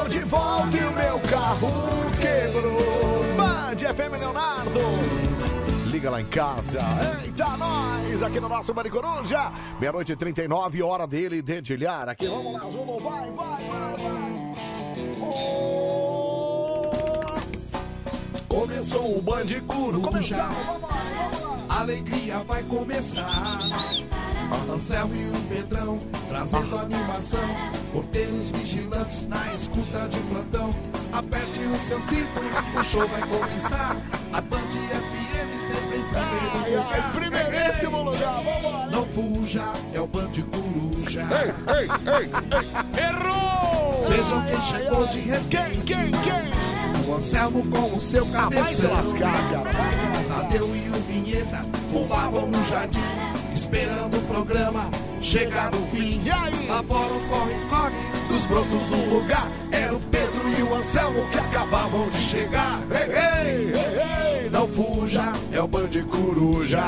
estou de volta e o meu carro quebrou. Band FM Leonardo. Liga lá em casa. Eita, nós! Aqui no nosso Band Coruja. 00:39, hora dele dedilhar. Aqui, vamos lá, Zulu. Vai. Começou o Band Coruja. Começamos, vamos lá. A alegria vai começar. Anselmo e o Pedrão trazendo animação. Porteiros vigilantes na escuta de plantão. Aperte o seu cinto, o show vai começar. A Band FM sempre em primeiro lugar. Primeiríssimo lugar, vamos lá. Não fuja, é o Band Coruja. Ei. Errou! Vejam quem chegou de repente. Quem? O Anselmo com o seu cabeção. Vai se lascar, cara. Tadeu e o Vinheta fumavam no jardim, esperando o programa chegar no fim. E aí? Lá fora o corre dos brotos do lugar. Era o Pedro e o Anselmo que acabavam de chegar. Ei, não fuja, é o Band Coruja.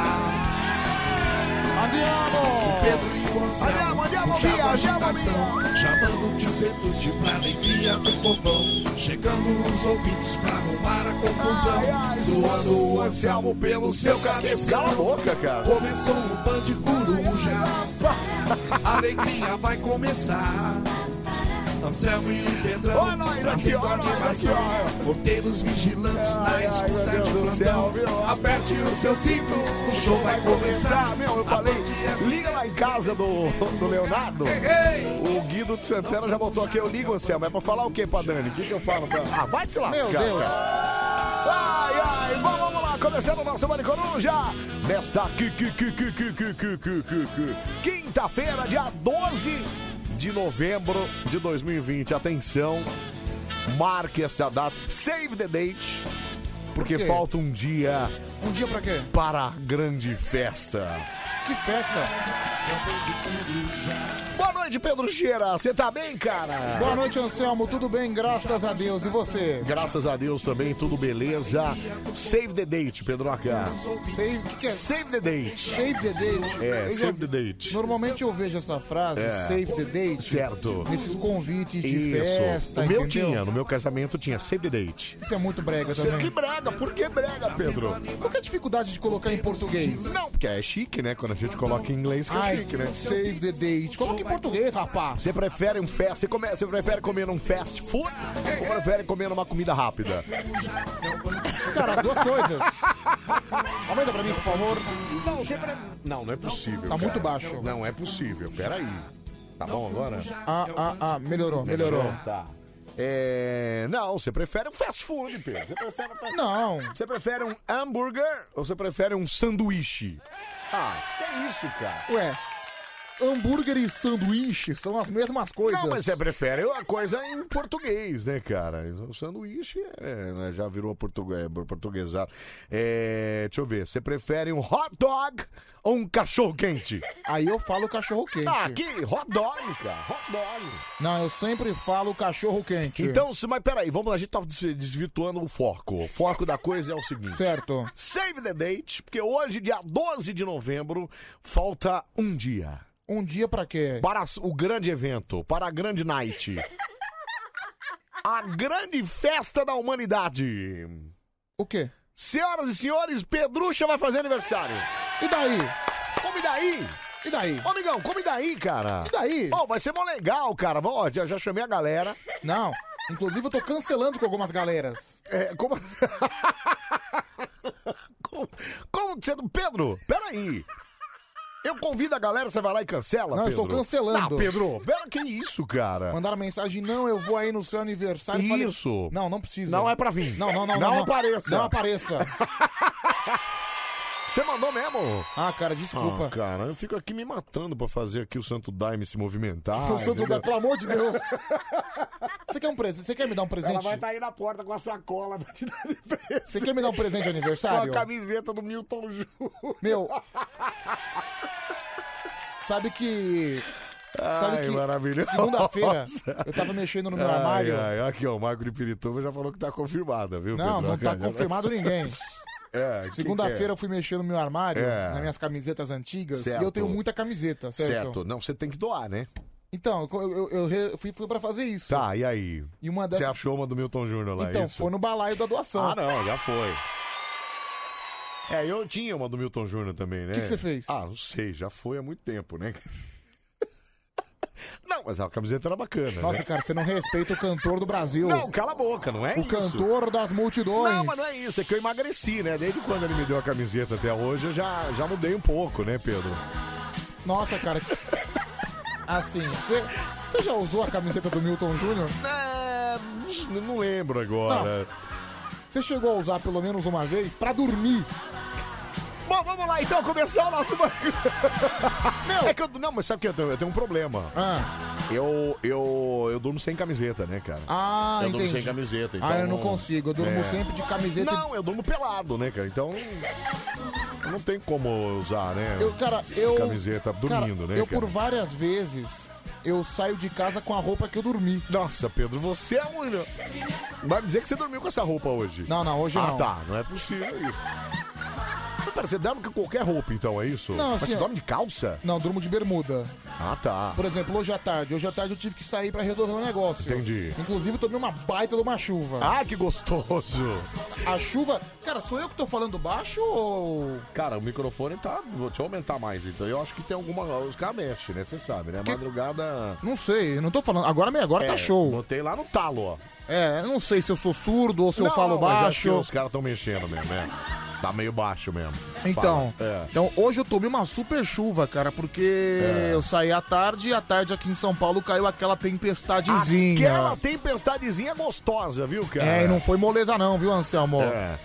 Andiamo! O Pedro e o Anselmo puxavam agitação, chamando o tio Petute pra alegria do povão. Chegando os ouvintes pra arrumar a confusão. Zoando o Anselmo pelo seu cabeção. Cala a boca, cara. Começou o Band Coruja. A alegria vai começar. Anselmo e o Pedrão Olha nós aqui, trazendo animação. Porteiros vigilantes na escuta de plantão. Aperte o seu cinto, o show vai começar. Eu falei, liga lá em casa do Leonardo. O Guido de Santana já botou aqui, eu ligo, Anselmo. É pra falar o quê pra Dani? O que eu falo pra... Ah, vai se lascar, Meu Deus. Ai, vamos lá, começando o nosso Band Coruja. Nesta quinta-feira, dia 12 de novembro de 2020. Atenção, marque esta data, save the date, porque falta um dia. Um dia pra quê? Para a grande festa. Que festa? Boa noite, Pedro Cheira. Você tá bem, cara? Boa noite, Anselmo. Tudo bem, graças a Deus. E você? Graças a Deus também, tudo beleza. Save the date, Pedro Acá. Save, que é? Save the date. Save the date. É, save the date. Normalmente eu vejo essa frase, save the date. Certo. Nesses convites de festa, o meu entendeu? tinha, no meu casamento tinha save the date. Isso é muito brega também. Que brega? Por que brega, Pedro? Qual que é a dificuldade de colocar em português? Não, porque é chique, né? Quando a gente coloca em inglês, que é chique, né? Save the date. Coloca em português, rapaz. Você prefere um fast? Você prefere comer num fast food ou prefere comer numa comida rápida? Cara, duas coisas. Aumenta pra mim, por favor. Não é possível. Tá cara. muito baixo. Não é possível. Peraí. Tá bom agora? Melhorou. Tá. Não, você prefere um fast food, Pedro. Você prefere Não. Você prefere um hambúrguer ou você prefere um sanduíche? Que é isso, cara? Ué, hambúrguer e sanduíche são as mesmas coisas. Não, mas você prefere a coisa em português, né, cara? O sanduíche né, já virou portuguesado. Deixa eu ver. Você prefere um hot dog ou um cachorro quente? Aí eu falo cachorro quente. Aqui, hot dog, cara. Hot dog. Não, eu sempre falo cachorro quente. Então, mas peraí, a gente tá desvirtuando o foco. O foco da coisa é o seguinte. Certo. Save the date, porque hoje, dia 12 de novembro, falta um dia. Um dia pra quê? Para o grande evento, para a grande night. A grande festa da humanidade. O quê? Senhoras e senhores, Pedrucha vai fazer aniversário. E daí? Como e daí? E daí? Ô, amigão, como e daí, cara? E daí? Vai ser mó legal, cara. Já chamei a galera. Não, inclusive eu tô cancelando com algumas galeras. Como... como você... Pedro, peraí. Eu convido a galera, você vai lá e cancela, Não, Pedro? eu estou cancelando. Não, Pedro, que isso, cara? Mandaram mensagem, não, eu vou aí no seu aniversário. Isso. Falei, não precisa. Não é pra vir. Não apareça. Não apareça. Você mandou mesmo? Cara, desculpa. Cara, eu fico aqui me matando pra fazer aqui o Santo Daime se movimentar. O Santo Daime, pelo amor de Deus. Você quer um presente? Você quer me dar um presente? Ela vai estar aí na porta com a sacola pra te dar de presente. Você quer me dar um presente de aniversário? Com a camiseta do Milton Júnior. Meu... Sabe que maravilhoso. Segunda-feira eu tava mexendo no meu armário. Aqui, ó, o Marco de Pirituba já falou que tá confirmada, viu, Não, Pedro? não tá confirmado ninguém. Segunda-feira eu fui mexendo no meu armário, nas minhas camisetas antigas, certo. e eu tenho muita camiseta, certo? Certo. Não, você tem que doar, né? Então, eu fui pra fazer isso. Tá, e aí? E uma dessas... Você achou uma do Milton Júnior lá, Então, isso? foi no balaio da doação. Ah, não, já foi. Eu tinha uma do Milton Júnior também, né? O que você fez? Ah, não sei, já foi há muito tempo, né? Não, mas a camiseta era bacana. Nossa, né? cara, você não respeita o cantor do Brasil. Não, cala a boca, não é o isso. O cantor das multidões. Não, mas não é isso, é que eu emagreci, né? Desde quando ele me deu a camiseta até hoje, eu já mudei um pouco, né, Pedro? Nossa, cara. Assim, você já usou a camiseta do Milton Júnior? Não lembro agora. Não. Você chegou a usar pelo menos uma vez pra dormir? Bom, vamos lá então começar o nosso... Meu. É que não, mas sabe que eu tenho um problema. Eu durmo sem camiseta, né, cara? Eu durmo sem camiseta. Então eu não consigo. Eu durmo sempre de camiseta. Não, eu durmo pelado, né, cara? Então não tem como usar, né? Camiseta dormindo, né? Por várias vezes eu saio de casa com a roupa que eu dormi. Nossa, Pedro, você é um... Vai dizer que você dormiu com essa roupa hoje? Não, hoje não. Ah, tá. Não é possível isso. Pera, você dorme com qualquer roupa, então, é isso? Não, assim, mas você dorme de calça? Não, durmo de bermuda. Ah, tá. Por exemplo, hoje à tarde eu tive que sair pra resolver um negócio. Entendi. Inclusive, eu tomei uma baita de uma chuva. Ah, que gostoso. A chuva... Cara, sou eu que tô falando baixo ou... Cara, o microfone tá... Deixa eu aumentar mais, então. Eu acho que tem alguma... Os caras mexem, né? Você sabe, né? Madrugada... Não sei, eu não tô falando... Agora tá show. Botei lá no talo, ó. Eu não sei se eu sou surdo ou se eu falo baixo. Mas acho que os caras tão mexendo mesmo, né? Tá meio baixo mesmo. Então, hoje eu tomei uma super chuva, cara, porque eu saí à tarde e à tarde aqui em São Paulo caiu aquela tempestadezinha. Aquela tempestadezinha gostosa, viu, cara? E não foi moleza não, viu, Anselmo?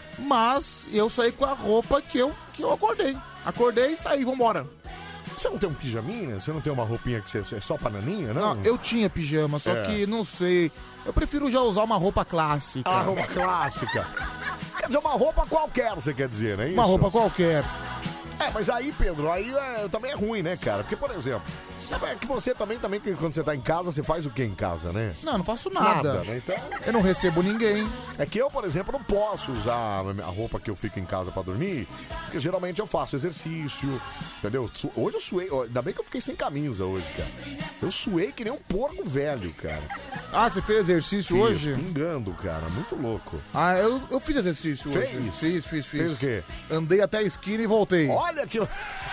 Mas eu saí com a roupa que eu acordei. Acordei e saí, vambora. Você não tem um pijaminha? Você não tem uma roupinha que você é só pra naninha, não? Não, eu tinha pijama, só que, não sei, eu prefiro já usar uma roupa clássica. Ah, roupa clássica. Quer dizer, uma roupa qualquer, você quer dizer, não é isso? Uma roupa qualquer. Mas aí, Pedro, também é ruim, né, cara? Porque, por exemplo, é que você também, quando você tá em casa, você faz o que em casa, né? Não faço nada. Né? Então, eu não recebo ninguém. É que eu, por exemplo, não posso usar a roupa que eu fico em casa pra dormir, porque geralmente eu faço exercício, entendeu? Hoje eu suei, ainda bem que eu fiquei sem camisa hoje, cara. Eu suei que nem um porco velho, cara. Ah, você fez exercício hoje? Pingando, cara, muito louco. Ah, eu fiz exercício hoje. Fiz. Fez o quê? Andei até a esquina e voltei. Olha que...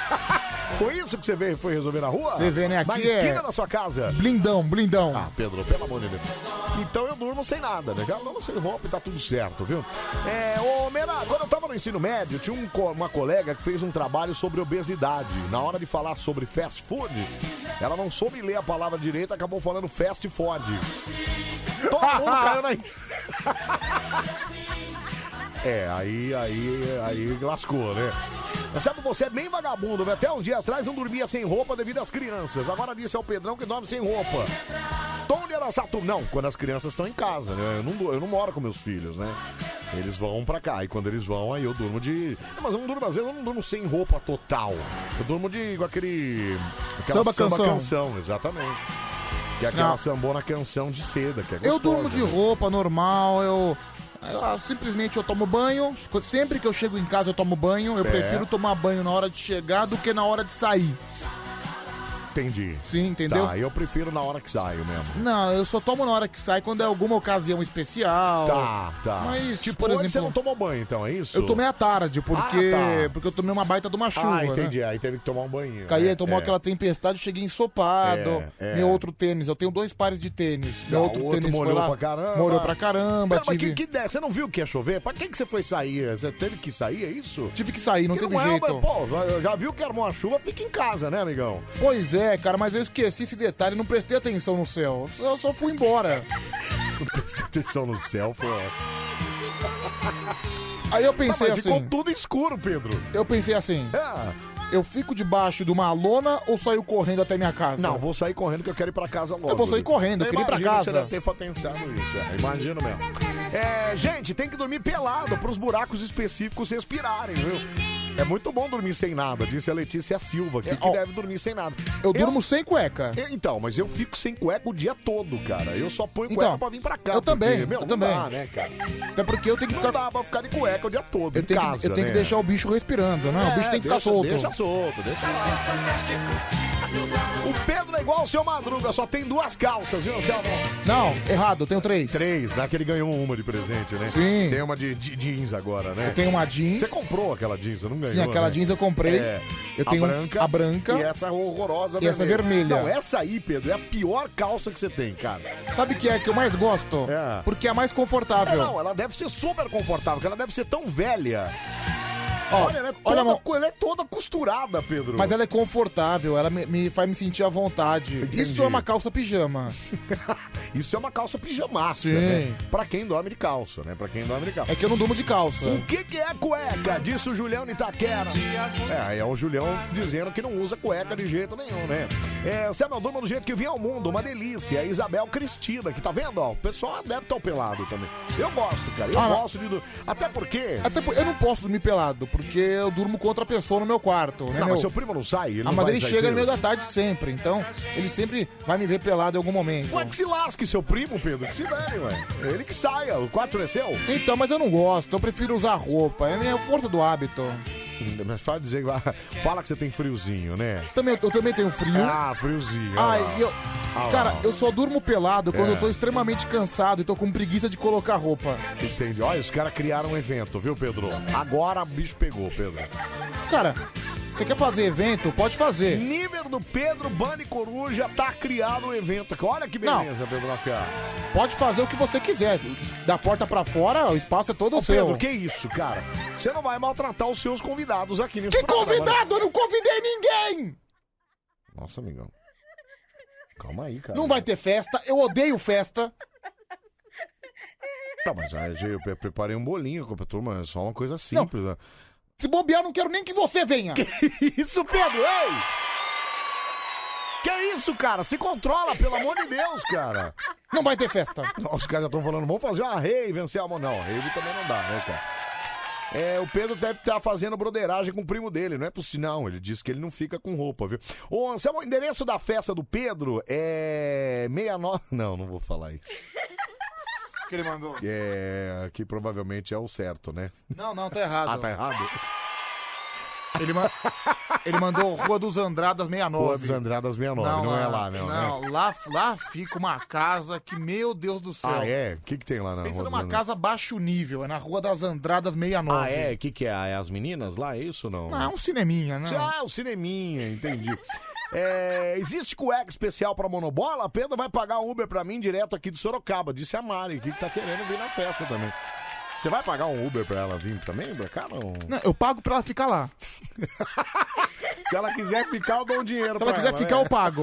Foi isso que você foi resolver na rua? Você vê, né? Aqui na esquina da sua casa? Blindão. Ah, Pedro, pelo amor de Deus. Então eu durmo sem nada, né? Eu durmo sem roupa e tá tudo certo, viu? Mena, quando eu tava no ensino médio, tinha uma colega que fez um trabalho sobre obesidade. Na hora de falar sobre fast food, ela não soube ler a palavra direita, acabou falando fast food. Todo mundo caiu na... aí lascou, né? Mas sabe, você é bem vagabundo, né? Até um dia atrás não dormia sem roupa devido às crianças. Agora disse ao Pedrão que dorme sem roupa. Tom de Araçatu. Não, quando as crianças estão em casa, né? Eu não moro com meus filhos, né? Eles vão pra cá. E quando eles vão, aí eu durmo de... Mas eu não durmo, às vezes eu não durmo sem roupa total. Eu durmo com aquela samba canção, exatamente. Que é aquela sambona canção de seda, que é gostosa. Eu durmo de roupa normal, simplesmente eu tomo banho. Sempre que eu chego em casa eu tomo banho. Eu prefiro tomar banho na hora de chegar do que na hora de sair. Entendi. Sim, entendeu? Tá, eu prefiro na hora que saio mesmo. Não, eu só tomo na hora que sai quando é alguma ocasião especial. Tá. Mas, tipo, por exemplo, você não tomou banho, então, é isso? Eu tomei à tarde, porque eu tomei uma baita de uma chuva. Ah, entendi. Né? Aí teve que tomar um banho. Caí, tomou aquela tempestade, cheguei ensopado. Meu outro tênis, eu tenho 2 pares de tênis. Meu outro tênis molhou foi lá, pra caramba. Molhou pra caramba. Mas que ideia? Você não viu que ia chover? Pra que você foi sair? Você teve que sair, é isso? Tive que sair, não teve jeito. Pô, já viu que armou uma chuva, fica em casa, né, amigão? Pois é, cara, mas eu esqueci esse detalhe, não prestei atenção no céu. Eu só fui embora. Não prestei atenção no céu, pô. Aí eu pensei mas ficou assim... tudo escuro, Pedro. Eu pensei assim... Eu fico debaixo de uma lona ou saio correndo até minha casa? Não, vou sair correndo que eu quero ir pra casa logo. Eu vou sair correndo, eu queria ir pra casa. Você deve ter pensado nisso, imagino mesmo. Gente, tem que dormir pelado pros buracos específicos respirarem, viu? É muito bom dormir sem nada, disse a Letícia Silva, que deve dormir sem nada. Eu durmo sem cueca. Então, mas eu fico sem cueca o dia todo, cara. Eu só ponho cueca pra vir pra cá. Eu também, eu também. Dá, né, cara? Até porque eu tenho que ficar... Não dá pra ficar de cueca o dia todo, eu tenho que deixar o bicho respirando, né? O bicho tem que ficar solto. Deixa solto. O Pedro é igual o seu Madruga, só tem 2 calças, viu, Anselmo? Não, errado, eu tenho 3. 3, né? Que ele ganhou uma de presente, né? Sim. Tem uma de jeans agora, né? Eu tenho uma jeans. Você comprou aquela jeans, você não ganhou? Sim, aquela né? jeans eu comprei. Eu tenho a a branca e essa horrorosa e essa vermelha. Não, essa aí, Pedro, é a pior calça que você tem, cara. Sabe o que é que eu mais gosto? É. Porque é a mais confortável. Não, ela deve ser super confortável, porque ela deve ser tão velha. Ó, Olha, ela é toda costurada, Pedro. Mas ela é confortável, ela me faz me sentir à vontade. Entendi. Isso é uma calça pijama. Isso é uma calça pijamaça, Sim. né? Pra quem dorme de calça, né? Pra quem dorme de calça. É que eu não durmo de calça. O que é cueca? Disse o Julião de Itaquera. É o Julião dizendo que não usa cueca de jeito nenhum, né? Sabe, eu durmo do jeito que vim ao mundo, uma delícia. Isabel Cristina, que tá vendo, ó, o pessoal adepto ao pelado também. Eu gosto, cara, eu gosto de... Até porque eu não posso dormir pelado, porque eu durmo com outra pessoa no meu quarto, né, Não, meu? mas seu primo não sai, ele não mas vai ele sair chega no cedo. meio da tarde sempre, então ele sempre vai me ver pelado em algum momento. Ué, que se lasque, seu primo, Pedro, que se dane, ué. Ele que saia, o quarto é seu. Então, mas eu não gosto, eu prefiro usar roupa, é a força do hábito. Mas fala que você tem friozinho, né? Eu também tenho frio. Ah, friozinho. Ai, cara, lá. eu só durmo pelado quando eu tô extremamente cansado e tô com preguiça de colocar roupa. Entendi. Olha, os caras criaram um evento, viu, Pedro? Agora o bicho pegou, Pedro. Cara, você quer fazer evento? Pode fazer. Nível do Pedro Bani Coruja tá criado um evento. Olha que beleza, Pedro. Pode fazer o que você quiser. Da porta pra fora, o espaço é todo seu. Pedro, que isso, cara? Você não vai maltratar os seus convidados aqui nesse Que programa, convidado? né? Eu não convidei ninguém! Nossa, amigão. Calma aí, cara. Não vai ter festa, eu odeio festa. Tá, mas aí eu preparei um bolinho com a turma, é só uma coisa simples, né? Se bobear, não quero nem que você venha. Que isso, Pedro? Ei! Que isso, cara? Se controla, pelo amor de Deus, cara. Não vai ter festa. Nossa, os caras já estão falando, vamos fazer uma rave, vencer a mão. Não, rave também não dá, né, cara? O Pedro deve estar fazendo broderagem com o primo dele, não é possível, não. Ele disse que ele não fica com roupa, viu? Ô, Anselmo, o endereço da festa do Pedro é 69... Não vou falar isso. Que ele mandou? Que provavelmente é o certo, né? Não, tá errado. Ah, tá errado? Ele mandou Rua dos Andradas 69. Rua dos Andradas 69, não é lá, não, não, né? Lá fica uma casa que, meu Deus do céu. Ah, é? O que tem lá na Pensa Rua dos numa Andradas? casa baixo nível, é na Rua das Andradas 69. Ah, é? O que é? É as meninas lá, é isso ou não? Não, é um cineminha, né? Ah, um cineminha, entendi. Existe cueca especial pra monobola? A Pedro vai pagar um Uber pra mim direto aqui de Sorocaba, disse a Mari, que tá querendo vir na festa também. Você vai pagar um Uber pra ela vir também, pra cá, não? Não, eu pago pra ela ficar lá. Se ela quiser ficar, eu dou um dinheiro pra ela. Se ela quiser ficar, né? eu pago.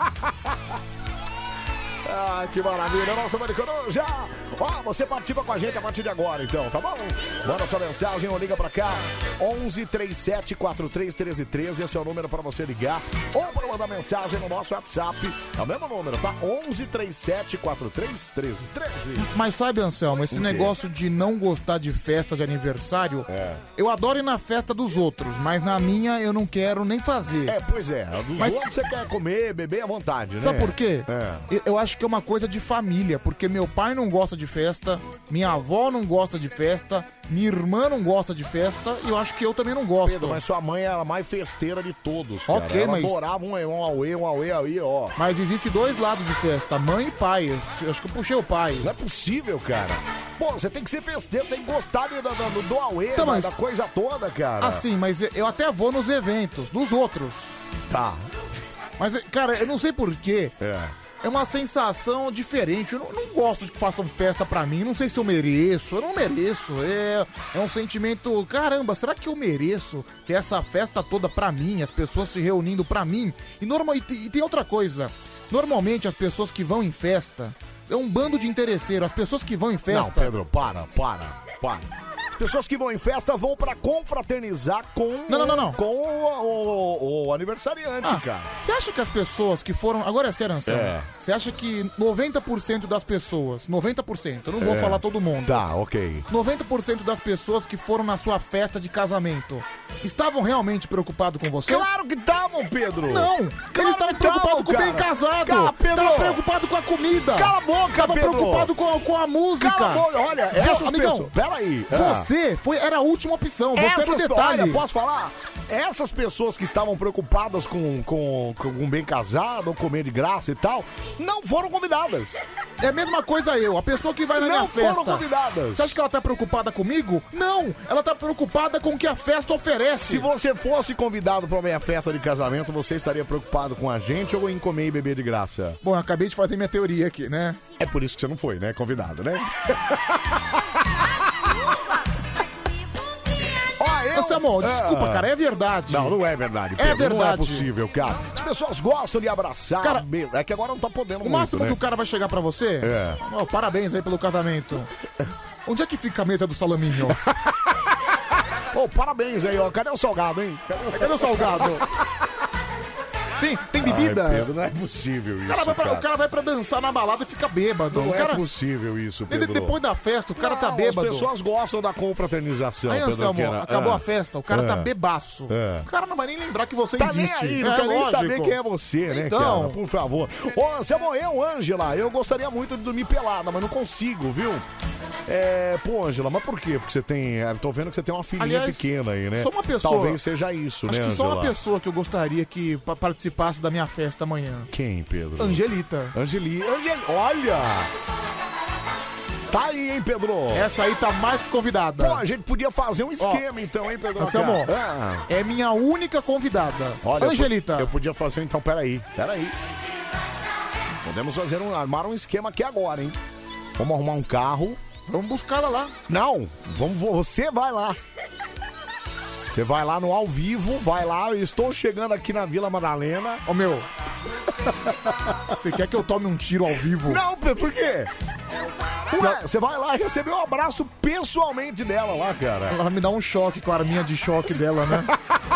Ah, que maravilha, nossa Bani Coruja! Ó, você participa com a gente a partir de agora, então, tá bom? Manda sua mensagem ou liga pra cá, 11 37 43 13 13, esse é o número pra você ligar, ou pra mandar mensagem no nosso WhatsApp, é o mesmo número, tá? 11 37 43 13 13. Mas sabe, Anselmo, esse negócio de não gostar de festa de aniversário, eu adoro ir na festa dos outros, mas na minha eu não quero nem fazer. Pois é, dos outros você quer comer, beber à vontade, né? Sabe por quê? Eu acho que é uma coisa de família, porque meu pai não gosta de festa, minha avó não gosta de festa, minha irmã não gosta de festa e eu acho que eu também não gosto. Pedro, mas sua mãe era a mais festeira de todos, cara. Ok, ela mas... adorava um auê, ó. Mas existe dois lados de festa, mãe e pai. Eu acho que eu puxei o pai. Não é possível, cara. Pô, você tem que ser festeiro, tem que gostar do auê, Então, mas... da coisa toda, cara. Assim, mas eu até vou nos eventos dos outros. Tá. Mas, cara, eu não sei porquê. É uma sensação diferente. Eu não gosto de que façam festa pra mim. Não sei se eu mereço. Eu não mereço. É um sentimento... Caramba, será que eu mereço ter essa festa toda pra mim? As pessoas se reunindo pra mim? E tem outra coisa. Normalmente as pessoas que vão em festa... É um bando de interesseiros. As pessoas que vão em festa... Não, Pedro, para. As pessoas que vão em festa vão pra confraternizar com... Não. Com o aniversariante, cara. Você acha que as pessoas que foram... Agora é sério, Anselmo. Você acha que 90% das pessoas... 90%, eu não vou falar todo mundo. Tá, ok. 90% das pessoas que foram na sua festa de casamento estavam realmente preocupados com você? Claro que estavam, Pedro! Não! Claro Eles estavam preocupados com o bem casado! Cala, Pedro! Estavam preocupados com a comida! Cala a boca, Estavam Pedro! preocupados com a música! Cala a boca! Olha, amigão, pessoas... Peraí! Você era a última opção, você era o detalhe. Olha, posso falar? Essas pessoas que estavam preocupadas com um bem casado ou comer de graça e tal, não foram convidadas. É a mesma coisa eu, a pessoa que vai na minha festa. Não foram convidadas. Você acha que ela tá preocupada comigo? Não, ela tá preocupada com o que a festa oferece. Se você fosse convidado pra minha festa de casamento, você estaria preocupado com a gente ou em comer e beber de graça? Bom, eu acabei de fazer minha teoria aqui, né? É por isso que você não foi, né? Convidado, né? Anselmo, desculpa, cara, é verdade. Não é verdade, Pedro. É verdade. Não é possível, cara. As pessoas gostam de abraçar. Cara, é que agora não tá podendo muito, o máximo né? que o cara vai chegar pra você... Oh, parabéns aí pelo casamento. Onde é que fica a mesa do salaminho? Parabéns aí, ó. Cadê o salgado, hein? Cadê o salgado? Tem bebida? Ai, Pedro, não é possível isso, O cara vai pra dançar na balada e fica bêbado. Não é possível isso, Pedro. Depois da festa, o cara tá bêbado. As pessoas gostam da confraternização, aí, Anselmo, Pedro. Acabou a festa, o cara tá bebaço. O cara não vai nem lembrar que você existe. Tá nem aí, não quer nem saber quem é você, né, então... cara? Por favor. Ô, Anselmo, Ângela, eu gostaria muito de dormir pelada, mas não consigo, viu? Pô, Ângela, mas por quê? Porque você tem... Tô vendo que você tem uma filhinha pequena aí, né? Só uma pessoa... Talvez seja isso, acho né, que Ângela? só uma pessoa que eu gostaria que participasse da minha festa amanhã. Quem, Pedro? Angelita. Olha! Tá aí, hein, Pedro? Essa aí tá mais que convidada. Pô, a gente podia fazer um esquema, então, hein, Pedro? Anselmo, é minha única convidada. Olha, Angelita. Eu podia fazer, então, peraí. Podemos armar um esquema aqui agora, hein? Vamos arrumar um carro. Vamos buscar ela lá. Não, você vai lá. Você vai lá no ao vivo, vai lá, eu estou chegando aqui na Vila Madalena. Ô, meu, você quer que eu tome um tiro ao vivo? Não, por quê? Ué, você vai lá receber um abraço pessoalmente dela lá, cara. Ela vai me dar um choque com a arminha de choque dela, né?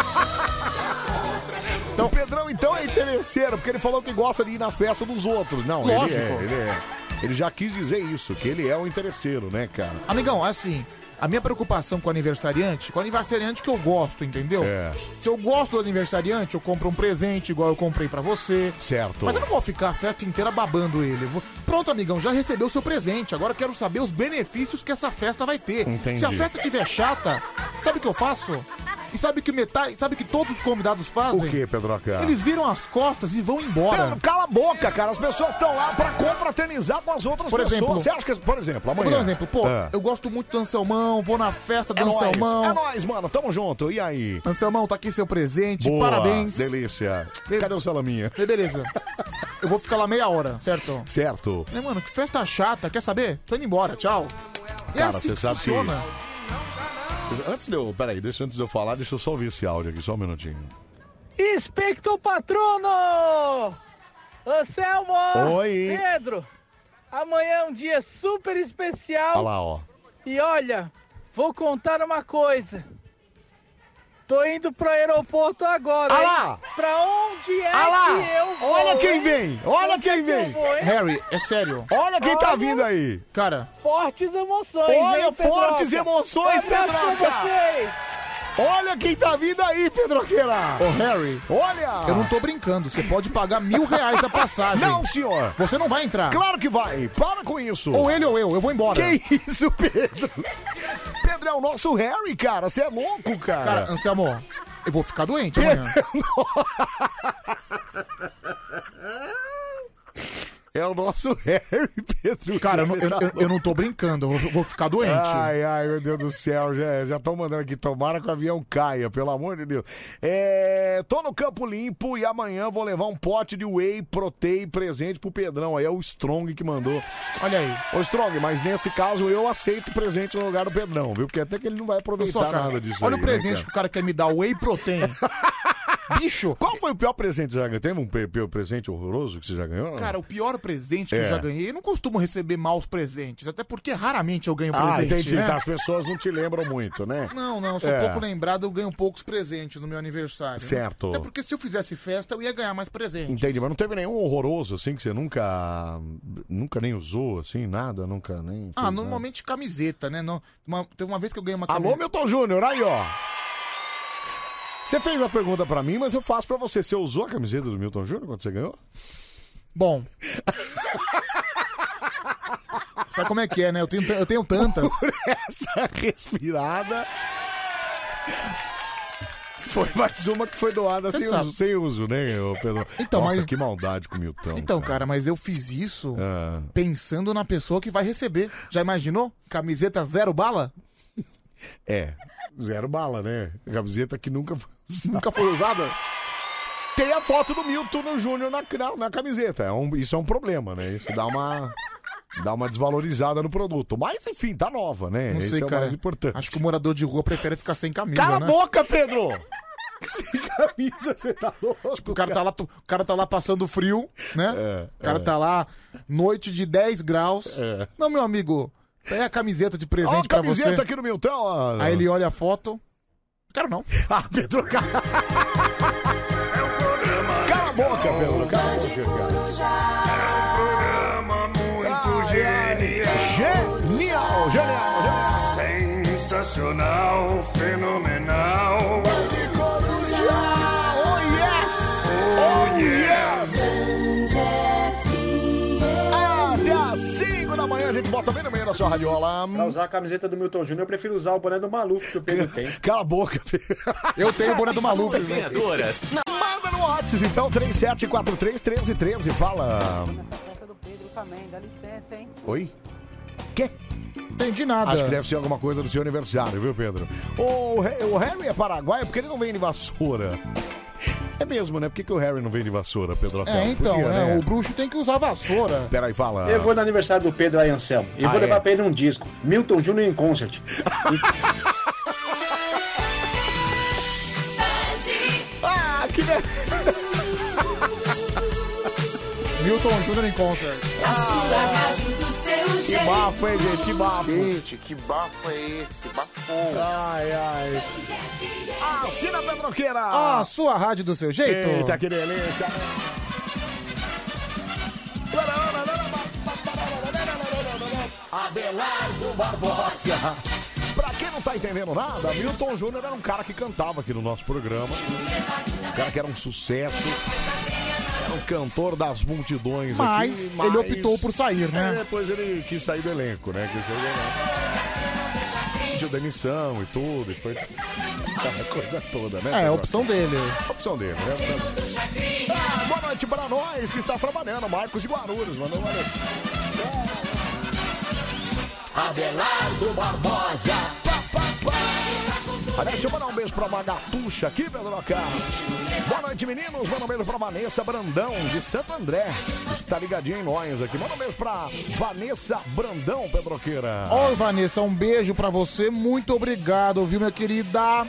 Então, o Pedrão, então, é interesseiro, porque ele falou que gosta de ir na festa dos outros. Não, lógico. Ele já quis dizer isso, que ele é o interesseiro, né, cara? Amigão, assim... A minha preocupação com o aniversariante que eu gosto, entendeu? Se eu gosto do aniversariante, eu compro um presente igual eu comprei pra você. Certo. Mas eu não vou ficar a festa inteira babando ele. Pronto, amigão, já recebeu o seu presente. Agora eu quero saber os benefícios que essa festa vai ter. Entendi. Se a festa estiver chata, sabe o que eu faço? E sabe que todos os convidados fazem? O que, Pedroca? Eles viram as costas e vão embora. Pedro, cala a boca, cara. As pessoas estão lá pra confraternizar com as outras pessoas. Exemplo, você acha que, por exemplo, amanhã... Vou dar um exemplo. Pô, eu gosto muito do Anselmão, vou na festa do Anselmão. É nóis, mano. Tamo junto. E aí? Anselmão, tá aqui seu presente. Boa, parabéns. Delícia. Cadê o salaminha? Beleza. Eu vou ficar lá meia hora, certo? Certo. Mano, que festa chata. Quer saber? Tô indo embora. Tchau. Cara, você sabe que... Antes de eu falar, deixa eu só ouvir esse áudio aqui, só um minutinho. Expecto Patrono! Anselmo! Oi! Pedro! Amanhã é um dia super especial. Olha lá, ó. E olha, vou contar uma coisa. Tô indo pro aeroporto agora. Olha lá! Pra onde é que eu vou? Olha quem vem! Olha quem vem! Harry, é sério. Olha quem tá vindo aí! Cara, fortes emoções. Olha, hein, Pedroca? fortes emoções, Pedroca! Olha quem tá vindo aí, Pedroqueira! Ô, Harry, olha! Eu não tô brincando, você pode pagar R$1.000 a passagem. Não, senhor! Você não vai entrar. Claro que vai! Para com isso! Ou ele ou eu vou embora. Que isso, Pedro? Pedro é o nosso Harry, cara, você é louco, cara! Cara, Anselmo, eu vou ficar doente amanhã. É o nosso Harry, Pedro. Cara, eu não tô brincando, eu vou ficar doente. Ai, meu Deus do céu, já tô mandando aqui, tomara que o avião caia, pelo amor de Deus. Tô no Campo Limpo e amanhã vou levar um pote de whey protein presente pro Pedrão, aí é o Strong que mandou. Olha aí. Ô Strong, mas nesse caso eu aceito presente no lugar do Pedrão, viu? Porque até que ele não vai aproveitar nada disso. Olha aí, o presente né, que o cara quer me dar, whey protein. Bicho! Qual foi o pior presente que você já ganhou? Teve um presente horroroso que você já ganhou? Cara, o pior presente que eu já ganhei, eu não costumo receber maus presentes, até porque raramente eu ganho presente. Entendi. Né? Então as pessoas não te lembram muito, né? Não, eu sou pouco lembrado, eu ganho poucos presentes no meu aniversário. Certo. Né? Até porque se eu fizesse festa, eu ia ganhar mais presentes. Entendi, mas não teve nenhum horroroso, assim, que você nunca nem usou, assim, nada? Nunca nem... Normalmente camiseta, né? Teve uma vez que eu ganhei uma camiseta... Alô, Milton Júnior, aí, ó. Você fez a pergunta pra mim, mas eu faço pra você. Você usou a camiseta do Milton Júnior quando você ganhou? Bom. Sabe como é que é, né? Eu tenho tantas. Por essa respirada. Foi mais uma que foi doada sem uso, né, Pedro? Então, Nossa, mas... que maldade com o Milton. Então, cara, mas eu fiz isso pensando na pessoa que vai receber. Já imaginou? Camiseta 0 bala? É, 0 bala, né? Camiseta que nunca foi usada. Tem a foto do Milton Júnior na camiseta. Isso é um problema, né? Isso dá uma desvalorizada no produto. Mas, enfim, tá nova, né? Não sei, é o cara. mais importante. Acho que o morador de rua prefere ficar sem camisa, Cala né? a boca, Pedro! Sem camisa, você tá louco? Tipo, o cara tá lá passando frio, né? O cara tá lá, noite de 10 graus. Não, meu amigo, pega a camiseta de presente pra você. Camiseta aqui no Milton. Aí ele olha a foto. Quero não. Pedro, cala a boca, Pedro. Cala a boca, É um programa muito genial. Genial. Sensacional, fenomenal. Oh yes! Até às 5 da manhã a gente bota bem no meio da sua radiola. Pra usar a camiseta do Milton Júnior, eu prefiro usar o boné do Maluf que o Pedro tem. Cala a boca, Pedro. Eu tenho o boné do Maluf. Manda no WhatsApp, então, 37431313. Fala. Nessa festa do Pedro também, dá licença, hein? Oi? Quê? Entendi nada. Acho que deve ser alguma coisa do seu aniversário, viu, Pedro? O Harry é paraguaio porque ele não vem de vassoura. É mesmo, né? Por que o Harry não vem de vassoura, Pedro? Então, Podia, né? O bruxo tem que usar vassoura. Peraí, fala. Eu vou no aniversário do Pedro aí, Anselmo. E vou levar pra ele um disco. Milton Júnior em Concert. Que Milton Júnior em Concert. A sua rádio do seu jeito. Que bafo, hein, gente? Que bafo. Gente, que bafo é esse? Que bafo. Ai. Assina, Pedroqueira. A sua rádio do seu jeito. Eita, que delícia. Abelardo Barbosa. Pra quem não tá entendendo nada, Milton Júnior era um cara que cantava aqui no nosso programa. Um cara que era um sucesso. Era um cantor das multidões mas aqui. Mas ele optou por sair, né? Depois ele quis sair do elenco, né? Pediu demissão e tudo. E foi aquela coisa toda, né? É a opção dele. A opção dele, né? Boa noite para nós que está trabalhando. Marcos de Guarulhos, mandou uma noite. Abelardo Barbosa. Aliás, deixa eu mandar um beijo pra Magatuxa aqui, Pedro Locá. Boa noite, meninos. Manda um beijo pra Vanessa Brandão, de Santo André. Está ligadinho em nós aqui. Manda um beijo pra Vanessa Brandão, Pedroqueira. Oi, Vanessa, um beijo pra você. Muito obrigado, viu, minha querida?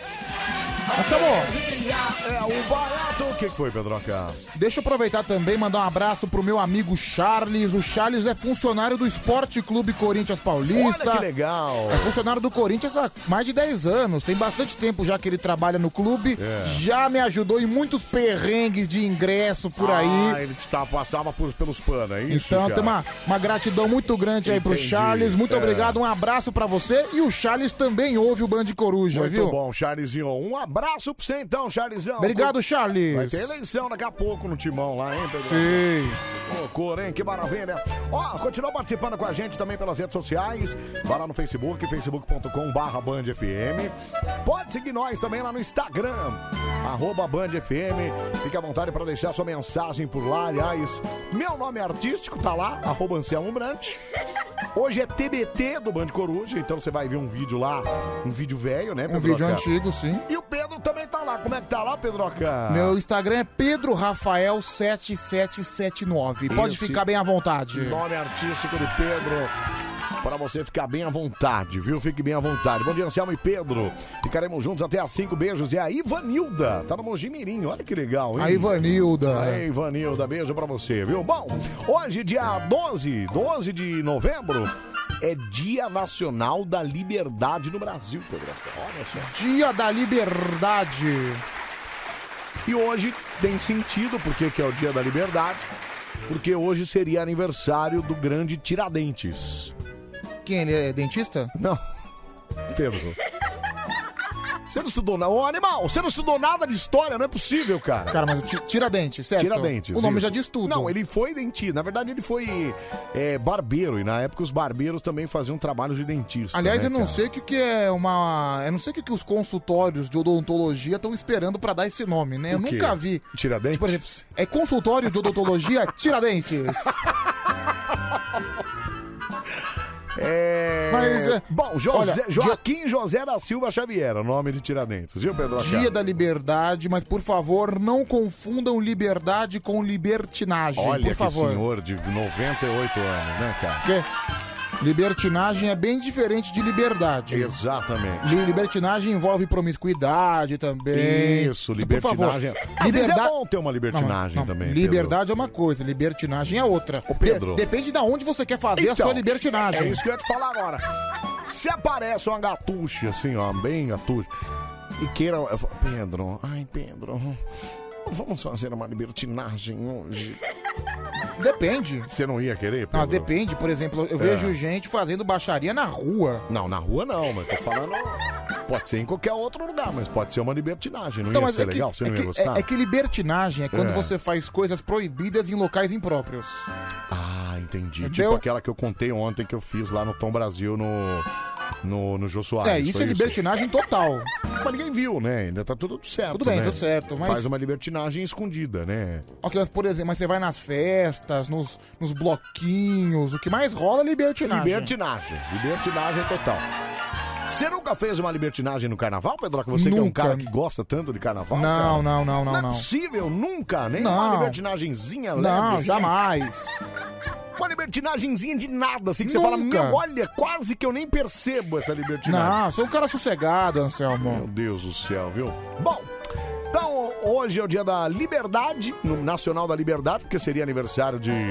É o barato. O que foi, Pedroca? Deixa eu aproveitar também e mandar um abraço pro meu amigo Charles. O Charles é funcionário do Esporte Clube Corinthians Paulista. Olha que legal. É funcionário do Corinthians há mais de 10 anos. Tem bastante tempo já que ele trabalha no clube. Já me ajudou em muitos perrengues de ingresso por aí. Ele passava pelos panos, é isso? Então tem uma gratidão muito grande aí pro Charles. Muito obrigado, um abraço pra você. E o Charles também ouve o Band Coruja, muito viu? Muito bom, Charlesinho. Um abraço pra você então, Charlesão. Obrigado, Charles. Vai ter eleição daqui a pouco no Timão lá, hein, Pedro? Sim. Loucura, hein? Que maravilha. Ó, continua participando com a gente também pelas redes sociais. Vai lá no Facebook, facebook.com/BandFM. Pode seguir nós também lá no Instagram, @BandFM. Fique à vontade para deixar sua mensagem por lá. Aliás, meu nome artístico tá lá, @Anselmo Brant. Hoje é TBT do Band Coruja, então você vai ver um vídeo lá, um vídeo velho, né, Pedro? Um vídeo antigo, sim. E o Pedro também tá lá. Como é que tá lá, Pedroca? Meu Instagram é Pedro Rafael 7779. Pode ficar bem à vontade. Nome artístico de Pedro. Para você ficar bem à vontade, viu? Fique bem à vontade. Bom dia, Anselmo e Pedro. Ficaremos juntos até às 5. Beijos. E a Ivanilda, tá no Mojimirim. Olha que legal, hein? A Ivanilda. Aí, Ivanilda, beijo pra você, viu? Bom, hoje, dia 12 de novembro, é Dia Nacional da Liberdade no Brasil, Pedro. Olha só. Dia da Liberdade. E hoje tem sentido, porque que é o Dia da Liberdade, porque hoje seria aniversário do grande Tiradentes. Quem, ele é dentista? Não. Pedro. Você não estudou nada. Ô, animal, você não estudou nada de história, não é possível, cara. Cara, mas Tiradentes, certo? Tiradentes. O nome isso. já diz tudo. Não, ele foi dentista. Na verdade, ele foi barbeiro. E na época, os barbeiros também faziam trabalhos de dentista. Aliás, né, eu não cara? sei o que é uma... Eu não sei o que os consultórios de odontologia estão esperando pra dar esse nome, né? Eu O quê? nunca vi. Tiradentes? Por exemplo, é consultório de odontologia Tiradentes. Mas, bom, Joaquim José da Silva Xavier, o nome de Tiradentes, viu, Pedro? Dia da Liberdade, mas por favor, não confundam liberdade com libertinagem. Olha por que favor. senhor de 98 anos, né, cara? Porque libertinagem é bem diferente de liberdade. Exatamente. Libertinagem envolve promiscuidade também. Isso, Então, por favor, libertinagem. Às vezes é bom ter uma libertinagem também. Liberdade é uma coisa, libertinagem é outra. Ô, Pedro. Depende de onde você quer fazer a sua libertinagem. É isso que eu ia te falar agora. Se aparece uma gatuche, assim, ó, bem gatuche, e queira... Pedro, vamos fazer uma libertinagem hoje. Depende. Você não ia querer, Pedro? Não, depende. Por exemplo, eu vejo gente fazendo baixaria na rua. Não, na rua não, mas tô falando... Pode ser em qualquer outro lugar, mas pode ser uma libertinagem. Não Então, ia mas ser legal? Você não ia gostar? É que libertinagem é quando você faz coisas proibidas em locais impróprios. Ah, entendi. Entendeu? Tipo aquela que eu contei ontem que eu fiz lá no Tom Brasil, no Jô Soares. Isso é libertinagem total. Mas ninguém viu, né? Ainda tá tudo certo. Tudo bem, né? tudo certo. Mas... Faz uma libertinagem escondida, né? Ok, mas, por exemplo, mas você vai nas festas, nos bloquinhos, o que mais rola é libertinagem. Libertinagem total. Você nunca fez uma libertinagem no carnaval, Pedro? Que você que é um cara que gosta tanto de carnaval? Não, cara? não. Não é possível, nunca. Nem Não. uma libertinagenzinha leve. Não, assim. jamais. Uma libertinagenzinha de nada, assim, que você Nunca. fala, meu, olha, quase que eu nem percebo essa libertinagem. Não, sou um cara sossegado, Anselmo. Meu Deus do céu, viu? Bom, então hoje é o dia da liberdade, no Nacional da Liberdade, porque seria aniversário de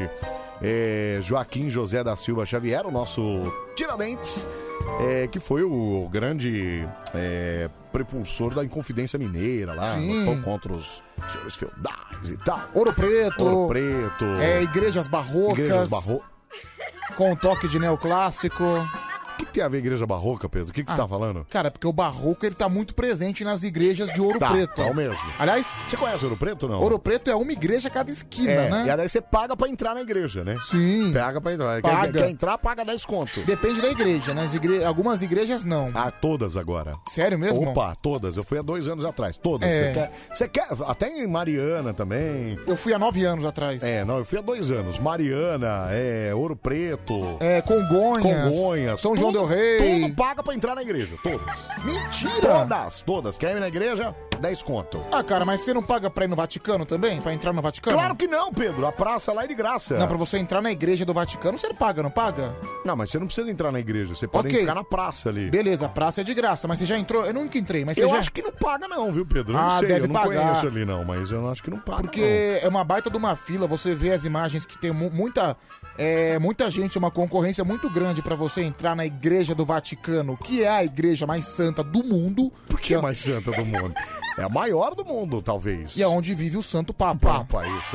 Joaquim José da Silva Xavier, o nosso Tiradentes, que foi o grande prepulsor da Inconfidência Mineira lá, lutou contra os senhores feudais e tal. Ouro Preto. Igrejas barrocas. Com um toque de neoclássico. O que tem a ver igreja barroca, Pedro? O que você tá falando? Cara, porque o barroco ele tá muito presente nas igrejas de Ouro Preto. É o mesmo. Aliás, você conhece Ouro Preto ou não? Ouro Preto é uma igreja a cada esquina, né? E aí você paga pra entrar na igreja, né? Sim. Paga pra entrar. Paga. Quer entrar, paga 10 conto. Depende da igreja, né? Algumas igrejas não. Ah, todas agora. Sério mesmo? Opa, todas. Eu fui há 2 anos atrás. Todas. Você quer? Até em Mariana também. Eu fui há 9 anos atrás. Eu fui há 2 anos. Mariana, Ouro Preto. Congonhas. São João del Rei. Tudo paga pra entrar na igreja. Todas. Mentira! Todas. Quer ir na igreja? 10 conto. Ah, cara, mas você não paga pra ir no Vaticano também? Pra entrar no Vaticano? Claro que não, Pedro. A praça lá é de graça. Não, pra você entrar na igreja do Vaticano, você paga, não paga? Não, mas você não precisa entrar na igreja. Você pode ficar na praça ali. Beleza, a praça é de graça, mas você já entrou? Eu nunca entrei, mas você eu já... acho que não paga não, viu, Pedro? Eu não sei, deve eu não pagar. conheço ali não, mas eu acho que não paga. Porque é uma baita de uma fila, você vê as imagens que tem muita gente, uma concorrência muito grande pra você entrar na igreja do Vaticano, que é a igreja mais santa do mundo. Por que mais santa do mundo? É a maior do mundo, talvez. E é onde vive o Santo Papa. Isso,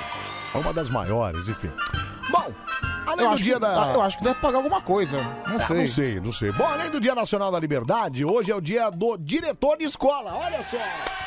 é uma das maiores, enfim. Bom, além do dia Eu acho que deve pagar alguma coisa, não sei. Bom, além do Dia Nacional da Liberdade, hoje é o dia do diretor de escola, olha só.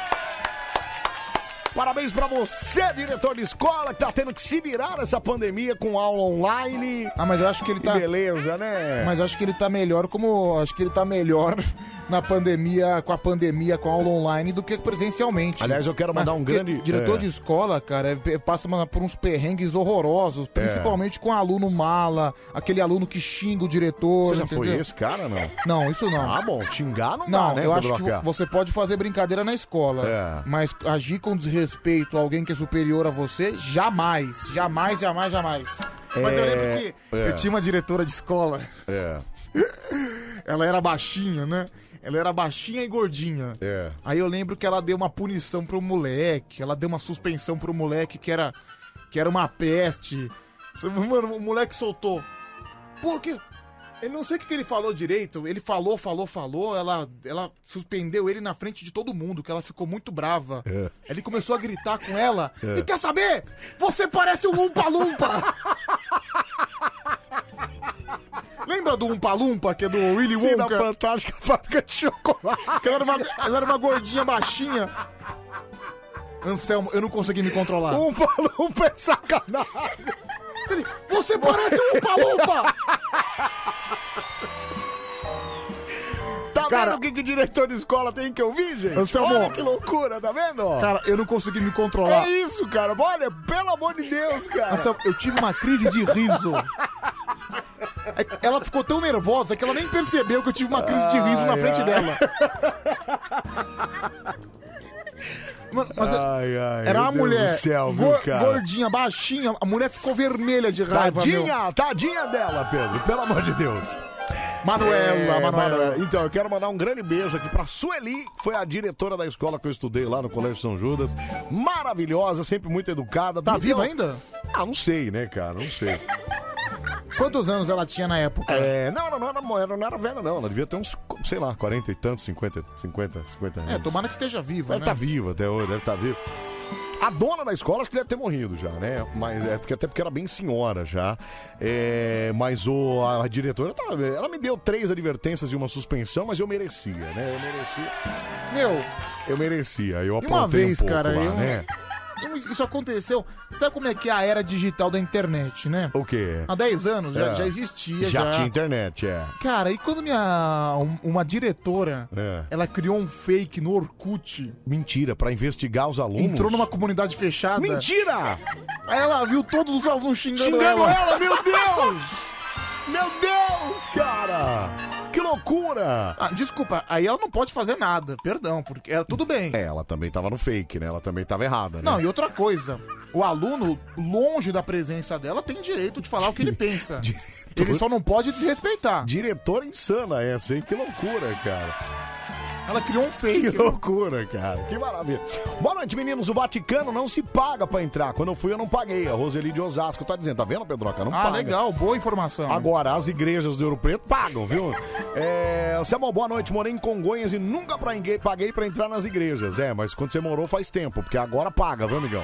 Parabéns pra você, diretor de escola, que tá tendo que se virar nessa pandemia com aula online. Ah, mas eu acho que ele tá... Que beleza, né? Mas eu acho que ele tá melhor Acho que ele tá melhor na pandemia, com a aula online do que presencialmente. Aliás, eu quero mandar um grande... Diretor de escola, cara, passa por uns perrengues horrorosos, principalmente com aluno mala, aquele aluno que xinga o diretor. Você já entendeu? foi esse cara, não? Não, isso não. Ah, bom, xingar não Não, dá, né, eu acho Pedro? que você pode fazer brincadeira na escola, mas agir com desrespeito a alguém que é superior a você, jamais. Jamais. Mas eu lembro que eu tinha uma diretora de escola. Ela era baixinha, né? Ela era baixinha e gordinha. Aí eu lembro que ela deu uma punição pro moleque, ela deu uma suspensão pro moleque que era uma peste. Mano, o moleque soltou. Por quê? Eu não sei o que ele falou direito. Ele falou. Ela suspendeu ele na frente de todo mundo, que ela ficou muito brava. Ele começou a gritar com ela. E quer saber? Você parece um Lumpa-Lumpa! Lembra do Umpa Lumpa, que é do Willy Sim, Wonka? da Fantástica Fábrica de Chocolate. Que ela era uma gordinha baixinha. Anselmo, eu não consegui me controlar. Umpa Lumpa é sacanagem. Você parece um Umpa Lumpa! Tá Cara, vendo o que o diretor de escola tem que ouvir, gente? Anselmo, Olha que loucura, tá vendo? Cara, eu não consegui me controlar. É isso, cara. Olha, pelo amor de Deus, cara. Anselmo, eu tive uma crise de riso. Ela ficou tão nervosa que ela nem percebeu que eu tive uma crise de riso na frente dela. Mas era uma mulher céu, gordinha, baixinha. A mulher ficou vermelha de raiva. Tadinha dela, Pedro. Pelo amor de Deus. Manuela. Então, eu quero mandar um grande beijo aqui pra Sueli, que foi a diretora da escola que eu estudei lá no Colégio São Judas. Maravilhosa, sempre muito educada. Tá viva ainda? Ah, não sei, né, cara? Não sei. Quantos anos ela tinha na época? Não era velha, não. Ela devia ter uns, sei lá, 40 e tantos, 50 anos. Tomara que esteja viva, Deve né? estar viva até hoje, deve estar viva. A dona da escola acho que deve ter morrido já, né? Mas até porque era bem senhora já. Mas a diretora, ela me deu 3 advertências e uma suspensão, mas eu merecia, né? Eu merecia. Eu aprontei uma vez, um pouco cara, lá, né? Isso aconteceu. Sabe como é que é a era digital da internet, né? O quê? Há 10 anos já existia. Já tinha internet, Cara, e quando uma diretora, ela criou um fake no Orkut. Mentira, pra investigar os alunos. Entrou numa comunidade fechada. Mentira! Aí ela viu todos os alunos xingando ela. Meu Deus! Meu Deus, cara! Que loucura! Desculpa, aí ela não pode fazer nada, perdão, porque tudo bem. Ela também tava no fake, né? Ela também tava errada, né? Não, e outra coisa, o aluno, longe da presença dela, tem direito de falar o que ele pensa. Ele só não pode desrespeitar. Diretora insana essa, hein? Que loucura, cara. Ela criou um fake. Que loucura, cara. Que maravilha. Boa noite, meninos. O Vaticano não se paga pra entrar. Quando eu fui, eu não paguei. A Roseli de Osasco tá dizendo. Tá vendo, Pedroca? Não paga. Legal. Boa informação. Agora, as igrejas do Ouro Preto pagam, viu? Samuel, boa noite. Morei em Congonhas e nunca paguei pra entrar nas igrejas. Mas quando você morou faz tempo, porque agora paga, viu, amigão?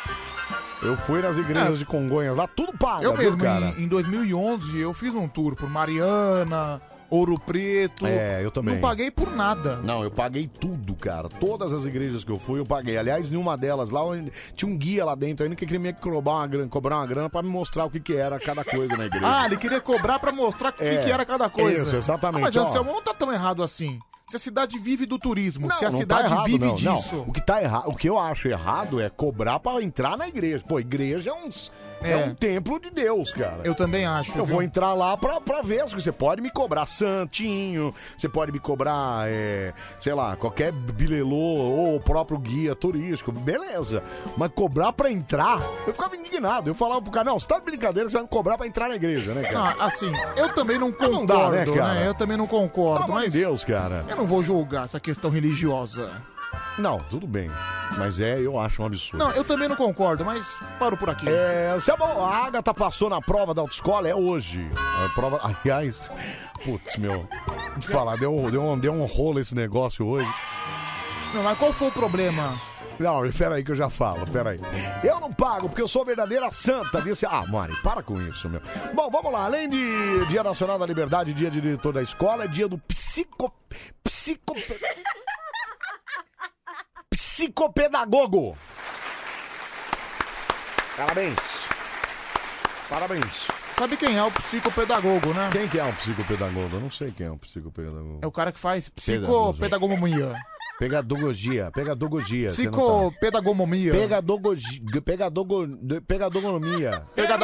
Eu fui nas igrejas de Congonhas lá, tudo paga, eu mesmo, cara? Em 2011, eu fiz um tour por Mariana, Ouro Preto. Eu também. Não paguei por nada. Não, eu paguei tudo, cara. Todas as igrejas que eu fui, eu paguei. Aliás, em uma delas lá, tinha um guia lá dentro ainda que queria me cobrar uma grana pra me mostrar o que era cada coisa na igreja. Ele queria cobrar pra mostrar o que era cada coisa. Isso, exatamente. Mas, Anselmo, não tá tão errado assim. Se a cidade vive do turismo, se a não cidade tá errado, vive não. disso... Não. O que tá errado, o que eu acho errado é cobrar pra entrar na igreja. Pô, igreja é um templo de Deus, cara. Eu também acho. Eu vou entrar lá pra ver. Você pode me cobrar santinho, você pode me cobrar, sei lá, qualquer bilelô ou o próprio guia turístico, beleza. Mas cobrar pra entrar, eu ficava indignado. Eu falava pro cara, não, você tá de brincadeira, você vai me cobrar pra entrar na igreja, né, cara? Assim, eu também não concordo, não dá, né, cara? Eu também não concordo, Pelo amor de Deus, cara. Eu não vou julgar essa questão religiosa. Não, tudo bem. Mas eu acho um absurdo. Não, eu também não concordo, mas paro por aqui. A Agatha passou na prova da autoescola, é hoje. A prova, aliás, putz, meu, vou te falar, deu um rolo esse negócio hoje. Não, mas qual foi o problema? Não, peraí que eu já falo, peraí. Eu não pago porque eu sou verdadeira santa, disse... Mari, para com isso, meu. Bom, vamos lá. Além de Dia Nacional da Liberdade, Dia de Diretor da Escola, é dia do psicopedagogo. Parabéns. Sabe quem é o psicopedagogo, né? Quem que é o psicopedagogo? Eu não sei quem é o psicopedagogo. É o cara que faz psicopedagogia. Pedagogia. Psicopedagogomia. Pedagogonomia.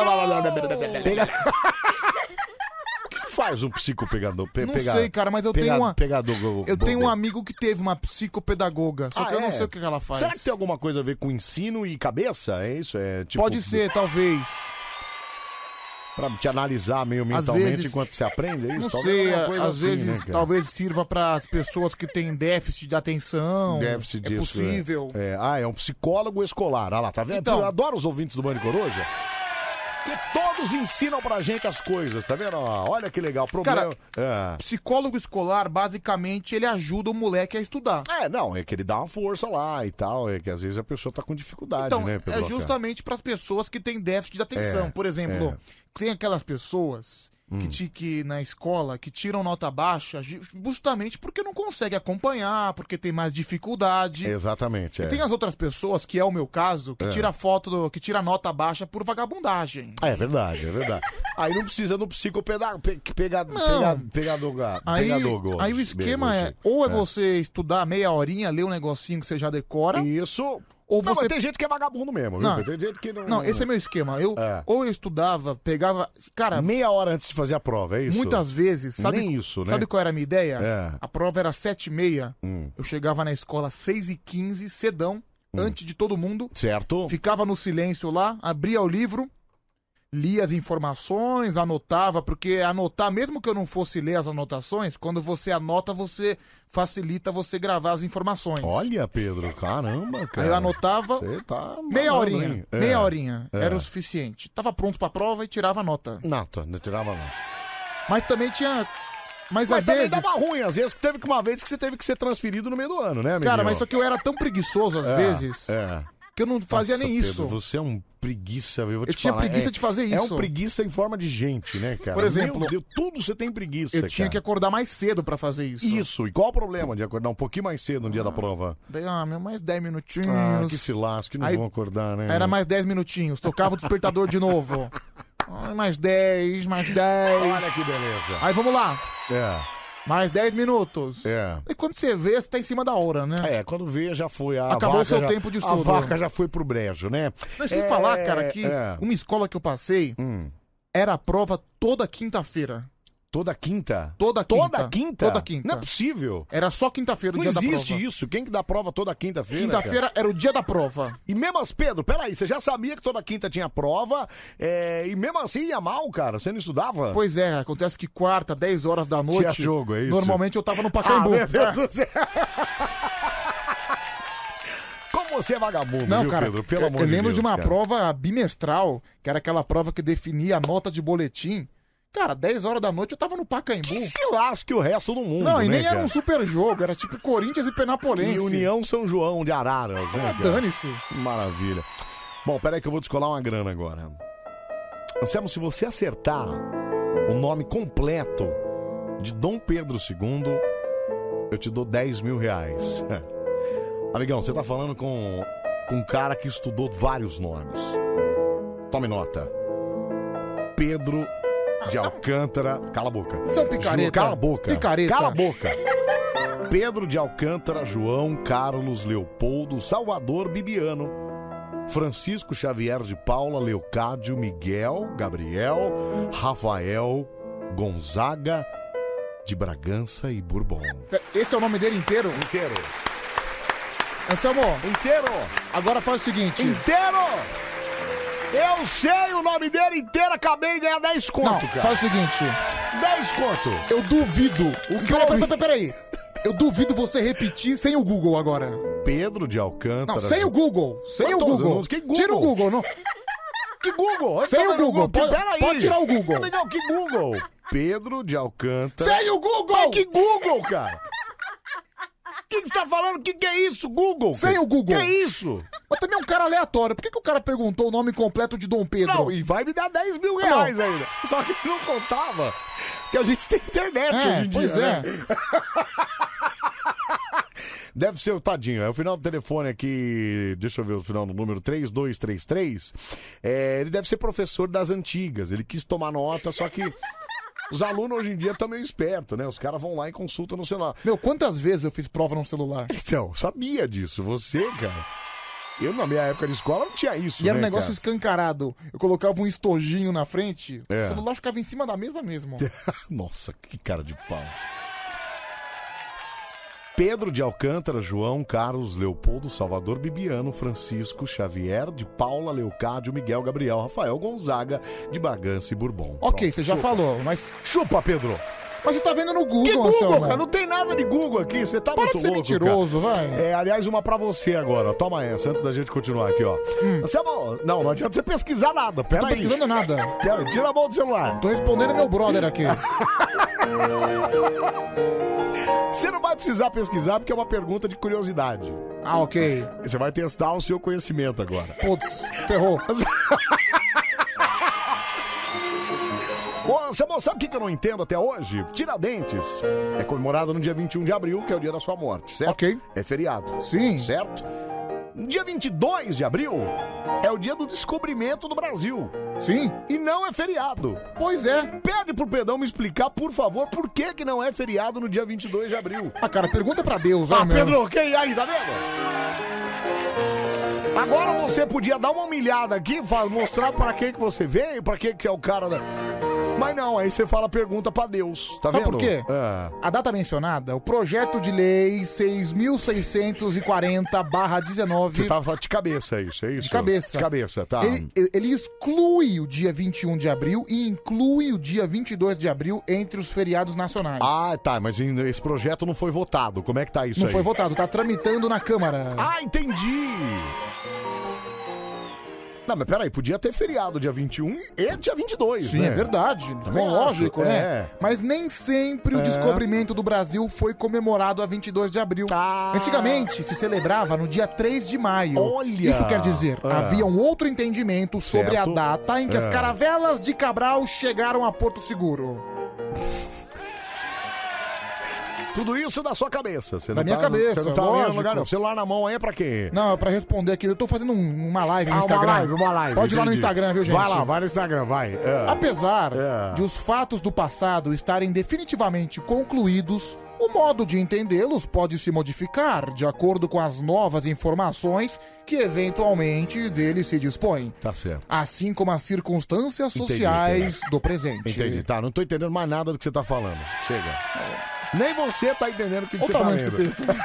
O que faz um psicopegador? Não sei, cara, mas eu tenho um amigo que teve uma psicopedagoga. Só que eu não sei o que ela faz. Será que tem alguma coisa a ver com ensino e cabeça? É isso? Tipo, pode ser, talvez. Pra te analisar meio mentalmente enquanto você aprende? É isso? Não talvez sei, coisa às assim, vezes né, talvez sirva para as pessoas que têm déficit de atenção. Déficit disso. É possível. É um psicólogo escolar. Olha lá, tá vendo? Então, eu adoro os ouvintes do Band Coruja. Porque todos ensinam pra gente as coisas, tá vendo? Olha que legal. Cara, psicólogo escolar, basicamente, ele ajuda o moleque a estudar. É que ele dá uma força lá e tal. É que às vezes a pessoa tá com dificuldade, então, né, Pedro? É justamente para as pessoas que têm déficit de atenção. Por exemplo, tem aquelas pessoas que na escola que tiram nota baixa justamente porque não consegue acompanhar, porque tem mais dificuldade. Exatamente. E tem as outras pessoas, que é o meu caso, que tira que tira nota baixa por vagabundagem. É verdade, é verdade. Aí não precisa no Aí o esquema é, ou você estudar meia horinha, ler um negocinho que você já decora. Isso. Ou Não, você... mas tem gente que é vagabundo mesmo, viu? Não, Tem gente que não... não, esse é meu esquema. Ou eu estudava, pegava... Cara, meia hora antes de fazer a prova, é isso? Muitas vezes, sabe? Nem isso, né? Sabe qual era a minha ideia? É. A prova era 7h30. Eu chegava na escola 6h15, cedão, antes de todo mundo. Certo. Ficava no silêncio lá, abria o livro, lia as informações, anotava, porque anotar, mesmo que eu não fosse ler as anotações, quando você anota, você facilita você gravar as informações. Olha, Pedro, caramba, cara. Aí eu anotava, Você tá meia malandro, horinha, hein? meia horinha, É. era o suficiente. Tava pronto pra prova e tirava a nota. Nota, não tirava nota. Mas também tinha... Mas às também vezes... dava ruim, às vezes teve uma vez que você teve que ser transferido no meio do ano, né, amigo? Cara, mas só que eu era tão preguiçoso às vezes... que eu não fazia Nossa, nem Pedro, isso. Você é um preguiça, viu? Eu tinha preguiça de fazer isso. É um preguiça em forma de gente, né, cara? Por exemplo, Meu Deus, tudo você tem preguiça, eu tinha que acordar mais cedo pra fazer isso. Isso, e qual o problema de acordar um pouquinho mais cedo no dia da prova? Daí, mais 10 minutinhos. Ah, que se lasque, não Aí- vão acordar, né? Era mais 10 minutinhos, tocava o despertador de novo. Ai, mais 10, mais 10. Olha que beleza. Aí vamos lá. Mais 10 minutos. É. E quando você vê, você tá em cima da hora, né? É, quando vê, já foi. Acabou o seu tempo de estudo. A vaca já foi pro brejo, né? Deixa eu falar, cara, que uma escola que eu passei era a prova toda quinta-feira. Toda quinta? Toda quinta. Toda quinta? Toda quinta. Não é possível. Era só quinta-feira o Não dia da prova. existe isso. Quem que dá prova toda quinta-feira? Quinta-feira cara? era o dia da prova. E mesmo assim, Pedro, peraí, você já sabia que toda quinta tinha prova, e mesmo assim ia mal, cara? Você não estudava? Pois é, acontece que quarta, 10 horas da noite. Tinha jogo, é isso? Normalmente eu tava no Pacaembu. meu Deus do céu. Como você é vagabundo, Não, viu, cara, Pedro? Pelo amor de eu Deus. lembro de uma cara. prova bimestral, que era aquela prova que definia a nota de boletim. Cara, 10 horas da noite eu tava no Pacaembu. Que se lasque o resto do mundo, Não, e né, nem era cara? um super jogo, era tipo Corinthians e Penapolense. E União São João de Araras, né, cara? Dane-se. Maravilha. Bom, peraí que eu vou descolar uma grana agora. Anselmo, se você acertar o nome completo de Dom Pedro II, eu te dou 10 mil reais. Amigão, você tá falando com um cara que estudou vários nomes. Tome nota. Pedro de Alcântara... Cala a boca. Você é um picareta. Cala a boca. Picareta. Cala a boca. Pedro de Alcântara, João, Carlos, Leopoldo, Salvador, Bibiano, Francisco Xavier de Paula, Leocádio, Miguel, Gabriel, Rafael, Gonzaga de Bragança e Bourbon. Esse é o nome dele inteiro? Inteiro. Anselmo. Inteiro. Agora faz o seguinte. Inteiro. Eu sei o nome dele inteiro, acabei de ganhar 10 conto, Não, cara. faz o seguinte. 10 conto. Eu duvido. O que Peraí. Eu duvido você repetir sem o Google agora. Pedro de Alcântara. Não, sem o Google. Sem o Mas todos Google. os- que Google? Tira o Google, não. Que Google? Sem o Google. Peraí. Pode tirar o Google. Legal, que Google? Pedro de Alcântara. Sem o Google! Mas que Google, cara? O que você tá falando? O que é isso, Google? Sem o Google. Que é isso? Mas também é um cara aleatório. Por que o cara perguntou o nome completo de Dom Pedro? Não, e vai me dar 10 mil reais ainda. Só que não contava que a gente tem internet hoje em dia, pois né? Deve ser o tadinho. É o final do telefone aqui. Deixa eu ver o final do número 3233. Ele deve ser professor das antigas. Ele quis tomar nota, só que os alunos hoje em dia estão meio espertos, né? Os caras vão lá e consultam no celular. Meu, quantas vezes eu fiz prova no celular? Então, sabia disso. Você, cara. Eu, na minha época de escola, não tinha isso, E era um né, negócio cara? escancarado. Eu colocava um estojinho na frente, É. o celular ficava em cima da mesa mesmo. Nossa, que cara de pau. Pedro de Alcântara, João, Carlos, Leopoldo, Salvador, Bibiano, Francisco, Xavier, de Paula, Leocádio, Miguel, Gabriel, Rafael, Gonzaga, de Bragança e Bourbon. Ok, Pronto, você já chupa. falou, mas... Chupa, Pedro! Mas você tá vendo no Google, Que Google, Anselmo. cara? Não tem nada de Google aqui, você tá Para muito de ser louco, mentiroso, cara. vai. Aliás, uma pra você agora. Toma essa, antes da gente continuar aqui, ó. Anselmo, não adianta você pesquisar nada, Não pera tô aí. pesquisando nada. Tira a mão do celular. Tô respondendo meu brother aqui. Você não vai precisar pesquisar porque é uma pergunta de curiosidade. Ah, ok. Você vai testar o seu conhecimento agora. Putz, ferrou. Ô, sabe o que eu não entendo até hoje? Tiradentes é comemorado no dia 21 de abril, que é o dia da sua morte, certo? Ok. É feriado. Sim. Certo? Dia 22 de abril é o dia do descobrimento do Brasil. Sim. E não é feriado. Pois é. Pede pro Pedrão me explicar, por favor, por que não é feriado no dia 22 de abril. Ah, cara, pergunta pra Deus, né, meu? Pedro, quem aí, tá vendo? Agora você podia dar uma humilhada aqui, mostrar pra que você veio, pra que é o cara da... Mas não, aí você fala, pergunta pra Deus, tá Sabe vendo? por quê? É. A data mencionada, o projeto de lei 6.640/19... Você tava de cabeça isso, é isso? De cabeça. De cabeça, tá. Ele exclui o dia 21 de abril e inclui o dia 22 de abril entre os feriados nacionais. Ah, tá, mas esse projeto não foi votado, como é que tá isso Não aí? foi votado, tá tramitando na Câmara. Ah, entendi! Não, mas peraí, podia ter feriado dia 21 e dia 22, Sim, né? é verdade. Também Lógico, acho, né? é. Mas nem sempre o descobrimento do Brasil foi comemorado a 22 de abril. Antigamente se celebrava no dia 3 de maio. Olha! Isso quer dizer, havia um outro entendimento sobre Certo. a data em que as caravelas de Cabral chegaram a Porto Seguro. Tudo isso da sua cabeça. Você Da não minha tá, cabeça, Você não tá lógico. no lugar, não. O celular na mão aí é pra quê? Não, é pra responder aqui. Eu tô fazendo uma live no Instagram. Uma live. Pode ir lá no entendi. Instagram, viu, gente? Vai lá, vai no Instagram, vai. Apesar de os fatos do passado estarem definitivamente concluídos, o modo de entendê-los pode se modificar de acordo com as novas informações que eventualmente dele se dispõem. Tá certo. Assim como as circunstâncias Entendi, sociais do presente. Entendi, tá. Não tô entendendo mais nada do que você tá falando. Chega. Nem você tá entendendo o que Olha você o tá tamanho lendo. desse texto.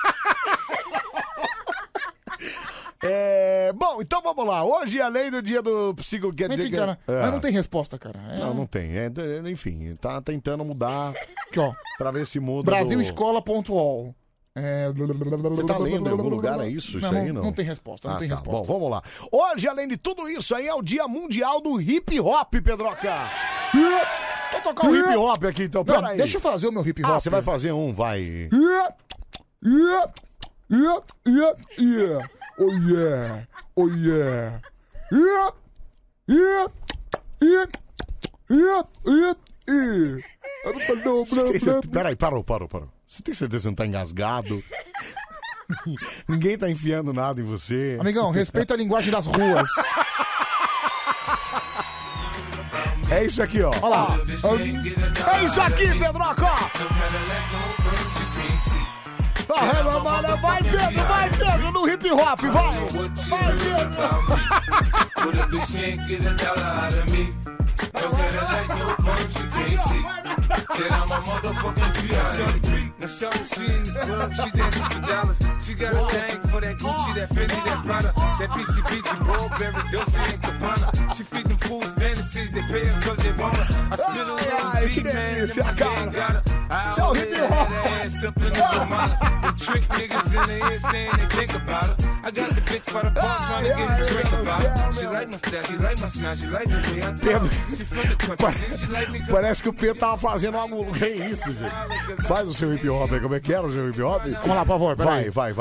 Bom, então vamos lá. Hoje, além do dia do psico... Enfim, cara, mas não tem resposta, cara. Não, não tem. Enfim, tá tentando mudar Aqui, ó. pra ver se muda Brasilescola.ol. Você tá lendo em algum lugar, é isso? Isso aí, não? Não tem resposta, não tem tá. resposta. Bom, vamos lá. Hoje, além de tudo isso aí, é o dia mundial do hip hop, Pedroca. Vou tocar um hip hop aqui, então, Não, peraí. deixa eu fazer o meu hip hop. Ah, você vai fazer um, vai. Oh yeah, oh yeah. Peraí, parou. Você tem certeza que você não tá engasgado? Ninguém tá enfiando nada em você. Amigão, respeita a linguagem das ruas. É isso aqui, ó. Olha lá. É isso aqui, Pedroca! Vai, Pedro, no hip hop, vai! Vai, Then I'm a motherfucking VIP. Now shorty, she in the club, she dancing for dollars. She got a thing for that Gucci, that Fendi, that Prada, that PCB, Burberry, Dolce and Gabbana. She feed them fools fantasies, they pay her cause they want her. I spit a little G, man, and the man got her. I always had that ass up in the Ramada. And trick niggas in the ear saying they think about her. I got the bitch by the bar trying to get a drink about her. She like my style, she like my smile, she like the way I talk. She from the country, then she like me cause Parece que o Pedro tava fazendo algo. Que é isso, gente? Faz o seu hip hop aí. Como é que era o seu hip hop? Vamos lá, por favor, peraí. Vai.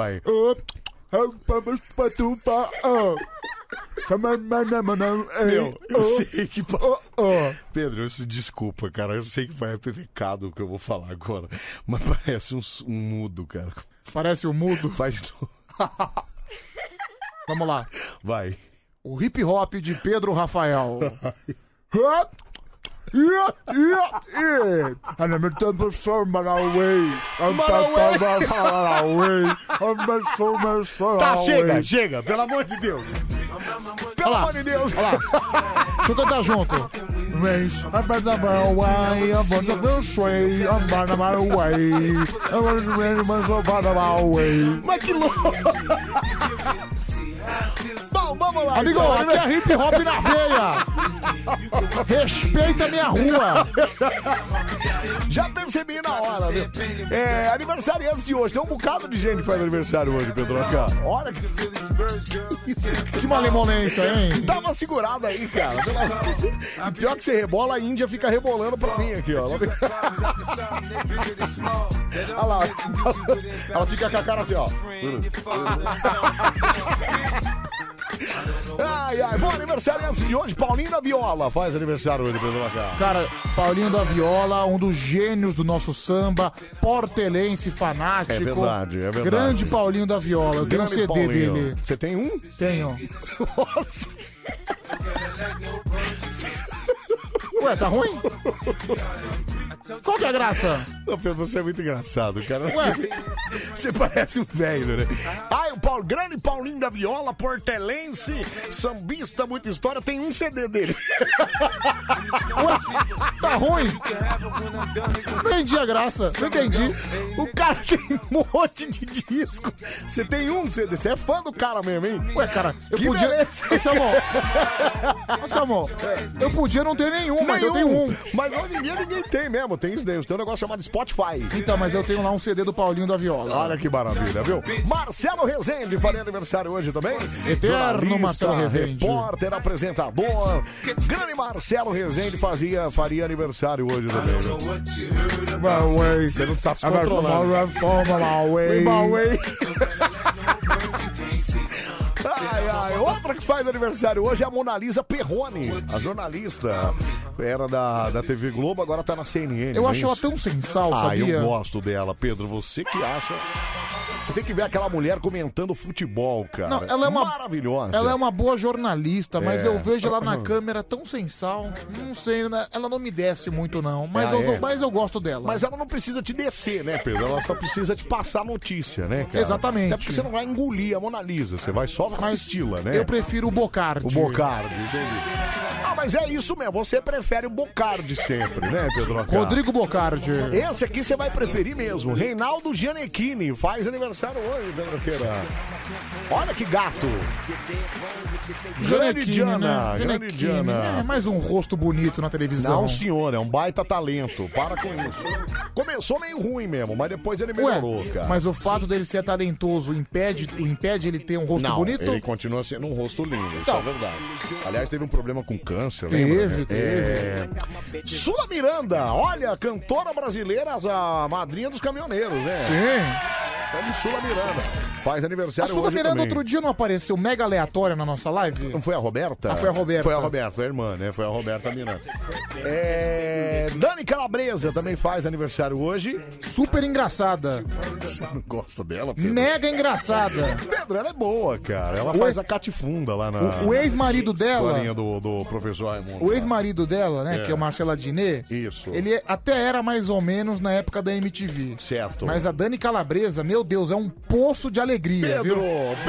Meu, eu sei que... Pedro, desculpa, cara. Eu sei que vai ter pecado o que eu vou falar agora. Mas parece um mudo, cara. Parece um mudo? Faz de novo. Vamos lá. Vai. O hip hop de Pedro Rafael. And I'm a temper so away. Tá, chega, pelo amor de Deus. Pelo amor de Deus. Olha lá. Deixa eu cantar junto. Mas que louco. Bom, vamos lá. Amigo, então, aqui é hip hop na veia. Respeita a minha rua. Já percebi na hora, viu? Aniversariantes de hoje. Tem um bocado de gente que faz aniversário hoje, Pedroca. Olha que malemolência, hein? Dá uma segurada aí, cara. E pior que você rebola, a Índia fica rebolando pra mim aqui, ó. Olha lá. Ela fica com a cara assim, ó. Ai, bom aniversariante de hoje, Paulinho da Viola. Faz aniversário hoje, Pedro Lacá. Cara, Paulinho da Viola, um dos gênios do nosso samba, portelense fanático. É verdade. Grande Paulinho da Viola, eu tenho um CD Paulinho. dele. Você tem um? Tenho. Nossa. Ué, tá ruim? Qual que é a graça? Não, Pedro, você é muito engraçado, cara. Você parece um velho, né? O grande Paulinho da Viola, portelense, sambista, muita história, tem um CD dele. Ué, tá ruim? Não entendi a graça, não entendi. O cara tem um monte de disco. Você tem um CD, você é fã do cara mesmo, hein? Ué, cara, eu Que podia... beleza. Anselmo, eu podia não ter nenhum, mas eu tenho um. Mas hoje em dia ninguém tem mesmo, tem isso daí. Tem um negócio chamado Spotify. Então, mas eu tenho lá um CD do Paulinho da Viola. Olha que maravilha, viu? Marcelo Rezende faria aniversário hoje também. Eterno Marcelo Rezende. Repórter, apresentador. Grande Marcelo Rezende faria aniversário hoje também, viu? Você não está se controlando. Outra que faz aniversário hoje é a Mona Lisa Perrone, a jornalista. Era da TV Globo, agora tá na CNN. Eu acho ela tão sensal, sabia? Eu gosto dela, Pedro. Você que acha... Você tem que ver aquela mulher comentando futebol, cara. Não, ela é maravilhosa. Ela é uma boa jornalista, mas eu vejo ela na câmera tão sensal. Não sei, ela não me desce muito, não. Mas, mas eu gosto dela. Mas ela não precisa te descer, né, Pedro? Ela só precisa te passar a notícia, né, cara? Exatamente. Até porque você não vai engolir a Mona Lisa, você vai só assisti-la, né? Eu prefiro o Bocardi. O Bocardi, entendi. Mas é isso mesmo, você prefere o Bocardi sempre, né, Pedro? Rodrigo Bocardi. Esse aqui você vai preferir mesmo. Reinaldo Gianecchini faz aniversário hoje, Pedro Queira. Olha que gato. Grande Diana. Grande Diana. É mais um rosto bonito na televisão. Não, senhor, é um baita talento. Para com isso. Começou meio ruim mesmo, mas depois ele melhorou, cara. Mas o fato dele ser talentoso impede ele ter um rosto bonito? Ele continua sendo um rosto lindo, isso é verdade. Aliás, teve um problema com câncer, lembra? Teve. Sula Miranda, olha, cantora brasileira, a madrinha dos caminhoneiros, né? Sim. Vamos, Sula Miranda. Faz aniversário hoje. A Sula Miranda também. Outro dia não apareceu mega aleatória na nossa live? Não foi a Roberta? Foi a Roberta. Foi a Roberta, foi a irmã, né? Foi a Roberta Miranda. Dani Calabresa também faz aniversário hoje. Super engraçada. Você não gosta dela, Pedro? Mega engraçada. Pedro, ela é boa, cara. Ela faz a catifunda lá na... O ex-marido dela... Escolinha do professor Raimundo. O ex-marido dela, né, que é o Marcelo Adnet. Isso. Ele até era mais ou menos na época da MTV. Certo. Mas a Dani Calabresa, meu Deus, é um poço de alegria, viu?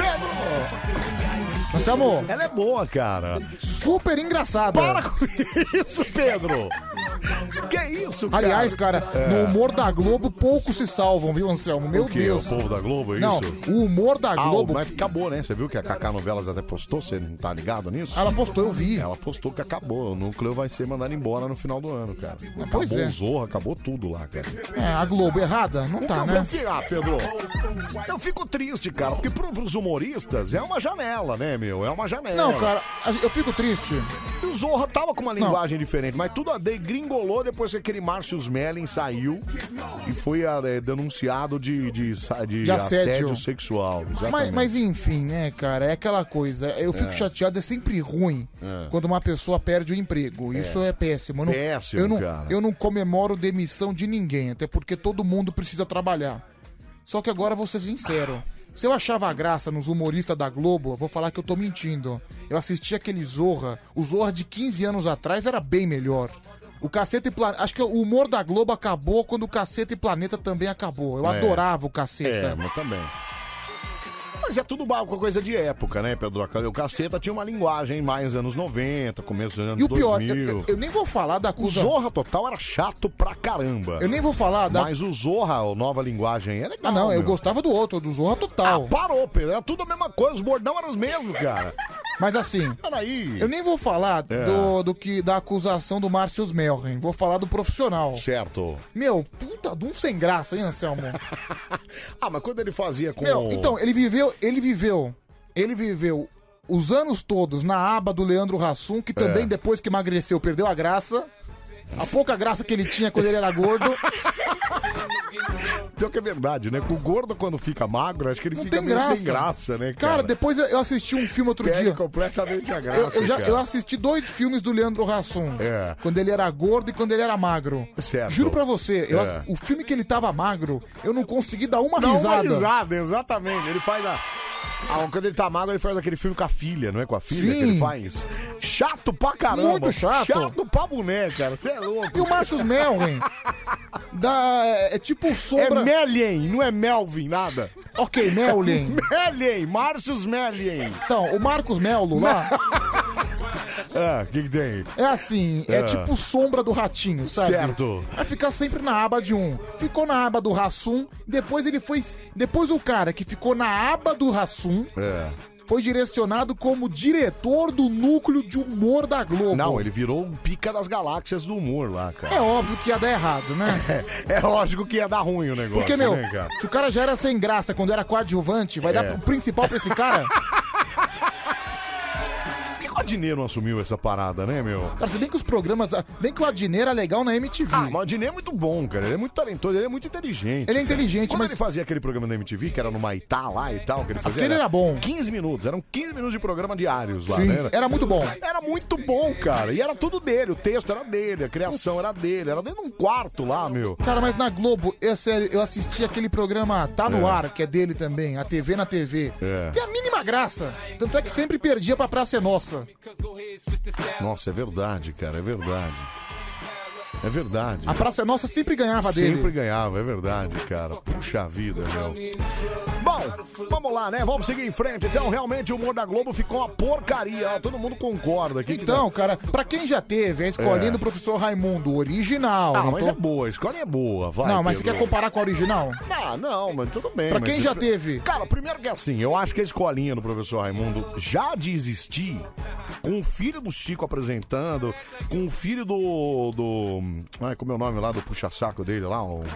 Pedro! Anselmo, ela é boa, cara. Super engraçada. Para com isso, Pedro! Que isso, cara? Aliás, cara, no humor da Globo, poucos se salvam, viu, Anselmo? Meu Deus. O povo da Globo, é não, isso? O humor da Globo... Mas acabou, né? Você viu que a Cacá Novelas até postou? Você não tá ligado nisso? Ela postou, eu vi. Ela postou que acabou. O núcleo vai ser mandado embora no final do ano, cara. Pois acabou é. o Zorra, acabou tudo lá, cara. A Globo errada? Não tá, né? Pedro, eu fico triste, cara, porque pros humoristas é uma janela, né, meu? É uma janela. Não, cara, eu fico triste. E o Zorra tava com uma linguagem diferente, mas tudo degringolou depois que aquele Márcio Smelling saiu e foi denunciado de assédio sexual. Mas enfim, né, cara, é aquela coisa. Eu fico chateado, é sempre ruim quando uma pessoa perde o emprego. Isso é péssimo. Cara. Eu não comemoro demissão de ninguém, até porque todo mundo precisa trabalhar. Só que agora vou ser sincero. Se eu achava graça nos humoristas da Globo, eu vou falar que eu tô mentindo. Eu assisti aquele Zorra. O Zorra de 15 anos atrás era bem melhor. O Caceta e Planeta... Acho que o humor da Globo acabou quando o Caceta e Planeta também acabou. Eu adorava o Caceta. Mas também. Mas é tudo coisa de época, né, Pedro? O Caceta tinha uma linguagem mais anos 90, começo dos anos 2000. E o pior, eu nem vou falar da acusação. O Zorra Total era chato pra caramba. Eu nem vou falar da... Mas o Zorra, a nova linguagem, é legal. Ah, não, eu gostava do outro, do Zorra Total. Parou, Pedro. Era tudo a mesma coisa, os bordão eram os mesmos, cara. Mas assim, peraí. Eu nem vou falar da acusação do Márcio Smelling. Vou falar do profissional. Certo. Meu, puta de um sem graça, hein, Anselmo? Mas quando ele fazia com... Então, ele viveu os anos todos na aba do Leandro Hassum, que também depois que emagreceu perdeu a graça. A pouca graça que ele tinha quando ele era gordo. Pior que é verdade, né? O gordo, quando fica magro, acho que ele fica meio sem graça, né, cara? Cara, depois eu assisti um filme outro dia. Completamente a graça, eu assisti 2 filmes do Leandro Hassum. Quando ele era gordo e quando ele era magro. Certo. Juro pra você, o filme que ele tava magro, eu não consegui dar uma risada. Uma risada, exatamente. Ele faz quando ele tá magro, ele faz aquele filme com a filha, não é com a filha que ele faz? Chato pra caramba. Muito chato. Chato pra boné, cara. Você é louco. E o Marcus Melvin é tipo sombra... É Melien, não é Melvin, nada. Ok, Melien. Melien, Marcus Melien. Então, o Marcos Melo lá... O que tem? É assim, é tipo sombra do ratinho, sabe? Certo. Vai ficar sempre na aba de um. Ficou na aba do Hassum, depois ele foi... Depois o cara que ficou na aba do Hassum... Foi direcionado como diretor do núcleo de humor da Globo. Não, ele virou um pica das galáxias do humor lá, cara. É óbvio que ia dar errado, né? É lógico que ia dar ruim o negócio. Porque, meu, né, cara? se o cara já era sem graça quando era coadjuvante, vai dar o principal pra esse cara? O Adnet não assumiu essa parada, né, meu? Cara, se bem que os programas... Bem que o Adnet era legal na MTV. Mas o Adnet é muito bom, cara. Ele é muito talentoso, ele é muito inteligente. Ele é inteligente, Quando mas... ele fazia aquele programa da MTV, que era no Maitá lá e tal, que ele fazia... Aquele era bom. 15 minutos, eram 15 minutos de programa diários lá, Sim, né? era muito bom. Era muito bom, cara. E era tudo dele, o texto era dele, a criação era dele. Era dentro de um quarto lá, meu. Cara, mas na Globo, sério, eu assisti aquele programa Tá No Ar, que é dele também, a TV na TV. Tem a mínima graça. Tanto é que sempre perdia pra Praça é Nossa. Nossa, é verdade, cara, é verdade. É verdade. A Praça é Nossa sempre ganhava dele. Sempre ganhava, é verdade, cara. Puxa vida, meu. Bom, vamos lá, né? Vamos seguir em frente. Então, realmente, o humor da Globo ficou uma porcaria. Ó, todo mundo concorda aqui. Então, cara, pra quem já teve a escolinha do professor Raimundo original... Ah, mas é boa, a escolinha é boa, vai. Não, mas Pedro. você quer comparar com a original? Ah, não, mas tudo bem. Pra quem já teve... Cara, primeiro que assim, eu acho que a escolinha do professor Raimundo já de existir, com o filho do Chico apresentando, com o filho Ai, como é o nome lá do puxa-saco dele lá? O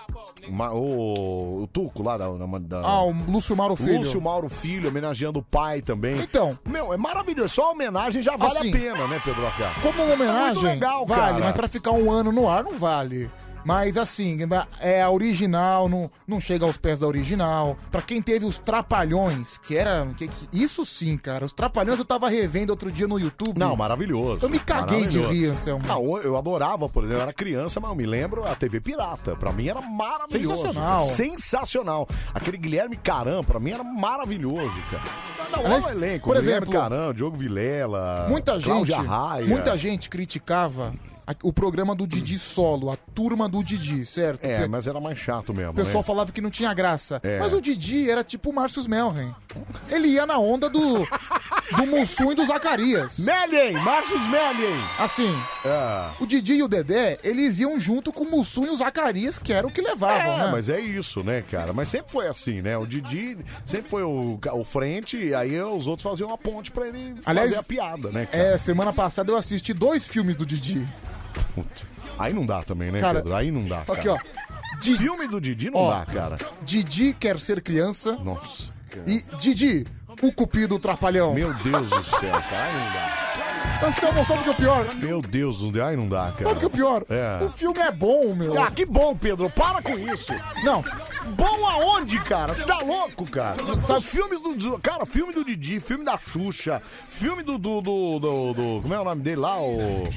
Tuco lá da... o Lúcio Mauro Filho. Lúcio Mauro Filho, homenageando o pai também. Então... Meu, é maravilhoso. Só a homenagem já vale assim, a pena, né, Pedro Acá? Como uma homenagem, é muito legal, vale, cara. mas pra ficar um ano no ar não vale. Mas assim, é a original, não chega aos pés da original. Pra quem teve os Trapalhões, isso sim, cara. Os Trapalhões eu tava revendo outro dia no YouTube. Não, maravilhoso. Eu me caguei de rir, Anselmo. Não, eu adorava, por exemplo, eu era criança, mas eu me lembro a TV Pirata. Pra mim era maravilhoso. Sensacional. Sensacional. Aquele Guilherme Caram, pra mim era maravilhoso, cara. Não, olha o elenco. Por Guilherme exemplo, Caram, Diogo Vilela, muita Raia. Muita gente criticava o programa do Didi solo, a turma do Didi, certo? É, mas era mais chato mesmo. O pessoal né? falava que não tinha graça. É. Mas o Didi era tipo o Márcio Melren. Ele ia na onda do Mussum e do Zacarias. Márcio Melien. Assim, o Didi e o Dedé, eles iam junto com o Mussum e o Zacarias, que era o que levavam, né? Mas é isso, né, cara? Mas sempre foi assim, né? O Didi sempre foi o frente, e aí os outros faziam uma ponte pra ele fazer a piada, né, cara? Semana passada eu assisti 2 filmes do Didi. Aí não dá também, né, cara, Pedro? Aí não dá, cara. Aqui, ó. Filme do Didi não dá, cara. Didi quer ser criança. Nossa, cara. E Didi, o cupido trapalhão. Meu Deus do céu, cara. Aí não dá. Anselmo, sabe o que é o pior? Meu Deus, aí não dá, cara. Sabe o que é o pior? O filme é bom, meu. Ah, que bom, Pedro. Para com isso. Não. Bom aonde, cara? Você tá louco, cara? Os filmes do... Cara, filme do Didi, filme da Xuxa, filme do... Como é o nome dele lá?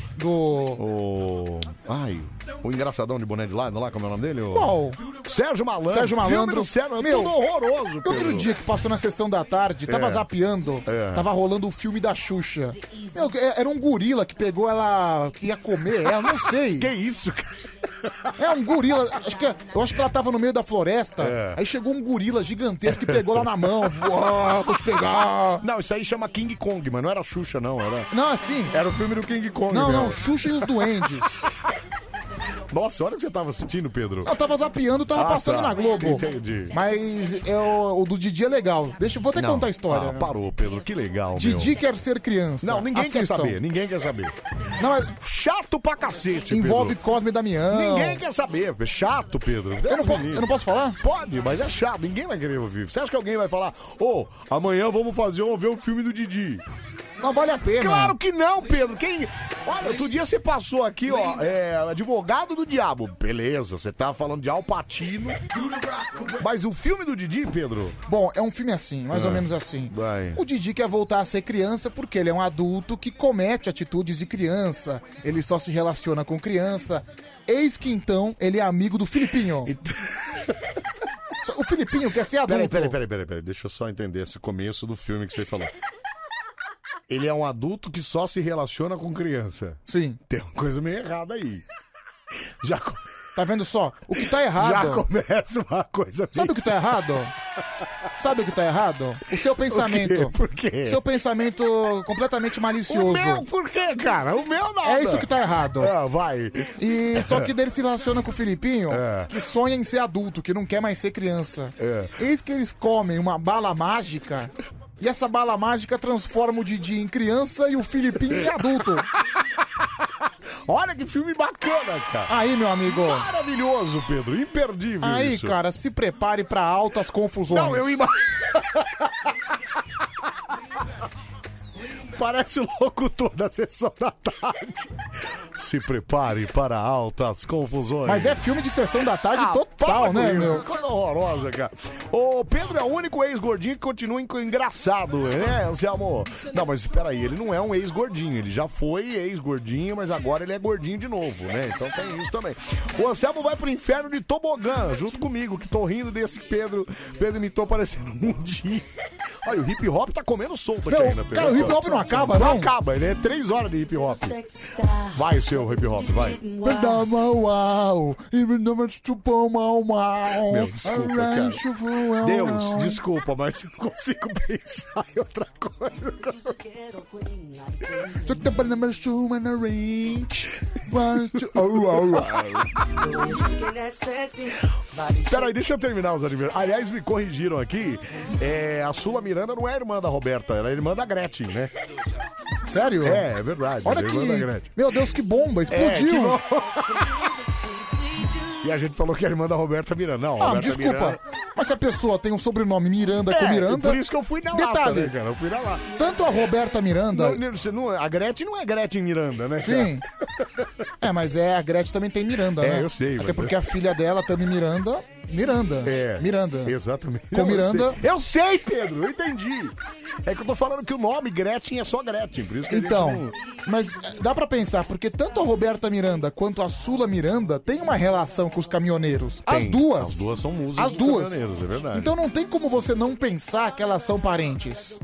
O engraçadão de boné de lado lá, como é o nome dele? Qual? Sérgio Malandro. Sérgio Malandro. Meu, tudo horroroso, Pedro. Outro dia que passou na sessão da tarde, tava zapeando, tava rolando o filme da Xuxa. Meu, era um gorila que pegou ela, que ia comer ela, não sei. Que isso, cara? É um gorila, eu acho que ela tava no meio da floresta, aí chegou um gorila gigantesco que pegou ela na mão, vou te pegar. Não, isso aí chama King Kong, mas não era Xuxa, não, era... Não, assim... Era o filme do King Kong, Não, Xuxa e os Duendes. Nossa, olha o que você tava assistindo, Pedro. Eu tava zapeando, tava passando na Globo. Entendi. Mas o do Didi é legal. Vou até contar a história. Parou, Pedro, que legal, Didi quer ser criança. Não, ninguém quer saber, Não, mas... chato pra cacete, Envolve Pedro. Cosme e Damião. Ninguém quer saber. É chato, Pedro. Eu não posso falar? Pode, mas é chato. Ninguém vai querer ouvir. Você acha que alguém vai falar, amanhã vamos ver um filme do Didi? Não vale a pena. Claro que não, Pedro. Olha, outro dia você passou aqui, Advogado do Diabo. Beleza, você tá falando de Al Pacino. Mas o filme do Didi, Pedro? Bom, é um filme assim, mais ou menos assim. Vai. O Didi quer voltar a ser criança porque ele é um adulto que comete atitudes de criança. Ele só se relaciona com criança. Eis que então ele é amigo do Filipinho. O Filipinho quer ser adulto. Peraí. Deixa eu só entender esse começo do filme que você falou. Ele é um adulto que só se relaciona com criança. Sim. Tem uma coisa meio errada aí. Tá vendo só? O que tá errado... Já começa uma coisa... Sabe o que tá errado? Sabe o que tá errado? O seu pensamento. Por quê? Seu pensamento completamente malicioso. O meu, por quê, cara? O meu nada. É isso que tá errado. Vai. E só que dele se relaciona com o Filipinho, que sonha em ser adulto, que não quer mais ser criança. Eis que eles comem uma bala mágica... E essa bala mágica transforma o Didi em criança e o Filipinho em adulto. Olha que filme bacana, cara. Aí, meu amigo. Maravilhoso, Pedro. Imperdível aí, isso. Cara, se prepare pra altas confusões. Não, eu imagino. Parece o locutor da sessão da tarde. Se prepare para altas confusões. Mas é filme de sessão da tarde total, né, meu? Coisa horrorosa, cara. O Pedro é o único ex-gordinho que continua engraçado, né, Anselmo? Não, mas espera aí, ele não é um ex-gordinho. Ele já foi ex-gordinho, mas agora ele é gordinho de novo, né? Então tem isso também. O Anselmo vai pro inferno de tobogã, junto comigo, que tô rindo desse Pedro. Pedro me tô parecendo um dia. Olha, o hip hop tá comendo solto aqui ainda, Pedro. Cara, o hip hop não acaba, não? Não acaba, ele é 3 horas de hip hop. Vai o seu hip hop, vai. Meu, desculpa, cara. Deus, desculpa, mas eu não consigo pensar em outra coisa. Peraí, deixa eu terminar os aniversários. Aliás, me corrigiram aqui. A Sula Miranda não é irmã da Roberta, ela é irmã da Gretchen, né? Sério? É verdade. Olha que... Meu Deus, que bomba, explodiu. E a gente falou que é a irmã da Roberta Miranda. Não, Roberta desculpa. Miranda... Mas se a pessoa tem um sobrenome Miranda com Miranda... Por isso que eu fui na lata, né, cara? Eu fui na lata. Tanto a Roberta Miranda... A Gretchen não é Gretchen Miranda, né, cara? Sim. Mas a Gretchen também tem Miranda, né? Eu sei. Até porque a filha dela, Tami Miranda... Miranda. Miranda. Exatamente. Com Miranda... Eu sei, Pedro, eu entendi. É que eu tô falando que o nome Gretchen é só Gretchen, por isso que então, mas dá pra pensar, porque tanto a Roberta Miranda quanto a Sula Miranda tem uma relação com os caminhoneiros. As duas são musas dos caminhoneiros, é verdade. Então não tem como você não pensar que elas são parentes.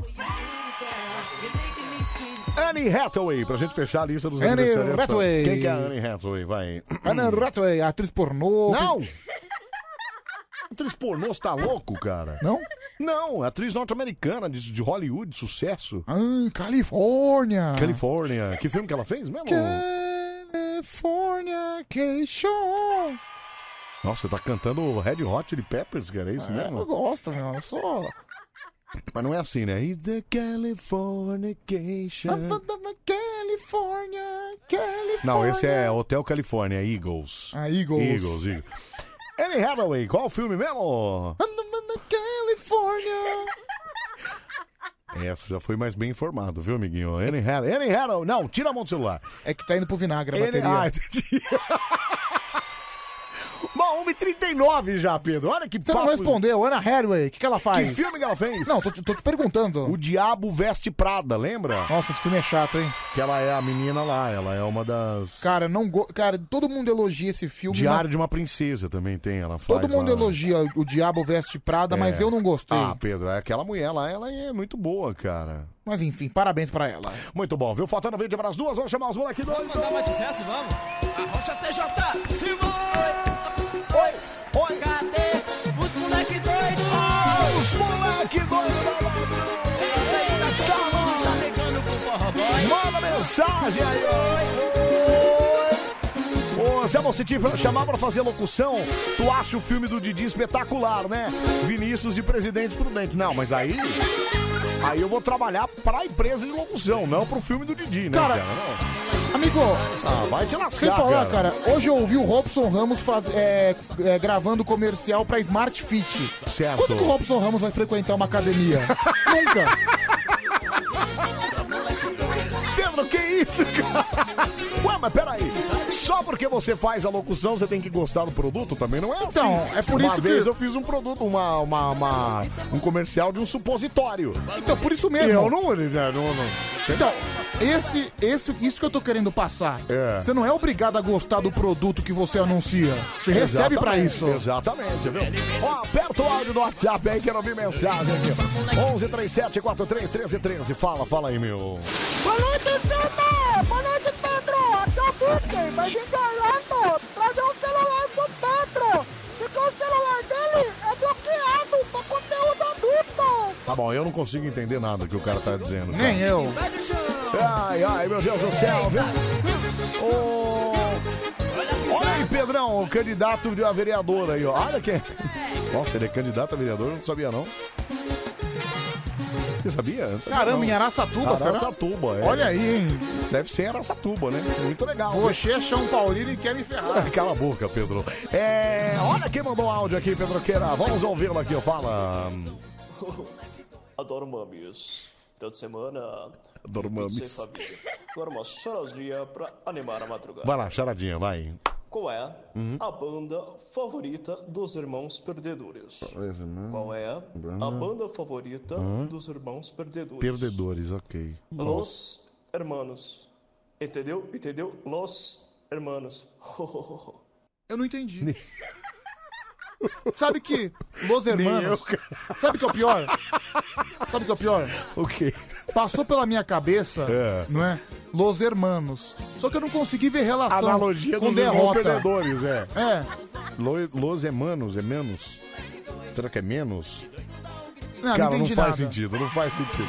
Anne Hathaway, pra gente fechar a lista dos Anne aniversariantes. Hathaway. Quem que é a Anne Hathaway? Vai. Anne Hathaway, atriz pornô. Não! Atriz pornô, você tá louco, cara? Não? Não, atriz norte-americana de Hollywood, de sucesso. Califórnia. Califórnia. Que filme que ela fez mesmo? Californication. Nossa, você tá cantando o Red Hot Chili Peppers, cara, é isso mesmo? Eu gosto, meu, eu sou... Mas não é assim, né? It's the Californication. California. Não, esse é Hotel California, Eagles. Eagles. Anne Hathaway, qual o filme mesmo? California. Essa já foi mais bem informado, viu, amiguinho? Anne Hathaway. Não, tira a mão do celular. É que tá indo pro vinagre a bateria. Entendi. Bom, 1h39 já, Pedro. Olha que Você papo. não respondeu. Anne Hathaway, o que ela faz? Que filme que ela fez? Não, tô te perguntando. O Diabo Veste Prada, lembra? Nossa, esse filme é chato, hein? Que ela é a menina lá, ela é uma das... Cara, Cara, todo mundo elogia esse filme. Diário de uma Princesa também tem, ela faz. Todo mundo elogia o Diabo Veste Prada, mas eu não gostei. Pedro, aquela mulher lá, ela é muito boa, cara. Mas enfim, parabéns pra ela. Muito bom, viu? Faltando vídeo para as duas, vamos chamar os moleque doidos. Vamos mandar mais sucesso, vamos? Arrocha TJ, Simão! Oi! Cadê os moleque doidos? Os moleque doidos! É isso aí, tá todo mundo chavecando pro Forró Boys. Manda mensagem aí, Ô, Zé, você te chamar pra fazer locução, tu acha o filme do Didi espetacular, né? Vinícius de Presidente Prudente. Não, mas aí eu vou trabalhar pra empresa de locução, não pro filme do Didi, né, cara? Não. Amigo, vai te lascar, sem falar, cara, hoje eu ouvi o Robson Ramos gravando comercial pra Smart Fit. Certo. Quando que o Robson Ramos vai frequentar uma academia? Nunca. Pedro, que isso, cara? Ué, mas peraí. Só porque você faz a locução, você tem que gostar do produto? Também não é assim. Então, é por isso Uma vez eu fiz um produto, um comercial de um supositório. Então, por isso mesmo. E eu não... Então, isso que eu tô querendo passar. Você não é obrigado a gostar do produto que você anuncia. Você recebe pra isso. Exatamente, viu? Ó, aperta o áudio do WhatsApp aí, quero ouvir mensagem aqui. 1137431313. Fala aí, meu. Boa noite, Silma! Boa noite, Pedro! Aqui é o Burker, vai vir de Orlando trazer um celular pro Pedro! Porque o celular dele é bloqueado pra conteúdo adulto! Tá bom, eu não consigo entender nada que o cara tá dizendo. Cara. Nem eu. Ai, meu Deus do céu, viu? Olha aí, Pedrão, o candidato de uma vereadora aí, ó. Olha quem. Nossa, ele é candidato a vereador, eu não sabia, não. Você sabia? Caramba, em Araçatuba, será? Araçatuba, é. Olha aí, hein? Deve ser em Araçatuba, né? Muito legal. Você é São Paulino e quer me ferrar. Cala a boca, Pedro. Olha quem mandou áudio aqui, Pedro Queira. Vamos ouvi-lo aqui, fala. Adoro mames. Final de semana. Adoro mames. Agora uma charadinha pra animar a madrugada. Vai lá, charadinha, vai. Qual é a banda favorita dos Irmãos Perdedores? Qual é a banda favorita dos Irmãos Perdedores? Perdedores, ok. Los Hermanos. Entendeu? Los Hermanos. Eu não entendi. Sabe que Los Hermanos... Sabe o que é o pior? Sabe o que é o pior? O quê? Passou pela minha cabeça, não é? Los Hermanos. Só que eu não consegui ver relação Analogia com dos derrota. perdedores, É. Los Hermanos, é menos? Será que é menos? Não, cara, não entendi faz nada. sentido, não faz sentido.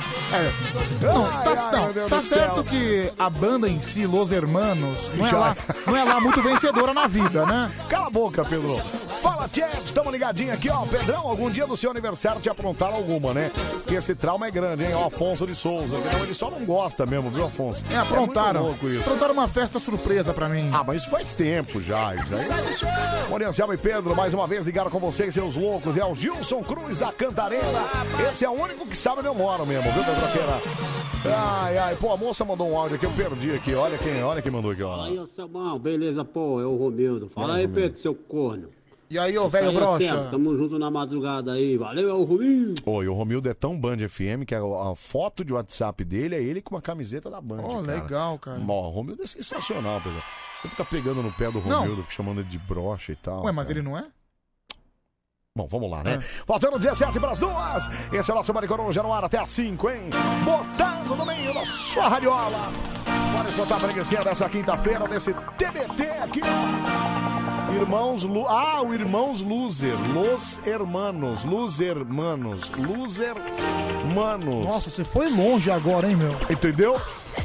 Tá certo que a banda em si, Los Hermanos, não é lá muito vencedora na vida, né? Cala a boca, Pedro. Fala, Tchê, estamos ligadinhos aqui, ó. Pedrão, algum dia do seu aniversário te aprontaram alguma, né? Porque esse trauma é grande, hein? Ó, Afonso de Souza. Ele só não gosta mesmo, viu, Afonso? Aprontaram. É muito louco isso. Aprontaram uma festa surpresa pra mim. Ah, mas isso faz tempo já. Bom dia, Anselmo e Pedro, mais uma vez ligaram com vocês, seus loucos. É o Gilson Cruz da Cantareira. Esse é o único que sabe onde eu moro mesmo, viu, Pedro? Ai, pô, a moça mandou um áudio aqui, eu perdi aqui. Olha quem mandou aqui, ó. Fala aí, Anselmão, beleza, pô, é o Romildo. Fala aí, Pedro, seu corno. E aí, ô velho broxa? Tamo junto na madrugada aí, valeu, é o Romildo. Oi, o Romildo é tão Band FM que a foto de WhatsApp dele é ele com uma camiseta da Band. Oh, legal, cara. Ó, o Romildo é sensacional, pessoal. Você fica pegando no pé do Romildo, fica chamando ele de broxa e tal. Ué, mas ele não é? Bom, vamos lá, né? Faltando 17 para as 2. Esse é o nosso Maricoruja no ar até as 5, hein? Botando no meio da sua radiola. Bora escutar a freguesia dessa quinta-feira, nesse TBT aqui, ó. Irmãos o Irmãos Loser. Los Hermanos. Loser Manos. Loser Manos. Nossa, você foi longe agora, hein, meu? Entendeu?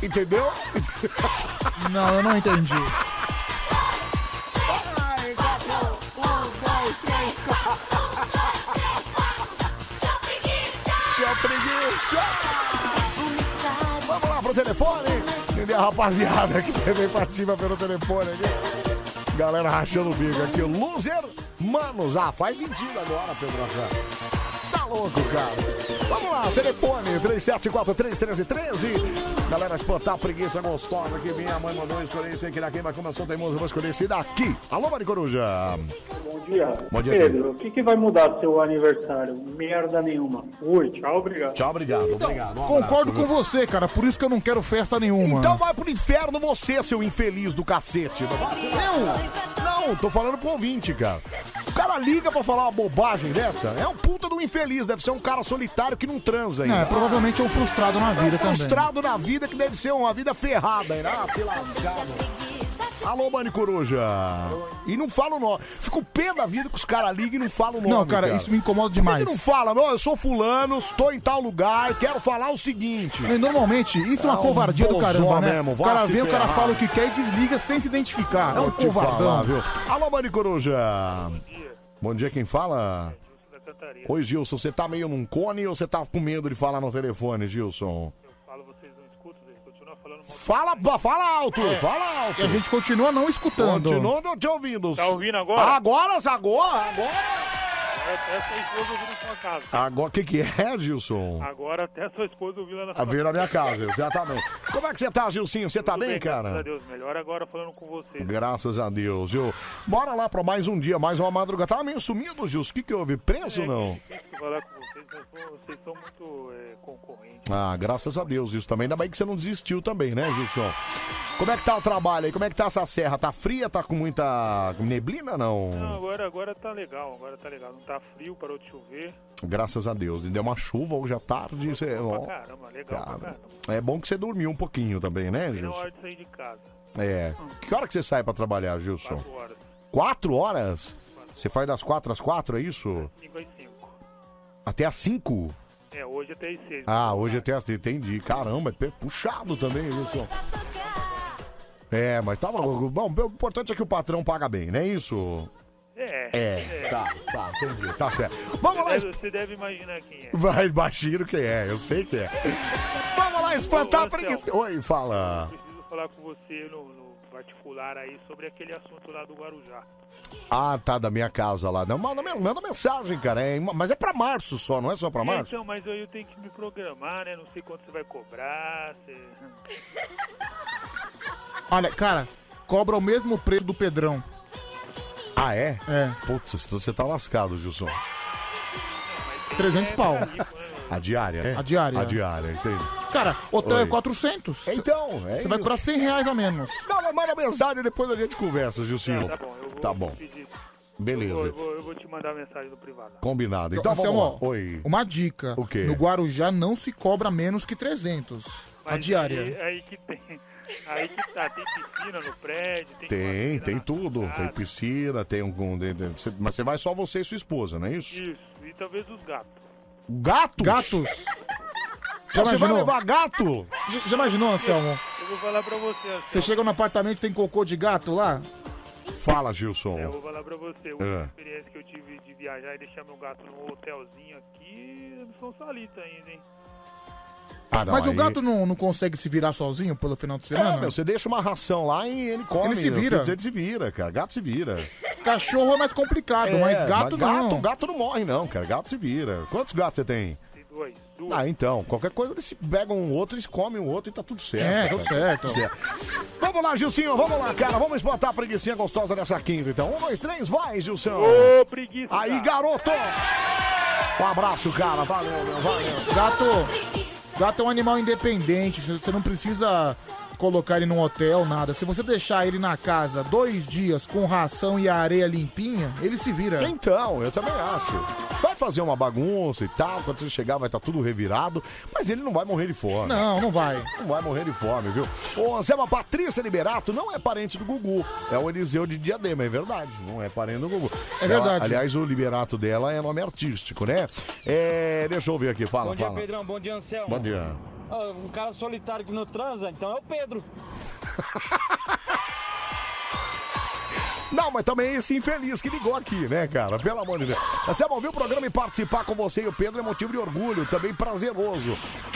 Não, eu não entendi. Ai, 4, 1, 2, 3, 4. Seu preguiça! Vamos lá pro telefone. Entendeu a rapaziada que também participa pelo telefone aqui. Galera rachando o bico aqui. Loser Manos. Ah, faz sentido agora, Pedro. Tá louco, cara. Vamos lá, telefone 37431313. Galera, espantar a preguiça gostosa que minha mãe mandou escolher esse aqui daqui, mas começou teimoso, eu vou escolher esse daqui. Alô, Maricoruja. Bom dia. Bom dia, Pedro. O que vai mudar do seu aniversário? Merda nenhuma. Ui, tchau, obrigado. Tchau, obrigado. Então, obrigado. Um concordo abraço, com você, cara. Por isso que eu não quero festa nenhuma. Então vai pro inferno você, seu infeliz do cacete. Não, tô falando pro ouvinte, cara. O cara liga pra falar uma bobagem dessa. É um puta do infeliz. Deve ser um cara solitário que não transa ainda. Não, provavelmente é um frustrado na vida também. Frustrado na vida que deve ser uma vida ferrada. Se lascado. Alô, Mani Coruja. E não fala o nome. Fico pé da vida que os caras ligam e não falam o nome. Não, cara, isso me incomoda demais. Por que não fala? Não, eu sou fulano, estou em tal lugar, quero falar o seguinte. E normalmente, isso é uma covardia do caramba, né? Mesmo, o cara vem, o cara fala o que quer e desliga sem se identificar. É um covardão. Viu? Alô, Mani Coruja. Bom dia, quem fala? Oi, Gilson, você tá meio num cone ou você tá com medo de falar no telefone, Gilson? Eu falo, vocês não escutam, continua falando Fala alto, fala alto. E a gente continua não escutando. Continua não te ouvindo. Tá ouvindo agora? Agora. Até sua esposa ouviu na sua casa. Agora, o que é, Gilson? Agora até sua esposa ouviu lá na sua A ver na minha casa, exatamente. Como é que você tá, Gilcinho? Você tá bem, cara? Graças a Deus, melhor agora falando com você. Graças a Deus, viu? Bora lá pra mais um dia, mais uma madrugada. Tava meio sumido, Gilson. O que houve? Preso ou não? É difícil falar com vocês são muito concorrentes. Ah, graças a Deus, isso também. Ainda bem que você não desistiu também, né, Gilson? Como é que tá o trabalho aí? Como é que tá essa serra? Tá fria? Tá com muita neblina, não? Não, agora tá legal, Não tá frio, parou de chover. Graças a Deus. Deu uma chuva hoje à tarde. Você... Caramba, legal pra caramba. É bom que você dormiu um pouquinho também, né, Não é Gilson? hora de sair de casa. É. Que hora que você sai pra trabalhar, Gilson? 4 horas. 4 horas? Você faz das 4 às 4, é isso? 5 às 5. Até às 5? É, hoje até às 6. Ah, hoje até às 6, entendi. Caramba, é puxado também, Gilson. É, mas tava... Bom, o importante é que o patrão paga bem, não é isso? Tá, entendi, tá certo. Vamos lá. Você deve imaginar quem é. Vai, imagino quem é, eu sei quem é. Vamos lá, espantar a preguiça. Oi, fala. Eu preciso falar com você no particular aí sobre aquele assunto lá do Guarujá. Ah, tá, da minha casa lá. Não, manda mensagem, cara. Mas é pra março só, não é só pra março? Então, mas eu tenho que me programar, né? Não sei quanto você vai cobrar. Olha, cara, cobra o mesmo preço do Pedrão. Ah, é? É. Putz, você tá lascado, Gilson. 300 pau. A diária, né? A diária. A diária, entendi. Cara, hotel Oi. é 400. Então, Você vai cobrar 100 reais a menos. Não, mas manda mensagem e depois a gente conversa, Gilcinho. Tá bom, eu vou Tá bom. pedir. Beleza. Eu vou te mandar mensagem no privado. Combinado. Então Anselmo, vamos lá. Oi. Uma dica. O quê? No Guarujá não se cobra menos que 300. A diária. Aí que tem. Aí que tá, tem piscina no prédio, Tem tudo. Tem piscina, tem mas você vai só você e sua esposa, não é isso? Isso, e talvez os gatos. Gatos? Gatos? Já você vai levar gato? Já imaginou, Anselmo? Eu vou falar pra você, Anselmo. Você chega no apartamento e tem cocô de gato lá? Fala, Gilson. Eu vou falar pra você, a última experiência que eu tive de viajar e deixar meu gato num hotelzinho aqui, eu não sou salita ainda, hein? Ah, não, Mas o aí- gato não consegue se virar sozinho pelo final de semana? Você deixa uma ração lá e ele come. Ele se vira. Ele se vira, cara. Gato se vira. Cachorro é mais complicado, mas gato não. Gato não morre, não, cara. Gato se vira. Quantos gatos você tem? Tem duas. Ah, então. Qualquer coisa eles se pegam um outro, eles comem o outro e tá tudo certo. Tudo cara. certo. Vamos lá, Gilcinho. Vamos lá, cara. Vamos espantar a preguicinha gostosa dessa quinta, então. 1, 2, 3, vai, Gilson. Ô, preguiça. Aí, garoto. Um abraço, cara. Valeu, meu. Valeu. Gato é um animal independente, você não precisa colocar ele num hotel, nada. Se você deixar ele na casa 2 dias com ração e a areia limpinha, ele se vira. Então, eu também acho. Vai fazer uma bagunça e tal, quando você chegar vai estar tudo revirado, mas ele não vai morrer de fome. Não vai. Não vai morrer de fome, viu? Ô, Anselmo, a Patrícia Liberato não é parente do Gugu, é o Eliseu de Diadema, é verdade, não é parente do Gugu. É verdade. Aliás, o Liberato dela é nome artístico, né? Deixa eu ver aqui, fala, Bom dia, fala. Pedrão. Bom dia, Anselmo. Bom dia. Um cara solitário que não transa, então é o Pedro. Não, mas também esse infeliz que ligou aqui, né, cara? Pelo amor de Deus. Você vai ouvir o programa e participar com você e o Pedro é motivo de orgulho, também prazeroso.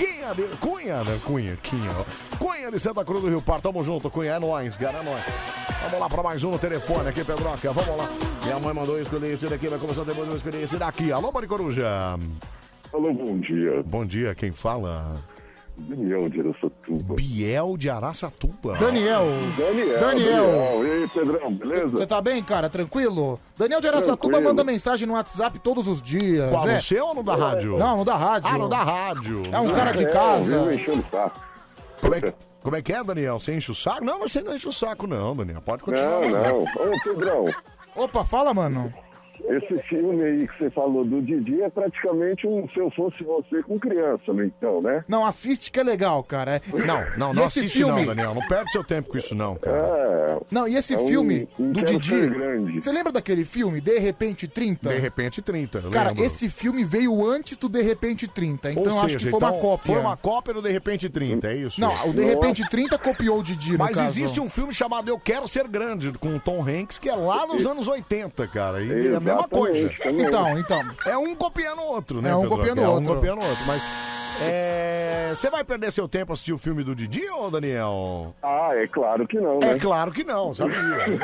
Cunha de Santa Cruz do Rio Pardo. Tamo junto, Cunha. É nóis, cara, é nóis. Vamos lá pra mais um no telefone aqui, Pedroca. Vamos lá. Minha mãe mandou escolher esse daqui, vai começar depois de escolher esse daqui. Alô, Maricoruja. Alô, bom dia. Bom dia, quem fala? Daniel de Araçatuba. Biel de Araçatuba. Daniel. E aí, Pedrão, beleza? Você tá bem, cara? Tranquilo? Daniel de Araçatuba Tranquilo. manda mensagem no WhatsApp todos os dias. Qual, no seu ou no da rádio? Não, no da rádio. Ah, no da rádio. É um cara de casa. Eu enchendo o saco. Como é que é, Daniel? Você enche o saco? Não, você não enche o saco, não, Daniel. Pode continuar. Não. Ô, Pedrão. Opa, fala, mano. Esse filme aí que você falou do Didi é praticamente um Se Eu Fosse Você com criança, né? Então, né? Não, assiste que é legal, cara. Não E esse assiste filme... não, Daniel. Não perde seu tempo com isso, não, cara. Não, e esse É um- filme um do Quero Didi... Ser Grande. Você lembra daquele filme, De Repente 30? De Repente 30, eu Cara, lembro. esse filme veio antes do De Repente 30, então Ou eu acho seja, que foi uma então, cópia. Foi uma cópia do De Repente 30, é isso? Não, o De Repente 30 copiou o Didi, no Mas caso. existe um filme chamado Eu Quero Ser Grande, com o Tom Hanks, que é lá nos anos 80, cara. E é a mesma coisa. Então. É um copiando o outro, né, É um Pedro? copiando o É um outro. copiando o outro. Mas Você vai perder seu tempo assistir o filme do Didi, ô Daniel? Ah, é claro que não, né? É claro que não, sabia?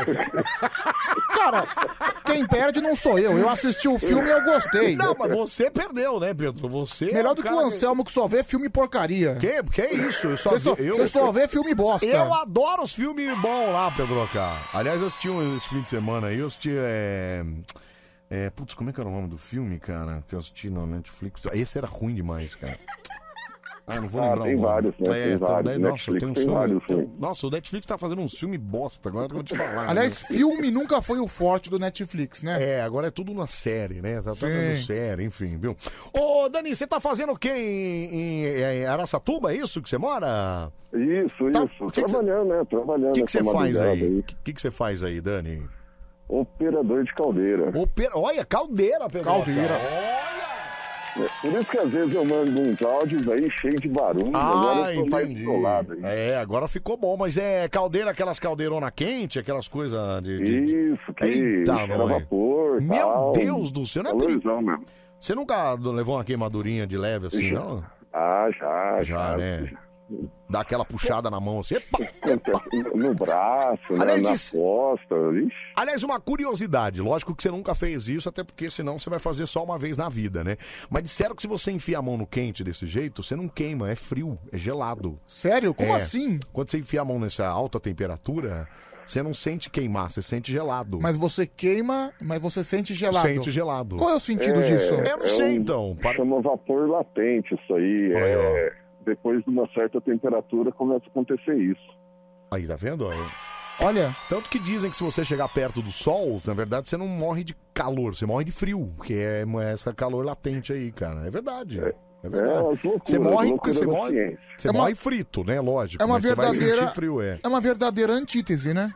Cara, quem perde não sou eu. Eu assisti o filme e eu gostei. Não, mas você perdeu, né, Pedro? Você Melhor do que o Anselmo, que só vê filme porcaria. Que isso? Você só vê filme bosta. Eu adoro os filmes bons lá, Pedro, cara. Aliás, eu assisti esse fim de semana aí, eu assisti, putz, como é que era o nome do filme, cara? Que eu assisti no Netflix. Esse era ruim demais, cara. Não vou lembrar tem o nome. vários, né? Tem vários. Nossa, tem um tem vários, filme. Nossa, o Netflix tá fazendo um filme bosta, agora que eu vou te falar. Aliás, filme nunca foi o forte do Netflix, né? Agora é tudo na série, né? Tá dando série, enfim, viu? Ô, Dani, você tá fazendo o quê em Araçatuba, é isso que você mora? Isso. Trabalhando, né? Trabalhando. O que você faz aí? O que você faz aí, Dani? Operador de caldeira. Olha, caldeira, Pedro. Caldeira. Por isso que às vezes eu mando uns áudios aí cheio de barulho. Agora eu tô mais isolado aí. Agora ficou bom, mas é caldeira, aquelas caldeirona quente, aquelas coisas de... Isso, que Eita, cheira vapor, Meu tal. Deus do céu, não é Calorzão mesmo. Você nunca levou uma queimadurinha de leve assim, não? Já, né? Dá aquela puxada na mão assim. Epa, no braço, aliás, na costa. Aliás, uma curiosidade. Lógico que você nunca fez isso, até porque senão você vai fazer só uma vez na vida, né? Mas disseram que se você enfia a mão no quente desse jeito, você não queima, é frio, é gelado. Sério? Como assim? Quando você enfia a mão nessa alta temperatura, você não sente queimar, você sente gelado. Mas você queima, mas você sente gelado. Sente gelado. Qual é o sentido disso? Eu não sei, então. Chama vapor latente isso aí. Depois de uma certa temperatura começa a acontecer isso. Aí, tá vendo? Olha. Tanto que dizem que se você chegar perto do sol, na verdade você não morre de calor, você morre de frio, porque é essa calor latente aí, cara. É verdade. É verdade. Você morre frito, né? Lógico. É uma verdadeira. Você vai sentir frio, É uma verdadeira antítese, né?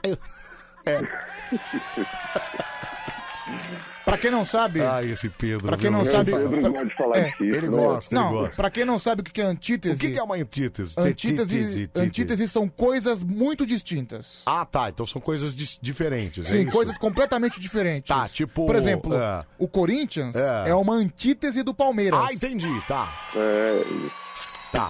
Pra quem não sabe... esse Pedro. Pra quem não sabe... Pedro gosta de falar disso. Ele gosta, Não, ele gosta. pra quem não sabe o que é antítese... O que é uma antítese? Antítese são coisas muito distintas. Ah, tá. Então são coisas diferentes, Sim, coisas completamente diferentes. Tá, tipo... Por exemplo, o Corinthians é uma antítese do Palmeiras. Ah, entendi, tá. Tá.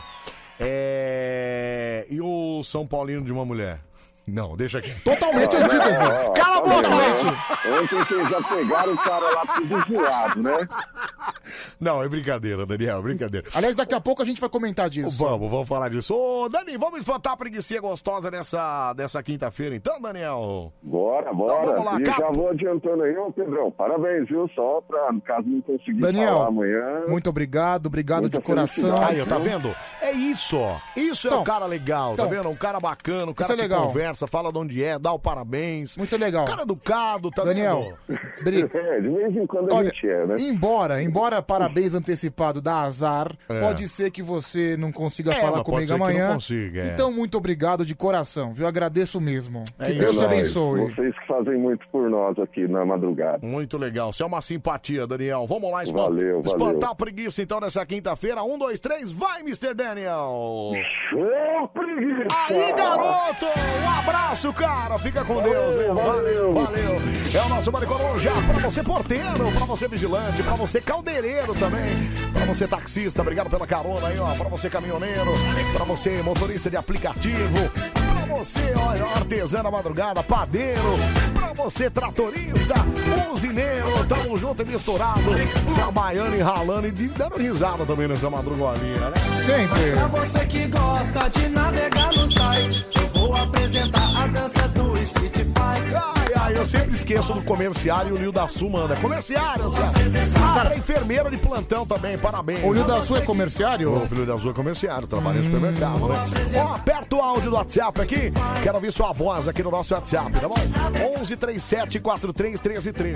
E o São Paulino de uma mulher? Não, deixa aqui. Totalmente antítese. Cala a boca, Ontem vocês já pegaram o cara lá tudo zoado, né? Não, é brincadeira, Daniel, é brincadeira. Aliás, daqui a pouco a gente vai comentar disso. Vamos falar disso. Ô, Dani, vamos espantar a preguicinha gostosa dessa quinta-feira, então, Daniel? Bora. Então, vamos lá, já vou adiantando aí, ô Pedrão, parabéns, viu? Só pra, no caso, não conseguir falar amanhã. Muito obrigado de coração. Aí, tá vendo? É isso, ó. Isso é um cara legal, tá vendo? Um cara bacana, um cara que conversa, fala de onde é, dá o parabéns. Muito legal. Cara educado, tá Daniel, vendo? De vez em quando a gente né? Embora parabéns antecipado dá azar, pode ser que você não consiga falar comigo amanhã. Não consiga, Então, muito obrigado de coração, viu? Agradeço mesmo. Que Deus te abençoe. Vocês que fazem muito por nós aqui na madrugada. Muito legal. Você é uma simpatia, Daniel. Vamos lá, espantar a preguiça, então, nessa quinta-feira. 1, 2, 3, vai, Mr. Daniel! Show, preguiça! Aí, garoto! Um abraço, cara! Fica com Deus, né? Valeu! É o nosso Maricoruja pra você porteiro, pra você vigilante, pra você caldeireiro também, pra você taxista, obrigado pela carona aí, ó, pra você caminhoneiro, pra você motorista de aplicativo, pra você, ó, artesã da madrugada, padeiro, pra você tratorista, usineiro, tamo junto e misturado, trabalhando e ralando e dando risada também nessa madrugolinha, né? Sempre! Pra você que gosta de navegar no site, eu vou apresentar a dança do Street Fighter. Ai, eu sempre esqueço do comerciário e o Nil da Sul manda. Comerciário, cara, enfermeira de plantão também, parabéns. O Nil da Sul é comerciário? O Nil da Sul é comerciário, trabalha no supermercado, né? Ó, aperta o áudio do WhatsApp aqui, quero ouvir sua voz aqui no nosso WhatsApp, tá bom? 11 37 43 13 13.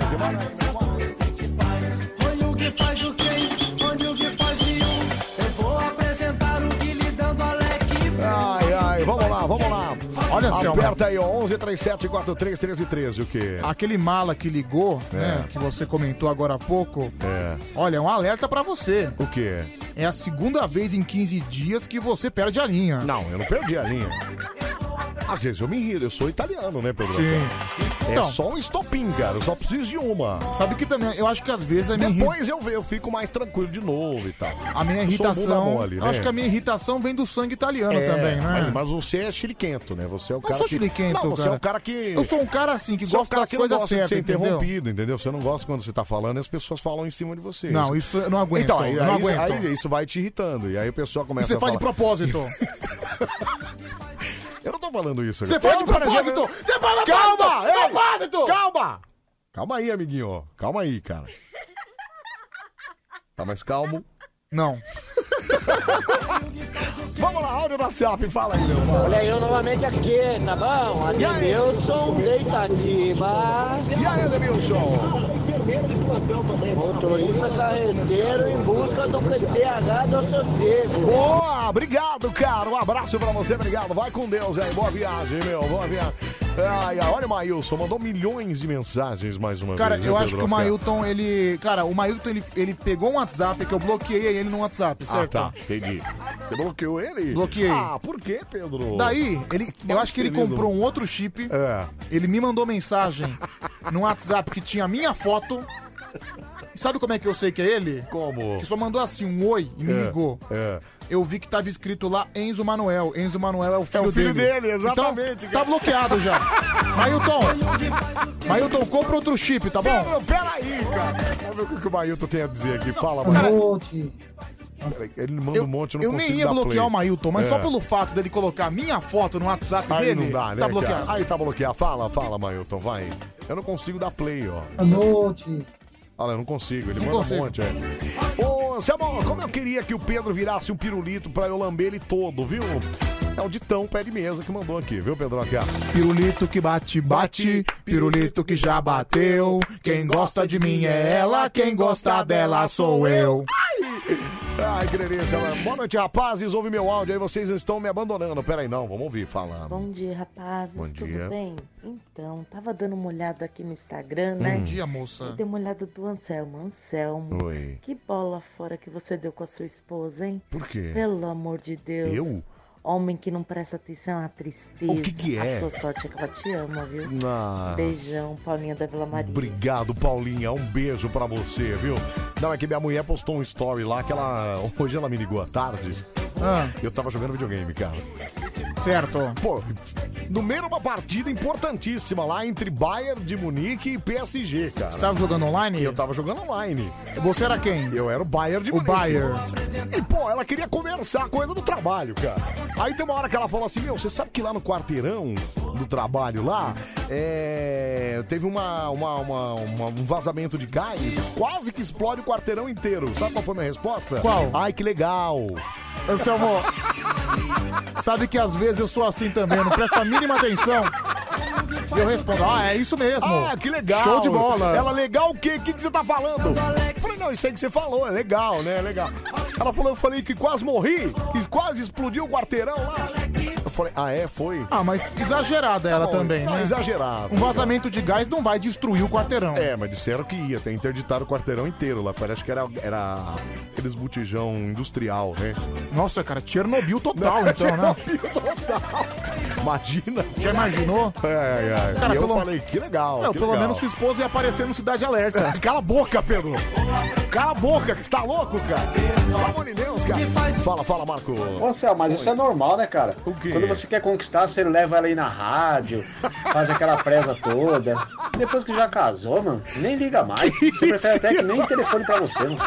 Olha o que faz o quem, olha o que faz o eu vou apresentar o Guilherme dando Alec. Ai, vamos lá. Olha, aperta aí, ó, 11 37 43 13 13, o quê? Aquele mala que ligou, né, que você comentou agora há pouco. Olha, é um alerta pra você. O quê? É a segunda vez em 15 dias que você perde a linha. Não, eu não perdi a linha. Às vezes eu me irrito, eu sou italiano, né, Pedro? Sim. É Então. só um estopim, cara. Eu só preciso de uma. Sabe que também, eu acho que às vezes a minha Depois eu fico mais tranquilo de novo e tal. A minha Eu sou um bunda irritação. mole, Eu né? acho que a minha irritação vem do sangue italiano também, né? Mas você é chiliquento, né? Você é o Não cara sou que... chiliquento, Não, você cara. é o cara que... Eu sou um cara assim, que Você é o gosta cara das que não coisas gosta de certas, ser entendeu? interrompido, entendeu? Você não gosta quando você tá falando e as pessoas falam em cima de você. Não, isso eu não aguento, Então, aí, não aí- aguento. aí isso vai te irritando. E aí a pessoa começa Você a faz falar... de propósito. Eu não tô falando isso. Você faz de Eu, por exemplo, propósito! Você faz de Calma! Ei, propósito! Calma! Calma aí, amiguinho. Calma aí, cara. Tá mais calmo? Não. Vamos lá, áudio do WhatsApp, fala aí, meu. Olha eu novamente aqui, tá bom? Ademilson de Itatiba. E aí, Ademilson? Motorista carreteiro em busca do PTH do sossego. Boa, obrigado, cara. Um abraço pra você, obrigado. Vai com Deus aí, boa viagem, meu, boa viagem. Ai, olha o Maílson, mandou milhões de mensagens mais uma Cara, vez. eu né, acho que Pedro? o Mailton, ele... Cara, o Mailton, ele pegou um WhatsApp que eu bloqueei ele no WhatsApp, Ah, certo? tá, entendi. Você bloqueou ele? Bloqueei. Ah, por quê, Pedro? Daí, eu acho que ele querido. comprou um outro chip. É. Ele me mandou mensagem no WhatsApp que tinha a minha foto. E sabe como é que eu sei que é ele? Como? Que só mandou assim um oi e me ligou. É. Eu vi que tava escrito lá Enzo Manuel. Enzo Manuel é o filho, É o filho dele, exatamente, Então, tá bloqueado já. Mailton, compra outro chip, tá bom? Pedro, peraí, cara. Vamos ver o que o Mailton tem a dizer aqui. Fala, Mailton. Ele manda um monte, eu não Eu consigo nem ia dar bloquear play. o Mailton, mas É. só pelo fato dele colocar a minha foto no WhatsApp Aí dele, não dá, né, tá bloqueado. cara? Aí tá bloqueado. Fala, Mailton, vai. Eu não consigo dar play, ó. Boa noite. Olha, eu não consigo, ele Não manda consigo. um monte, é. Ô, Selma, como eu queria que o Pedro virasse um pirulito pra eu lamber ele todo, viu? É o Ditão Pé de Mesa que mandou aqui, viu, Pedro? Aqui, ó. Pirulito que bate, bate, pirulito que já bateu. Quem gosta de mim é ela, quem gosta dela sou eu. Ai, que delícia, mano. Boa noite, rapazes. Ouve meu áudio aí, vocês estão me abandonando. Peraí, não, vamos ouvir falando. Bom dia, rapazes. Bom Tudo dia. bem? Então, tava dando uma olhada aqui no Instagram, né? Bom dia, moça. E dei uma olhada do Anselmo. Anselmo, Oi. que bola fora que você deu com a sua esposa, hein? Por quê? Pelo amor de Deus. Eu? Homem que não presta atenção à tristeza. O que é? A sua sorte é que ela te ama, viu? Ah. Beijão, Paulinha da Vila Maria. Obrigado, Paulinha. Um beijo pra você, viu? Não, é que minha mulher postou um story lá que ela. Hoje ela me ligou à tarde. Eu tava jogando videogame, cara. Certo. Pô, no meio de uma partida importantíssima lá entre Bayern de Munique e PSG, cara. Você tava jogando online? Eu tava jogando online. Você era quem? Eu era o Bayern de O Munique. Bayern. E, pô, ela queria conversar coisa do trabalho, cara. Aí tem uma hora que ela falou assim, meu, você sabe que lá no quarteirão do trabalho lá, teve um vazamento de gás, quase que explode o quarteirão inteiro. Sabe qual foi a minha resposta? Qual? Ai, que legal. Anselmo, sabe que às vezes eu sou assim também, eu não presto a mínima atenção. Eu respondo, é isso mesmo. Ah, que legal. Show de bola. Ela, legal o quê? O que você tá falando? Eu falei, não, isso aí que você falou, é legal, né? É legal. Ela falou, eu falei que quase morri, que quase explodiu o quarteirão lá. Eu falei, foi? Ah, mas exagerada ela bom, também, não, né? exagerado. Um vazamento de gás não vai destruir o quarteirão. Mas disseram que ia, até interditaram o quarteirão inteiro lá. Parece que era aqueles botijão industrial, né? Nossa, cara, Chernobyl total, então, né? Chernobyl total. Imagina. Já imaginou? Cara, e eu pelo- falei, que legal. Não, que pelo legal. menos sua esposa ia aparecer no Cidade Alerta. Cala a boca, Pedro. Cala a boca, que você tá louco, cara. Pelo amor de Deus, cara. Fala, Marco. Ô, Céu, mas isso é normal, né, cara? O quê? Quando você quer conquistar, você leva ela aí na rádio, faz aquela presa toda. Depois que já casou, mano, nem liga mais. Você prefere até que nem telefone pra você, mano.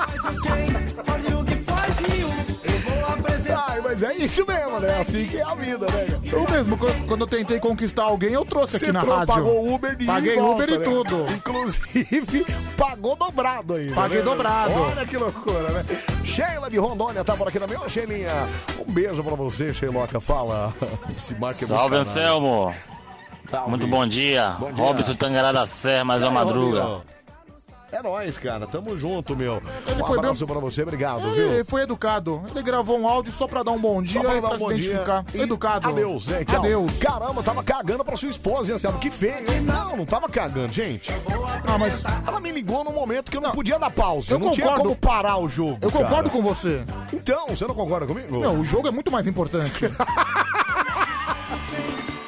Ai, mas é isso mesmo, né? Assim que é a vida, né? Eu mesmo, quando eu tentei conquistar alguém, eu trouxe aqui Você na rádio. pagou Uber de Paguei volta, Uber e né? tudo. Inclusive, pagou dobrado ainda. Paguei né? dobrado. Olha que loucura, né? Sheila de Rondônia tá por aqui também. Ô, Sheilinha, um beijo pra você, Sheiloca. Fala. Esse Marco é Salve, muito canalha. Anselmo. Salve. Muito bom dia. Bom dia. Robson Tangará da Serra, mais uma madruga. É nóis, cara. Tamo junto, meu. Ele Um foi abraço pra você, obrigado, Ele viu? foi educado. Ele gravou um áudio só pra dar um bom dia Só pra e dar pra um se bom identificar. dia. E Educado. Adeus, né? Tchau. Adeus. Caramba, tava cagando pra sua esposa, hein, Anselmo? Que feio, hein? Não tava cagando, gente. Ah, mas Ela me ligou num momento que eu não podia dar pausa. Eu não tinha concordo. como parar o jogo. eu cara. concordo com você. Então, você não concorda comigo? Não, o jogo é muito mais importante.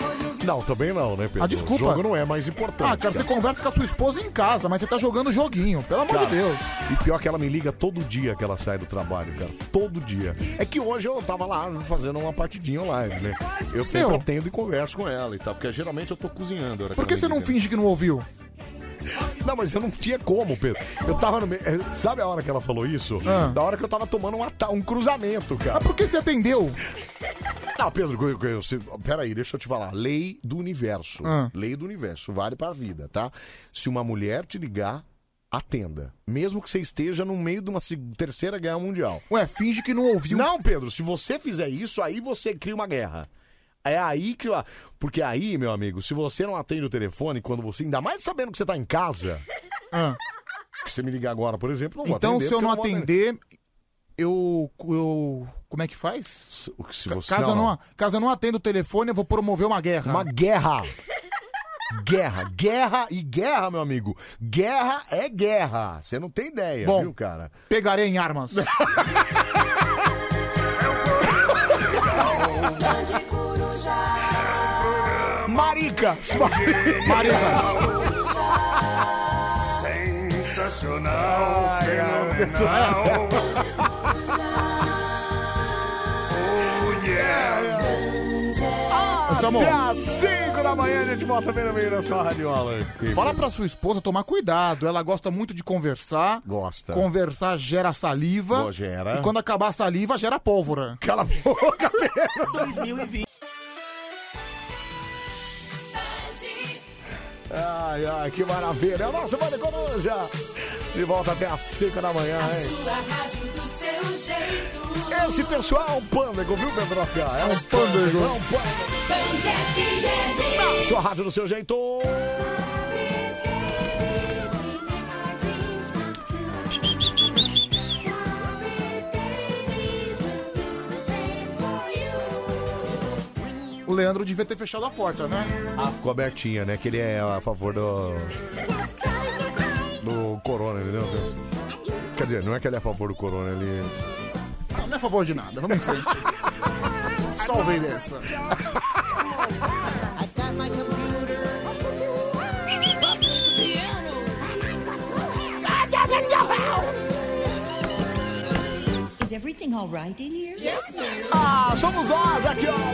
Não, também não, né, Pedro? Ah, desculpa. O jogo não é mais importante. Ah, cara, você conversa com a sua esposa em casa, mas você tá jogando joguinho, pelo amor de Deus. E pior que ela me liga todo dia que ela sai do trabalho, cara. Todo dia. É que hoje eu tava lá fazendo uma partidinha online, né? Eu sempre atendo e converso com ela e tal, porque geralmente eu tô cozinhando. Por que você não finge que não ouviu? Não, mas eu não tinha como, Pedro. Eu tava no meio. Sabe a hora que ela falou isso? Da hora que eu tava tomando um cruzamento, cara. Mas por que você atendeu? Não, Pedro, peraí, deixa eu te falar. Lei do universo. Lei do universo. Vale pra vida, tá? Se uma mulher te ligar, atenda. Mesmo que você esteja no meio de uma terceira guerra mundial. Ué, finge que não ouviu. Não, Pedro, se você fizer isso, aí você cria uma guerra. É aí que... Porque aí, meu amigo, se você não atende o telefone, quando você... Ainda mais sabendo que você tá em casa... Se você me ligar agora, por exemplo, não vou atender. Então, se eu não atender, eu... Como é que faz? Se você... Caso eu não atenda o telefone, eu vou promover uma guerra. Uma guerra! Guerra, meu amigo. Guerra é guerra. Você não tem ideia, Bom, viu, cara? Pegarei em armas. Maricas! Sensacional, fenomenal. Oh, yeah. Até às 5 da manhã a gente volta bem no meio da sua radiola. Fala pra sua esposa tomar cuidado. Ela gosta muito de conversar. Gosta. Conversar gera saliva. Gera. E quando acabar a saliva, gera pólvora. Cala a boca, Pedro. 2020. Ai, que maravilha. É o nosso Bande Coruja. De volta até às 5 da manhã, hein? Sua rádio do seu jeito. Esse pessoal é um pândego, viu, Pedro? É um pândego. É um pândego. Band FM. Sua rádio do seu jeito. O Leandro devia ter fechado a porta, né? Ficou abertinha, né? Que ele é a favor do corona, entendeu? Quer dizer, não é que ele é a favor do corona, ele... Não é a favor de nada, vamos em frente. Salvei dessa. Is everything all right in here? Yes, sir. Somos nós aqui, ó.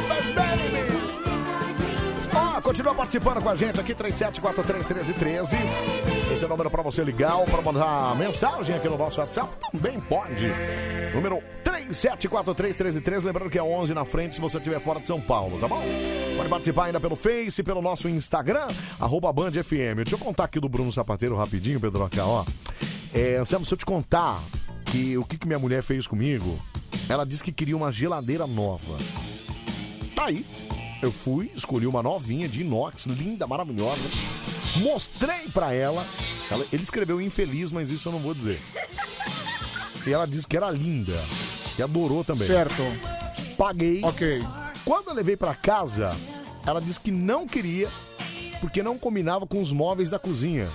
Continua participando com a gente aqui, 37431313. Esse é o número pra você ligar ou pra mandar mensagem aqui no nosso WhatsApp. Também pode. Número 37431313. Lembrando que é 11 na frente se você estiver fora de São Paulo, tá bom? Pode participar ainda pelo Face, pelo nosso Instagram, @BandFM. Deixa eu contar aqui do Bruno Sapateiro rapidinho, Pedro, ó. Anselmo, se eu te contar que o que minha mulher fez comigo, ela disse que queria uma geladeira nova. Tá aí. Eu fui, escolhi uma novinha de inox, linda, maravilhosa. Mostrei pra ela. Ele escreveu infeliz, mas isso eu não vou dizer. E ela disse que era linda. Que adorou também. Certo. Paguei. Ok. Quando eu levei pra casa, ela disse que não queria, porque não combinava com os móveis da cozinha.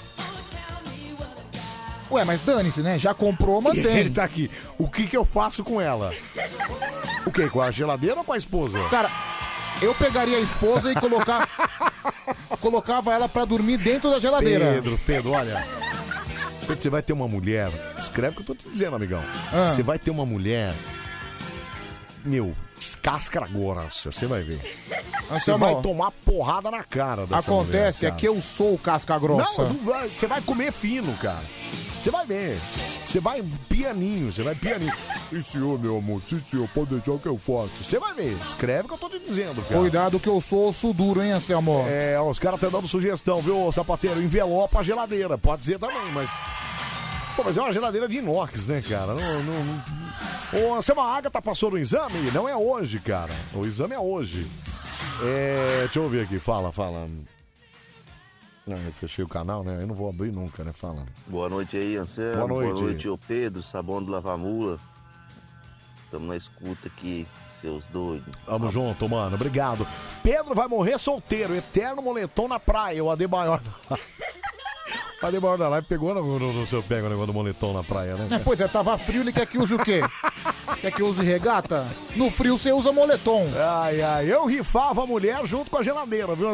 Ué, mas dane-se, né? Já comprou, mantém. Ele tá aqui. O que eu faço com ela? O quê? Com a geladeira ou com a esposa? Cara... Eu pegaria a esposa e colocava ela pra dormir dentro da geladeira. Pedro, olha. Pedro, você vai ter uma mulher. Escreve o que eu tô te dizendo, amigão. Você vai ter uma mulher. Meu, casca grossa, você vai ver. Você vai tomar porrada na cara dessa mulher, Acontece, é que eu sou o casca grossa. Não, você vai comer fino, cara. Você vai ver. Você vai pianinho. E senhor, meu amor, se senhor pode deixar o que eu faço. Você vai ver. Escreve o que eu tô te dizendo, cara. Cuidado que eu sou osso duro, hein, Anselmo? Os caras estão dando sugestão, viu, Sapateiro? Envelopa a geladeira. Pode ser também, mas... Pô, mas é uma geladeira de inox, né, cara? Ô, Anselmo, a Agatha passou no exame? Não é hoje, cara. O exame é hoje. Deixa eu ver aqui. Fala. Não, eu fechei o canal, né? Eu não vou abrir nunca, né? Fala. Boa noite aí, Anselmo. Boa noite, ô Pedro, Sabão do Lavar Mula. Tamo na escuta aqui, seus doidos. Tamo junto, mano. Obrigado. Pedro vai morrer solteiro, eterno moletom na praia. O Adebayor o Adebayor da live pegou no seu pega o negócio do moletom na praia, né? Pois é, tava frio, ele quer que use o quê? Quer que eu use regata? No frio você usa moletom. Ai, ai, eu rifava a mulher junto com a geladeira, viu?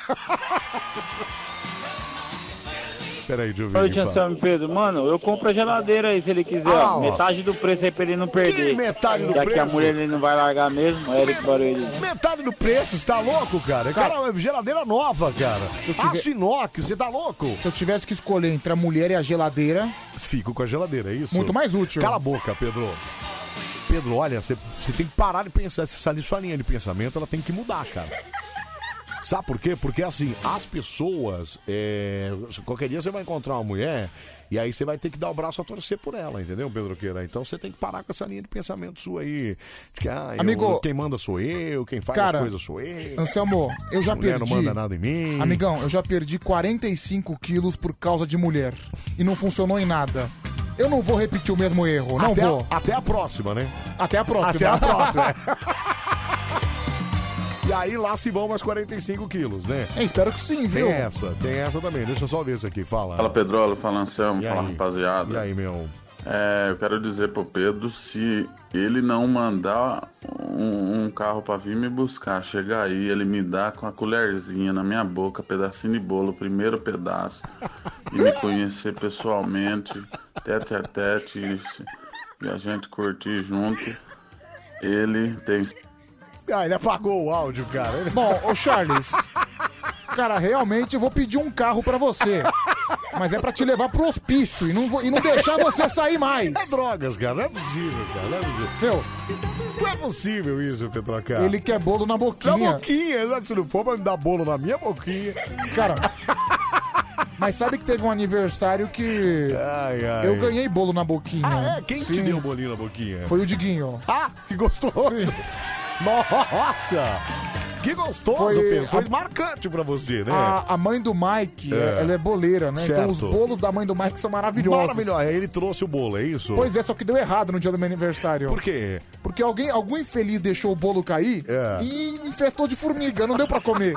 Peraí, deixa eu ver. Oi, Anselmo Pedro. Mano, eu compro a geladeira aí se ele quiser. Ah, ó. Metade do preço aí pra ele não perder. Que metade do Já preço? que a mulher ele não vai largar mesmo, é ele que parou ele. Metade do preço, você tá louco, cara? Cara, geladeira nova, cara. Aço inox, você tá louco? Se eu tivesse que escolher entre a mulher e a geladeira... Fico com a geladeira, é isso? Muito mais útil. Cala a boca, Pedro. Pedro, olha, você tem que parar de pensar. Sua linha de pensamento, ela tem que mudar, cara. Sabe por quê? Porque assim, as pessoas, qualquer dia você vai encontrar uma mulher e aí você vai ter que dar o braço a torcer por ela, entendeu, Pedro Queira? Então você tem que parar com essa linha de pensamento sua aí. De que, Amigo, quem manda sou eu, quem faz cara, as coisas sou eu. Anselmo, eu já mulher perdi. não manda nada em mim. Amigão, eu já perdi 45 quilos por causa de mulher. E não funcionou em nada. Eu não vou repetir o mesmo erro, não vou. Até a próxima, né? Até a próxima. Até a próxima. E aí lá se vão mais 45 quilos, né? Espero que sim, viu? Tem essa também. Deixa eu só ver isso aqui, fala. Fala Pedrola, fala Anselmo, E fala aí? rapaziada. E aí, meu? Eu quero dizer pro Pedro, se ele não mandar um carro pra vir me buscar, chegar aí, ele me dá com a colherzinha na minha boca, pedacinho de bolo, o primeiro pedaço, e me conhecer pessoalmente, tete a tete, e a gente curtir junto, ele tem... Ah, ele apagou o áudio, cara. Bom, ô Charles, cara, realmente eu vou pedir um carro pra você. Mas é pra te levar pro hospício e não deixar você sair mais. É drogas, cara. Não é possível, cara. Não é possível. Não é possível isso, Pedro, cara. Ele quer bolo na boquinha. Na boquinha, se não for pra me dar bolo na minha boquinha. Cara, mas sabe que teve um aniversário que eu ganhei bolo na boquinha. Ah, é? Quem te deu um bolinho na boquinha? Foi o Diguinho. Ah, que gostoso. Sim. Nossa! Que gostoso, Pedro. Foi marcante pra você, né? A mãe do Mike, ela é boleira, né? Certo. Então os bolos da mãe do Mike são maravilhosos. Maravilhoso. Aí ele trouxe o bolo, é isso? Pois é, só que deu errado no dia do meu aniversário. Por quê? Porque algum infeliz deixou o bolo cair e infestou de formiga, não deu pra comer.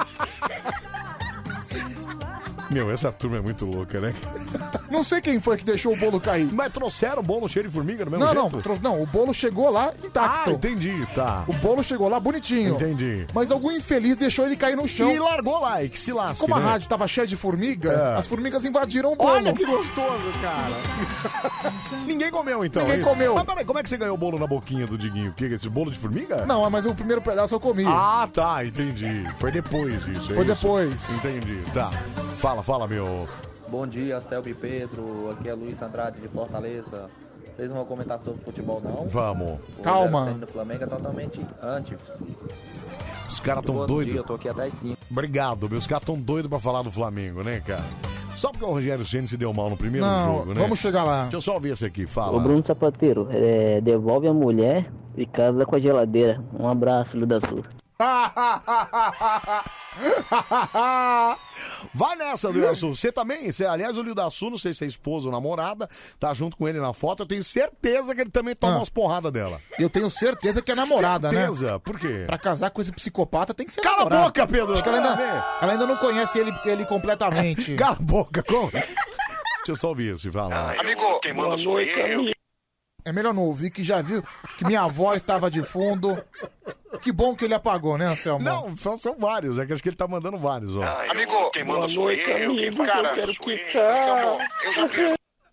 Meu, essa turma é muito louca, né? Não sei quem foi que deixou o bolo cair. Mas trouxeram o bolo cheio de formiga no mesmo jeito? Não, o bolo chegou lá intacto. Ah, entendi, tá. O bolo chegou lá bonitinho. Entendi. Mas algum infeliz deixou ele cair no chão. E largou lá, e que se lasque, Como a né? rádio tava cheia de formiga, as formigas invadiram o bolo. Olha que gostoso, cara. Ninguém comeu, então. Ninguém é isso? comeu. Mas peraí, como é que você ganhou o bolo na boquinha do Diguinho? O que? Esse bolo de formiga? Não, mas o primeiro pedaço eu comi. Ah, tá, entendi. Foi depois isso. Foi depois. Entendi, tá. Fala, meu. Bom dia, Selby Pedro. Aqui é Luiz Andrade de Fortaleza. Vocês não vão comentar sobre futebol, não? Vamos. Calma. O Rogério do Flamengo é totalmente antes. Os caras tão Bom doidos. dia, eu tô aqui até as 5. Obrigado, meus caras tão doidos pra falar do Flamengo, né, cara? Só porque o Rogério Ceni se deu mal no primeiro Não, jogo, né? vamos chegar lá. Deixa eu só ver esse aqui, fala. Ô Bruno Sapateiro, devolve a mulher e casa com a geladeira. Um abraço, Luda Sul. Vai nessa, Lildaçu. Você também? Aliás, o Lildaçu, não sei se é esposa ou namorada, tá junto com ele na foto. Eu tenho certeza que ele também toma umas porradas dela. Eu tenho certeza que é namorada, certeza? Por quê? Pra casar com esse psicopata tem que ser Cala namorada. a boca, Pedro! Acho que ela ainda não conhece ele completamente. Cala a boca, Deixa eu só ouvir se fala. Amigo, quem manda sou eu. É melhor não ouvir, que já viu que minha voz estava de fundo. Que bom que ele apagou, né, Anselmo? Não, são vários. É que acho que ele tá mandando vários, ó. Amigo, quem manda sou eu. Quem faz Cara, eu quero quicar. Eu já quero.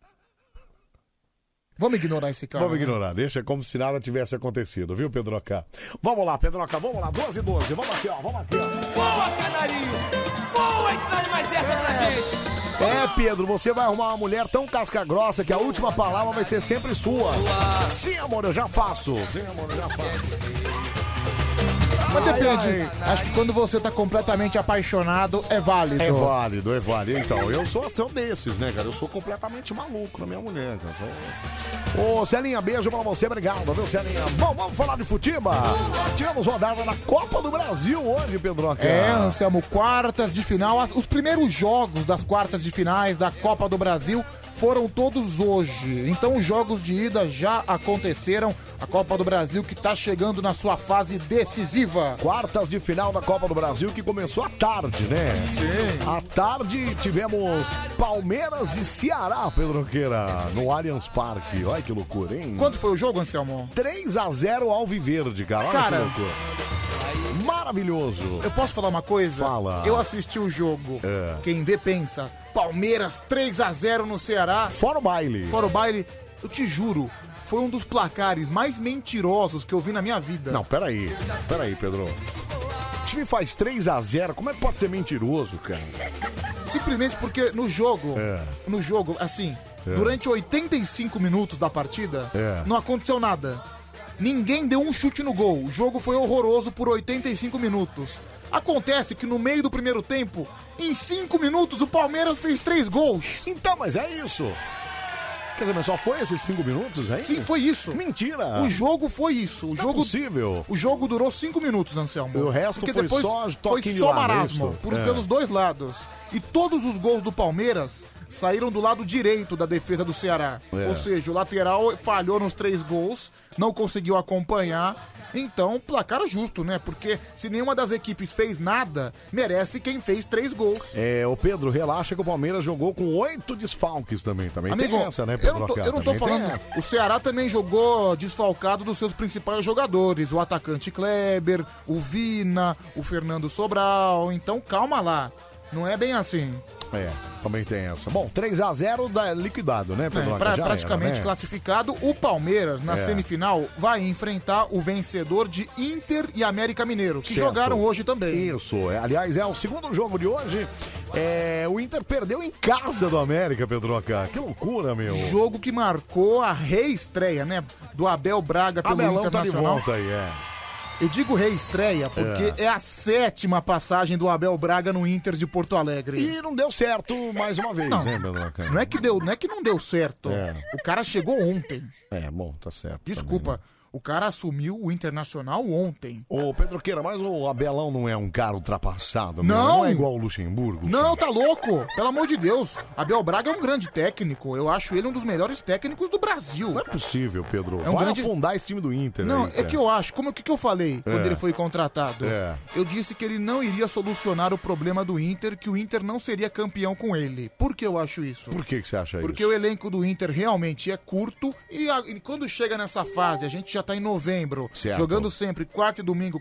Vamos ignorar esse cara. Vamos ignorar, deixa como se nada tivesse acontecido, viu, Pedroca? Vamos lá, Pedroca, vamos lá, 12 e 12, vamos aqui, ó. Voa, canarinho! Voa e traz mais essa pra gente! É, Pedro, você vai arrumar uma mulher tão casca grossa que a última palavra vai ser sempre sua. Sim, amor, eu já faço. Sim, amor, eu já faço. Mas depende. Acho que quando você tá completamente apaixonado, é válido. É válido, é válido. Então, eu sou desses, né, cara? Eu sou completamente maluco na minha mulher, cara. Ô, Celinha, beijo pra você, obrigado, viu, Celinha? Bom, vamos falar de futebol. Tivemos rodada na Copa do Brasil hoje, Pedroca. É, Anselmo, quartas de final. Os primeiros jogos das quartas de finais da Copa do Brasil foram todos hoje. Então os jogos de ida já aconteceram. A Copa do Brasil que tá chegando na sua fase decisiva. Quartas de final da Copa do Brasil que começou à tarde, né? Sim. À tarde tivemos Palmeiras e Ceará, Pedro Roqueira, no Allianz Parque. Olha que loucura, hein? Quanto foi o jogo, Anselmo? 3-0 Alviverde, cara. Olha que loucura. Maravilhoso. Eu posso falar uma coisa? Fala. Eu assisti o jogo. Quem vê pensa. Palmeiras 3-0 no Ceará. Fora o baile. Fora o baile. Eu te juro, foi um dos placares mais mentirosos que eu vi na minha vida. Não, peraí, Pedro. O time faz 3-0, como é que pode ser mentiroso, cara? Simplesmente porque no jogo, assim, durante 85 minutos da partida, não aconteceu nada. Ninguém deu um chute no gol. O jogo foi horroroso por 85 minutos. Acontece que no meio do primeiro tempo, em 5 minutos, o Palmeiras fez 3 gols. Então, mas é isso. Quer dizer, mas só foi esses 5 minutos, hein? Sim, foi isso. Mentira. O jogo foi isso. O jogo, é possível. O jogo durou 5 minutos, Anselmo. E o resto porque foi depois só foi toquinho só lá, marasmo, é isso? pelos dois lados. E todos os gols do Palmeiras saíram do lado direito da defesa do Ceará. Ou seja, o lateral falhou nos 3 gols, não conseguiu acompanhar. Então, placar justo, né? Porque se nenhuma das equipes fez nada, merece quem fez 3 gols. O Pedro, relaxa que o Palmeiras jogou com 8 desfalques também. Amigo, tem essa, né, Pedro? Eu não tô falando... O Ceará também jogou desfalcado dos seus principais jogadores. O atacante Kleber, o Vina, o Fernando Sobral. Então, calma lá. Não é bem assim. Também tem essa. Bom, 3-0 liquidado, né, Pedro? Praticamente classificado. O Palmeiras, na semifinal, vai enfrentar o vencedor de Inter e América Mineiro, que jogaram hoje também. Isso. Aliás, é o segundo jogo de hoje. O Inter perdeu em casa do América, Pedroca. Que loucura, meu. Jogo que marcou a reestreia, né, do Abel Braga pelo Abelão Internacional. Tá de volta aí, Eu digo reestreia porque é a 7ª passagem do Abel Braga no Inter de Porto Alegre. E não deu certo mais uma vez, né, Pedroca? Não é que não deu certo. O cara chegou ontem. Bom, tá certo. Desculpa. O cara assumiu o Internacional ontem. Ô, Pedroqueira, mas o Abelão não é um cara ultrapassado? Não. Não é igual o Luxemburgo? Não, tá louco. Pelo amor de Deus. Abel Braga é um grande técnico. Eu acho ele um dos melhores técnicos do Brasil. Não é possível, Pedro. Vai afundar esse time do Inter. Não, aí, é que eu acho. O que eu falei quando ele foi contratado? Eu disse que ele não iria solucionar o problema do Inter, que o Inter não seria campeão com ele. Por que eu acho isso? Por que você acha isso? Porque o elenco do Inter realmente é curto e quando chega nessa fase, a gente já tá em novembro, jogando sempre quarta e domingo,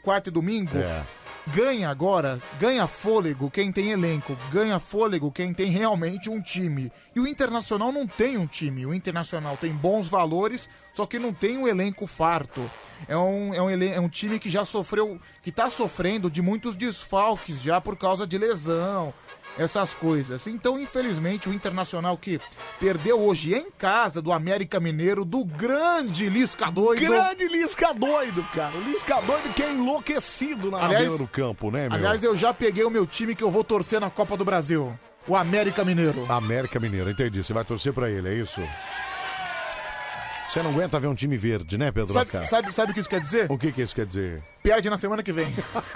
ganha fôlego quem tem elenco, ganha fôlego quem tem realmente um time. E o Internacional não tem um time, o Internacional tem bons valores, só que não tem um elenco farto. É um time que já sofreu, que tá sofrendo de muitos desfalques já por causa de lesão, essas coisas. Então, infelizmente, o Internacional que perdeu hoje em casa do América Mineiro, do grande Lisca Doido. Grande Lisca Doido, cara. O Lisca Doido que é enlouquecido na beira do campo, né, meu? Aliás, eu já peguei o meu time que eu vou torcer na Copa do Brasil. O América Mineiro. América Mineiro, entendi. Você vai torcer pra ele, é isso? Você não aguenta ver um time verde, né, Pedro? Sabe o que isso quer dizer? O que isso quer dizer? Perde na semana que vem.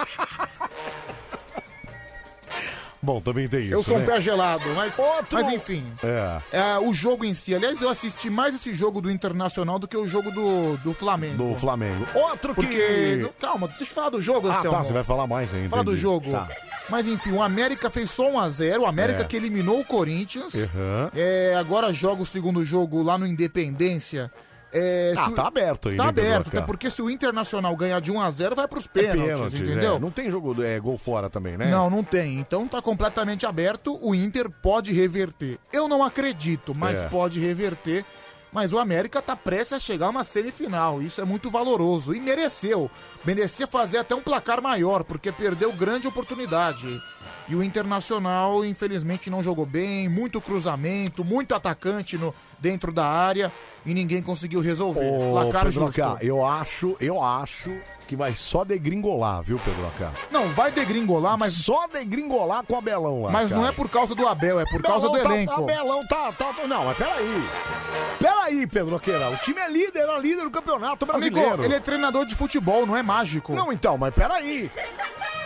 Bom, também tem isso, eu sou um pé gelado, mas enfim. O jogo em si. Aliás, eu assisti mais esse jogo do Internacional do que o jogo do Flamengo. Do Flamengo. Calma, deixa eu falar do jogo, Anselmo. Você vai falar mais ainda. Falar do jogo. Tá. Mas enfim, o América fez só 1-0. O América que eliminou o Corinthians. Agora joga o segundo jogo lá no Independência. Tá aberto aí. Tá aberto, até porque se o Internacional ganhar de 1-0, vai pros pênaltis, entendeu? Não tem jogo gol fora também, né? Não tem. Então tá completamente aberto. O Inter pode reverter. Eu não acredito, mas pode reverter. Mas o América tá prestes a chegar a uma semifinal. Isso é muito valoroso. E mereceu. Merecia fazer até um placar maior, porque perdeu grande oportunidade. E o Internacional, infelizmente, não jogou bem. Muito cruzamento, muito atacante dentro da área. E ninguém conseguiu resolver. Placar justo. Eu acho que vai só degringolar, viu, Pedro Acá? Não, vai degringolar, mas... Só degringolar com o Abelão lá, Mas cara. não é por causa do Abel, é por causa do elenco. O Abelão tá... Não, mas peraí. Peraí, Pedro Queira. O time é líder do campeonato brasileiro. Amigo, ele é treinador de futebol, não é mágico. Não, então, mas peraí.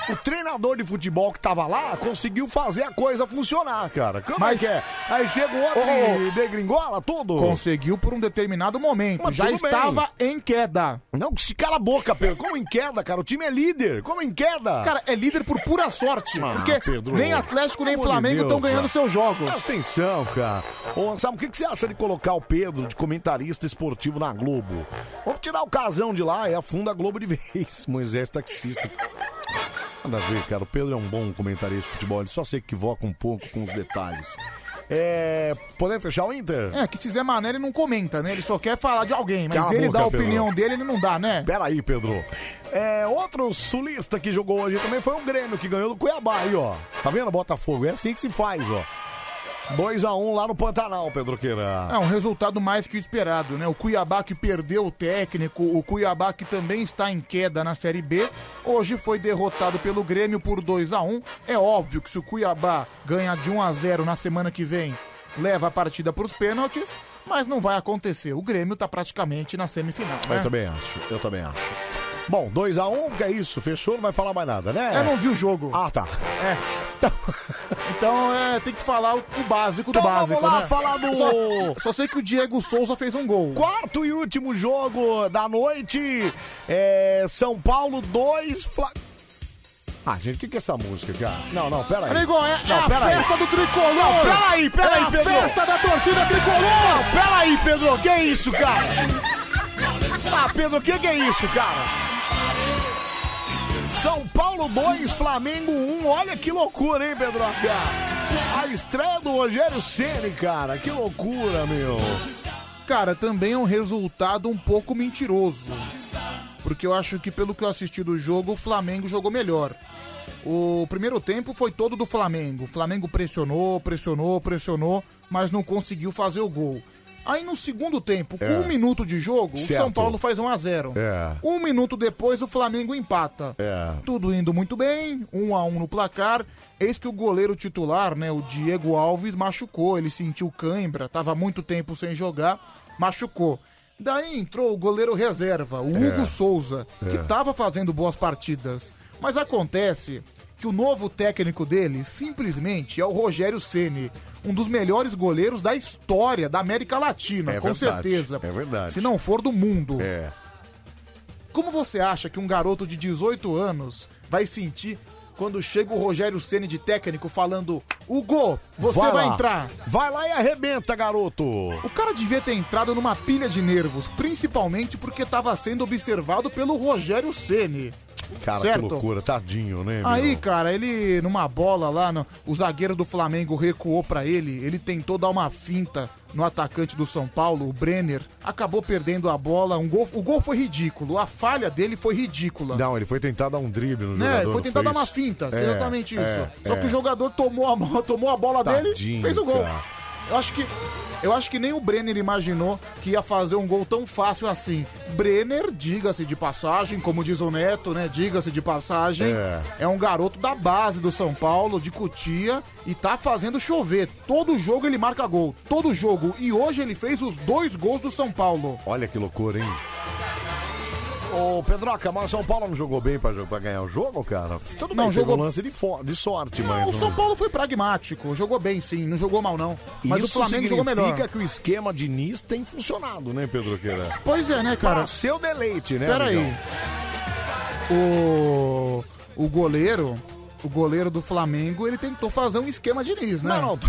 O treinador de futebol que tava lá conseguiu fazer a coisa funcionar, cara. Como é que é? Aí chega o outro e degringola tudo. Conseguiu por um determinado momento. Mas já tudo bem. estava em queda. Não, se cala a boca, Pedro. Como em queda, cara? O time é líder. Como em queda? Cara, é líder por pura sorte. porque Pedro, nem Atlético nem pelo amor de Flamengo estão Deus, ganhando cara. seus jogos. Atenção, cara. Ô, Anselmo, o que você acha de colocar o Pedro de comentarista esportivo na Globo? Vamos tirar o Casão de lá e afunda a Globo de vez. Moisés taxista. Nada a ver, cara. O Pedro é um bom comentarista de futebol. Ele só se equivoca um pouco com os detalhes. Podemos fechar o Inter? Que se Zé Mané ele não comenta, né? Ele só quer falar de alguém, mas Cala a ele boca, dá a Pedro. opinião dele, ele não dá, né? Peraí, Pedro. Outro sulista que jogou hoje também foi o Grêmio, que ganhou do Cuiabá aí, ó. Tá vendo, Botafogo? É assim que se faz, ó. 2-1 lá no Pantanal, Pedro Queira. É um resultado mais que esperado, né? O Cuiabá que perdeu o técnico, o Cuiabá que também está em queda na Série B, hoje foi derrotado pelo Grêmio por 2-1. É óbvio que se o Cuiabá ganhar de 1-0 na semana que vem, leva a partida para os pênaltis, mas não vai acontecer. O Grêmio tá praticamente na semifinal, né? Eu também acho. Bom, 2-1, que é isso? Fechou, não vai falar mais nada, né? Eu não vi o jogo. Ah, tá. Então tem que falar o básico do básico, vamos lá né? falar do... Só sei que o Diego Souza fez um gol. Quarto e último jogo da noite. São Paulo 2... gente, o que é essa música, cara? Não, peraí. Amigo, é a peraí. festa do Tricolor. Não, peraí, Pedro. Festa da torcida Tricolor. Não, peraí, Pedro. Que é isso, cara? Pedro, o que é isso, cara? São Paulo 2, Flamengo 1. Olha que loucura, hein, Pedro? A estreia do Rogério Ceni, cara. Que loucura, meu. Cara, também é um resultado um pouco mentiroso. Porque eu acho que, pelo que eu assisti do jogo, o Flamengo jogou melhor. O primeiro tempo foi todo do Flamengo. O Flamengo pressionou, mas não conseguiu fazer o gol. Aí no segundo tempo, com 1 minuto de jogo, Certo. o São Paulo faz 1-0. 1 minuto depois, o Flamengo empata. Tudo indo muito bem, 1-1 no placar. Eis que o goleiro titular, né, o Diego Alves, machucou. Ele sentiu cãibra, tava muito tempo sem jogar, machucou. Daí entrou o goleiro reserva, o Hugo Souza, que tava fazendo boas partidas. Mas acontece que o novo técnico dele, simplesmente, é o Rogério Ceni, um dos melhores goleiros da história da América Latina, com certeza. É verdade. Se não for do mundo. Como você acha que um garoto de 18 anos vai sentir quando chega o Rogério Ceni de técnico falando: Hugo, você vai entrar. Vai lá e arrebenta, garoto. O cara devia ter entrado numa pilha de nervos, principalmente porque estava sendo observado pelo Rogério Ceni. Cara, certo? que loucura, tadinho, né? Aí, cara, ele, numa bola lá, o zagueiro do Flamengo recuou pra ele tentou dar uma finta no atacante do São Paulo, o Brenner, acabou perdendo a bola, o gol foi ridículo, a falha dele foi ridícula. Não, ele foi tentar dar um drible no jogador. Ele foi tentar dar uma finta, exatamente isso. Só que o jogador tomou a bola dele e fez o gol. Cara. Eu acho que nem o Brenner imaginou que ia fazer um gol tão fácil assim. Brenner, diga-se de passagem, como diz o Neto, né? Diga-se de passagem, é um garoto da base do São Paulo, de Cotia, e tá fazendo chover. Todo jogo ele marca gol, todo jogo. E hoje ele fez os 2 gols do São Paulo. Olha que loucura, hein? Ô, Pedroca, mas o São Paulo não jogou bem pra ganhar o jogo, cara? Tudo bem, jogou um lance de sorte, mas... O São Paulo foi pragmático, jogou bem sim, não jogou mal não. Mas isso o Flamengo jogou melhor. Significa que o esquema de Diniz tem funcionado, né, Pedroqueira? Pois é, né, cara? Para seu deleite, né, Pera amigão? aí. O goleiro do Flamengo, ele tentou fazer um esquema de Diniz, né? Não.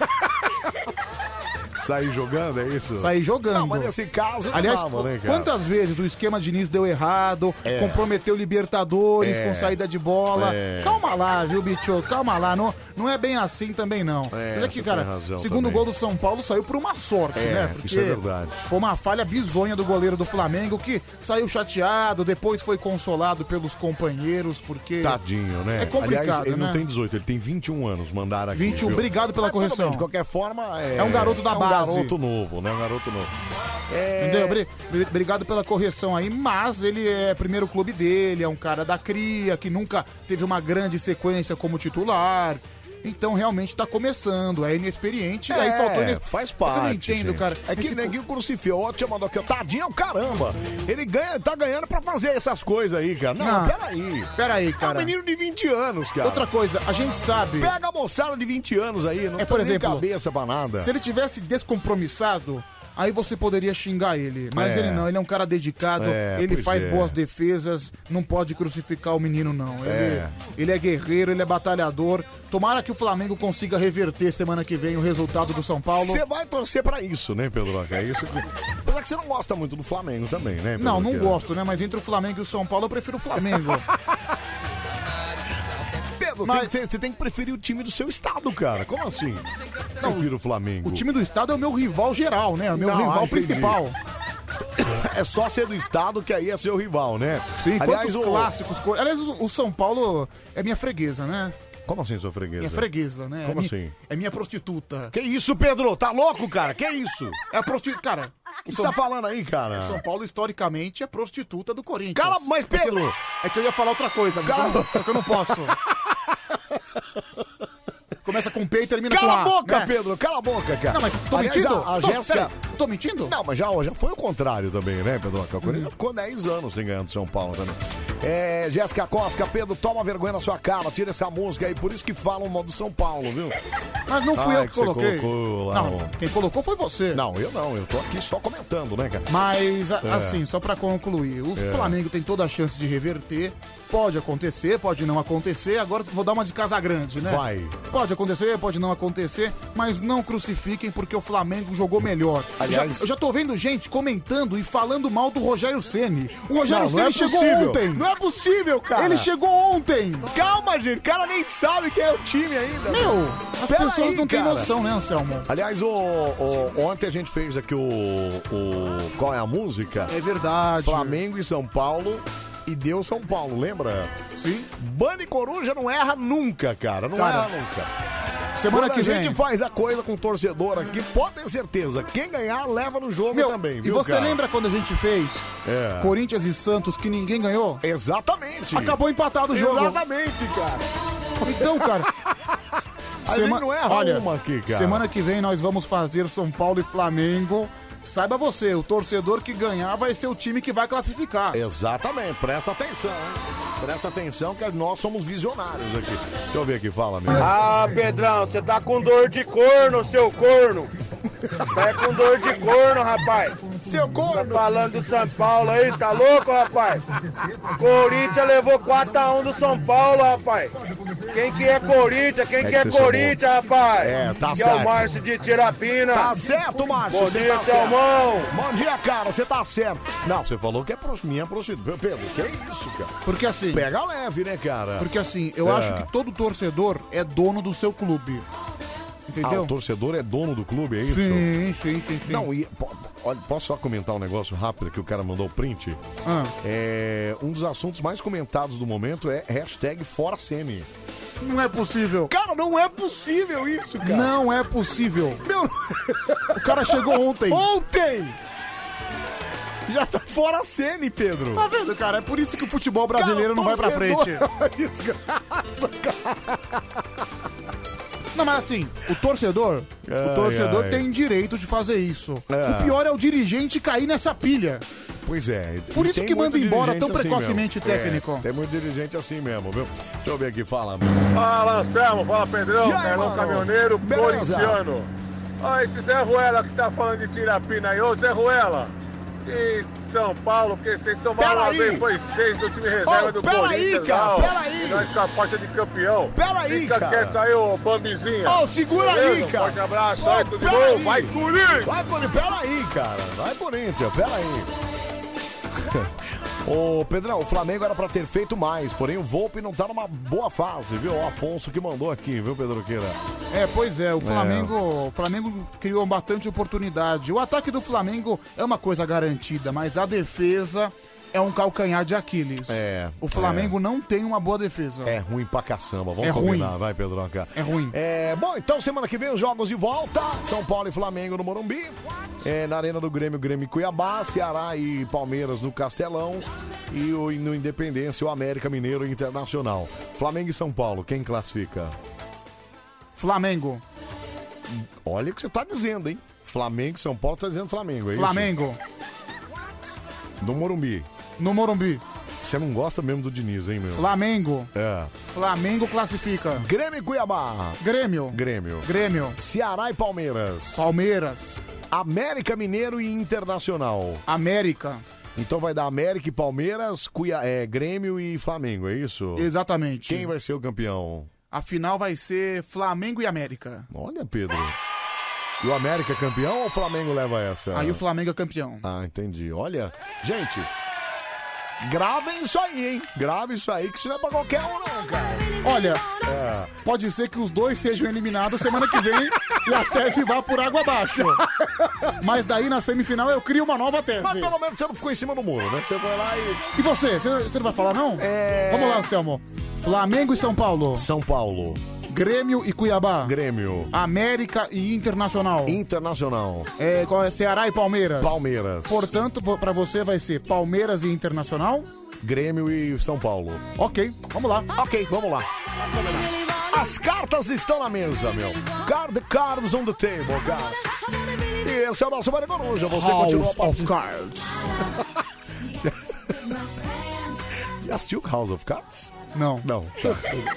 Sair jogando, é isso? Sair jogando. Não, mas nesse caso não. Aliás, dava, né, cara? quantas vezes o esquema Diniz deu errado, comprometeu Libertadores com saída de bola. Calma lá, viu, bicho? Calma lá. Não é bem assim também, não. Mas é que, cara, segundo gol do São Paulo saiu por uma sorte, né? Porque isso é verdade. Foi uma falha bizonha do goleiro do Flamengo, que saiu chateado, depois foi consolado pelos companheiros, porque... Tadinho, né? É complicado, aliás, ele né? não tem 18, ele tem 21 anos, mandaram aqui. 21, viu? obrigado pela Mas tudo correção. bem, de qualquer forma... É um garoto da base. É um garoto novo, né? Um garoto novo. Entendeu? Obrigado pela correção aí, mas ele é primeiro clube dele, é um cara da cria, que nunca teve uma grande sequência como titular. Então realmente tá começando, é inexperiente, e aí faltou faz parte. Eu não entendo, gente. cara. É que Esse neguinho crucifiou, ó, te mandou aqui, ó, tadinho é o caramba. Ele tá ganhando pra fazer essas coisas aí, cara. Não, peraí, cara. É um menino de 20 anos, cara. Outra coisa, a gente sabe... Pega a moçada de 20 anos aí, não tem por exemplo, cabeça pra nada. Se ele tivesse descompromissado, aí você poderia xingar ele. Mas ele não, ele é um cara dedicado, ele faz boas defesas, não pode crucificar o menino, não. Ele é guerreiro, ele é batalhador. Tomara que o Flamengo consiga reverter semana que vem o resultado do São Paulo. Você vai torcer pra isso, né, Pedro? É isso que... Apesar que você não gosta muito do Flamengo também, né, Pedro? Não gosto, né? Mas entre o Flamengo e o São Paulo, eu prefiro o Flamengo. Mas você tem que preferir o time do seu estado, cara. Como assim? Não, prefiro o Flamengo. O time do estado é o meu rival geral, né? É o meu rival principal. É só ser do estado que aí é seu rival, né? Sim, aliás, clássicos. Aliás, o São Paulo é minha freguesa, né? Como assim, sua freguesa? Minha freguesa, né? Como assim? É minha prostituta. Que isso, Pedro? Tá louco, cara? Que isso? É a prostituta. Cara, o que você tá falando aí, cara? O São Paulo, historicamente, é prostituta do Corinthians. Cala, mas Pedro! É que eu ia falar outra coisa, só que eu não posso. Começa com P e termina com A. Cala a boca, né? Pedro, cala a boca, cara. Não, mas tô mentindo? A Jéssica... Tô mentindo? Não, mas já foi o contrário também, né, Pedro? O Corinthians ficou 10 anos sem ganhar do São Paulo também. Jéssica Costa, Pedro, toma vergonha na sua cara, tira essa música aí, por isso que falam mal do São Paulo, viu? Mas não fui eu que coloquei. Colocou lá, não, quem colocou foi você. Não, eu tô aqui só comentando, né, cara? Mas, assim, só pra concluir, o Flamengo tem toda a chance de reverter. Pode acontecer, pode não acontecer. Agora vou dar uma de Casa Grande, né? Vai. Pode acontecer, pode não acontecer, mas não crucifiquem porque o Flamengo jogou melhor. Aliás, eu já tô vendo gente comentando e falando mal do Rogério Ceni. O Rogério Ceni chegou ontem. Não é possível, cara. Ele chegou ontem. Calma, gente. O cara nem sabe quem é o time ainda. Meu, as pessoas não têm noção, né, Anselmo? Aliás, ontem a gente fez aqui qual é a música? É verdade. Flamengo e São Paulo. E deu São Paulo, lembra? Sim. Bani Coruja não erra nunca, cara. Não erra nunca. Semana que vem. A gente faz a coisa com o torcedor aqui, pode ter certeza. Quem ganhar, leva no jogo também, viu, E você cara? lembra quando a gente fez Corinthians e Santos que ninguém ganhou? Exatamente. Acabou empatado o jogo. Exatamente, cara. Então, cara... A gente não erra uma aqui, cara. Semana que vem nós vamos fazer São Paulo e Flamengo. Saiba você, o torcedor que ganhar vai ser o time que vai classificar. Exatamente, presta atenção, hein? Presta atenção que nós somos visionários aqui. Deixa eu ver aqui, fala, meu. Ah, Pedrão, você tá com dor de corno, seu corno. Tá com dor de corno, rapaz. Seu corno. Tá falando do São Paulo aí, tá louco, rapaz? Corinthians levou 4-1 do São Paulo, rapaz. Quem que é Corinthians? Quem que é Corinthians, rapaz? Tá que certo. é o Márcio de Tirapina. Tá certo, Márcio. Bom dia, Selmão. Bom dia, cara, você tá certo. Não, você falou que é minha prostituta. Pedro, que é isso, cara? Porque assim... Pega leve, né, cara? Porque assim, eu acho que todo torcedor é dono do seu clube. Entendeu? O torcedor é dono do clube, é isso? Sim. Não, olha, posso só comentar um negócio rápido que o cara mandou o print? Um dos assuntos mais comentados do momento é #ForaCeni. Não é possível. Cara, não é possível isso, cara. Não é possível. Meu... O cara chegou ontem. Ontem! Já tá fora a Ceni, Pedro. Tá vendo, cara? É por isso que o futebol brasileiro não vai pra frente. Desgraça, cara. Não, mas assim, o torcedor tem direito de fazer isso. O pior é o dirigente cair nessa pilha. Pois é. Por isso que manda embora tão precocemente técnico. Tem muito dirigente assim mesmo, viu? Deixa eu ver aqui, fala. Fala, Anselmo, fala, Pedrão, Carlão caminhoneiro, Beleza. corintiano. Olha esse Zé Ruela que tá falando de Tirapina aí. Ô, Zé Ruela, e São Paulo, que vocês tomaram uma vez, foi 6 do time reserva do Corinthians. Peraí, e nós com a faixa de campeão. Peraí, Fica cara. quieto aí, ô Bambizinha. Ô, segura aí, cara. Forte abraço, aí, tudo de bom? Vai, Corinthians! Vai, Corinthians, peraí, cara. Vai, Corinthians, peraí. Ô, Pedrão, o Flamengo era pra ter feito mais, porém o Volpe não tá numa boa fase, viu? O Afonso que mandou aqui, viu, Pedro Queira? Pois é, o Flamengo criou bastante oportunidade. O ataque do Flamengo é uma coisa garantida, mas a defesa é um calcanhar de Aquiles. O Flamengo não tem uma boa defesa. É ruim pra caçamba, vamos combinar, vai, Pedroca. É ruim. Bom, então semana que vem os jogos de volta, São Paulo e Flamengo no Morumbi, na Arena do Grêmio e Cuiabá, Ceará e Palmeiras no Castelão e no Independência o América Mineiro e Internacional. Flamengo e São Paulo, quem classifica? Flamengo. Olha o que você tá dizendo, hein? Flamengo, São Paulo tá dizendo Flamengo, é Flamengo. isso? No Morumbi. No Morumbi. Você não gosta mesmo do Diniz, hein, meu? Flamengo. É. Flamengo classifica. Grêmio e Cuiabá. Grêmio. Grêmio. Ceará e Palmeiras. Palmeiras. América Mineiro e Internacional. América. Então vai dar América e Palmeiras, Grêmio e Flamengo, é isso? Exatamente. Quem vai ser o campeão? A final vai ser Flamengo e América. Olha, Pedro. E o América é campeão ou o Flamengo leva essa? Aí o Flamengo é campeão. Ah, entendi. Olha, gente, gravem isso aí, hein? Grave isso aí, que isso não é pra qualquer um, não, cara. Olha, pode ser que os dois sejam eliminados semana que vem e a tese vá por água abaixo. Mas daí na semifinal eu crio uma nova tese. Mas pelo menos você não ficou em cima do muro, né? Você foi lá e... E você? Você não vai falar, não? Vamos lá, Anselmo. Flamengo e São Paulo. São Paulo. Grêmio e Cuiabá. Grêmio. América e Internacional. Internacional. Qual é? Ceará e Palmeiras. Palmeiras. Portanto, pra você vai ser Palmeiras e Internacional. Grêmio e São Paulo. Ok, vamos lá. Ok, vamos lá. As cartas estão na mesa, meu. The cards on the table, cara. E esse é o nosso Bande Coruja. Você continua House of Cards. Já assistiu House of Cards? Não. Não, tá.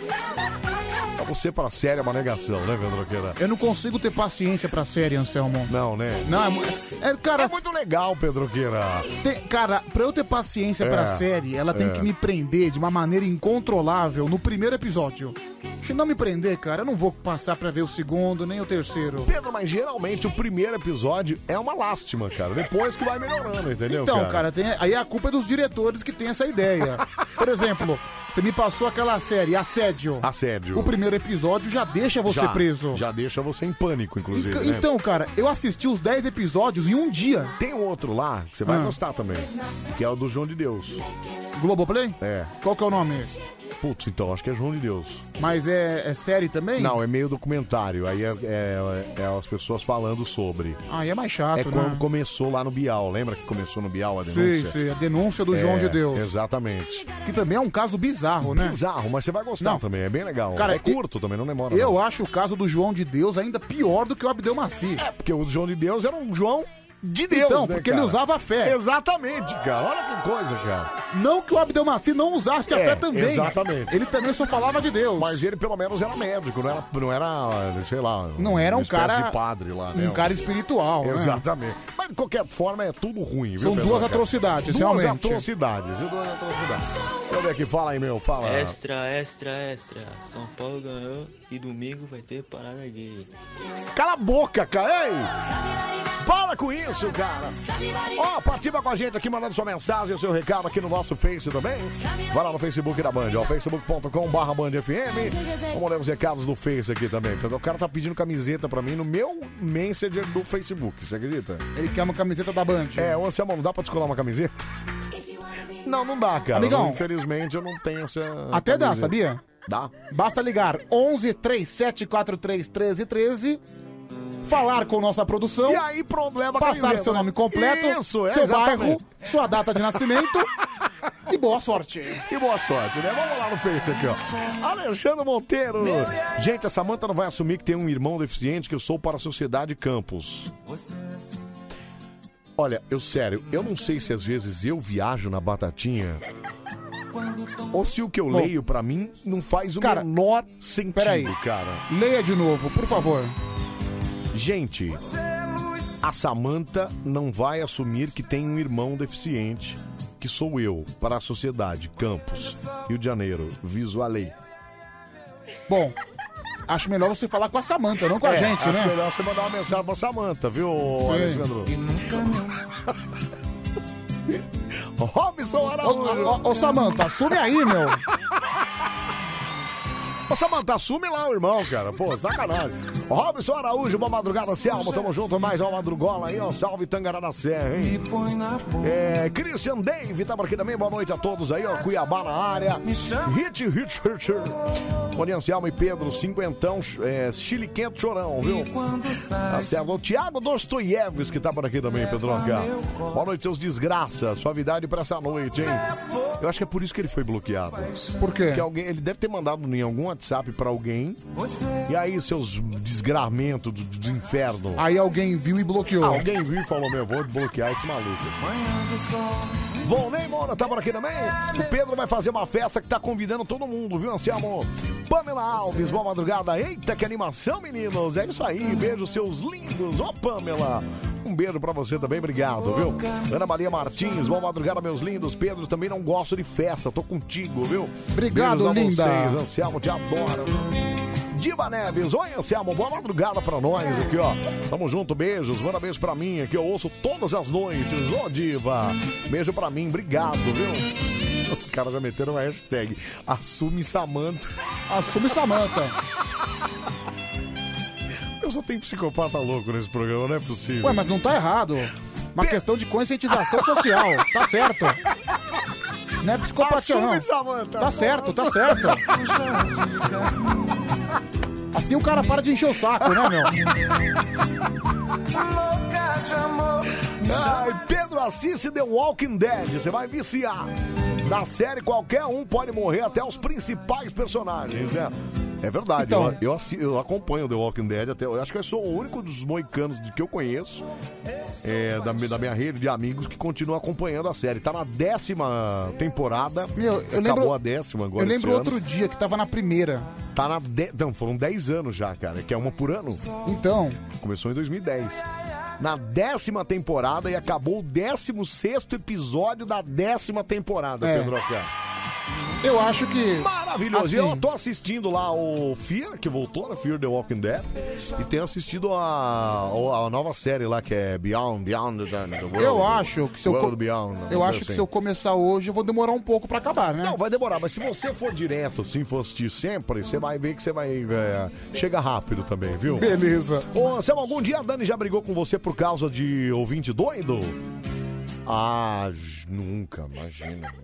Pra você, pra série, é uma negação, né, Pedroqueira? Eu não consigo ter paciência pra série, Anselmo. Não, né? Não, cara, é muito legal, Pedroqueira. Cara, pra eu ter paciência pra série, ela tem que me prender de uma maneira incontrolável no primeiro episódio. Se não me prender, cara, eu não vou passar pra ver o segundo, nem o terceiro. Pedro, mas geralmente o primeiro episódio é uma lástima, cara. Depois que vai melhorando, entendeu? Então, cara, aí a culpa é dos diretores que tem essa ideia. Por exemplo, você me passou aquela série, Assédio. Assédio. O primeiro episódio já deixa você preso. Já deixa você em pânico, inclusive. Né? Então, cara, eu assisti os 10 episódios em um dia. Tem um outro lá que você vai gostar também, que é o do João de Deus. Globoplay? É. Qual que é o nome? Putz, então, acho que é João de Deus. Mas é série também? Não, é meio documentário. Aí é as pessoas falando sobre. Ah, é mais chato, né? Quando começou lá no Bial. Lembra que começou no Bial a denúncia? Sim, a denúncia do João de Deus. Exatamente. Que também é um caso bizarro, né? Bizarro, mas você vai gostar também. É bem legal. Cara, é curto também, não demora. Eu acho o caso do João de Deus ainda pior do que o Abdel Maci. É, porque o João de Deus era um João de Deus, então, né, porque cara? ele usava a fé. Exatamente, cara. Olha que coisa, cara. Não que o Abdel Maci não usasse a fé também. Exatamente. Ele também só falava de Deus. Mas ele pelo menos era médico, não era sei lá. Não era um cara de padre lá, né? Um cara espiritual, exatamente. Né? Mas de qualquer forma é tudo ruim, viu? São duas atrocidades, realmente. Duas atrocidades. Deixa eu ver aqui, fala aí, meu, fala. Extra. São Paulo ganhou e domingo vai ter parada gay. Cala a boca, cara. Ei! Para com isso, cara. Ó, participa com a gente aqui, mandando sua mensagem, seu recado aqui no nosso Face também. Vai lá no Facebook da Band, ó, facebook.com/BandFM. Vamos ler os recados do Face aqui também. O cara tá pedindo camiseta pra mim no meu Messenger do Facebook, você acredita? Ele quer uma camiseta da Band. Ô, Anselmo, não dá pra descolar uma camiseta? Não dá, cara. Amigão, infelizmente eu não tenho essa até camiseta. dá, sabia? Dá. Basta ligar 11 3743 1313, falar com nossa produção. E aí, problema passar seu nome completo, isso, seu exatamente. bairro, sua data de nascimento e boa sorte. E boa sorte, né? Vamos lá no Face aqui, ó. Alexandre Monteiro. Gente, a Samanta não vai assumir que tem um irmão deficiente, que eu sou para a Sociedade Campos. Olha, sério, eu não sei se às vezes eu viajo na batatinha ou se o que eu leio pra mim não faz o menor sentido, peraí. cara. Leia de novo, por favor. Gente, a Samanta não vai assumir que tem um irmão deficiente, que sou eu, para a Sociedade Campos, Rio de Janeiro, visualei. Bom, acho melhor você falar com a Samanta, não com a gente, né? Acho melhor você mandar uma mensagem pra Samanta, viu, Alexandro? Robson Araújo. Ô, Samanta, assume aí, meu. Ô, Samanta, assume lá o irmão, cara. Pô, sacanagem. Robson Araújo, boa madrugada, Selmo. Tamo junto, mais uma madrugola aí, ó. Salve Tangará da Serra, hein? Christian Dave, tá por aqui também. Boa noite a todos aí, ó. Cuiabá na área. Hit. Bom dia, Selmo e Pedro. Cinquentão, Chile quente, chorão, viu? Tá certo. O Thiago Dostoiévski tá por aqui também, Pedroca. Boa noite, seus desgraças. Suavidade pra essa noite, hein? Eu acho que é por isso que ele foi bloqueado. Por quê? Porque ele deve ter mandado em algum WhatsApp pra alguém. E aí, seus desgramentos do inferno. Aí alguém viu e bloqueou. Alguém viu e falou, vou bloquear esse maluco. Volney Moura tá por aqui também. O Pedro vai fazer uma festa que tá convidando todo mundo, viu, Anselmo? Pamela Alves, boa madrugada. Eita, que animação, meninos. É isso aí, beijo, seus lindos. Ô, Pamela. Um beijo pra você também, obrigado, viu? Ana Maria Martins, boa madrugada, meus lindos. Pedro, também não gosto de festa, tô contigo, viu? Obrigado, linda. Vocês. Anselmo, te adoro. Diva Neves, oi, Anselmo, boa madrugada pra nós aqui, ó. Tamo junto, beijos, manda beijo pra mim aqui, eu ouço todas as noites. Ô, Diva, beijo pra mim, obrigado, viu? Os caras já meteram a hashtag Assume Samanta. Assume Samanta. Eu só tenho psicopata louco nesse programa, não é possível. Ué, mas não tá errado. Uma questão de conscientização social, tá certo. Não é psicopatia, não. Samanta. Tá certo, tá certo. Assim o cara para de encher o saco, né, meu? Pedro, assiste The Walking Dead, você vai viciar. Na série, qualquer um pode morrer, até os principais personagens, né? É verdade, então, eu acompanho The Walking Dead, até, eu acho que eu sou o único dos moicanos que eu conheço, da minha rede de amigos, que continua acompanhando a série. Tá na 10ª temporada, acabou a 10ª agora. Eu lembro outro dia que tava na primeira. Tá na Não, foram 10 anos já, cara, que é uma por ano. Então. Começou em 2010. Na 10ª temporada e acabou o 16º episódio da 10ª temporada, Pedro Acá. Eu acho que... Maravilhoso. Assim, eu tô assistindo lá o Fear, que voltou, né? Fear The Walking Dead. E tenho assistido a nova série lá, que é Beyond the World. Eu acho que se eu se eu começar hoje, eu vou demorar um pouco pra acabar, né? Não, vai demorar, mas se você for direto, assim, for assistir sempre, você vai ver que você vai... chega rápido também, viu? Beleza. Ô, Anselmo, algum dia a Dani já brigou com você por causa de ouvinte doido? Ah, nunca, imagina.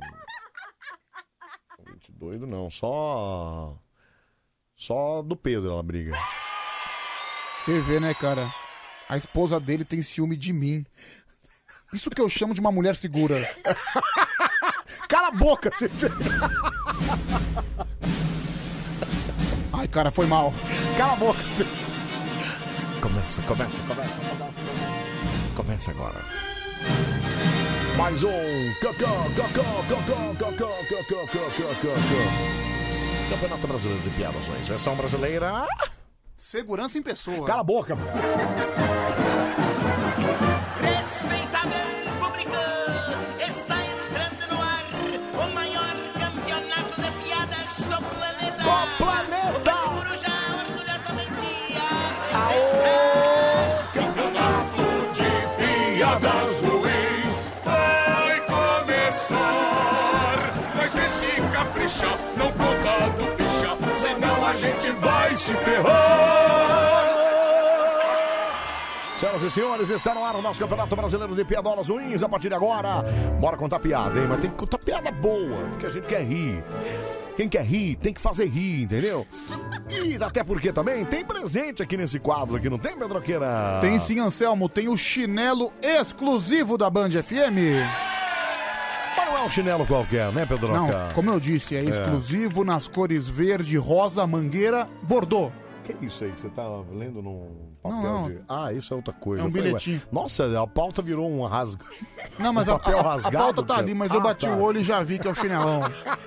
Doido não, só do Pedro ela briga. Você vê, né, cara? A esposa dele tem ciúme de mim. Isso que eu chamo de uma mulher segura. Cala a boca, você vê. Ai, cara, foi mal. Cala a boca. Começa agora. Mais um Campeonato Brasileiro de Piadas, versão brasileira. Segurança em pessoa. Cala a boca, mano. Respeitável público, está entrando no ar o maior campeonato de piadas do planeta. Do planeta. O Coruja orgulhosamente apresenta Campeonato de Piadas Ruins. Vai começar, mas vê se capricha, não conta do picha, senão a gente vai se ferrar. Senhoras e senhores, está no ar o nosso Campeonato Brasileiro de Piadolas Ruins. A partir de agora, bora contar piada, hein? Mas tem que contar piada boa, porque a gente quer rir. Quem quer rir, tem que fazer rir, entendeu? E até porque também tem presente aqui nesse quadro aqui, não tem, Pedroqueira? Tem sim, Anselmo, tem o chinelo exclusivo da Band FM. Mas não é um chinelo qualquer, né, Pedroca? Não, como eu disse, é exclusivo nas cores verde, rosa, mangueira, bordô. Que isso aí que você tá lendo num papel não. de... Ah, isso é outra coisa. É um bilhetinho. Nossa, a pauta virou um rasgo. Não, mas a pauta tá ali, mas eu bati o olho e já vi que é o chinelão.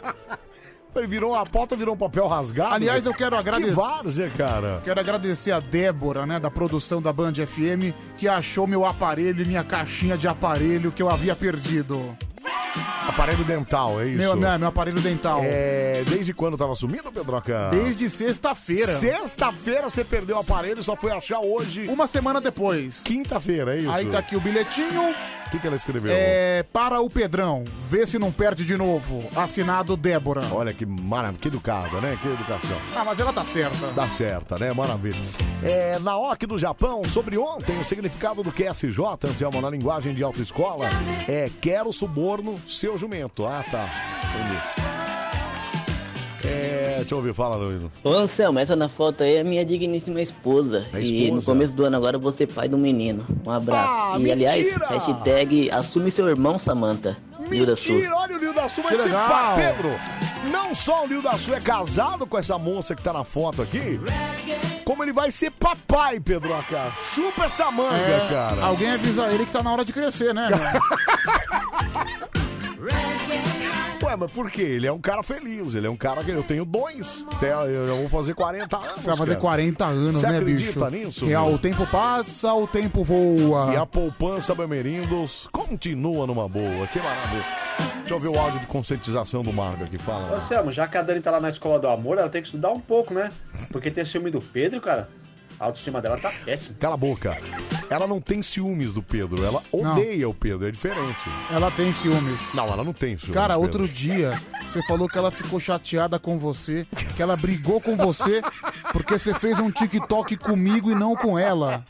A pauta virou um papel rasgado. Aliás, eu quero agradecer. Que várzea, cara. Quero agradecer a Débora, né, da produção da Band FM, que achou meu aparelho, minha caixinha de aparelho que eu havia perdido. Aparelho dental, é isso? Meu aparelho dental. Desde quando tava sumindo, Pedroca? Desde sexta-feira. Sexta-feira você perdeu o aparelho e só foi achar hoje. Uma semana depois. Quinta-feira, é isso? Aí tá aqui o bilhetinho. O que ela escreveu? Para o Pedrão, vê se não perde de novo. Assinado Débora. Olha que maravilha, que educada, né? Que educação. Ah, mas ela tá certa. Tá certa, né? Maravilha. Naoki do Japão, sobre ontem, o significado do QSJ, Anselmo, na linguagem de autoescola, quero suborno, seu jumento. Ah, tá. Entendi. Deixa eu ouvir, fala, Luiz. Ô Anselmo, essa na foto aí é minha digníssima esposa. E no começo do ano agora eu vou ser pai de um menino. Um abraço. E aliás, hashtag assume seu irmão, Samanta. Rio da Sul. Mentira, olha o Rio da Sul, vai ser pai, Pedro. Não só o Rio da Sul é casado com essa moça que tá na foto aqui, como ele vai ser papai, Pedro, cara. Chupa essa manga, cara. Alguém avisa ele que tá na hora de crescer, né? Ué, mas por quê? Ele é um cara feliz, ele é um cara que eu tenho 2. Eu já vou fazer 40 anos. Você vai fazer 40 anos, Você né, bicho? acredita nisso? Real, meu? o tempo passa, o tempo voa. E a poupança Bamerindos continua numa boa. Que maravilha. Deixa eu ver o áudio de conscientização do Marco aqui, fala. Ô, Selmo, já que a Dani tá lá na escola do amor, ela tem que estudar um pouco, né? Porque tem ciúme do Pedro, cara. A autoestima dela tá péssima. Cala a boca. Ela não tem ciúmes do Pedro, ela odeia o Pedro, é diferente. Ela tem ciúmes. Não, ela não tem ciúmes. Cara, Pedro. outro dia, você falou que ela ficou chateada com você, que ela brigou com você porque você fez um TikTok comigo e não com ela.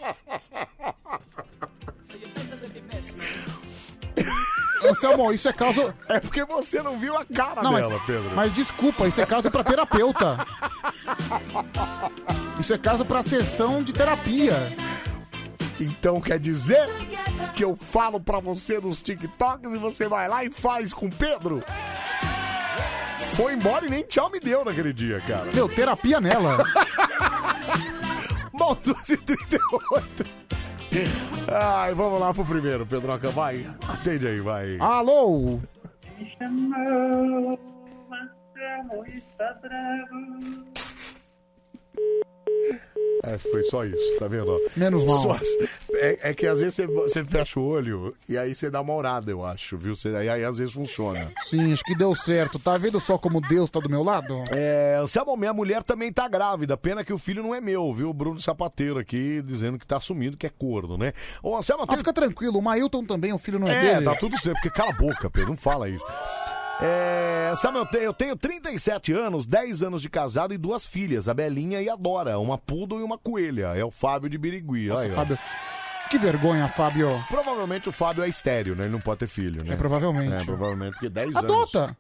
Anselmo, isso é caso... É porque você não viu a cara não, dela, Pedro. Mas desculpa, isso é caso pra terapeuta. Isso é caso pra sessão de terapia. Então quer dizer que eu falo pra você nos TikToks e você vai lá e faz com o Pedro? Foi embora e nem tchau me deu naquele dia, cara. Deu terapia nela. Bom, 12h38. Ai, vamos lá pro primeiro, Pedroca, vai. Atende aí, vai. Alô? Me chamou, Anselmo está bravo. Foi só isso, tá vendo? Menos mal. É que às vezes você fecha o olho e aí você dá uma orada, eu acho, viu? Aí às vezes funciona. Sim, acho que deu certo. Tá vendo só como Deus tá do meu lado? Anselmo, minha mulher também tá grávida. Pena que o filho não é meu, viu? O Bruno Sapateiro aqui dizendo que tá assumindo, que é corno, né? Ô, Anselmo, fica tranquilo, o Mailton também, o filho não é dele. Tá tudo certo, porque cala a boca, Pedro, não fala isso. Sabe, eu tenho 37 anos, 10 anos de casado e 2 filhas, a Belinha e a Dora, uma poodle e uma coelha. É o Fábio de Birigui. Nossa, aí, Fábio. Que vergonha, Fábio. Provavelmente o Fábio é estéreo, né? Ele não pode ter filho, né? Provavelmente. Provavelmente, porque 10 anos. Adota!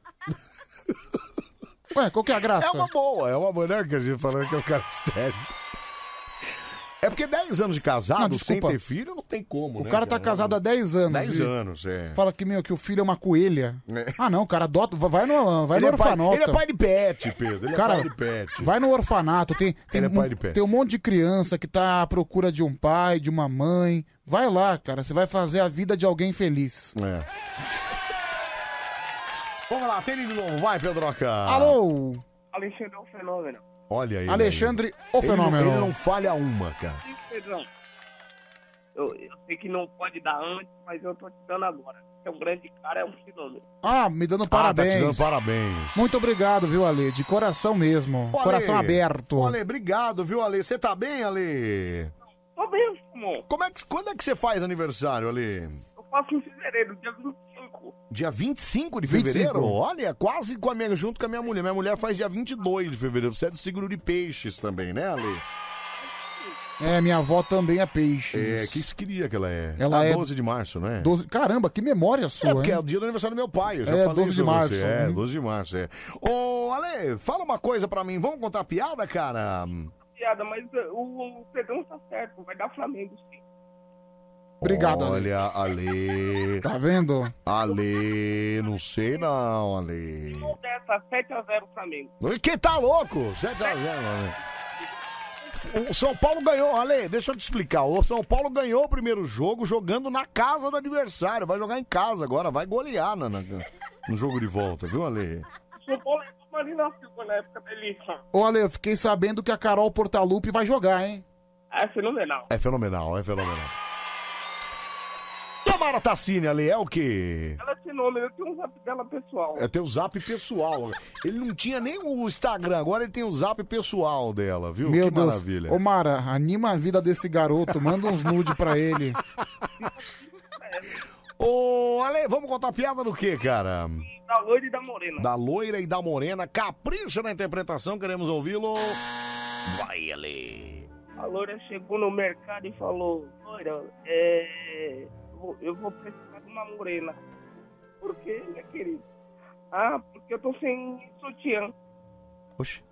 Ué, qual que é a graça? É uma boa, né? Que a gente falando que é o cara estéreo. É porque 10 anos de casado, sem ter filho, não tem como, o né? cara tá casado há 10 anos. 10 anos, Fala que o filho é uma coelha. Ah, não, o cara adota, vai no orfanato. Ele é pai de pet, Pedro. Ele cara, é pai de pet. Vai no orfanato, tem pai de pet. Tem um monte de criança que tá à procura de um pai, de uma mãe. Vai lá, cara, você vai fazer a vida de alguém feliz. Vamos lá, tem de novo, vai, Pedroca. Alô? Alexandre é um fenômeno. Olha aí. Alexandre, o fenômeno. Ele não falha uma, cara. Sim, Pedrão. Eu sei que não pode dar antes, mas eu tô te dando agora. É um grande cara, é um fenômeno. Ah, me dando parabéns. Tá te dando parabéns. Muito obrigado, viu, Ale? De coração mesmo. Ô, coração Ale, aberto. Ô, Ale, obrigado, viu, Ale? Você tá bem, Ale? Tô bem, irmão. Quando é que você faz aniversário, Ale? Eu faço em fevereiro, dia 25. Dia 25 de fevereiro? 25. Olha, quase junto com a minha mulher. Minha mulher faz dia 22 de fevereiro. Você é do signo de peixes também, né, Ale? Minha avó também é peixe. Que isso queria que ela é? Ela é 12 de março, não é? 12... Caramba, que memória sua, porque hein? é o dia do aniversário do meu pai, eu já falei 12 de março. Você. 12 de março, Ô, Ale, fala uma coisa pra mim. Vamos contar piada, cara? Piada, mas o Pedrão tá certo. Vai dar Flamengo, sim. Obrigado, Ale. Olha, Ale. Tá vendo? Ale, não sei não, Ale. Não dessa, 7x0 Flamengo. Que tá louco? 7x0, Ale. O São Paulo ganhou, Ale, deixa eu te explicar. O São Paulo ganhou o primeiro jogo jogando na casa do adversário. Vai jogar em casa agora, vai golear no jogo de volta, viu, Ale? O São Paulo é como ali na Silva, na época dele. Ô, Ale, eu fiquei sabendo que a Carol Portalupe vai jogar, hein? É fenomenal. É fenomenal. Tamara Tassini, Ale, é o quê? Ela é fenômeno, eu tenho um zap dela pessoal. Tem o zap pessoal. Ele não tinha nem o Instagram, agora ele tem o zap pessoal dela, viu? Meu que Deus. maravilha. Ô, Mara, anima a vida desse garoto, manda uns nude pra ele. Ô, Ale, vamos contar a piada do quê, cara? Da loira e da morena. Da loira e da morena. Capricha na interpretação, queremos ouvi-lo. Vai, Ale. A loira chegou no mercado e falou: loira, eu vou precisar de uma morena. Por quê, minha querida? Ah, porque eu tô sem sutiã. Oxi.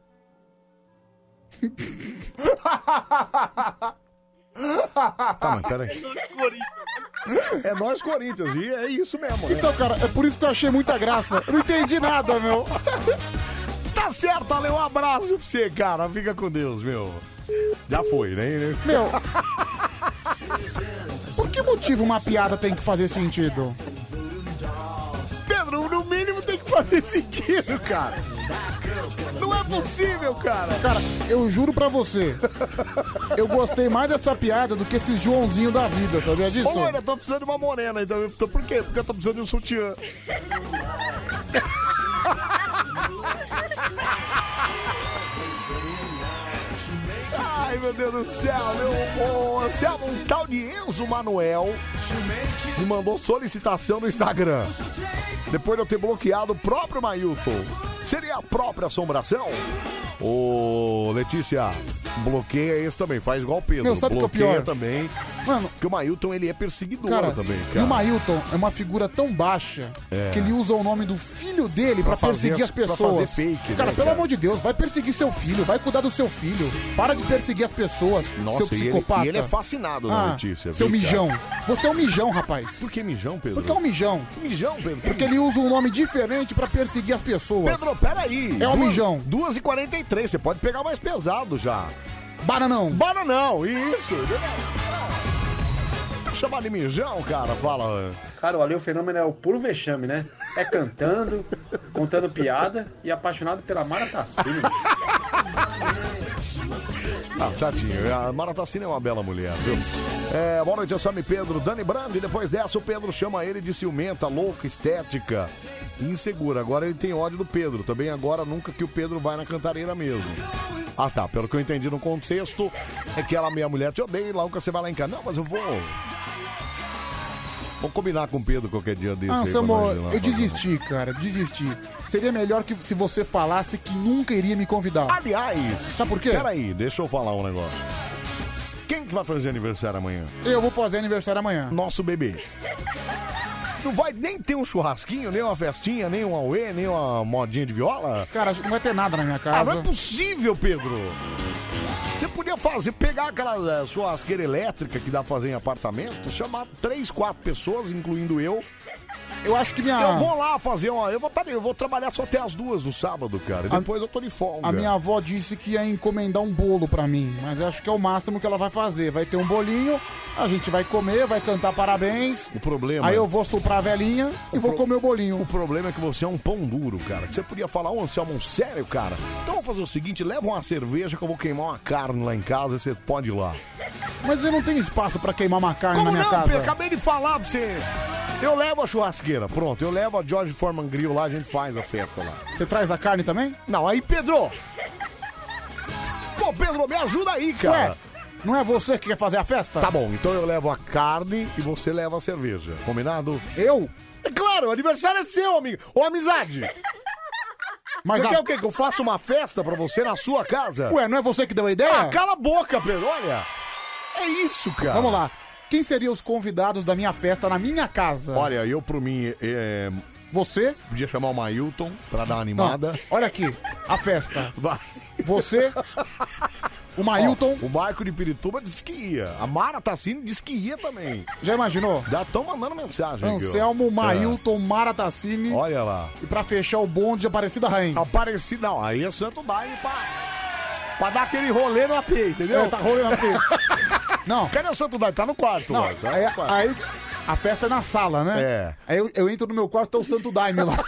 Tá, mas peraí. É nós, Corinthians, e é isso mesmo. Então, cara, é por isso que eu achei muita graça. Eu não entendi nada, meu. Tá certo, Ale, um abraço pra você, cara. Fica com Deus, meu. Já foi, né? Meu, por que motivo uma piada tem que fazer sentido? Pedro, no mínimo tem que fazer sentido, cara. Não é possível, cara. Cara, eu juro pra você, eu gostei mais dessa piada do que esse Joãozinho da vida, sabia disso? Ô, Loira, eu tô precisando de uma morena, então. Por quê? Porque eu tô precisando de um sutiã. Ai, meu Deus do céu, meu Anselmo, um tal de Enzo Manuel me mandou solicitação no Instagram. Depois de eu ter bloqueado o próprio Mailton. Seria a própria assombração? Ô, Letícia, bloqueia esse também, faz igual o Pedro. Meu, sabe o que é o pior? Também. Mano, que o Mailton, ele é perseguidor cara, também, e cara. o Mailton é uma figura tão baixa que ele usa o nome do filho dele pra perseguir as pessoas. Pra fazer fake, cara, né, pelo amor de Deus, vai perseguir seu filho, vai cuidar do seu filho. Para de perseguir as pessoas, Nossa, seu psicopata. E ele é fascinado na notícia. Seu viu, mijão. cara? Você é um mijão, rapaz. Por que mijão, Pedro? Porque é um mijão. Que mijão, Pedro? Porque ele usa um nome diferente pra perseguir as pessoas. Pedro, peraí. É um mijão. 2h43, você pode pegar mais pesado já. Bananão. Bananão, isso. Chamar de mijão, cara, fala. Cara, ali o fenômeno é o puro vexame, né? É cantando, contando piada e apaixonado pela Mara Tassini. Ah, tadinho, a Mara Tassini é uma bela mulher, viu? Boa noite, eu sou o Pedro, Dani Brandi. Depois dessa, o Pedro chama ele de ciumenta, louca, estética e insegura. Agora ele tem ódio do Pedro. Também agora, nunca que o Pedro vai na cantareira mesmo. Ah, tá, pelo que eu entendi no contexto, é que ela, minha mulher, te odeia e logo você vai lá em casa. Não, mas eu vou combinar com o Pedro qualquer dia desse. Ah, aí, Samuel, lá, eu desisti, cara, desisti. Seria melhor que se você falasse que nunca iria me convidar. Aliás, sabe por quê? Peraí, deixa eu falar um negócio. Quem que vai fazer aniversário amanhã? Eu vou fazer aniversário amanhã. Nosso bebê. Não vai nem ter um churrasquinho, nem uma festinha, nem um auê, nem uma modinha de viola? Cara, não vai ter nada na minha casa. Ah, não é possível, Pedro. Você podia pegar aquela churrasqueira elétrica que dá pra fazer em apartamento, chamar 3, 4 pessoas, incluindo eu. Eu acho que Eu vou lá fazer uma... Eu vou trabalhar só até as 2 no sábado, cara. E depois eu tô de folga. A minha avó disse que ia encomendar um bolo pra mim, mas eu acho que é o máximo que ela vai fazer. Vai ter um bolinho, a gente vai comer, vai cantar parabéns. O problema... Aí eu vou soprar a velhinha e vou comer o bolinho. O problema é que você é um pão duro, cara. Que você podia falar, Anselmo, sério, cara? Então vamos fazer o seguinte, leva uma cerveja que eu vou queimar uma carne lá em casa e você pode ir lá. Mas eu não tenho espaço pra queimar uma carne Como na minha não, casa. Pedro? Acabei de falar pra você. Eu levo a churrasqueira, pronto. Eu levo a George Foreman Grill lá, a gente faz a festa lá. Você traz a carne também? Não, aí, Pedro! Pô, Pedro, me ajuda aí, cara. Ué, não é você que quer fazer a festa? Tá bom, então eu levo a carne e você leva a cerveja. Combinado? Eu? É claro, o aniversário é seu, amigo. Ô, amizade! Mas você quer o quê? Que eu faça uma festa pra você na sua casa? Ué, não é você que deu a ideia? Ah, cala a boca, Pedro, olha. É isso, cara. Vamos lá. Quem seriam os convidados da minha festa na minha casa? Olha, eu por mim... Você? Podia chamar o Mailton pra dar uma animada. Não, olha aqui, a festa. Vai. Você, o Mailton... Ó, o Marco de Pirituba disse que ia. A Mara Tassini disse que ia também. Já imaginou? Já estão mandando mensagem aqui, ó. Anselmo, Mailton, Mara Tassini. Olha lá. E pra fechar o bonde de Aparecida Rainha. Aparecida, não. Aí é Santo Daime pra dar aquele rolê no AP, entendeu? Tá rolê no AP. Não. Cadê o Santo Daime? Tá no quarto. Não, lá, tá no quarto. Aí a festa é na sala, né? É. Aí eu entro no meu quarto, tá o Santo Daime lá.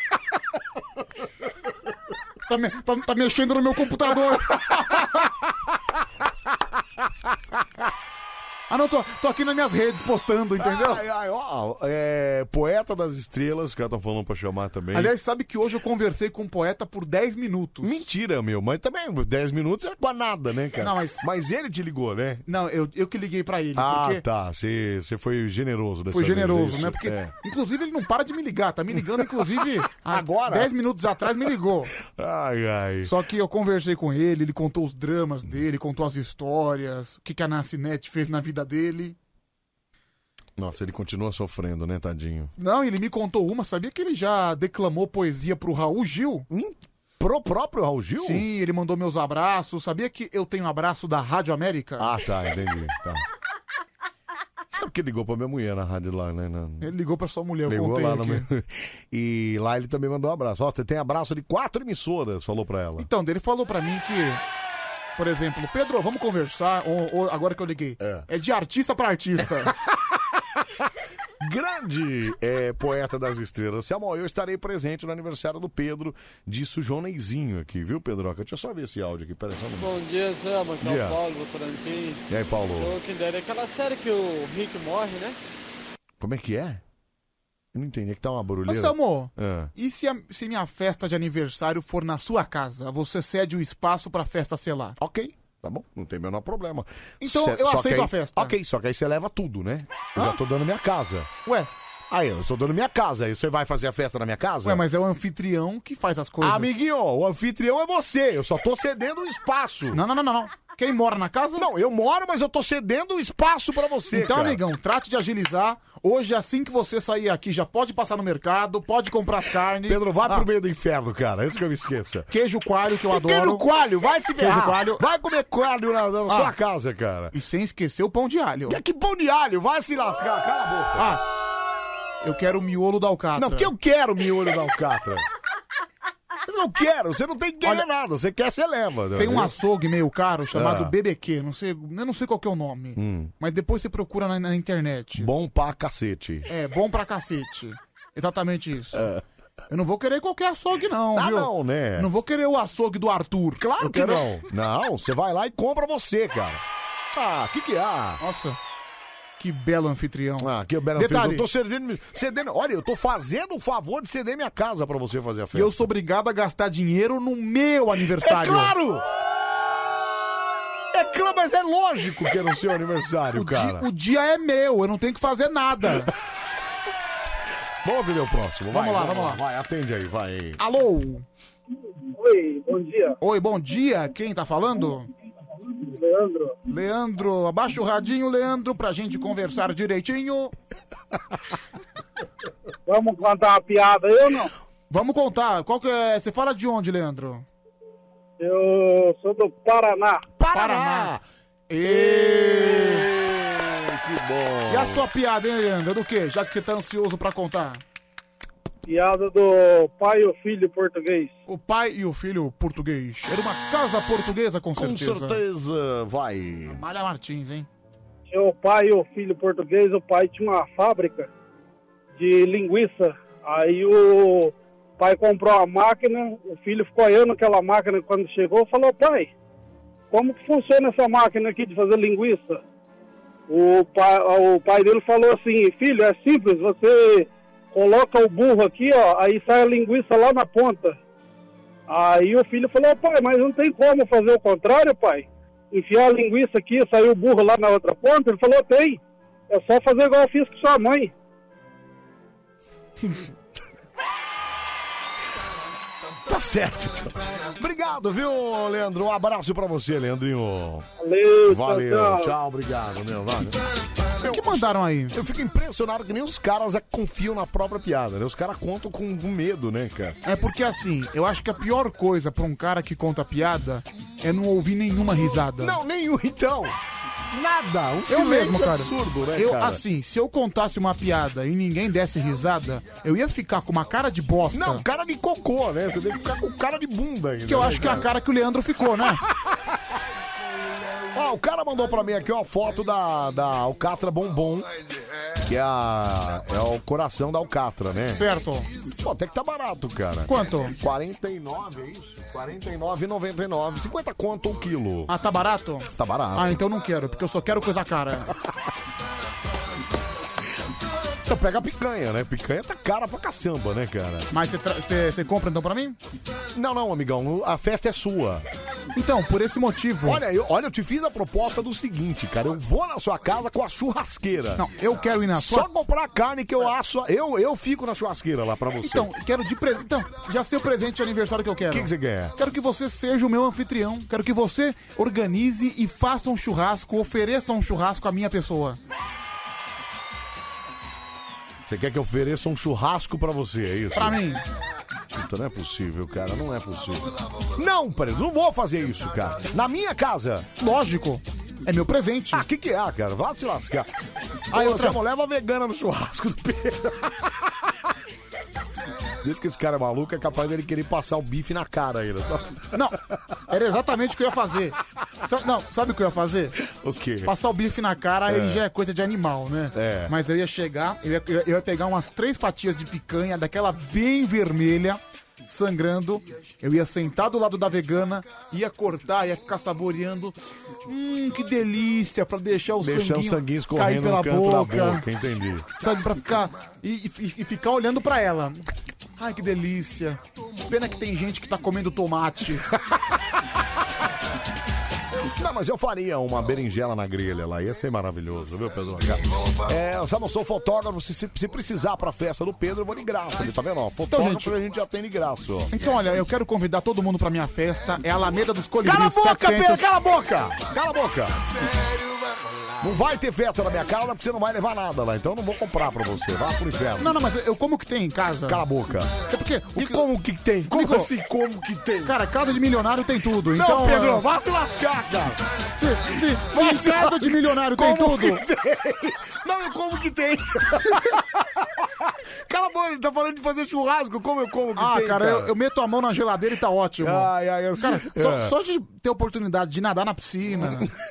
tá mexendo no meu computador. Ah, não, tô aqui nas minhas redes postando, entendeu? Poeta das Estrelas, os caras estão falando pra chamar também. Aliás, sabe que hoje eu conversei com um poeta por 10 minutos. Mentira, meu, mas também 10 minutos é quase nada, né, cara? Não, mas ele te ligou, né? Não, eu que liguei pra ele. Ah, porque... tá, você foi generoso dessa Foi generoso, vez, né? Porque, inclusive, ele não para de me ligar. Tá me ligando, inclusive, agora. 10 minutos atrás me ligou. Ai. Só que eu conversei com ele contou os dramas dele, contou as histórias, o que a Nascinete fez na vida dele. Nossa, ele continua sofrendo, né, tadinho? Não, ele me contou uma, sabia que ele já declamou poesia pro Raul Gil? Pro próprio Raul Gil? Sim, ele mandou meus abraços. Sabia que eu tenho um abraço da Rádio América? Ah, tá, entendi. Tá. Sabe que ligou pra minha mulher na rádio lá, né? Ele ligou pra sua mulher, ligou eu contei lá aqui. E lá ele também mandou um abraço. Ó, você tem abraço de 4 emissoras, falou pra ela. Então, ele falou pra mim que, por exemplo, Pedro, vamos conversar, ou agora que eu liguei, é de artista pra artista. Grande poeta das estrelas. Selma, eu estarei presente no aniversário do Pedro, disse o João Neizinho aqui, viu, Pedroca? Deixa eu só ver esse áudio aqui, peraí só um minuto. Bom dia, Selma, que é o Paulo do Franquim. E aí, Paulo? É aquela série que o Rick morre, né? Como é que é? Eu não entendi, é que tá uma barulheira. Ô, Selmo, e se minha festa de aniversário for na sua casa? Você cede o espaço pra festa ser lá? Ok. Tá bom, não tem o menor problema. Então eu aceito a festa. Ok, só que aí você leva tudo, né? Eu já tô dando minha casa. Ué? Aí, eu estou dando minha casa. Aí você vai fazer a festa na minha casa? Ué, mas é o anfitrião que faz as coisas. Amiguinho, o anfitrião é você. Eu só tô cedendo o espaço. Não. Quem mora na casa? Não, eu moro, mas eu tô cedendo o espaço pra você, Então, cara. amigão, trate de agilizar. Hoje, assim que você sair aqui, já pode passar no mercado, pode comprar as carnes. Pedro, vai pro meio do inferno, cara, antes que eu me esqueça. Queijo coalho, que eu adoro. Queijo coalho, vai se ferrar. Queijo coalho. Vai comer coalho na sua casa, cara. E sem esquecer o pão de alho. Que pão de alho? Vai se lascar, cala a boca. Eu quero o miolo da alcatra. Não, que eu quero o miolo da alcatra. Eu não quero, você não tem que querer nada. Você quer, você leva. Tem um açougue meio caro chamado BBQ, eu não sei qual que é o nome. Mas depois você procura na internet. Bom pra cacete. É, bom pra cacete. Exatamente isso. Eu não vou querer qualquer açougue, não, viu? Não, né? Não vou querer o açougue do Arthur. Claro que não. Não, você vai lá e compra você, cara. Que há? Nossa. Que belo anfitrião. Que belo Detalhe. anfitrião. Eu tô cedendo. Olha, eu tô fazendo o favor de ceder minha casa pra você fazer a festa. E eu sou obrigado a gastar dinheiro no meu aniversário. É claro! É claro, mas é lógico que é no seu aniversário, cara. O dia é meu, eu não tenho que fazer nada. Vamos atender o próximo. Vamos lá. Vai, atende aí, vai. Alô? Oi, bom dia. Oi, bom dia. Quem tá falando? Leandro, abaixa o radinho, Leandro, pra gente conversar direitinho. Vamos contar uma piada aí ou não? Vamos contar. Qual que é? Você fala de onde, Leandro? Eu sou do Paraná. Paraná. Que bom. E a sua piada, hein, Leandro? Do quê? Já que você tá ansioso pra contar. Piada do pai e o filho português. O pai e o filho português. Era uma casa portuguesa, com certeza. Com certeza, vai. Malha Martins, hein? Tinha o pai e o filho português. O pai tinha uma fábrica de linguiça. Aí o pai comprou a máquina. O filho ficou olhando aquela máquina quando chegou. Falou: pai, como que funciona essa máquina aqui de fazer linguiça? O pai dele falou assim: filho, é simples, você coloca o burro aqui, ó, aí sai a linguiça lá na ponta. Aí o filho falou: pai, mas não tem como fazer o contrário, pai? Enfiar a linguiça aqui e sair o burro lá na outra ponta? Ele falou: tem. É só fazer igual eu fiz com sua mãe. Tá certo. Obrigado, viu, Leandro? Um abraço pra você, Leandrinho. Valeu. Tchau, obrigado, meu. Valeu. O que mandaram aí? Eu fico impressionado que nem os caras confiam na própria piada, né? Os caras contam com medo, né, cara? É porque assim, eu acho que a pior coisa pra um cara que conta piada é não ouvir nenhuma risada. Não, nenhum, então. Nada, um Eu silêncio mesmo, cara. absurdo, né, eu, cara? assim, se eu contasse uma piada e ninguém desse risada, eu ia ficar com uma cara de bosta. Não, cara de cocô, né? Você deve ficar com cara de bunda ainda. Que eu né, acho que é a cara? cara que o Leandro ficou, né? Ó, o cara mandou pra mim aqui uma foto da Alcatra Bombom, que é o coração da Alcatra, né? Certo. Pô, até que tá barato, cara. Quanto? 49, é isso? 49,99. 50 conto um quilo. Ah, tá barato? Tá barato. Ah, então não quero, porque eu só quero coisa cara. Então pega a picanha, né? Picanha tá cara pra caçamba, né, cara? Mas você compra então pra mim? Não, amigão, a festa é sua. Então, por esse motivo... Olha, eu te fiz a proposta do seguinte, cara, eu vou na sua casa com a churrasqueira. Não, eu quero ir na sua... Só comprar a carne que eu asso, eu fico na churrasqueira lá pra você. Então, quero de presente... Então, já sei o presente de aniversário que eu quero. O que você quer? Quero que você seja o meu anfitrião. Quero que você organize e faça um churrasco, ofereça um churrasco à minha pessoa. Você quer que eu ofereça um churrasco pra você, é isso? Pra mim. Puta, não é possível, cara, não é possível. Não, Preso, não vou fazer isso, cara. Na minha casa. Lógico. É meu presente. Ah, que é, cara? Vá se lascar. Aí Você não leva a vegana no churrasco do Pedro. Desde que esse cara é maluco, é capaz dele querer passar o bife na cara ainda. Não, era exatamente o que eu ia fazer. Sabe o que eu ia fazer? O quê? Passar o bife na cara aí já é coisa de animal, né? É. Mas eu ia chegar, eu ia pegar umas 3 fatias de picanha, daquela bem vermelha, sangrando. Eu ia sentar do lado da vegana, ia cortar, ia ficar saboreando. Que delícia, pra deixar o sanguinho escorrendo cair pela no canto boca. da boca, entendi. Sabe, pra ficar... E ficar olhando pra ela. Ai, que delícia. Pena que tem gente que tá comendo tomate. Não, mas eu faria uma berinjela na grelha lá, ia ser maravilhoso, viu, Pedro? Sabe, eu sou fotógrafo, se precisar pra festa do Pedro, eu vou de graça, tá vendo? Ó, fotógrafo gente, a gente já tem de graça, ó. Então, olha, eu quero convidar todo mundo pra minha festa, é a Alameda dos Colibris. Cala a boca, 700... Pedro, cala a boca! Cala a boca! Não vai ter festa na minha casa porque você não vai levar nada lá, então eu não vou comprar pra você, vá pro inferno. Não, mas eu como que tem em casa? Cala a boca. É porque... Como que tem? Como assim, como que tem? Cara, casa de milionário tem tudo, não, então... Pedro, vá se lascar, cara. Se em casa de milionário tem tudo... Não, como que tem? Cala a boca, ele tá falando de fazer churrasco, como que tem, cara, eu meto a mão na geladeira e tá ótimo. Cara, só de ter oportunidade de nadar na piscina...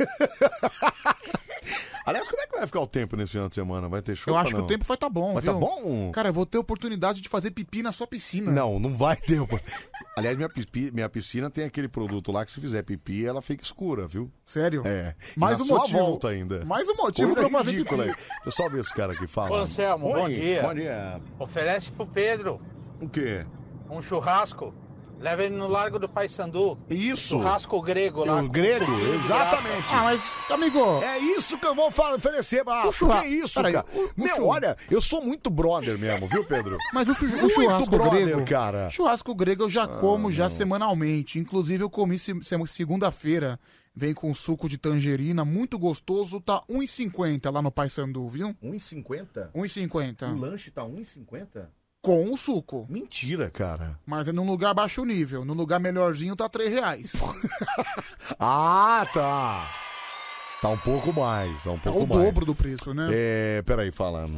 Aliás, como é que vai ficar o tempo nesse final de semana? Vai ter chuva? Eu acho que o tempo vai tá bom, Vai viu? tá bom? Cara, eu vou ter oportunidade de fazer pipi na sua piscina. Não vai ter. Aliás, minha piscina tem aquele produto lá que se fizer pipi, ela fica escura, viu? Sério? É. Mais um motivo. Volta ainda. Mais um motivo pra eu fazer pipi. Aí. Deixa eu só ver esse cara aqui fala. Ô, Anselmo, bom dia. Bom dia. Oferece pro Pedro o quê? Um churrasco. Leva ele no Largo do Paissandu. Isso. Churrasco grego lá. O grego, exatamente. Mas, amigo... É isso que eu vou oferecer. O churrasco. Que isso, cara? Olha, eu sou muito brother mesmo, viu, Pedro? Mas o churrasco brother, grego, cara. Churrasco grego eu já como semanalmente. Inclusive eu comi segunda-feira. Vem com suco de tangerina, muito gostoso. Tá R$1,50 lá no Paissandu, viu? R$1,50? R$1,50. O lanche tá R$1,50? Com o suco. Mentira, cara. Mas é num lugar baixo nível. No lugar melhorzinho tá R$3. Ah, tá. Tá um pouco mais. Tá o dobro do preço, né? Peraí, falando.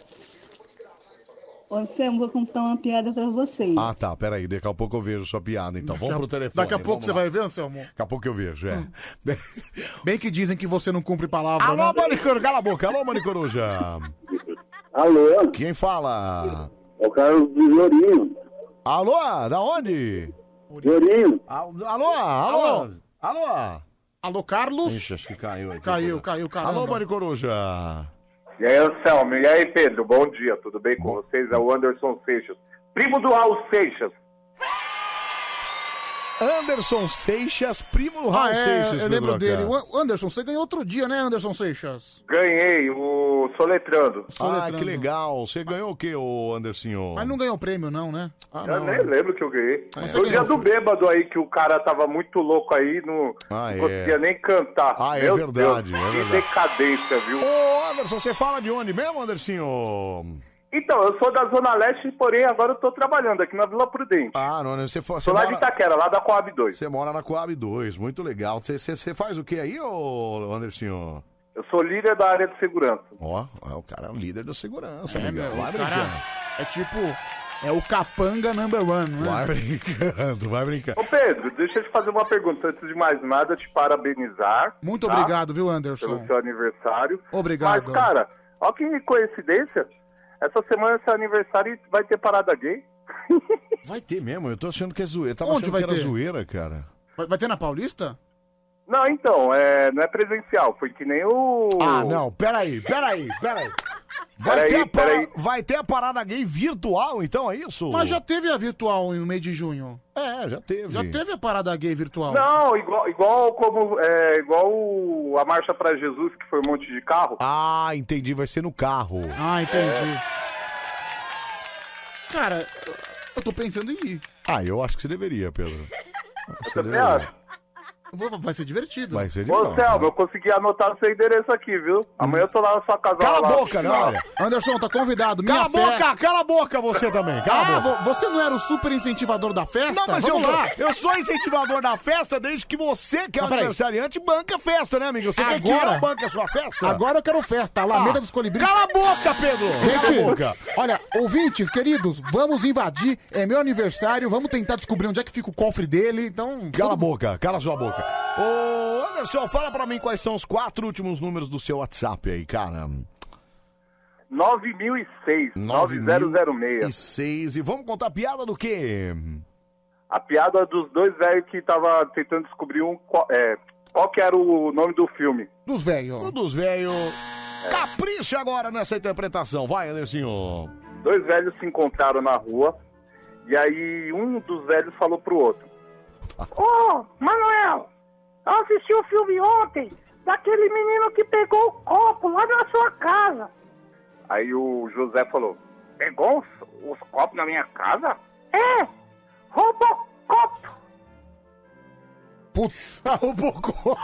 Ô, Anselmo, vou contar uma piada pra vocês. Ah, tá, peraí, daqui a pouco eu vejo sua piada, então. Vamos pro telefone. Daqui a pouco você vai ver, Anselmo? Daqui a pouco eu vejo, Bem que dizem que você não cumpre palavra, Alô, né? Maricoruja, cala a boca. Alô, Maricoruja. Alô? Quem fala? É o Carlos do Lourinho. Alô, da onde? Lourinho. Alô. Alô, Carlos? Ixi, acho que caiu aqui. Caiu, caramba. Alô, Maricoruja. E aí, Anselmo, e aí, Pedro, bom dia, tudo bem com vocês? É o Anderson Seixas, primo do Raul Seixas. Anderson Seixas, primo do Raul Seixas. Eu lembro dele. O Anderson, você ganhou outro dia, né, Anderson Seixas? Ganhei, o Soletrando. Ah, que legal. Você ganhou o quê, ô Andersinho? Mas não ganhou prêmio, não, né? Eu nem lembro que eu ganhei. Foi o dia do bêbado aí, que o cara tava muito louco aí, não conseguia nem cantar. Ah, Meu verdade, Deus, é verdade. Que decadência, viu? Ô, Anderson, você fala de onde mesmo, Andersinho? Então, eu sou da Zona Leste, porém agora eu tô trabalhando aqui na Vila Prudente. Ah, não, você Sou lá de Itaquera, lá da Coab 2. Você mora na Coab 2, muito legal. Você faz o que aí, ô Andersinho? Eu sou líder da área de segurança. Ó, o cara é um líder da segurança, meu, vai cara, é tipo... É o capanga number one, né? Vai brincando. Ô Pedro, deixa eu te fazer uma pergunta. Antes de mais nada, te parabenizar. Muito obrigado, viu, Anderson? Pelo seu aniversário. Obrigado. Mas, cara, ó que coincidência. Essa semana é seu aniversário e vai ter parada gay. Vai ter mesmo? Eu tô achando que é zoeira. Tava Onde achando vai que era ter? zoeira, cara. Vai ter na Paulista? Não, então, não é presencial. Foi que nem o... Ah, não. Peraí. Vai ter a parada gay virtual, então, é isso? Mas já teve a virtual no mês de junho. Já teve. Já teve a parada gay virtual. Não, igual a Marcha pra Jesus, que foi um monte de carro. Ah, entendi, vai ser no carro. Ah, entendi. Cara, eu tô pensando em ir. Eu acho que você deveria, Pedro. Eu também acho. Vai ser divertido. Vai ser Ô, divertido. Selma, eu consegui anotar o seu endereço aqui, viu? Amanhã eu tô lá na sua casa. Cala lá, a boca, lá. não. Anderson, tá convidado. Cala a boca você também. Cala a boca. Você não era o super incentivador da festa? Não, mas eu sou incentivador da festa desde que você, que é o aniversariante, banca a festa, né, amigo? Você quer que eu banque a sua festa? Agora eu quero festa. Alameda dos Colibris. Cala a boca, Pedro! Cala a boca! Olha, ouvintes, queridos, vamos invadir. É meu aniversário. Vamos tentar descobrir onde é que fica o cofre dele. Então. Cala a boca, cala a sua boca. Ô, Anderson, fala pra mim quais são os 4 últimos números do seu WhatsApp aí, cara. 9006. 9006. E vamos contar a piada do quê? A piada dos dois velhos que tava tentando descobrir qual que era o nome do filme. Dos velhos. O dos velhos. Capricha agora nessa interpretação. Vai, Andersinho. Dois velhos se encontraram na rua. E aí um dos velhos falou pro outro: Ô, Manuel, eu assisti o filme ontem daquele menino que pegou o copo lá na sua casa. Aí o José falou: pegou os copos na minha casa? É, roubou copo. Putz, roubou copo.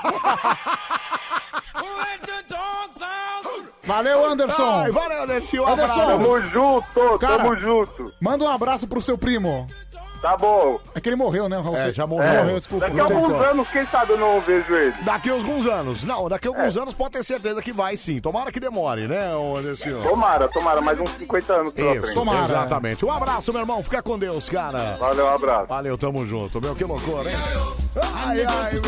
Valeu, Anderson. Valeu, Anderson. Tamo junto, tamo junto. Manda um abraço pro seu primo. Tá bom. É que ele morreu, né, Raul? Já morreu. Desculpa. Daqui a alguns anos, quem sabe eu não vejo ele. Daqui a alguns anos. Não, daqui a alguns anos pode ter certeza que vai sim. Tomara que demore, né, Anderson? Tomara, mais uns 50 anos pela frente. Tomara. Exatamente. Um abraço, meu irmão. Fica com Deus, cara. Valeu, um abraço. Valeu, tamo junto. Meu, que loucura, hein? Ai,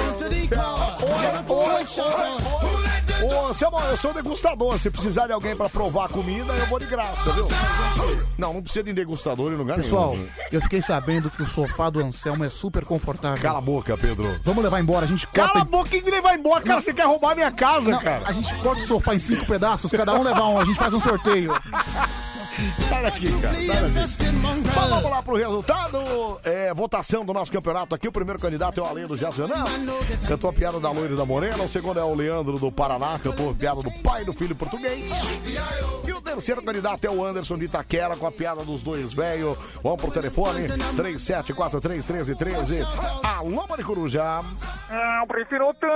Ô, Samuel, eu sou degustador. Se precisar de alguém pra provar a comida, eu vou de graça, viu? Não precisa de degustador em lugar Pessoal, nenhum. eu fiquei sabendo que o sofá do Anselmo é super confortável. Cala a boca, Pedro. Vamos levar embora, a gente corta... Cala a boca, quem levar embora? Cara, você quer roubar minha casa, cara. A gente corta o sofá em 5 pedaços, cada um levar um, a gente faz um sorteio. Sai daqui, cara. Sai daqui. Vamos lá pro resultado. Votação do nosso campeonato aqui. O primeiro candidato é o Ale do Jazanã. Cantou a piada da loira e da morena. O segundo é o Leandro do Paraná. Cantou a piada do pai do filho português. E o terceiro candidato é o Anderson de Itaquera com a piada dos dois velhos. Vamos pro telefone. 37431313. Alô, Maricoruja. Eu prefiro ter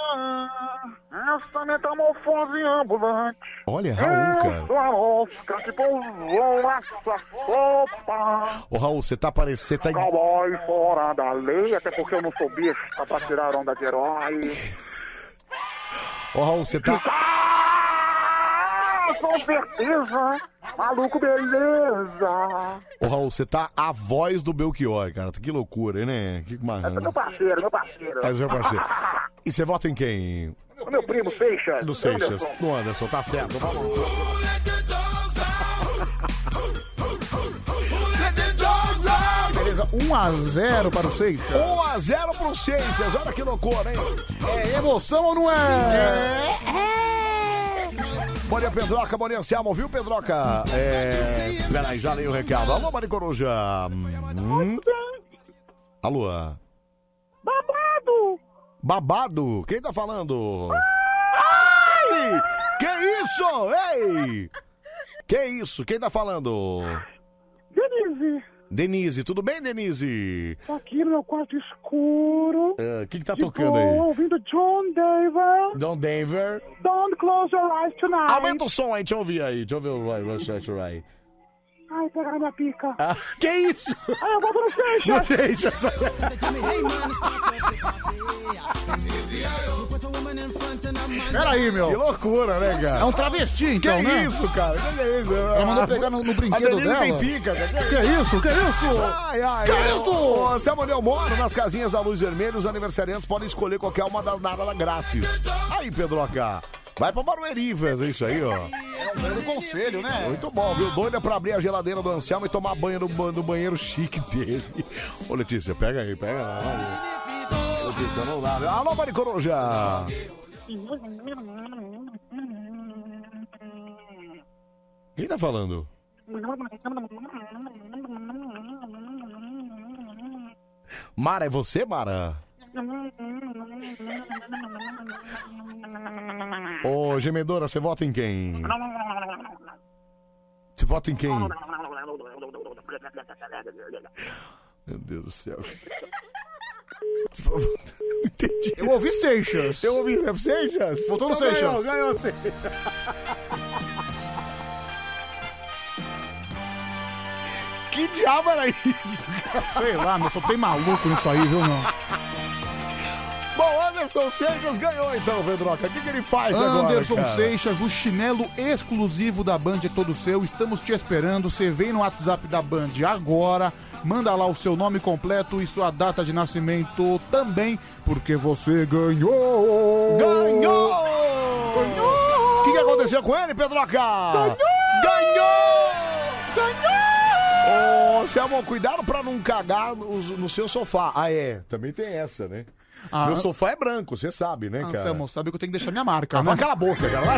essa metamorfose ambulante. Olha, Raul, cara. Eu sou a mosca que pousou essa sopa. Ô, Raul, você tá parecendo... Cowboy fora da lei, até porque eu não sou besta pra tirar onda de herói. Ô, Raul, você tá... Com certeza. Maluco, beleza. Ô, Raul, você tá a voz do Belchior, cara. Que loucura, né? Que marrão. Meu parceiro. É seu parceiro. E você vota em quem? O meu primo, Seixas. Do Seixas. Do Anderson, tá certo. Vamos. Beleza, 1-0 para o Seixas. 1-0 pro Seixas. Olha que loucura, hein? É emoção ou não é? Bom dia, Pedroca. Bom dia, Anselmo. Viu, Pedroca? Peraí, já leio o recado. Alô, Maricoruja. Alô. Babado? Quem tá falando? Ai! Que isso? Ei! Que isso? Quem tá falando? Denise, tudo bem, Denise? Tô aqui no meu quarto escuro. O que tá tocando aí? Ouvindo John Denver. John Denver. Don't close your eyes tonight. Aumenta o som aí, deixa eu ouvir aí. Deixa eu ver o Right. Ai, pegaram minha pica. Que isso? Ai, eu boto no Seixas. Peraí, meu. Que loucura, né, cara? É um travesti, então, que né? Isso, cara? Que isso? Ela mandou pegar no brinquedo dela. tem pica, cara. Que isso? Ai. Que isso? Se amanhã eu moro nas casinhas da Luz Vermelha, os aniversariantes podem escolher qualquer uma das nada grátis. Aí, Pedroca. Vai pra Barueri fazer isso aí, ó. É um grande conselho, né? Muito bom, viu? Doido é pra abrir a geladeira do Anselmo e tomar banho no banheiro chique dele. Ô, Letícia, pega aí, pega lá. Letícia, não dá. Alô, Maricoruja. Quem tá falando? Mara, é você, Mara? Ô, gemedora, você vota em quem? Você vota em quem? Meu Deus do céu. Entendi. Eu ouvi Seixas. Eu ouvi Seixas? Votou no Seixas. Ganhou Seixas. Que diabo era isso, cara? Sei lá, meu, só tem maluco nisso aí, viu, meu? Bom, Anderson Seixas ganhou então, Pedroca. O que ele faz agora, Anderson cara? Seixas, o chinelo exclusivo da Band é todo seu. Estamos te esperando. Você vem no WhatsApp da Band agora. Manda lá o seu nome completo e sua data de nascimento também, porque você ganhou! Ganhou! O que aconteceu com ele, Pedroca? Ganhou! Ô, Selma, cuidado pra não cagar no seu sofá. Ah, é. Também tem essa, né? Meu sofá é branco, você sabe, né, cara? Selma, sabe que eu tenho que deixar minha marca, né? Cala a boca, cara.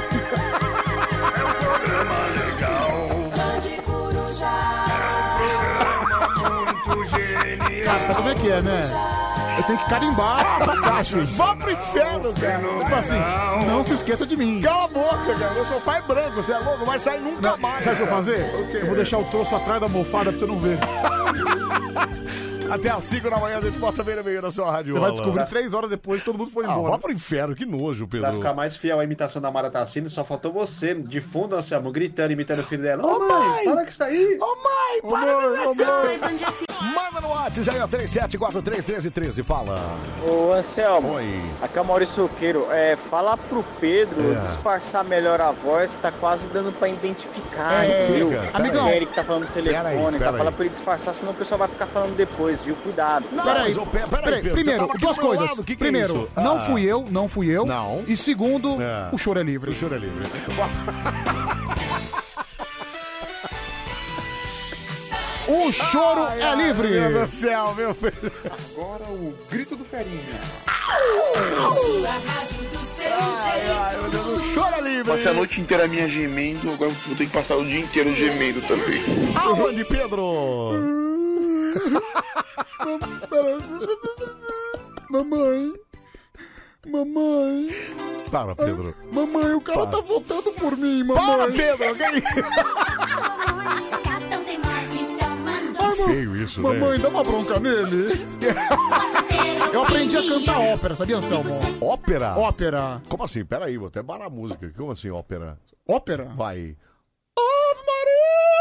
Cara, sabe como é que é, né? Eu tenho que carimbar a passagem. Vá pro inferno, cara. Tipo assim, não se esqueça de mim. Cala a boca, cara. Meu sofá é branco, você é louco, não vai sair nunca mais. Sabe o que eu vou fazer? Eu vou deixar o troço atrás da almofada pra você não ver. Até às 5 da manhã a gente bota bem no meio da sua rádio. Você vai descobrir 3 horas depois que todo mundo foi embora. Vá pro inferno, que nojo, Pedro. Pra ficar mais fiel à imitação da Mara Tassini, só faltou você, de fundo, Anselmo, gritando, imitando o filho dela. Ô, mãe, para com isso aí! Ô, mãe, para com isso aí! Manda no WhatsApp aí, ó, 37431313, fala. Ô, Anselmo, oi. Aqui é o Maurício Soqueiro. Fala pro Pedro disfarçar melhor a voz, tá quase dando pra identificar, viu? Amigão. O Eric tá falando no telefone, tá? Fala pra ele disfarçar, senão o pessoal vai ficar falando depois, viu? Cuidado. Peraí, primeiro, duas coisas. Primeiro, não fui eu. Não. E segundo, o choro é livre. O choro é livre. O choro é livre. Meu Deus do céu, meu filho. Agora o grito do Ferinha. Sua rádio do seu jeito. O choro é livre. Passei a noite inteira minha gemendo, agora vou ter que passar o dia inteiro gemendo também. Aonde, Pedro? Mamãe. Para, Pedro. Mamãe, o cara tá voltando por mim, mamãe. Para, Pedro. Feio isso, né? Mamãe, dá uma bronca nele. Eu aprendi a cantar ópera, sabia, Anselmo? Ópera? Ópera. Como assim? Peraí, vou até parar a música. Como assim, ópera? Ópera? Vai. Ave Maria!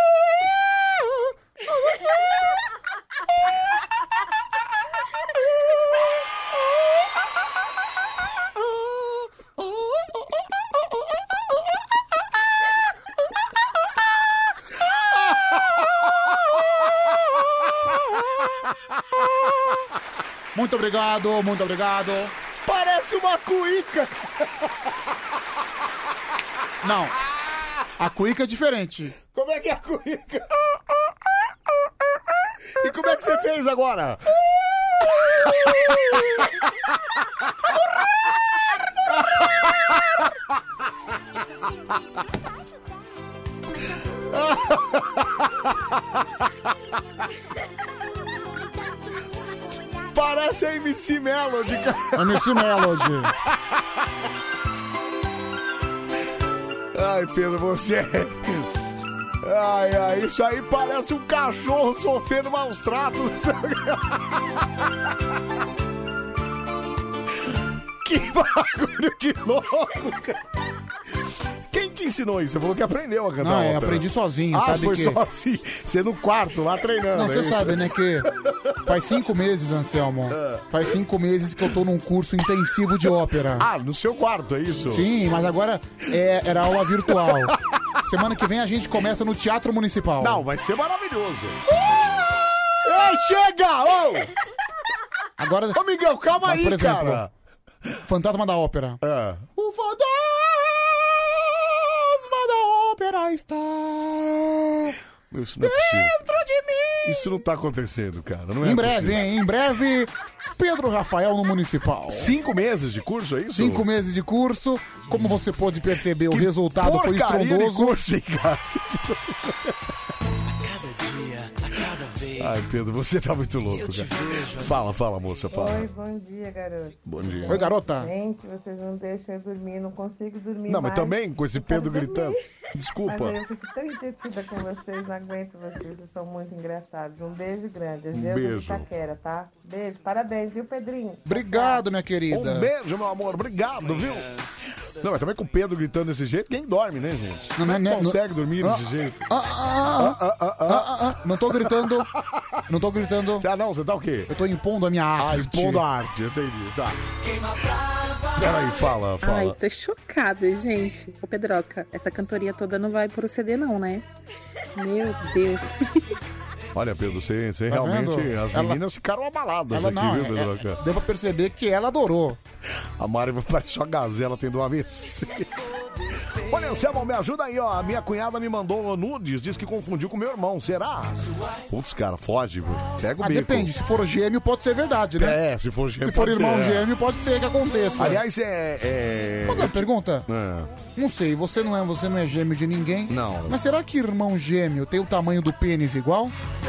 Muito obrigado, muito obrigado. Parece uma cuíca. Não, a cuíca é diferente. Como é que é a cuíca? E como é que você fez agora? Parece a MC Melody, cara. MC Melody. Ai, Pedro, você é... Ai, isso aí parece um cachorro sofrendo maus tratos. Que bagulho de louco, cara. Quem te ensinou isso? Você falou que aprendeu a cantar ópera. Aprendi sozinho, sabe? sabe Foi que... sozinho. Você no quarto, lá treinando. Não, você sabe, né, que faz 5 meses, Anselmo. Faz 5 meses que eu tô num curso intensivo de ópera. Ah, no seu quarto, é isso? Sim, mas agora era aula virtual. Semana que vem a gente começa no Teatro Municipal. Não, vai ser maravilhoso. Ei, chega! Ô! Agora... Ô, Miguel, calma mas, aí, por exemplo, cara. Fantasma da Ópera. O fantasma da ópera está Isso não é possível. dentro de mim. Isso não tá acontecendo, cara. Não é Em breve, possível. hein? Em breve Pedro Rafael no Municipal. 5 meses de curso, é isso? 5 meses de curso. Como você pôde perceber, o resultado foi estrondoso. De curso, hein, cara? Ai, Pedro, você tá muito louco, cara. Fala, moça, fala. Oi, bom dia, garoto. Bom dia. Oi, garota. Gente, vocês não deixam eu dormir, não consigo dormir Não, mas mais. também com esse Pedro gritando. Desculpa. Mas eu fico tão entretida com vocês, não aguento vocês são muito engraçados. Um beijo grande. Beijo. De Itaquera, tá? Beijo, parabéns, viu, Pedrinho? Obrigado, minha querida. Um beijo, meu amor, obrigado, viu? Não, mas também com o Pedro gritando desse jeito, quem dorme, né, gente? Não consegue dormir desse jeito. Não tô gritando. Não tô gritando. Ah, não, você tá o quê? Eu tô impondo a minha arte. Impondo a arte, entendi, tá. Peraí, fala. Ai, tô chocada, gente. Ô, Pedroca, essa cantoria toda não vai pro CD não, né? Meu Deus. Olha, Pedro, você Tá realmente... vendo? As meninas ficaram abaladas aqui, viu, Pedro? Deu pra perceber que ela adorou. A Mari parece uma gazela tendo um AVC. Olha, Anselmo, me ajuda aí, ó. A minha cunhada me mandou nudes, disse que confundiu com meu irmão. Será? Putz, cara, foge. Pega o bico. Depende, se for gêmeo pode ser verdade, né? É, se for gêmeo. Se for pode irmão ser, gêmeo, pode ser que aconteça. Aliás, Mas uma pergunta? Não sei, você não é gêmeo de ninguém. Não. Mas será que irmão gêmeo tem o tamanho do pênis igual?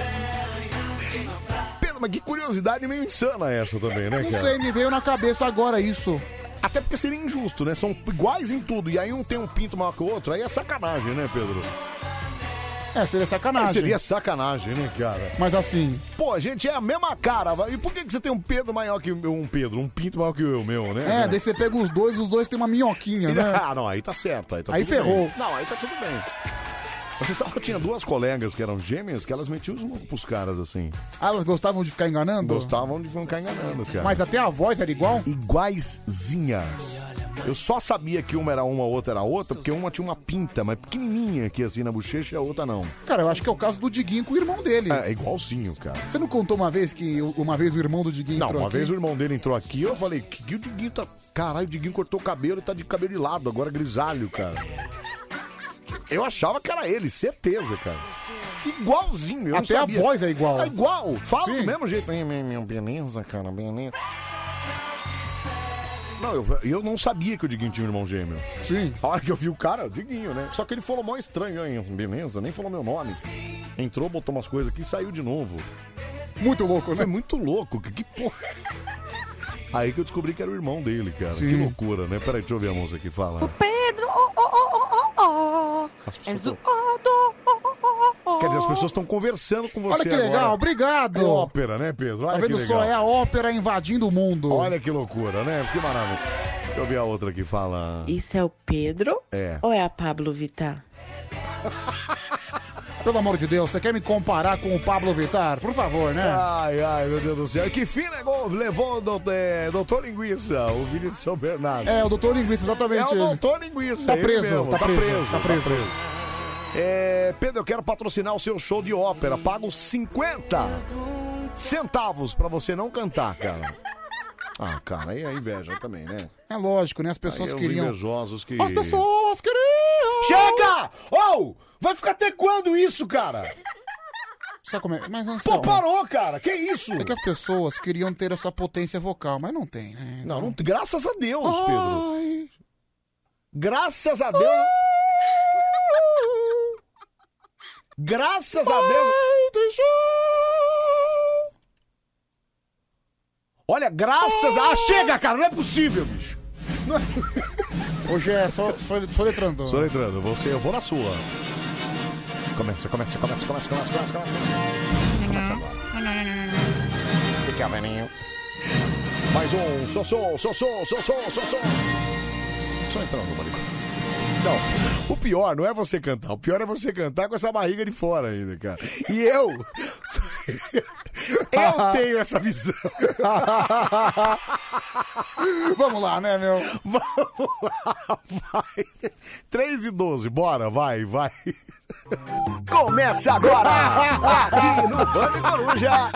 Pedro, mas que curiosidade meio insana essa também, né, Não cara? sei, me veio na cabeça agora isso. Até porque seria injusto, né? São iguais em tudo. E aí um tem um pinto maior que o outro. Aí é sacanagem, né, Pedro? Seria sacanagem. Seria sacanagem, né, cara? Mas assim... Pô, gente, é a mesma cara. E por que você tem um Pedro maior que um Pedro? Um pinto maior que o meu, né? Daí você pega os dois têm uma minhoquinha, né? Ah, não, aí tá certo. Aí tudo ferrou. bem. Não, aí tá tudo bem. Você sabe que eu tinha 2 colegas que eram gêmeas que elas metiam os loucos pros caras, assim. Ah, elas gostavam de ficar enganando? Gostavam de ficar enganando, cara. Mas até a voz era igual? Iguaizinhas. Eu só sabia que uma era uma, a outra era outra, porque uma tinha uma pinta, mas pequenininha aqui, assim, na bochecha, e a outra não. Cara, eu acho que é o caso do Diguinho com o irmão dele. É igualzinho, cara. Você não contou uma vez que o irmão do Diguinho entrou aqui? Não, uma vez o irmão dele entrou aqui, eu falei, que o Diguinho tá... Caralho, o Diguinho cortou o cabelo e tá de cabelo de lado, agora grisalho, cara. Eu achava que era ele, certeza, cara. Igualzinho, eu até não a voz é igual. É igual, fala Sim. do mesmo jeito. Beleza, cara, beleza. Não, eu não sabia que o Diguinho tinha um irmão gêmeo. Sim. A hora que eu vi o cara, o Diguinho, né? Só que ele falou mó estranho, hein? Beleza, nem falou meu nome. Entrou, botou umas coisas aqui e saiu de novo. Muito louco, né? Foi muito louco, que porra. Aí que eu descobri que era o irmão dele, cara. Sim. Que loucura, né? Peraí, deixa eu ver a moça aqui, fala. Pedro, és do Quer dizer, as pessoas estão conversando com você. Olha que legal, agora. obrigado. É ópera, né, Pedro? Olha Tá vendo que só? legal. É a ópera invadindo o mundo. Olha que loucura, né? Que maravilha. Deixa eu ver a outra aqui, fala. Isso é o Pedro? É. Ou é a Pablo Vittar? Pelo amor de Deus, você quer me comparar com o Pablo Vittar? Por favor, né? Ai, meu Deus do céu. Que fim levou o doutor Linguiça, o Vini de São Bernardo. É, o doutor Linguiça, exatamente. É o doutor Linguiça. Tá ele preso, mesmo, tá preso. Pedro, eu quero patrocinar o seu show de ópera. Pago 50 centavos pra você não cantar, cara. Ah, cara, aí é inveja também, né? É lógico, né? As pessoas aí queriam... Os invejosos que... As pessoas queriam... Chega! Vai ficar até quando isso, cara? Sabe como é? Mas, Anselmo, Pô, parou, cara! Que isso? É que as pessoas queriam ter essa potência vocal, mas não tem, né? Não, graças a Deus, Pedro. Graças a Deus. Graças a Deus. Olha, graças a... chega, cara, não é possível, bicho. Hoje é só letrando. Só letrando, eu vou na sua. Começa. Começa agora. Fica, velhinho. Mais um, sou. Só entrando, marico. Não, o pior não é você cantar, o pior é você cantar com essa barriga de fora ainda, cara. E eu tenho essa visão. Vamos lá, né, meu? Vamos lá, vai. 3 e 12, bora, vai. Começa agora, aqui no Bande Coruja.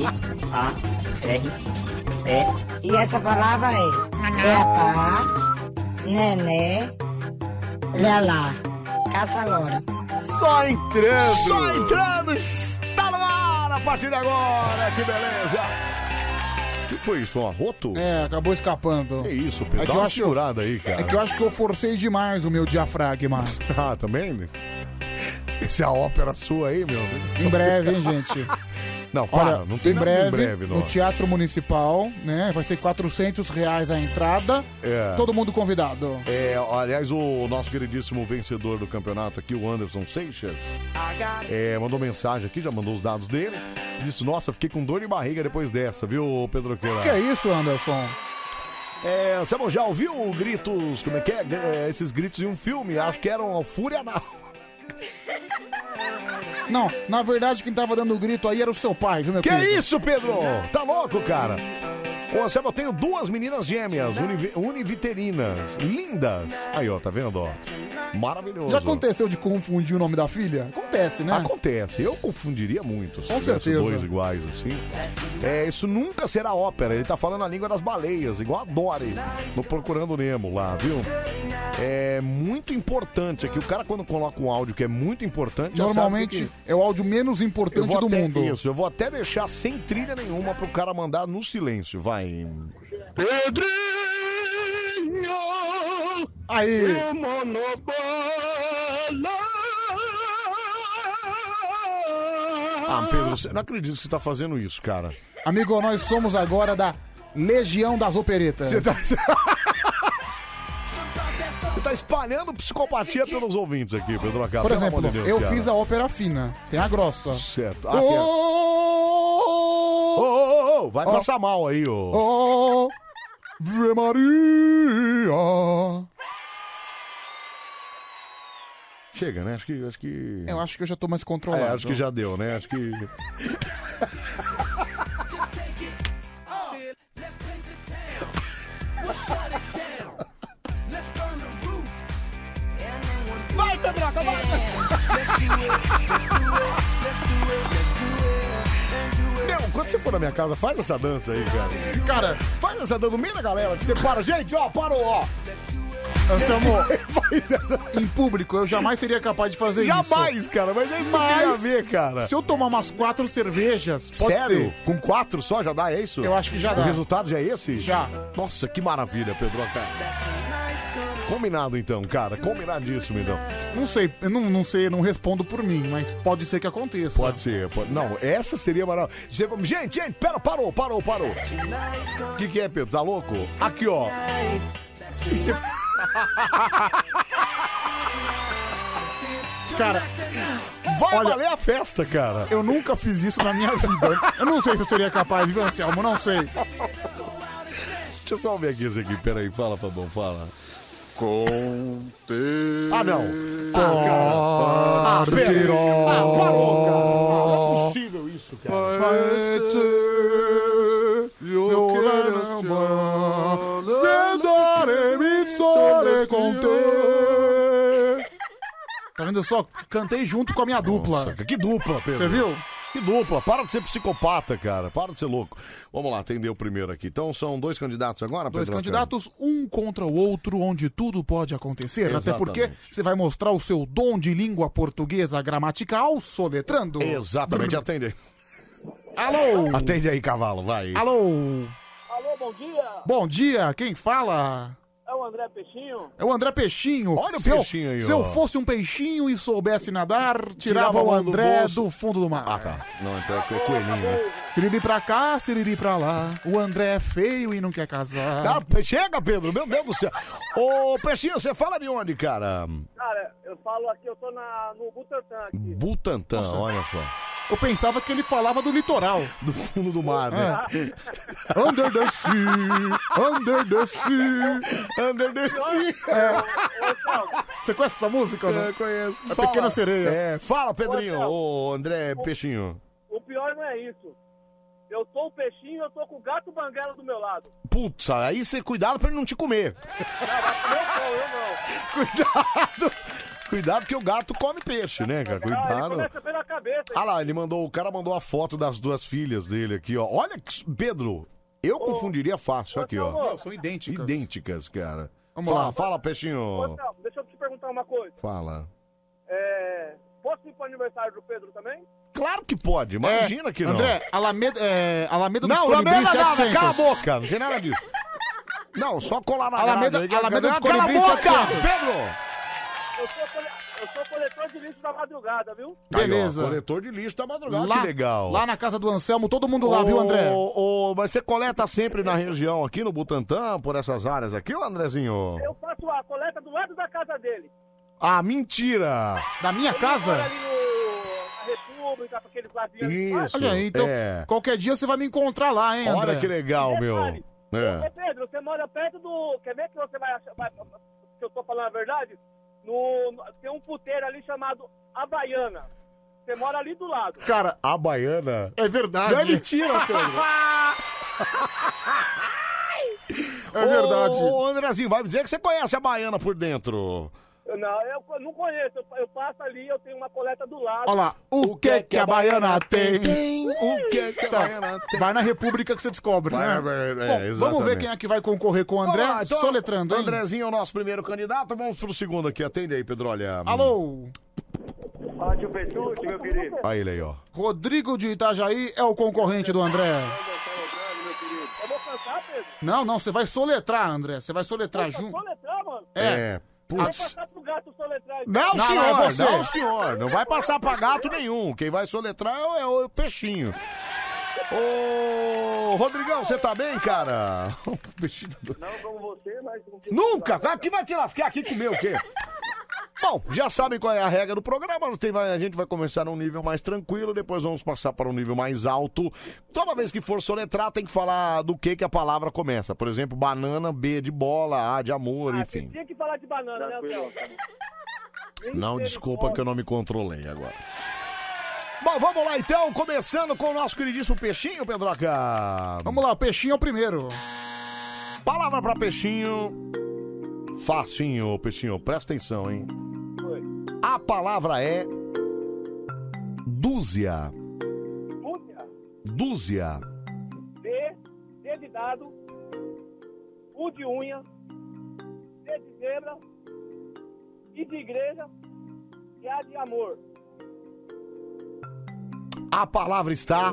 I-A-R-E. E essa palavra é pá, nené, lelá, caça-lora. Só entrando, está no ar a partir de agora, que beleza. O que foi isso? Um arroto? É, acabou escapando. Que isso, Pedro? É que Dá eu uma acho- segurada aí, cara. É que eu acho que eu forcei demais o meu diafragma. Ah, também? Essa é a ópera sua aí, meu? Em breve, hein, gente? Não, para, Olha, não tem em nada breve, em breve, não. no Teatro Municipal, né? Vai ser R$400 a entrada. É. Todo mundo convidado. É, aliás, o nosso queridíssimo vencedor do campeonato aqui, o Anderson Seixas, mandou mensagem aqui, já mandou os dados dele. Disse, nossa, fiquei com dor de barriga depois dessa, viu, Pedro Queira? Que é isso, Anderson? Você já ouviu gritos, como é que é? Esses gritos em um filme, acho que eram Fúria Anal. Não, na verdade, quem tava dando o grito aí era o seu pai, viu, meu Que querido? isso, Pedro? Tá louco, cara? Ô, Anselmo, eu tenho duas meninas gêmeas, univitérinas, lindas. Aí, ó, tá vendo, ó? Maravilhoso. Já aconteceu de confundir o nome da filha? Acontece, né? Acontece, eu confundiria muito se Com tivesse certeza. dois iguais assim. Isso nunca será ópera, ele tá falando a língua das baleias, igual a Dory no Procurando Nemo lá, viu? É muito importante aqui, o cara quando coloca um áudio que é muito importante... já Normalmente sabe é o áudio menos eu importante vou do até, mundo. Isso, eu vou até deixar sem trilha nenhuma pro cara mandar no silêncio, vai. Pedrinho! Aí! O Monobola! Ah, Pedro, você não acredito que você tá fazendo isso, cara. Amigo, nós somos agora da Legião das Operetas. Você tá espalhando psicopatia pelos ouvintes aqui, Pedro Acá. Por pelo exemplo, amor de Deus, eu cara. fiz a ópera fina, tem a grossa. Certo. Oh, vai passar mal aí, ô. Oh, Ave Maria. Chega, né? Acho que... Eu acho que eu já tô mais controlado. acho que já deu, né? Acho que... Vai, Pedroca, vai! Meu, quando você for na minha casa, faz essa dança aí, cara. Cara, faz essa dança no meio da galera, que você para. Gente, ó, parou, ó. Anselmo, em público eu jamais seria capaz de fazer isso. Jamais, cara, mas é isso que eu queria ver, cara. Se eu tomar umas 4 cervejas, pode Sério? ser. Com 4 só já dá, é isso? Eu acho que já dá. O resultado já é esse? Já. Nossa, que maravilha, Pedro. Combinado então, cara. Combinadíssimo então. Não sei, eu não sei, não respondo por mim, mas pode ser que aconteça. Pode ser. Não, essa seria maravilhosa. Gente, pera, parou. O que é, Pedro? Tá louco? Aqui, ó. E você... Cara, vai olha, valer a festa, cara. Eu nunca fiz isso na minha vida. Eu não sei se eu seria capaz, viu, Anselmo? Não sei. Deixa eu só ver aqui isso aqui. Peraí, fala, Fabão, fala. Conte. Ah, não. Ah, pera. Parou, cara. Não é possível isso, cara. Tá vendo só? Cantei junto com a minha dupla. Nossa, que dupla, Pedro. Você viu? Que dupla. Para de ser psicopata, cara. Para de ser louco. Vamos lá, atender o primeiro aqui. Então são 2 candidatos agora, Pedro? Dois candidatos, um contra o outro, onde tudo pode acontecer. Exatamente. Até porque você vai mostrar o seu dom de língua portuguesa gramatical soletrando. Exatamente, atende aí. Alô? Atende aí, cavalo, vai. Alô? Alô, bom dia. Bom dia, quem fala? É o André Peixinho. É o André Peixinho. Olha o Se eu- peixinho aí, Se ó. eu fosse um peixinho e soubesse nadar, tirava o a mão do André bolso. do fundo do mar. Ah, tá. Não, então é coelhinho, né? Siriri pra cá, siriri pra lá. O André é feio e não quer casar. Tá, chega, Pedro, meu Deus do céu. Ô, Peixinho, você fala de onde, cara? Cara, eu falo aqui, eu tô no Butantã aqui. Butantã, olha só. Eu pensava que ele falava do litoral. Do fundo do mar, né? Under the sea, under the sea, under the sea. Você conhece essa música? Não? Eu conheço. A Pequena Sereia. É, fala, Pedrinho. Ô, André Peixinho. O pior não é isso. Eu tô o peixinho, eu tô com o gato banguela do meu lado. Putz, aí você cuidado pra ele não te comer. Eu Cuidado. Cuidado que o gato come peixe, né, cara? não. Ele Cuidado. começa pela cabeça. Ah lá, o cara mandou a foto das 2 filhas dele aqui, ó. Olha, Pedro, eu confundiria fácil aqui, ó. Não, são idênticas. Idênticas, cara. Vamos fala, lá. Fala, Peixinho. Ô, Théo, deixa eu te perguntar uma coisa. Fala. Posso ir pro aniversário do Pedro também? claro que pode. Imagina que não. André, Alameda dos Não, Colibrís, Alameda nada, 700. cala a boca, não tem nada disso. Não, só colar na Alameda grade. dos Cala a Colibrís, boca, 700. Pedro! Eu sou coletor de lixo da madrugada, viu? Beleza. Aí, ó, coletor de lixo da madrugada, Lá- que legal. Lá na casa do Anselmo, todo mundo lá, viu, André? Mas você coleta sempre na região aqui no Butantã, por essas áreas aqui, ô Andrezinho? Eu faço a coleta do lado da casa dele. Ah, mentira! Da minha Ele casa? mora ali na República, com aquele avião. Isso. Olha aí, então, é. qualquer dia você vai me encontrar lá, hein, André? Olha que legal, meu. Ô, É. Pedro, você mora perto do... Quer ver que você vai achar... que eu tô falando a verdade? Tem um puteiro ali chamado Havaiana. Você mora ali do lado. Cara, a baiana... É verdade. Não é mentira, Pedro. É verdade. Ô, Andrezinho, vai dizer que você conhece a baiana por dentro. Eu não conheço. Eu passo ali, eu tenho uma coleta do lado. Olha lá, o que a baiana tem? O que a baiana tem? Vai na República que você descobre, né? Bom, vamos exatamente. ver quem é que vai concorrer com o André, Vamos lá, então, soletrando, hein? Andrezinho é o nosso primeiro candidato, vamos pro segundo aqui. Atende aí, Pedro, olha. Alô? Ótimo, Petrucci, meu querido. Olha ele aí, ó. Rodrigo de Itajaí é o concorrente do André. Eu vou cantar, Pedro? Não, você vai soletrar, André. Você vai soletrar junto. Soletrar, mano? É, Vai putz. passar pro gato soletrar. Não, Não, senhor, é você. não, senhor. Não vai passar pra gato nenhum. Quem vai soletrar é o peixinho. Ô, Rodrigão, você tá bem, cara? O peixinho tá doido. Não como você, mas... Nunca! Aqui vai te lascar, aqui comer o quê? Bom, já sabem qual é a regra do programa. A gente vai começar num nível mais tranquilo, depois vamos passar para um nível mais alto. Toda vez que for soletrar, tem que falar do que a palavra começa. Por exemplo, banana, B de bola, A de amor, enfim. Tinha que falar de banana, né, Anselmo? Não, desculpa que eu não me controlei agora. Bom, vamos lá então, começando com o nosso queridíssimo peixinho, Pedroca. Vamos lá, o peixinho é o primeiro. Palavra pra peixinho. Facinho, peixinho, presta atenção, hein? Oi. A palavra é dúzia. Dúzia. D de dado, U de unha, Z de zebra, I de igreja e A de amor. A palavra está...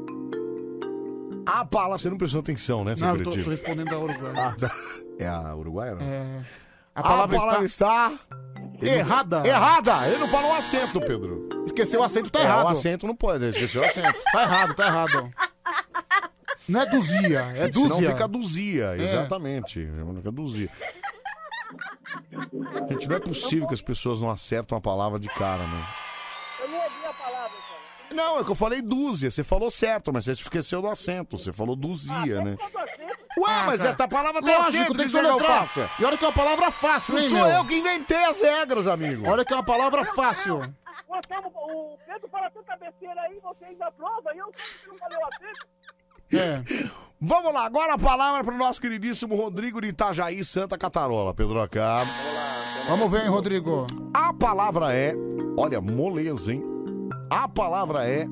A palavra... Você não prestou atenção, né, Não, eu secretivo? tô respondendo a Uruguai. É a uruguaia, não? É... A palavra está... Errada. Errada! Ele não falou o acento, Pedro. Esqueceu o acento, tá O errado. acento não pode, esqueceu o acento. Tá errado. Não é dúzia, é dúzia. Senão fica dúzia, É. exatamente. Fica dúzia. Gente, não é possível que as pessoas não acertam a palavra de cara, né? Eu não ouvi a palavra, cara. Não, é que eu falei dúzia. Você falou certo, mas você esqueceu do acento. Você falou dúzia, né? Ué, mas cara. a palavra tem Lógico, acento, tem que dizer eu soletrar. faço. E olha que é uma palavra fácil, Não hein, sou meu? eu que inventei as regras, amigo. Olha que é uma palavra fácil. O Pedro fala tanta besteira aí, você ainda prova e eu sei que não falei o acento. É. Vamos lá, agora a palavra para o nosso queridíssimo Rodrigo de Itajaí, Santa Catarina, Pedroca. Vamos ver, hein, Rodrigo. A palavra é... Olha, moleza, hein? A palavra é...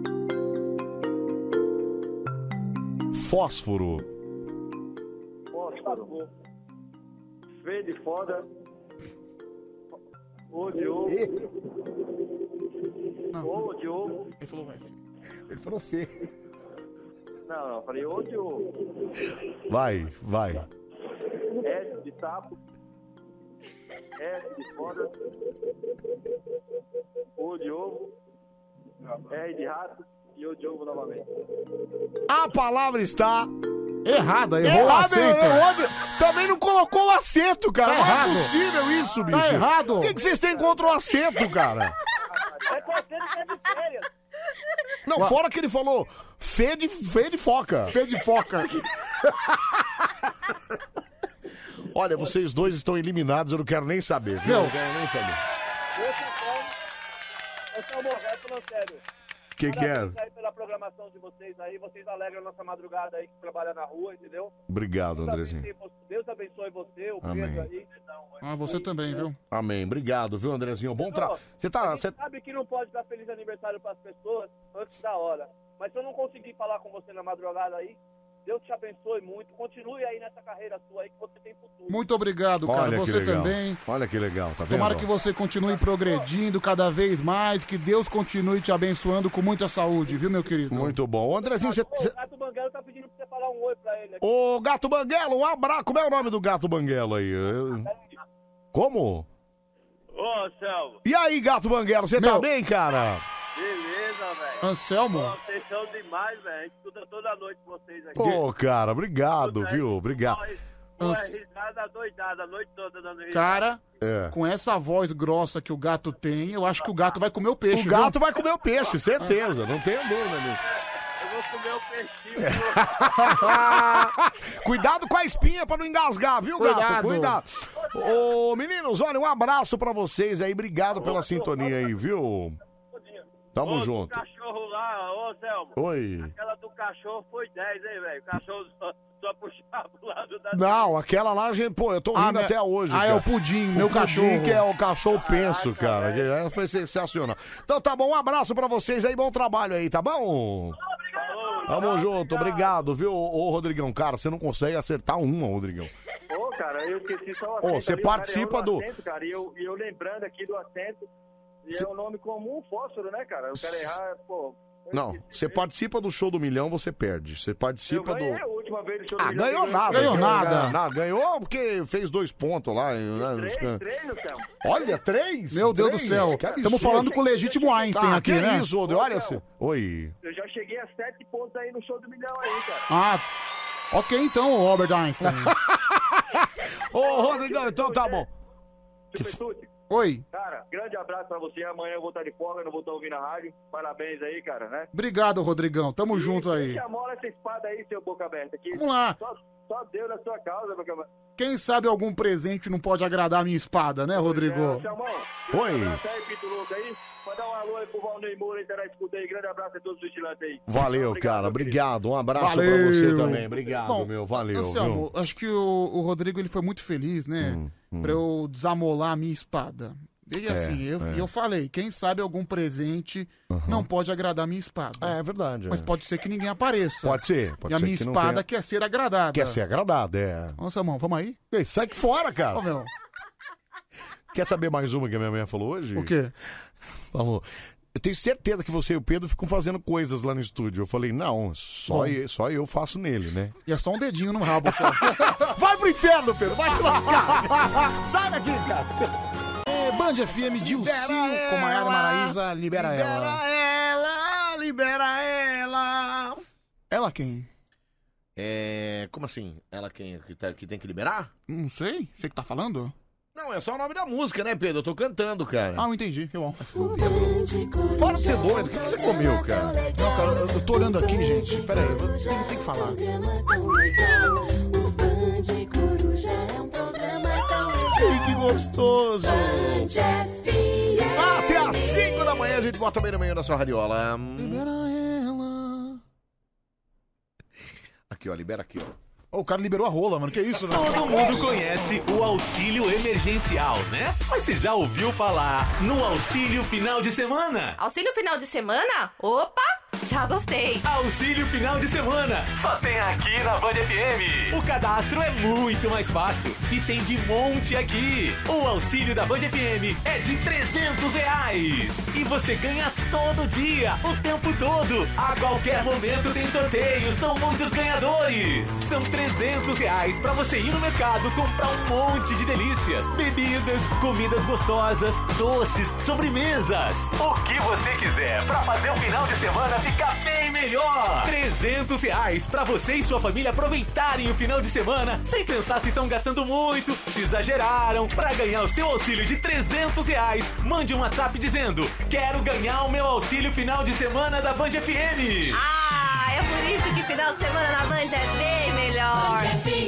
Fósforo. Fósforo. V de foda. O de ovo. O de ovo. Ele falou, vai. Ele falou feio. Não, falei o de ovo. Vai. S de sapo. S de foda. O de ovo. R de rato. E o de ovo novamente. A palavra está... Errada, errou o acento. Também não colocou o acento, cara. Tá Não errado. é possível isso, bicho. Tá errado. O que vocês têm contra o acento, cara? É que o acento é de férias. Não, fora que ele falou fê de foca. Fê de foca. Olha, vocês dois estão eliminados, eu não quero nem saber, viu? Meu. Eu não quero nem saber. Eu sou vai falando sério. Que é? Parabéns aí pela programação de vocês aí. Vocês alegram a nossa madrugada aí que trabalha na rua, entendeu? Obrigado, Andrezinho. Deus abençoe você, o Amém. Pedro aí. Ah, você também, viu? Amém. Obrigado, viu, Andrezinho? Bom trabalho. Você tá... Você sabe que não pode dar feliz aniversário pras pessoas antes da hora. Mas se eu não conseguir falar com você na madrugada aí, Deus te abençoe muito. Continue aí nessa carreira sua aí que você tem futuro. Muito obrigado, cara. Olha que Você legal. também. Olha que legal, tá vendo? Tomara que você continue progredindo cada vez mais, que Deus continue te abençoando com muita saúde, viu, meu querido? Muito bom. Andrezinho, você... O Gato Banguelo tá pedindo pra você falar um oi pra ele aqui. Ô, Gato Banguelo, um abraço. Como é o nome do Gato Banguelo aí? Como? Ô, Selmo. E aí, Gato Banguelo, você tá bem, cara? Beleza, velho. Anselmo? Pô, vocês são demais, velho. A gente escuta toda noite vocês aqui. Pô, cara, obrigado, viu? Obrigado. Pô, é risada doidada, a noite toda dando risada. Cara, É. com essa voz grossa que o gato tem, eu acho que o gato vai comer o peixe. O gato vai comer o peixe, certeza, não tenha dúvida, meu. Eu vou comer o peixinho. Cuidado com a espinha pra não engasgar, viu, gato? Cuidado. Ô, meninos, olha, um abraço pra vocês aí. Obrigado pela sintonia aí, viu? Tamo Ô, junto. Do cachorro lá, ô, Selmo. Oi. Aquela do cachorro foi 10, hein, velho? O cachorro só puxava pro lado da... Não, aquela lá, gente, pô, eu tô rindo né? até hoje. Ah, cara. é o Pudim, meu Pudim, cachorro. que é o cachorro penso, cara. Que foi sensacional. Então tá bom, um abraço pra vocês aí, bom trabalho aí, tá bom? Tamo junto, obrigado, viu, ô Rodrigão? Cara, você não consegue acertar uma, Rodrigão. Ô, cara, eu esqueci só o Ô, acento você ali, participa cara, do- acento, cara, e eu lembrando aqui do acento, e é um nome comum, fósforo, né, cara? O cara errar, pô... Não, você participa do Show do Milhão, você perde. Você participa Eu ganhei do... a última vez do Show do Ah, Milhão, ganhou que nada. Ganhou nada. Ganhou porque fez 2 pontos lá. Três, Selmo. Olha, 3? Meu Deus do céu. Estamos falando com o legítimo Einstein aqui, que né? isso, Rodrigo? Olha assim. Oi. Eu já cheguei a 7 pontos aí no Show do Milhão aí, cara. Ah, ok então, Albert Einstein. Ô, Rodrigão, então tá bom. Oi. Cara, grande abraço pra você. Amanhã eu vou estar de folga, não vou estar ouvindo a rádio. Parabéns aí, cara, né? Obrigado, Rodrigão. Tamo junto aí. Deixa a mola essa espada aí, seu boca aberta. Que Vamos lá. Só Deus na sua causa, boca aberta. Quem sabe algum presente não pode agradar a minha espada, né, Rodrigo? Oi. Um abraço aí, Pito Louco aí. Mandar um alô aí pro Valnei Moura, aí, escuta aí. Grande abraço a todos os vigilantes aí. Valeu, cara. Obrigado. Um abraço Valeu. pra você também. Obrigado, Bom, meu. Valeu. Anselmo, Viu? acho que o Rodrigo ele foi muito feliz, né? Pra eu desamolar a minha espada. E assim, eu falei, quem sabe algum presente não pode agradar a minha espada. É verdade. Mas pode ser que ninguém apareça. Pode ser. E a minha que não espada tenha- quer ser agradada. Quer ser agradada, é. Nossa, mão, vamos aí? Ei, sai que fora, cara. Ô, meu. Quer saber mais uma que a minha mãe falou hoje? O quê? Falou. Eu tenho certeza que você e o Pedro ficam fazendo coisas lá no estúdio. Eu falei, não, Bom. só eu faço nele, né? E é só um dedinho no rabo só. Vai pro inferno, Pedro, vai te lascar. Sai daqui, cara. Band FM Dilcinho com Maiara Maraíza, libera ela. Libera ela. Ela quem? Como assim? Ela quem? Que tem que liberar? Não sei. Você que tá falando? Não, é só o nome da música, né, Pedro? Eu tô cantando, cara. Ah, eu entendi. Que bom. Para de ser doido. O que você comeu, cara? Não, cara, eu tô olhando aqui, gente. Pera aí, eu tenho que falar. Que gostoso. Até às 5 da manhã a gente bota bem no meio da sua radiola. Libera ela. Aqui, ó, libera aqui, ó. Ô, o cara liberou a rola, mano. Que isso, né? Todo mundo conhece o auxílio emergencial, né? Mas você já ouviu falar no auxílio final de semana? Auxílio final de semana? Opa, já gostei. Auxílio final de semana, só tem aqui na Band FM. O cadastro é muito mais fácil e tem de monte aqui. O auxílio da Band FM é de R$300 e você ganha todo dia, o tempo todo. A qualquer momento tem sorteio, são muitos ganhadores. São R$300 pra você ir no mercado comprar um monte de delícias, bebidas, comidas gostosas, doces, sobremesas. O que você quiser pra fazer o final de semana ficar bem melhor. R$300 pra você e sua família aproveitarem o final de semana sem pensar se estão gastando muito, se exageraram. Pra ganhar o seu auxílio de R$300, mande um WhatsApp dizendo: quero ganhar o meu auxílio final de semana da Band FM. Ah, é por isso que final de semana na Band é bem melhor.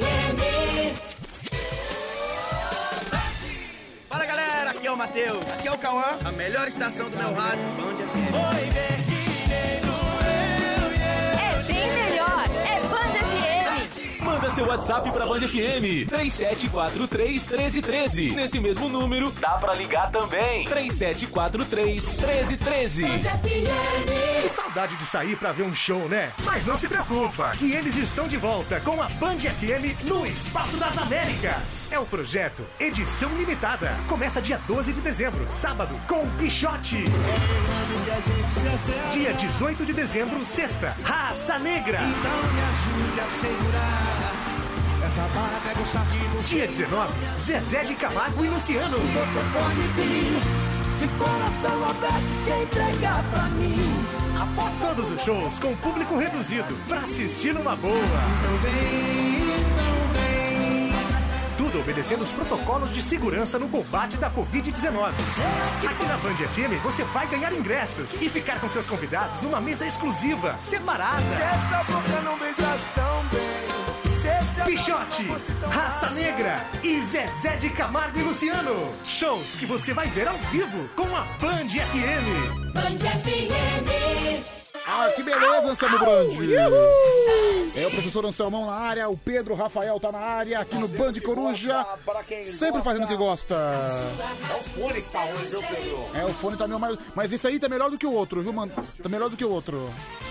Fala galera, aqui é o Matheus, aqui é o Cauã, a melhor estação do meu rádio, Band FM. É bem melhor, é Band FM. Manda seu WhatsApp pra Band FM 3743-1313. Nesse mesmo número, dá pra ligar também. 3743-1313. Band FM. Que saudade de sair pra ver um show, né? Mas não se preocupa, que eles estão de volta com a Band FM no Espaço das Américas. É o projeto Edição Limitada. Começa dia 12 de dezembro, sábado, com Pichote. Dia 18 de dezembro, sexta, Raça Negra. Então me ajude a segurar. Dia 19, Zezé de Camargo e Luciano. Você pode vir, de coração aberto, se entregar pra mim. Todos os shows com público reduzido, pra assistir numa boa. Então vem. Tudo obedecendo os protocolos de segurança no combate da Covid-19. Aqui na Band FM você vai ganhar ingressos e ficar com seus convidados numa mesa exclusiva, separada. Se essa boca não beijasse tão bem. Pichote, Raça Negra e Zezé de Camargo e Luciano. Shows que você vai ver ao vivo com a Band FM. Band FM. Ah, que beleza, Anselmo Brandi. É o professor Anselmão na área, o Pedro Rafael tá na área, aqui no Band Coruja, sempre fazendo o que gosta. É o fone que tá ruim, viu, Pedro? É, o fone tá meio mais... Mas esse aí tá melhor do que o outro, viu, mano? Tá melhor do que o outro.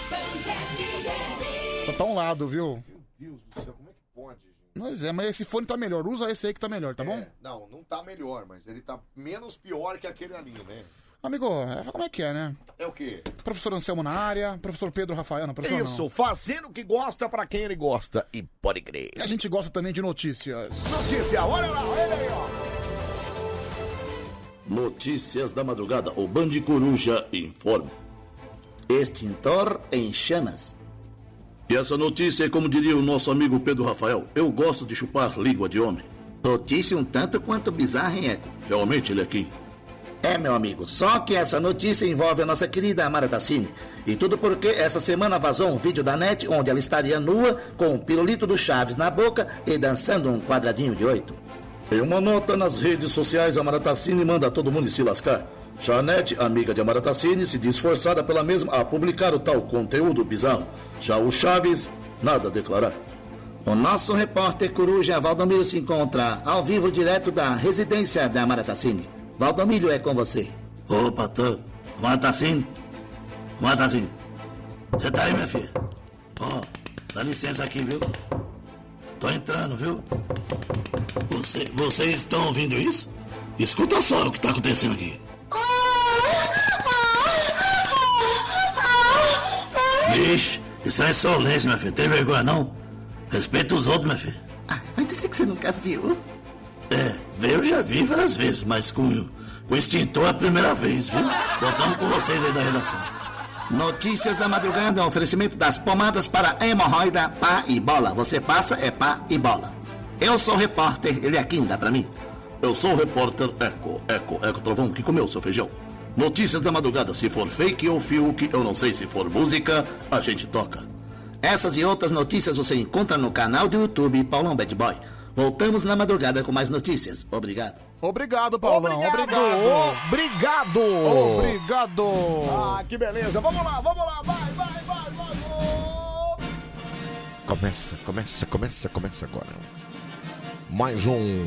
Tá um lado, viu? Meu Deus do céu, como é que pode, gente? Pois é, mas esse fone tá melhor. Usa esse aí que tá melhor, tá bom? Não tá melhor, mas ele tá menos pior que aquele ali, né? Amigo, como é que é, né? É o quê? Professor Anselmo na área, professor Pedro Rafael, não, professor Isso, não. fazendo o que gosta pra quem ele gosta. E pode crer. E a gente gosta também de notícias. Notícia, olha lá, olha aí, ó. Notícias da madrugada, o Band Coruja informa. Extintor em chamas. E essa notícia é como diria o nosso amigo Pedro Rafael, eu gosto de chupar língua de homem. Notícia um tanto quanto bizarra, hein, Eco? Realmente ele é quem? É, meu amigo, só que essa notícia envolve a nossa querida Amara Tassini. E tudo porque essa semana vazou um vídeo da net onde ela estaria nua, com o pirulito do Chaves na boca e dançando um quadradinho de 8. Em uma nota nas redes sociais, a Amara Tassini manda todo mundo se lascar. Janete, amiga de Amara Tassini, se diz forçada pela mesma a publicar o tal conteúdo bizarro. Já o Chaves, nada a declarar. O nosso repórter coruja Valdomiro se encontra ao vivo direto da residência da Amara Tassini. Valdomiro, é com você. Ô, patrão. Amara Tassini? Amara Tassini, você tá aí, minha filha? Ó, dá licença aqui, viu? Tô entrando, viu? Vocês estão ouvindo isso? Escuta só o que tá acontecendo aqui. Vixe, isso é insolência, minha filha. Tem vergonha, não? Respeita os outros, minha filha. Ah, vai dizer que você nunca viu. É, ver eu já vi várias vezes, mas com extintor é a primeira vez, viu? Voltamos com vocês aí da redação. Notícias da madrugada, oferecimento das pomadas para hemorroida, pá e bola. Você passa, é pá e bola. Eu sou o repórter, ele aqui, dá pra mim? Eu sou o repórter Eco Trovão, que comeu seu feijão. Notícias da madrugada, se for fake ou Fiuk, eu não sei, se for música, a gente toca. Essas e outras notícias você encontra no canal do YouTube Paulão Bad Boy. Voltamos na madrugada com mais notícias. Obrigado. Obrigado, Paulão. Obrigado. Obrigado. Ah, que beleza. Vamos lá. Vai. Começa agora. Mais um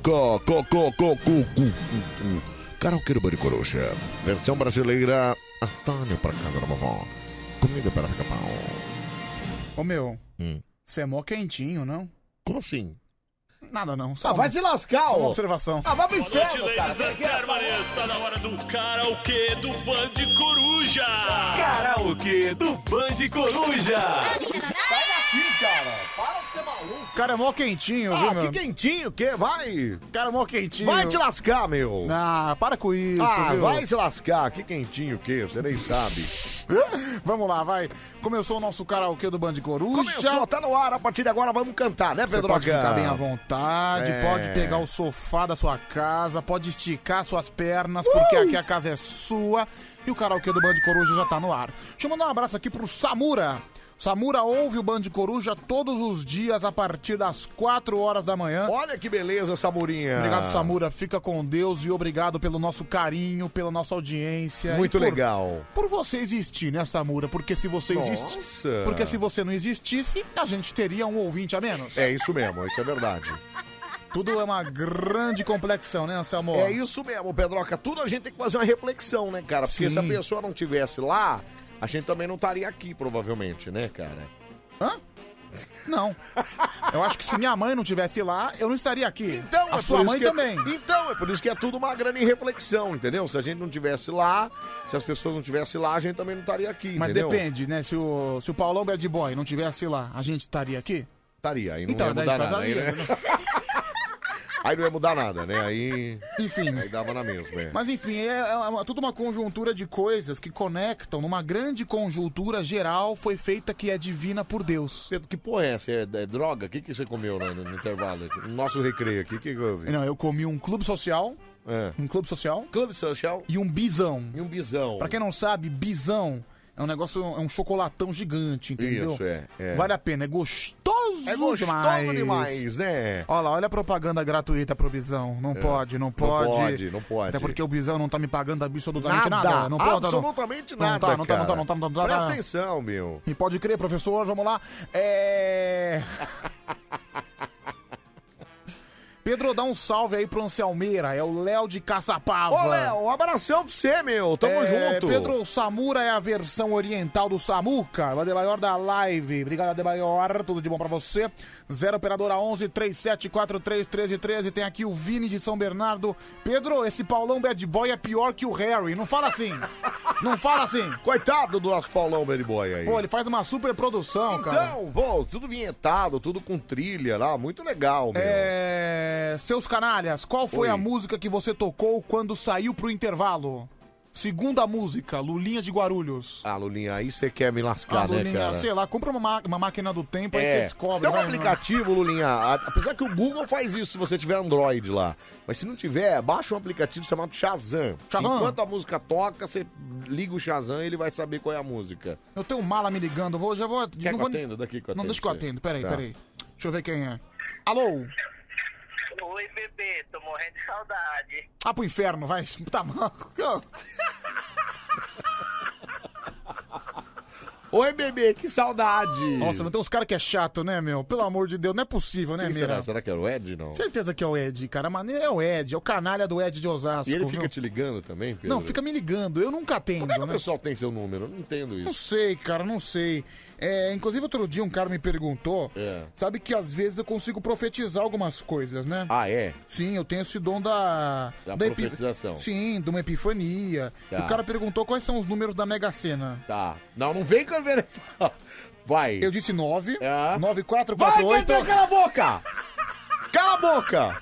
Karaokê do Band Coruja. Versão brasileira. Antônio pra casa da vovó. Comida para pica-pau. Ô, meu. Você é mó quentinho, não? Como assim? Nada não. Vai se lascar, só ó. uma observação. Vai pro inferno, cara. Está na hora do karaokê do Band Coruja. Karaokê do Band Coruja. Sai daqui, cara. Para de ser maluco. Cara, é mó quentinho, viu, meu? Que quentinho, que? Vai. Cara, mó quentinho. Vai te lascar, meu. Ah, para com isso, viu? Vai se lascar. Que quentinho, que? Você nem sabe. Vamos lá, vai. Começou o nosso karaokê do Band Coruja. Começou, tá no ar. A partir de agora vamos cantar, né, Pedro? Você pode ficar bem à vontade, pode pegar o sofá da sua casa, pode esticar suas pernas, porque aqui a casa é sua. E o karaokê do Band Coruja já tá no ar. Deixa eu mandar um abraço aqui pro Samura. Samura ouve o Band Coruja todos os dias a partir das 4 horas da manhã. Olha que beleza, Samurinha. Obrigado, Samura. Fica com Deus e obrigado pelo nosso carinho, pela nossa audiência. Muito legal. Por você existir, né, Samura? Porque se você Porque se você não existisse, a gente teria um ouvinte a menos. É isso mesmo, isso é verdade. Tudo é uma grande complexão, né, Anselmo? É isso mesmo, Pedroca. Tudo a gente tem que fazer uma reflexão, né, cara? Porque se a pessoa não tivesse lá, a gente também não estaria aqui, provavelmente, né, cara? Hã? Não. Eu acho que se minha mãe não estivesse lá, eu não estaria aqui. Então, a sua mãe também. Então, é por isso que é tudo uma grande reflexão, entendeu? Se a gente não estivesse lá, se as pessoas não estivessem lá, a gente também não estaria aqui, Mas entendeu? depende, né? Se o Paulão Bad Boy não estivesse lá, a gente estaria aqui? Estaria, aí não Então, ia daí mudar faz nada. a Aí, linha, né? Aí não ia mudar nada, né? Aí... Enfim. Aí dava na mesma, é. Mas enfim, é tudo uma conjuntura de coisas que conectam numa grande conjuntura geral foi feita que é divina por Deus. Pedro, que porra é essa? É droga? O que você comeu no intervalo? No nosso recreio aqui, o que houve? Não, eu comi um clube social. Um clube social. Clube social. E um bisão. E um bisão. Pra quem não sabe, bisão é um negócio, é um chocolatão gigante, entendeu? Isso, é. Vale a pena, é gostoso demais, né? Olha a propaganda gratuita pro bisão. Não pode. Não pode. Até porque o bisão não tá me pagando absolutamente nada. Nada. Não pode, absolutamente nada, Não tá. Presta atenção, meu. E pode crer, professor, vamos lá. Pedro, dá um salve aí pro Anselmeira, é o Léo de Caçapava. Ô, Léo, um abração pra você, meu, tamo junto. Pedro, o Samura é a versão oriental do Samuca, o Adebayor da live. Obrigado, Adebayor, tudo de bom pra você. 0 operadora 11 3743 1313, tem aqui o Vini de São Bernardo. Pedro, esse Paulão Bad Boy é pior que o Harry, não fala assim. Não fala assim. Coitado do nosso Paulão Bad Boy aí. Pô, ele faz uma super produção, cara. Então, pô, tudo vinhetado, tudo com trilha lá, muito legal, meu. Seus canalhas, qual foi a música que você tocou quando saiu pro intervalo? Segunda música, Lulinha de Guarulhos. Ah, Lulinha, aí você quer me lascar, né, Lulinha, cara? sei lá, compra uma máquina do tempo, aí você descobre. Tem um aplicativo, Lulinha, apesar que o Google faz isso se você tiver Android lá. Mas se não tiver, baixa um aplicativo chamado Shazam. Enquanto a música toca, você liga o Shazam e ele vai saber qual é a música. Eu tenho um mala me ligando, já vou... Quer que eu atendo? Daqui que eu atendo. Não, deixa que eu atendo, peraí. Deixa eu ver quem é. Alô? Oi, bebê, tô morrendo de saudade. Ah, pro inferno, vai. Tá mal. Oi, bebê, que saudade. Nossa, mas tem uns caras que é chato, né, meu? Pelo amor de Deus, não é possível, né, Mira? Será que é o Ed, não? Certeza que é o Ed, cara. A maneira é o Ed, é o canalha do Ed de Osasco. E ele fica te ligando também, Pedro? Não, fica me ligando, eu nunca atendo, Como é que né? o pessoal tem seu número? Eu não entendo isso. Não sei, cara, não sei. Inclusive, outro dia um cara me perguntou, sabe que às vezes eu consigo profetizar algumas coisas, né? Ah, é? Sim, eu tenho esse dom da profetização. Sim, de uma epifania. Tá. O cara perguntou quais são os números da Mega Sena. Tá. Não vem com a ver. Vai. Eu disse 9, 9448. Vai, cala a boca! Cala a boca!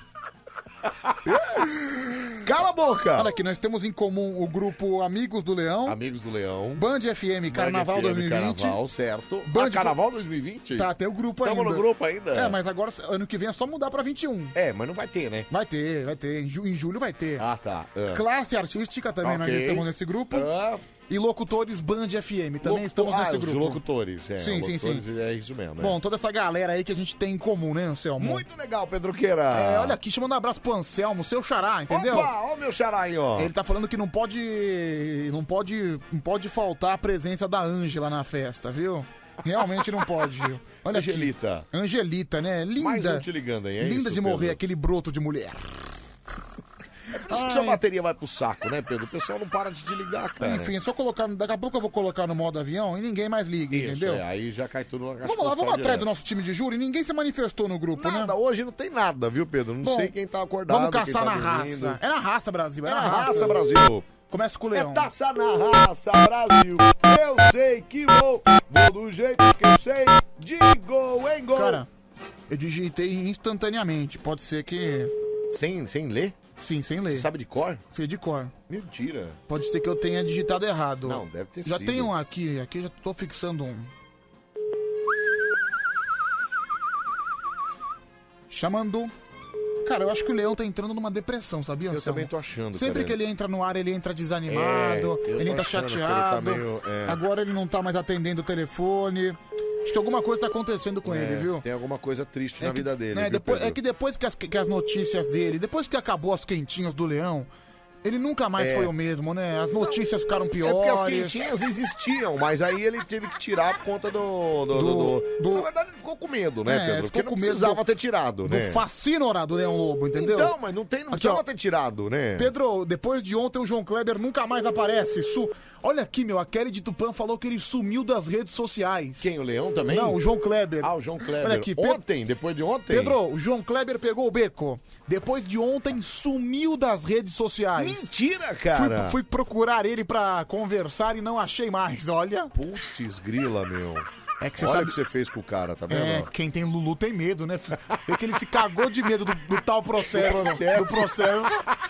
Cala a boca! Olha aqui, nós temos em comum o grupo Amigos do Leão. Amigos do Leão. Band FM Carnaval Band FM, 2020. Carnaval, certo. Carnaval 2020? Tá, tem o grupo ainda. Tamo no grupo ainda? Mas agora, ano que vem é só mudar pra 21. Mas não vai ter, né? Vai ter. Em julho vai ter. Ah, tá. Classe artística também, nós estamos nesse grupo. E locutores Band FM, também estamos nesse grupo. Os locutores, Sim. É isso mesmo. Bom, toda essa galera aí que a gente tem em comum, né, Anselmo? Muito legal, Pedroqueira. Olha aqui, chamando um abraço pro Anselmo, seu xará, entendeu? Opa, ó o meu xará aí, ó. Ele tá falando que não pode faltar a presença da Ângela na festa, viu? Realmente não pode, viu? Olha Angelita. Aqui. Angelita, né? Linda. Mais um te ligando aí, Linda isso, de morrer, Pedro? aquele broto de mulher. Por isso que sua bateria vai pro saco, né, Pedro? O pessoal não para de te ligar, cara. Enfim, é só colocar. Daqui a pouco eu vou colocar no modo avião e ninguém mais liga, entendeu? Aí já cai tudo na caixa. Vamos lá, vamos atrás do nosso time de júri. Ninguém se manifestou no grupo, né? Nada, hoje não tem nada, viu, Pedro? Não sei quem tá acordado. Vamos caçar quem tá na dormindo. raça. É na raça, Brasil. É na raça, Brasil. Começa com o Leão. É taça na raça, Brasil. Eu sei que vou do jeito que eu sei. De gol em gol. Cara, eu digitei instantaneamente. Pode ser que... Sem ler? Sim, sem ler. Você sabe de cor? Sei de cor. Mentira. Pode ser que eu tenha digitado errado. Não, deve ter já sido. Já tem um aqui já tô fixando um. Chamando. Cara, eu acho que o Leão tá entrando numa depressão, sabia, Eu Anselmo? também tô achando. Sempre cara. que ele entra no ar, ele entra desanimado, ele entra chateado. Ele tá meio, Agora ele não tá mais atendendo o telefone. Acho que alguma coisa tá acontecendo com ele, viu? Tem alguma coisa triste na vida dele. Né, viu, depois, Pedro? é que depois que as notícias dele, depois que acabou as quentinhas do Leão, Ele nunca mais foi o mesmo, né? As notícias ficaram piores. Porque as quentinhas existiam, mas aí ele teve que tirar por conta do... Na verdade, ele ficou com medo, né, Pedro? Porque não precisava ter tirado, né? Do fascínora do Leão Lobo, entendeu? Então, mas não precisava ter tirado, né? Pedro, depois de ontem o João Kleber nunca mais aparece. Olha aqui, meu, a Kelly de Tupã falou que ele sumiu das redes sociais. Quem, o Leão também? Não, o João Kleber. Ah, o João Kleber. Olha aqui, ontem, depois de ontem? Pedro, o João Kleber pegou o beco. Depois de ontem, sumiu das redes sociais. Mentira, cara! Fui procurar ele pra conversar e não achei mais, olha. Putz, grila, meu. É que você Olha sabe o que você fez com o cara, tá vendo? Quem tem Lulu tem medo, né? É que ele se cagou de medo do tal processo. Do processo.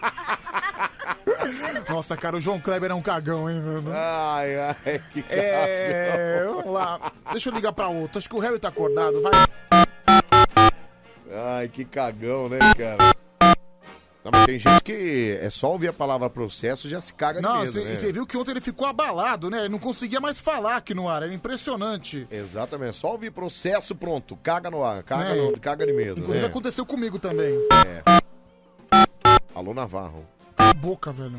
Nossa, cara, o João Kleber é um cagão, hein, mano? Ai, que cagão. Vamos lá. Deixa eu ligar pra outro. Acho que o Harry tá acordado, vai. Ai, que cagão, né, cara? Não, mas tem gente que é só ouvir a palavra processo já se caga de medo, né? Você viu que ontem ele ficou abalado, né? Ele não conseguia mais falar aqui no ar, era impressionante. Exatamente, é só ouvir processo, pronto, caga no ar, caga de medo. Inclusive aconteceu comigo também. Alô, Navarro. Cala a boca, velho.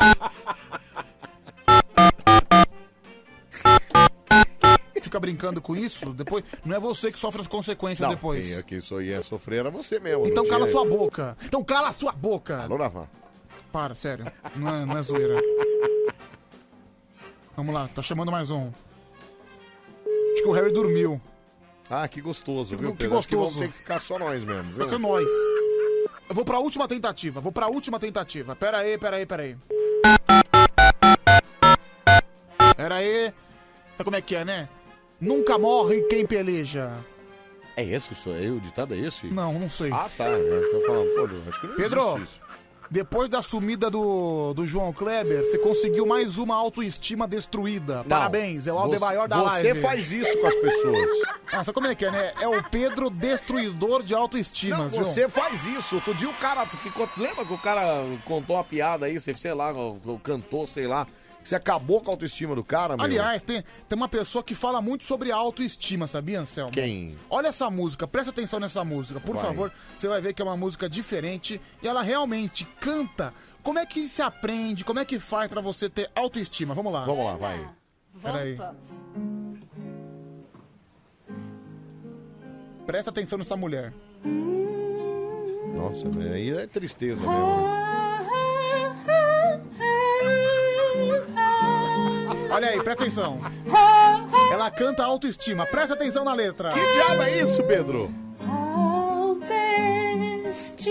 Fica brincando com isso, depois não é você que sofre as consequências depois. Quem isso ia sofrer era você mesmo. Então cala sua boca. Então cala sua boca. Alô, Navarro. Para, sério. Não é zoeira. Vamos lá, tá chamando mais um. Acho que o Harry dormiu. Ah, que gostoso, viu, Que Pedro? gostoso. Acho que vamos ter que ficar só nós mesmo, viu? Vai ser nós. Eu vou pra última tentativa. Pera aí. Pera aí. Sabe como é que é, né? Nunca morre quem peleja. É esse isso aí? O ditado é esse? Não sei. Ah, tá. Eu tô falando, pô, acho que não Pedro, existe isso. depois da sumida do João Kleber, você conseguiu mais uma autoestima destruída. Não, Parabéns, é o Aldemaior da live. Você faz isso com as pessoas. Nossa, como é que é, né? É o Pedro destruidor de autoestima, Não, viu? você faz isso. Outro dia o cara ficou... Lembra que o cara contou uma piada aí, sei lá, cantou, sei lá... Você acabou com a autoestima do cara, meu? Aliás, tem uma pessoa que fala muito sobre a autoestima, sabia, Anselmo? Quem? Olha essa música, presta atenção nessa música, por favor. Você vai ver que é uma música diferente e ela realmente canta. Como é que se aprende, como é que faz pra você ter autoestima? Vamos lá. Vamos lá, vai. Peraí. Presta atenção nessa mulher. Nossa, aí é tristeza mesmo. Olha aí, presta atenção. Ela canta autoestima. Presta atenção na letra. Que diabo é isso, Pedro? Autoestima.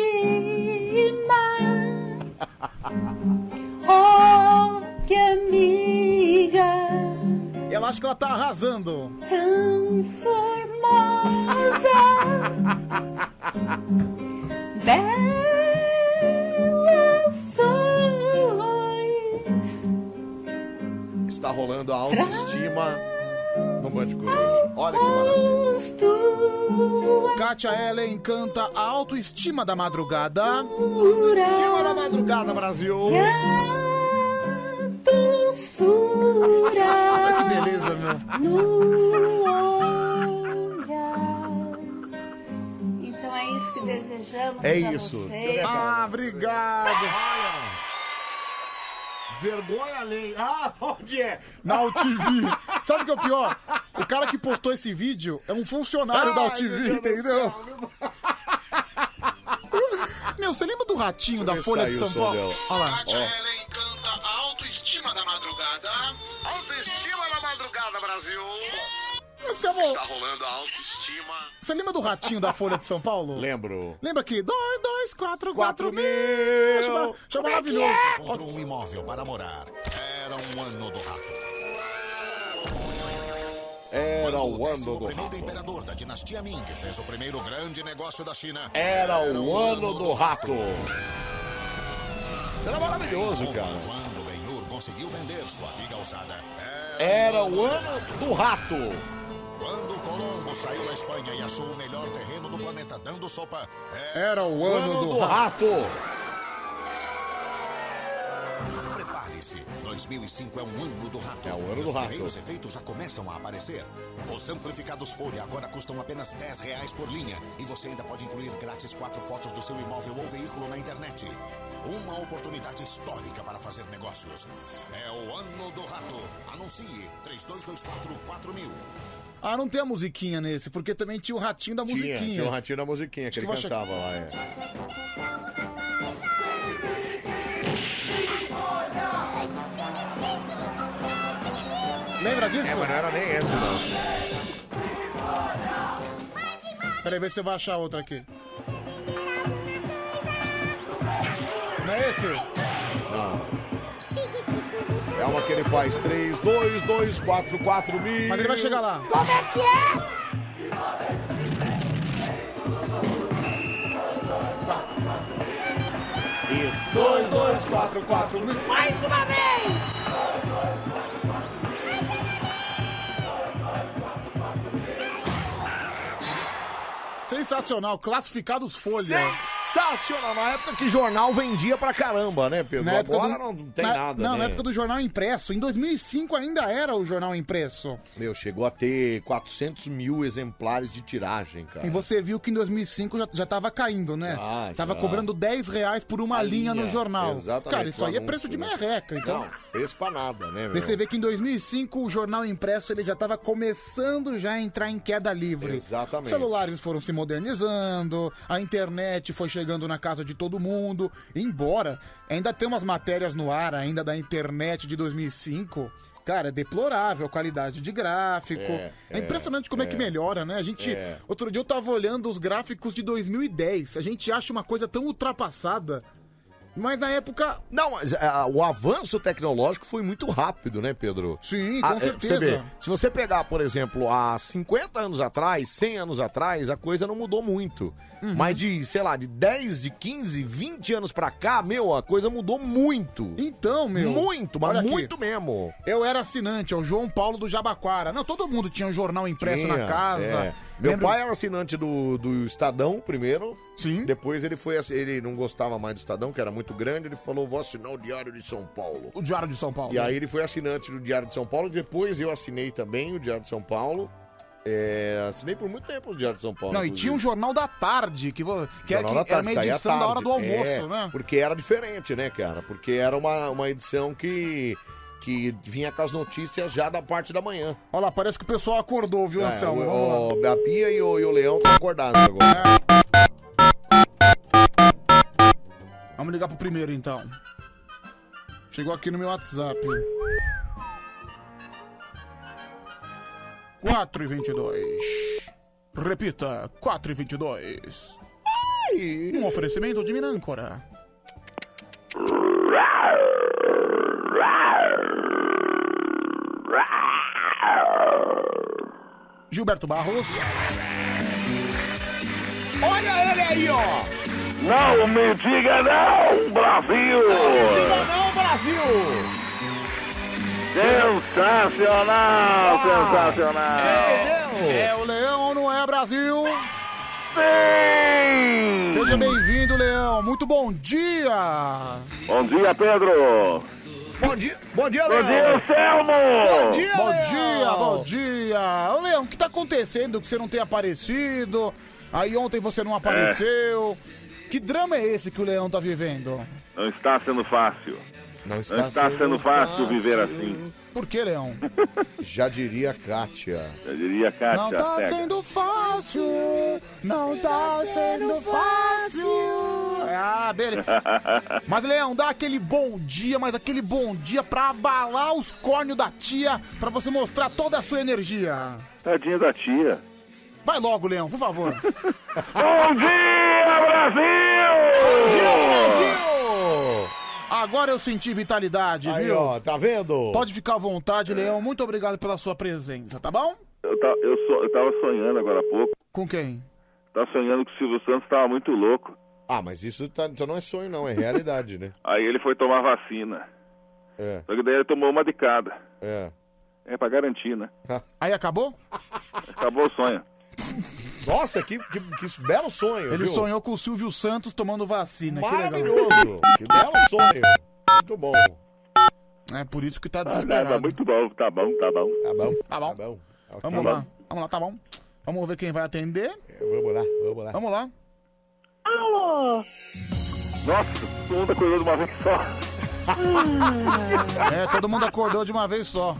Oh, que amiga. E ela acha que ela tá arrasando. Tão formosa. Bela sois. Está rolando a autoestima no Band Coruja. Olha que maravilha. Kátia Ellen canta a autoestima da madrugada. Autoestima da madrugada, Brasil. Olha que beleza, meu. Então é isso que desejamos É pra isso. você. Obrigado. Vergonha alheia. Ah, onde é? Na UTV. Sabe o que é o pior? O cara que postou esse vídeo é um funcionário da UTV, entendeu? Meu, você lembra do ratinho da Folha de São Paulo? Olha lá. Autoestima da madrugada. Autoestima da madrugada, Brasil. Está rolando a autoestima. Você lembra do ratinho da Folha de São Paulo? Lembro. Lembra que 224 mil. Achei maravilhoso. Comprou um imóvel para morar. Era um ano do rato. Era o ano do primeiro rato. imperador da dinastia Ming fez o primeiro grande negócio da China. Era o ano do rato. Será maravilhoso, cara. Quando Ben-Hur conseguiu vender sua biga usada. Era o ano do rato. Quando Colombo saiu da Espanha e achou o melhor terreno do planeta dando sopa. Era o ano do rato. Prepare-se, 2005 é um ano do rato. É o ano e do os rato. primeiros efeitos já começam a aparecer. Os amplificados Folha agora custam apenas R$10 por linha. E você ainda pode incluir grátis 4 fotos do seu imóvel ou veículo na internet. Uma oportunidade histórica para fazer negócios. É o Ano do Rato. Anuncie 3224-4000. Ah, não tem a musiquinha nesse, porque também tinha o ratinho da musiquinha. Tinha o ratinho da musiquinha, que ele cantava lá, Lembra disso? Mas não era nem esse, não. Peraí, vê se você vai achar outra aqui. Não é esse? Não. É uma que ele faz 3, 2, 2, 4, 4 mil. Mas ele vai chegar lá. Como é que é? Isso. 2, 2, 4, 4 mil. Mais uma vez! Sensacional, classificados Folha. Sensacional, na época que jornal vendia pra caramba, né, Pedro? Agora não tem nada, Não, né? na época do jornal impresso. Em 2005 ainda era o jornal impresso. Meu, chegou a ter 400 mil exemplares de tiragem, cara. E você viu que em 2005 já tava caindo, né? Tava cobrando R$10 por uma linha no jornal. Exatamente. Cara, isso aí é preço de merreca, então. Não, preço pra nada, né, meu? Daí você vê que em 2005 o jornal impresso ele já tava começando já a entrar em queda livre. Exatamente. Os celulares foram se modernizando, a internet foi chegando na casa de todo mundo, embora ainda tem umas matérias no ar ainda da internet de 2005. Cara, é deplorável a qualidade de gráfico. É impressionante como é que melhora, né? A gente, outro dia eu tava olhando os gráficos de 2010. A gente acha uma coisa tão ultrapassada. Mas na época... Não, mas o avanço tecnológico foi muito rápido, né, Pedro? Sim, com certeza. Você vê, se você pegar, por exemplo, há 50 anos atrás, 100 anos atrás, a coisa não mudou muito. Mas de, sei lá, de 10, de 15, 20 anos pra cá, meu, a coisa mudou muito. Então, meu... Muito, mas muito mesmo. Eu era assinante, é o João Paulo do Jabaquara. Não, todo mundo tinha um jornal impresso na casa. Meu pai era assinante do Estadão primeiro. Sim. Depois ele não gostava mais do Estadão, que era muito grande. Ele falou, vou assinar o Diário de São Paulo. O Diário de São Paulo. E aí ele foi assinante do Diário de São Paulo. Depois eu assinei também o Diário de São Paulo. Assinei por muito tempo o Diário de São Paulo. Não, inclusive. e tinha um Jornal da Tarde, que era uma saía edição à da hora tarde. do almoço, né? Porque era diferente, né, cara? Porque era uma edição que vinha com as notícias já da parte da manhã. Olha lá, parece que o pessoal acordou, viu, Anselmo? A Pia e o Leão estão acordados agora. Vamos ligar pro primeiro, então. Chegou aqui no meu WhatsApp. 4h22. Repita, 4h22. Um oferecimento de Minâncora. Gilberto Barros. Olha ele aí, ó! Não me diga não, Brasil! Não me diga não, Brasil! Sensacional, sensacional! É o Leão ou não é, Brasil? Sim! Seja bem-vindo, Leão. Muito bom dia! Bom dia, Pedro! Bom dia, Leão! Bom dia, Selmo! Bom dia, Bom Leão! dia, bom dia! Ô, Leão, o que tá acontecendo que você não tem aparecido? Aí ontem você não apareceu. Que drama é esse que o Leão tá vivendo? Não está sendo fácil. Não está sendo fácil viver assim. Por que, Leão? Já diria Kátia. Não tá pega. sendo fácil, não tá sendo fácil. Ah, beleza. Mas, Leão, dá aquele bom dia, mas aquele bom dia pra abalar os córneos da tia, pra você mostrar toda a sua energia. Tadinha da tia. Vai logo, Leão, por favor. Bom dia, Brasil! Bom dia, Brasil! Agora eu senti vitalidade, Aí, viu? ó, tá vendo? Pode ficar à vontade, Leão. Muito obrigado pela sua presença, tá bom? Eu tava sonhando agora há pouco. Com quem? Tava sonhando que o Silvio Santos tava muito louco. Ah, mas isso não é sonho, não. É realidade, né? Aí ele foi tomar vacina. Só que daí ele tomou uma de cada. É pra garantir, né? Aí acabou? Acabou o sonho. Nossa, que belo sonho, Ele viu? sonhou com o Silvio Santos tomando vacina. Maravilhoso! Que belo sonho! Muito bom. É por isso que tá desesperado. Tá muito bom, tá bom. Tá bom. Tá bom. Tá bom. Vamos lá, tá bom. Vamos ver quem vai atender. Vamos lá. Vamos lá. Alô? Nossa, todo mundo acordou de uma vez só. É, todo mundo acordou de uma vez só.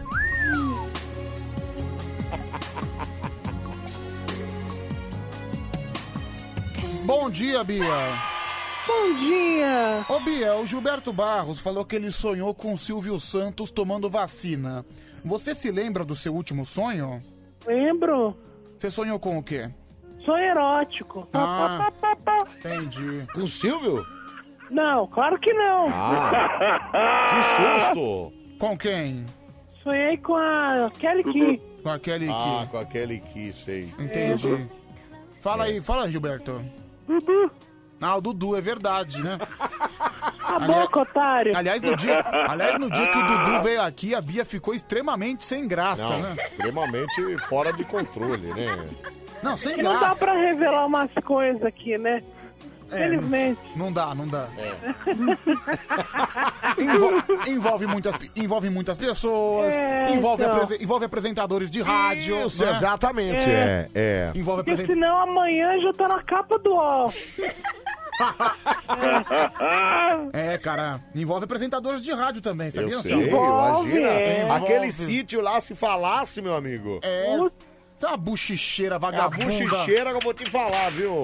Bom dia, Bia. Bom dia. Ô, Bia, o Gilberto Barros falou que ele sonhou com o Silvio Santos tomando vacina. Você se lembra do seu último sonho? Lembro. Você sonhou com o quê? Sonho erótico. Ah, entendi. Com o Silvio? Não, claro que não. Que susto! Com quem? Sonhei com a Kelly Key. Com a Kelly Key. Ah, com a Kelly Key, sei. Entendi. Fala aí, Gilberto. Dudu. Ah, o Dudu, é verdade, né? A boca, otário. Aliás, no dia que o Dudu veio aqui, a Bia ficou extremamente sem graça, Não, né? extremamente fora de controle, né? Não, sem E graça. não dá pra revelar umas coisas aqui, né? Felizmente. Não dá. Envolve muitas pessoas, envolve apresentadores de rádio. Isso, né? exatamente, Envolve Porque senão amanhã já tá na capa do UOL. É, cara, envolve apresentadores de rádio também, sabia? Eu sei, imagina. Envolve. Aquele sítio lá, se falasse, meu amigo. É, essa buchicheira vagabunda. A buchicheira que eu vou te falar, viu?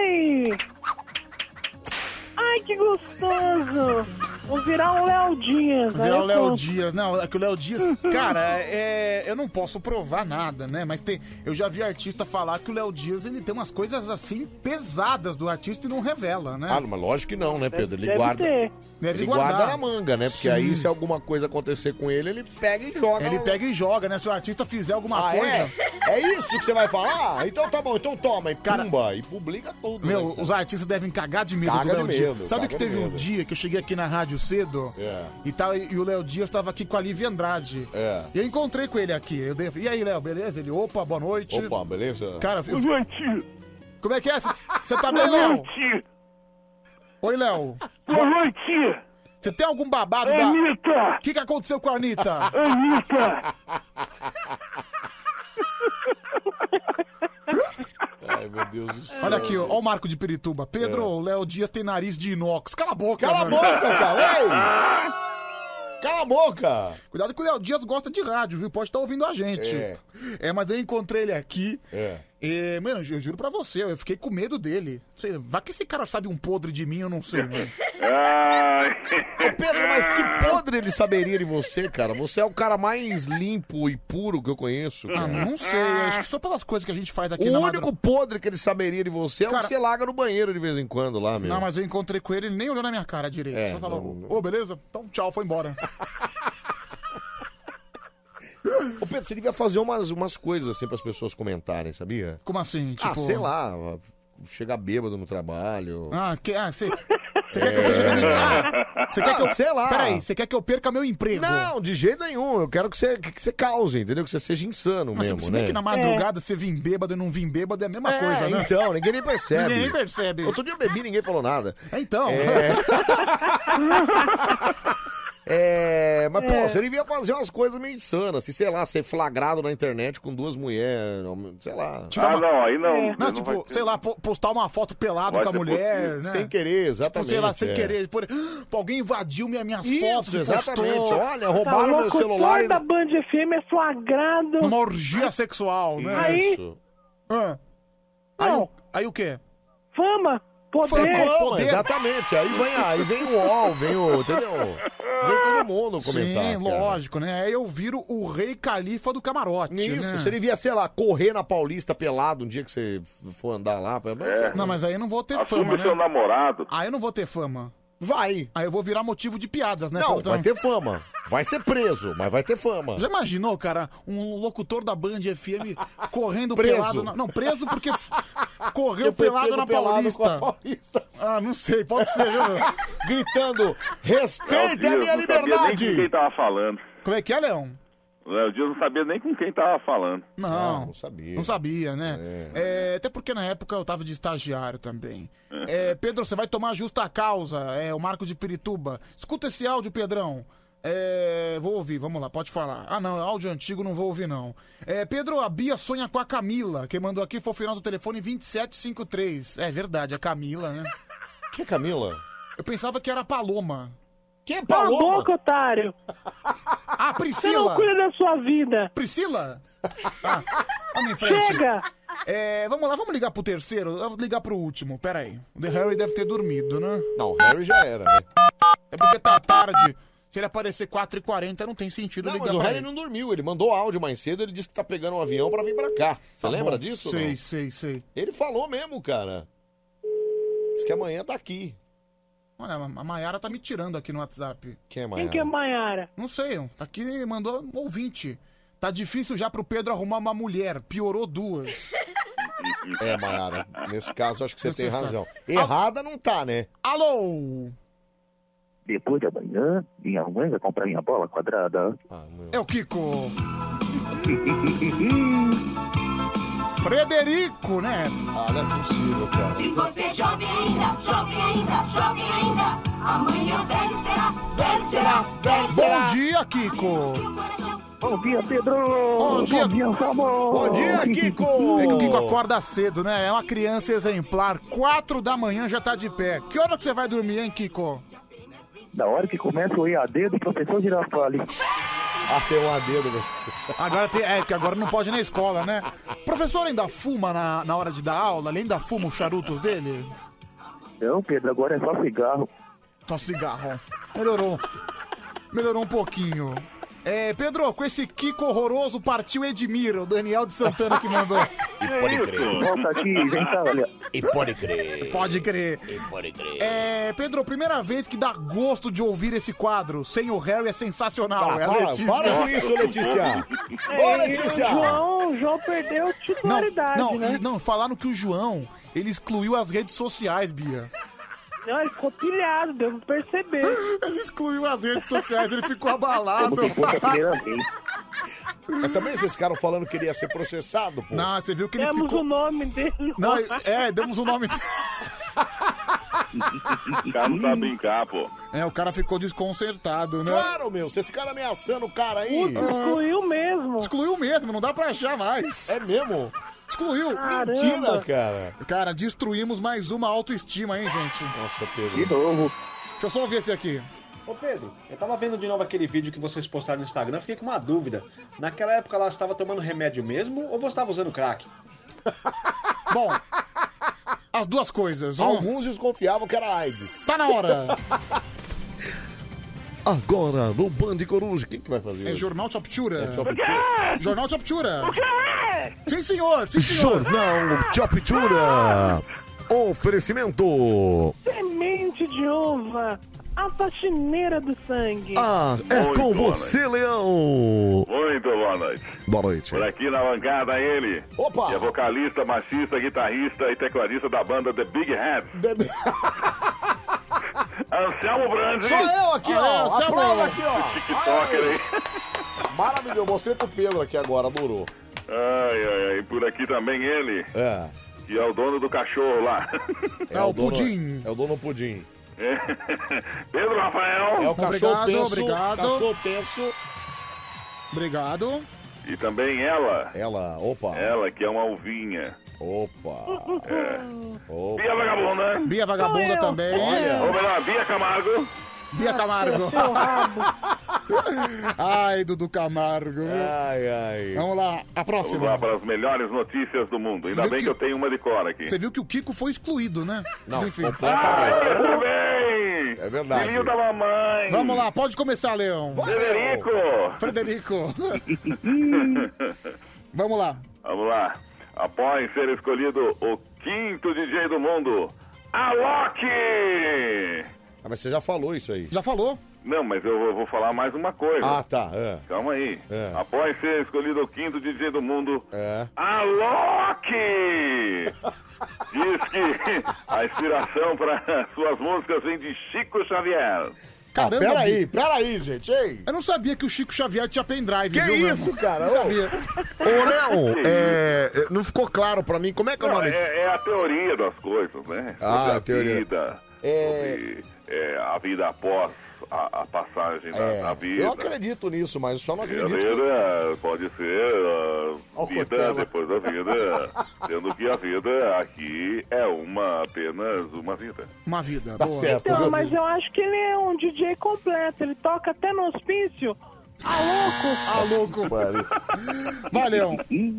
Ai, que gostoso. Vou virar um Léo Dias. Virar o Léo Dias. Não, é que o Léo Dias, cara, eu não posso provar nada, né? Mas eu já vi artista falar que o Léo Dias, ele tem umas coisas assim pesadas do artista e não revela, né? Ah, mas lógico que não, né, Pedro? Ele Deve guarda. ter. Deve Ele guardar. guarda na manga, né? Porque Sim. aí, se alguma coisa acontecer com ele, ele pega e joga. Ele pega e joga, né? Se o artista fizer alguma Ah, coisa. É isso que você vai falar? Então tá bom, então toma. E pumba, e publica tudo. Meu, né, os artistas devem cagar de medo Caga do Léo de Dias. medo, Sabe que caga de teve um medo. dia que eu cheguei aqui na rádio cedo e o Léo Dias tava aqui com a Lívia Andrade. E eu encontrei com ele aqui. E aí, Léo, beleza? Ele, opa, boa noite. Opa, beleza? Cara, Boa noite. como é que é? Você tá bem, Boa Léo? noite. Oi, Léo. Boa noite. Você tem algum babado Anitta. O que aconteceu com a Anitta? Anitta. Ai, meu Deus do céu. Olha aqui, ó o Marco de Pirituba. Pedro, o Léo Dias tem nariz de inox. Cala a boca, Cala a mano. boca, cara. Ei! Cala a boca! Cuidado que o Léo Dias gosta de rádio, viu? Pode estar ouvindo a gente. Mas eu encontrei ele aqui. E, mano, eu juro pra você, eu fiquei com medo dele. Sei, vai que esse cara sabe um podre de mim, eu não sei, mano. Ô, Pedro, mas que podre ele saberia de você, cara? Você é o cara mais limpo e puro que eu conheço. Ah, não sei, acho que só pelas coisas que a gente faz aqui O na único podre que ele saberia de você é o Cara- que você larga no banheiro de vez em quando lá, meu. Não, mas eu encontrei com ele, ele nem olhou na minha cara direito. Só falou, ô, beleza? Então tchau, foi embora. Ô, Pedro, você devia fazer umas coisas assim pras pessoas comentarem, sabia? Como assim? Ah, Tipo... sei lá, chegar bêbado no trabalho. Você quer que eu seja demitido? Você quer que eu... sei lá. Peraí, você quer que eu perca meu emprego? Não, de jeito nenhum. Eu quero que você cause, entendeu? Que você seja insano Mas mesmo, se bem né? que na madrugada você vir bêbado e não vir bêbado é a mesma coisa, né? Então, ninguém nem percebe. Ninguém nem percebe. Outro dia eu bebi e ninguém falou nada. Então. Mas, pô, você devia fazer umas coisas meio insanas, assim, sei lá, ser flagrado na internet com duas mulheres, sei lá. Não, aí não. Não, tipo, sei lá, postar uma foto pelado Vai com a ter mulher, né? Sem querer, exatamente. Tipo, sei lá, sem é. querer. Pô, alguém invadiu minhas Isso, fotos e exatamente. postou. Olha, roubaram meu celular. O da Band FM é flagrado. Numa orgia sexual, né? Aí- Isso. Aí o quê? Fama. Poder. Fama, exatamente. Aí vem o UOL, entendeu? Vem todo mundo comentar. Sim, cara. lógico, né? Aí eu viro o rei califa do camarote. Isso, né? você devia, sei lá, correr na Paulista pelado um dia que você for andar lá. Não, mas aí eu não vou ter Assume fama, né? seu namorado. Aí eu não vou ter fama. Vai. Aí eu vou virar motivo de piadas, né? Não, Pelotão? vai ter fama. Vai ser preso, mas vai ter fama. Já imaginou, cara, um locutor da Band FM correndo Preso. pelado na... Não, preso porque correu Porque pelado pego na pelado Paulista. com a Paulista. Ah, não sei, pode ser, viu? Gritando, respeite a minha Não sabia nem com liberdade. quem tava falando. Como é que é, Leão? O Léo Dias não sabia nem com quem tava falando. Não, sabia. Não sabia, né? Até porque na época eu tava de estagiário também. Pedro, você vai tomar justa causa, o Marco de Pirituba. Escuta esse áudio, Pedrão. Vou ouvir, vamos lá, pode falar. Ah, não, áudio antigo não vou ouvir, não. Pedro, a Bia sonha com a Camila. Quem mandou aqui foi o final do telefone 2753. É verdade, a Camila, né? Que Camila? Eu pensava que era Paloma. Que é Cala a Paloma? boca, otário. Ah, Você Priscila. não cuida da sua vida. Priscila? Ah, vamos em frente. Chega. Vamos lá, vamos ligar pro terceiro? Eu vou ligar pro último, peraí. O The Harry deve ter dormido, né? Não, o Harry já era, né? É porque tá tarde. Se ele aparecer 4h40, não tem sentido Não, ligar mas o pra Harry ele. não dormiu. Ele mandou áudio mais cedo, ele disse que tá pegando um avião pra vir pra cá. Você Tá lembra bom. disso? Sei, não? sei. Ele falou mesmo, cara. Diz que amanhã tá aqui. Olha, a Mayara tá me tirando aqui no WhatsApp. Quem é Quem que é Maiara? Não sei, tá aqui, mandou um ouvinte. Tá difícil já pro Pedro arrumar uma mulher, piorou 2. É, Mayara, nesse caso acho que você Você tem sabe. razão. Errada não tá, né? Alô? Depois de amanhã, minha mãe vai comprar minha bola quadrada. É o Kiko. Frederico, né? Ah, não é possível, cara. Se você é jovem ainda, jovem ainda, jovem ainda, amanhã velho será, velho será, velho será. Bom dia, Kiko. Bom dia, Pedro. Bom dia, amor. Bom dia, Kiko. É que o Kiko acorda cedo, né? É uma criança exemplar. 4 da manhã já tá de pé. Que hora que você vai dormir, hein, Kiko? Da hora que começa o EAD do professor Girafales. Ah, tem um dedo. Agora tem. É, que agora não pode ir na escola, né? O professor ainda fuma na hora de dar aula? Ele ainda fuma os charutos dele? Não, Pedro, agora é só cigarro. Só cigarro. Melhorou um pouquinho. Pedro, com esse Kiko horroroso partiu Edmir, o Daniel de Santana que mandou. E pode crer. Volta aqui, vem cá, olha. E pode crer. Pode crer. E pode crer. Pedro, primeira vez que dá gosto de ouvir esse quadro. Sem o Harry é sensacional. É a Letícia. Para com isso, Letícia. Ô, Letícia. O João perdeu titularidade, né? Não, falaram que o João, ele excluiu as redes sociais, Bia. Não, ele ficou pilhado, devo perceber. Ele excluiu as redes sociais, ele ficou abalado. Mas também vocês ficaram falando que ele ia ser processado, pô. Não, você viu que ele Demos ficou... o nome dele. Não, demos o nome dele. O cara não sabe brincar, pô. O cara ficou desconcertado, né? Claro, meu, vocês ficaram ameaçando o cara aí. Excluiu mesmo. Excluiu mesmo, não dá pra achar mais. É mesmo? Excluiu. Caramba. Mentira, cara. Cara, destruímos mais uma autoestima, hein, gente? Nossa, Pedro. De novo. Deixa eu só ver esse aqui. Ô Pedro, eu tava vendo de novo aquele vídeo que vocês postaram no Instagram, fiquei com uma dúvida. Naquela época lá, você tava tomando remédio mesmo ou você estava usando crack? Bom, as duas coisas. Alguns desconfiavam que era AIDS. Tá na hora. Agora, no Band Coruja, quem que vai fazer? É Jornal Choptura. É Choptura. Jornal Choptura. O quê? Sim, senhor. Sim, senhor. Jornal Choptura. Oferecimento. Semente de uva, a faxineira do sangue. Ah, é Muito com boa você, Leão. Muito boa noite. Boa noite. Por aqui na bancada ele. Opa! Que é vocalista, machista, guitarrista e tecladista da banda The Big Head. Anselmo Brandi. Sou eu aqui, ó. Anselmo. A prova aqui, ó. O TikToker aí. Maravilhoso. Mostrei pro Pedro aqui agora, adorou. Ai. Por aqui também ele. Que é o dono do cachorro lá. É o Pudim. É o dono Pudim. Pedro Rafael. É o cachorro penso. Obrigado. Cachorro penso. Obrigado. E também ela. Opa. Ela que é uma uvinha. Opa. Opa. Bia Vagabunda. Bia Vagabunda também. Ou melhor, Bia Camargo. Bia Camargo. Ai, Dudu Camargo. Ai. Vamos lá, a próxima. Vamos lá para as melhores notícias do mundo. Ainda viu bem que eu tenho uma de cor aqui. Você viu que o Kiko foi excluído, né? Não, Mas enfim. Tudo bem. É verdade. Filhinho da mamãe. Vamos lá, pode começar, Leão. Frederico. Vamos lá. Vamos lá. Após ser escolhido o 5º DJ do mundo, Alok! Ah, mas você já falou isso aí. Já falou? Não, mas eu vou falar mais uma coisa. Ah, tá. Calma aí. Após ser escolhido o 5º DJ do mundo, Alok! Diz que a inspiração para suas músicas vem de Chico Xavier. Caramba, peraí, gente. Ei. Eu não sabia que o Chico Xavier tinha pendrive, Que viu, isso, mano? cara? Não sabia. Ô, Léo, não ficou claro pra mim. Como é que é o Não, nome? é a teoria das coisas, né? Sobre Ah, a a teoria. vida, sobre a vida após a passagem da vida. Eu acredito nisso, mas só não A acredito. vida pode ser vida Cortella. depois da vida, sendo que a vida aqui é apenas uma vida. Uma vida, Tá boa. certo, Então, viu, mas filho? eu acho que ele é um DJ completo. Ele toca até no hospício. louco. Valeu.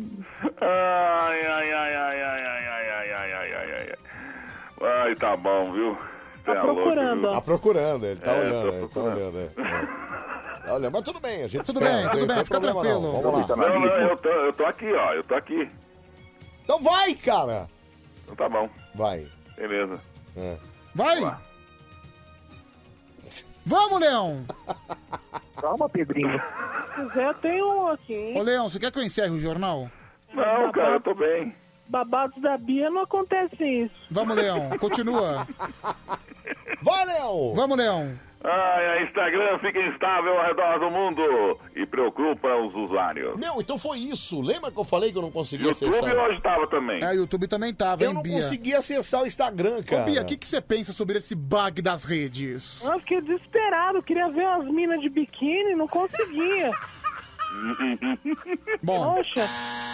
Ai, tá bom, viu? Tá Cê é louco, procurando, viu? ó. Tá procurando, ele tá É, olhando, tô ele tá procurando. olhando. Olha, mas tudo bem, a gente Tudo espera, bem, não tudo bem, tem fica problema tranquilo. não. Vamos lá. Não, eu tô aqui, ó. Eu tô aqui. Então vai, cara. Então tá bom. Vai. Beleza. Vai. Vamos, Leão. Calma, Pedrinho. Eu tenho um aqui. Ô, Leão, você quer que eu encerre o jornal? Não, cara, eu tô bem. Babados da Bia não acontece isso. Vamos, Leão, continua. Vai, Leão. Vamos, Leão. Ai, a Instagram fica instável ao redor do mundo e preocupa os usuários. Meu, então foi isso. Lembra que eu falei que eu não conseguia YouTube acessar? hoje tava também. É, o YouTube também tava, Eu hein, não Bia? consegui acessar o Instagram, cara. Ô, Bia, o que você pensa sobre esse bug das redes? Eu fiquei desesperado. Queria ver as minas de biquíni, não conseguia. Bom. Poxa.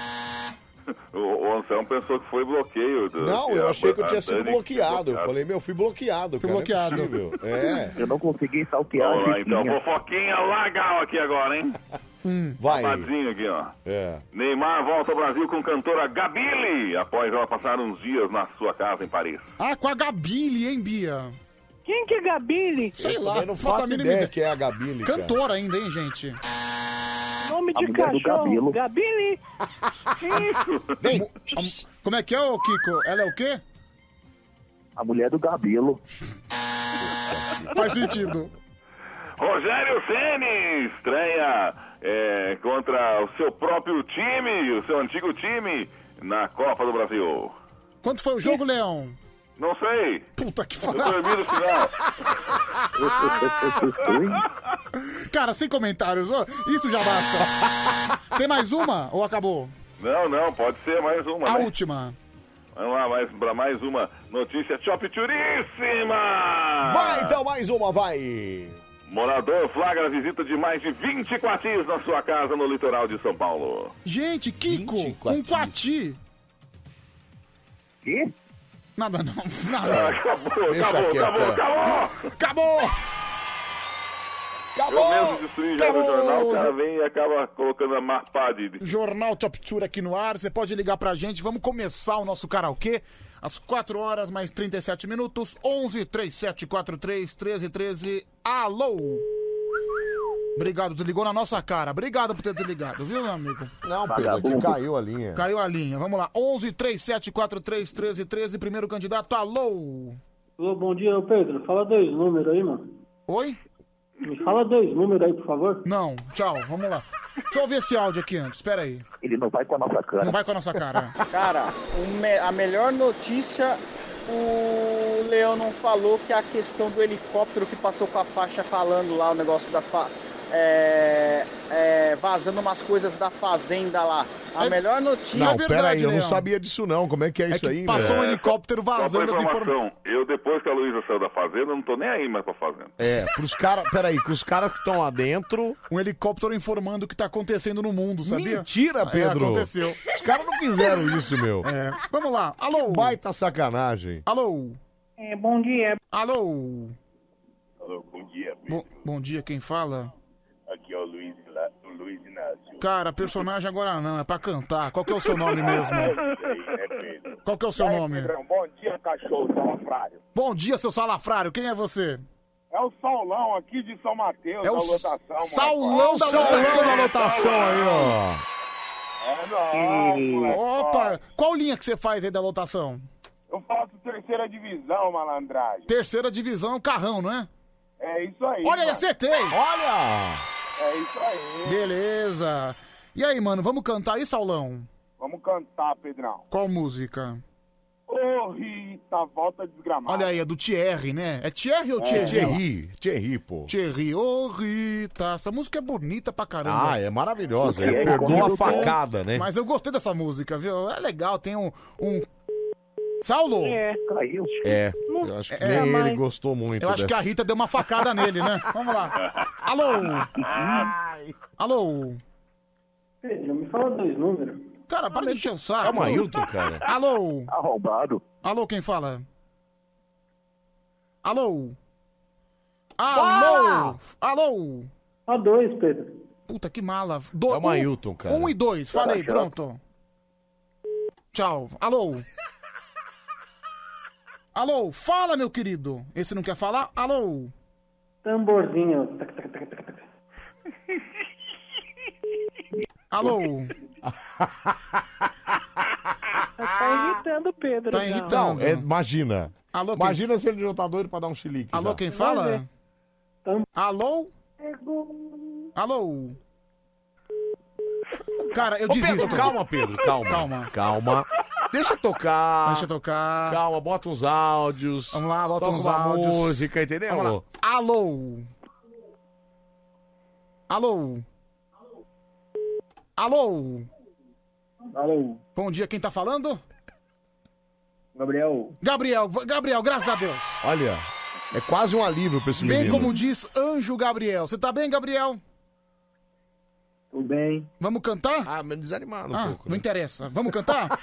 O Anselmo pensou que foi bloqueio. Não, eu achei que eu tinha sido Dani bloqueado. Eu falei, meu, fui bloqueado, cara. bloqueado. Não é possível. É. Eu não consegui stalkear Vamos a lá, então, Chiquinha. fofoquinha legal aqui agora, hein? Vai. Babadinho aqui, ó. É. Neymar volta ao Brasil com cantora Gabile, após ela passar uns dias na sua casa em Paris. Ah, com a Gabile, hein, Bia? Quem que é Gabile? Sei Eu lá, também não faço a faço mínima ideia ideia. que é a Gabile, cara. Cantora ainda, hein, gente? Nome A de mulher do cachorro. Gabilo. Gabile. Isso. Vem. Como é que é, ô Kiko? Ela é o quê? A mulher do Gabilo. Faz sentido. Rogério Ceni estreia contra o seu próprio time, o seu antigo time, na Copa do Brasil. Quanto foi o jogo, Leão? Não sei. Puta que Eu dormi no final. Cara, sem comentários. Ó, isso já basta. Tem mais uma ou acabou? Não, pode ser mais uma. A né? última. Vamos lá, pra mais uma notícia chopituríssima! Vai, então, mais uma, vai. Morador flagra a visita de mais de 20 quatis na sua casa no litoral de São Paulo. Gente, Kiko, um quati. Quê? Nada não, nada. Acabou. Eu mesmo destruí já no jornal, o cara vem e acaba colocando a marpá de... Jornal Top Tour aqui no ar, você pode ligar pra gente, vamos começar o nosso karaokê às 4 horas mais 37 minutos, 11 3743 1313, alô! Obrigado, desligou na nossa cara, obrigado por ter desligado, viu, meu amigo? Não, Pedro, aqui caiu a linha. Caiu a linha, vamos lá, 11 3743 1313, primeiro candidato, alô! Ô, bom dia, Pedro, fala 2 números aí, mano. Oi? Me fala 2 números aí, por favor. Não, tchau, vamos lá. Deixa eu ouvir esse áudio aqui antes, espera aí. Ele não vai com a nossa cara. Não vai com a nossa cara. Cara, a melhor notícia, o Leão não falou que é a questão do helicóptero que passou com a faixa falando lá, o negócio das vazando umas coisas da fazenda lá. A melhor notícia... Não, peraí, eu não sabia disso não. Como é que é isso aí, passou velho? um helicóptero vazando as informações. Eu, depois que a Luísa saiu da fazenda, não tô nem aí mais pra fazenda. É, pros caras, peraí, que os caras que estão lá dentro... Um helicóptero informando o que tá acontecendo no mundo, sabia? Mentira, Pedro. Aconteceu. Os caras não fizeram isso, meu. É. Vamos lá, alô? Baita sacanagem. Alô? Bom dia. Alô? Alô, bom dia. Bom dia, quem fala? Aqui é o Luiz Inácio. Cara, personagem agora não, é pra cantar. Qual que é o seu nome mesmo? Qual que é o seu nome? Bom dia, cachorro salafrário. Bom dia, seu salafrário. Quem é você? É o Saulão aqui de São Mateus, É o da lotação. Saulão da lotação aí, ó. Opa, qual linha que você faz aí da lotação? Eu faço terceira divisão, malandragem. Terceira divisão é um carrão, não é? É isso aí. Olha aí, mano. acertei! Olha! É isso aí. Beleza. E aí, mano, vamos cantar aí, Saulão? Vamos cantar, Pedrão. Qual música? Ô, Rita, volta desgramada. Olha aí, é do Thierry, né? É Thierry ou Thierry? Thierry, pô. Thierry, ô Rita, essa música é bonita pra caramba. Ah, é maravilhosa. Ele pegou a facada, né? Mas eu gostei dessa música, viu? É legal, tem um Saulo? Caiu. Eu acho que nem ele gostou muito Eu acho que a Rita deu uma facada nele, né? Vamos lá. Alô? Alô? Pedro, me fala 2 números. Cara, para de encher o saco. É o Mailton, cara. Alô? Arrombado. Alô, quem fala? Alô? Alô? Alô? A2, Pedro. Puta, que mala. É o Mailton, cara. 1 e 2, falei, Tchau. pronto. Tchau. Alô? Alô, fala, meu querido. Esse não quer falar? Alô? Tamborzinho. Alô? Tá irritando o Pedro. Tá já. irritando. Imagina. Alô, quem... Imagina se ele já tá doido pra dar um chilique. Alô, já. quem fala? Alô? Alô? Cara, eu Ô, desisto. Pedro, calma, Pedro. Calma. Deixa tocar. Deixa eu tocar. Calma, bota uns áudios. Vamos lá, bota toca uns uma áudios. música, entendeu? Vamos lá. Alô? Alô? Alô? Alô? Bom dia, quem tá falando? Gabriel. Gabriel, graças a Deus. Olha, é quase um alívio pra esse Bem menino. como diz Anjo Gabriel. Você tá bem, Gabriel? Tudo bem. Vamos cantar? Ah, meio desanimado um pouco. Não interessa. Vamos cantar?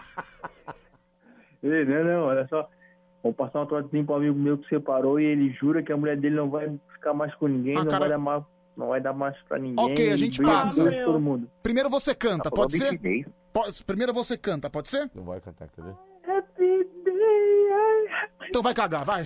Ei, não, olha só. Vou passar um trotezinho pro amigo meu que separou e ele jura que a mulher dele não vai ficar mais com ninguém, não vai dar mais pra ninguém. Ok, a gente briga passa. com todo mundo. Primeiro você canta, Tá pode falando ser? em chinês. Primeiro você canta, pode ser? Não vai cantar, quer ver? Então vai cagar, vai.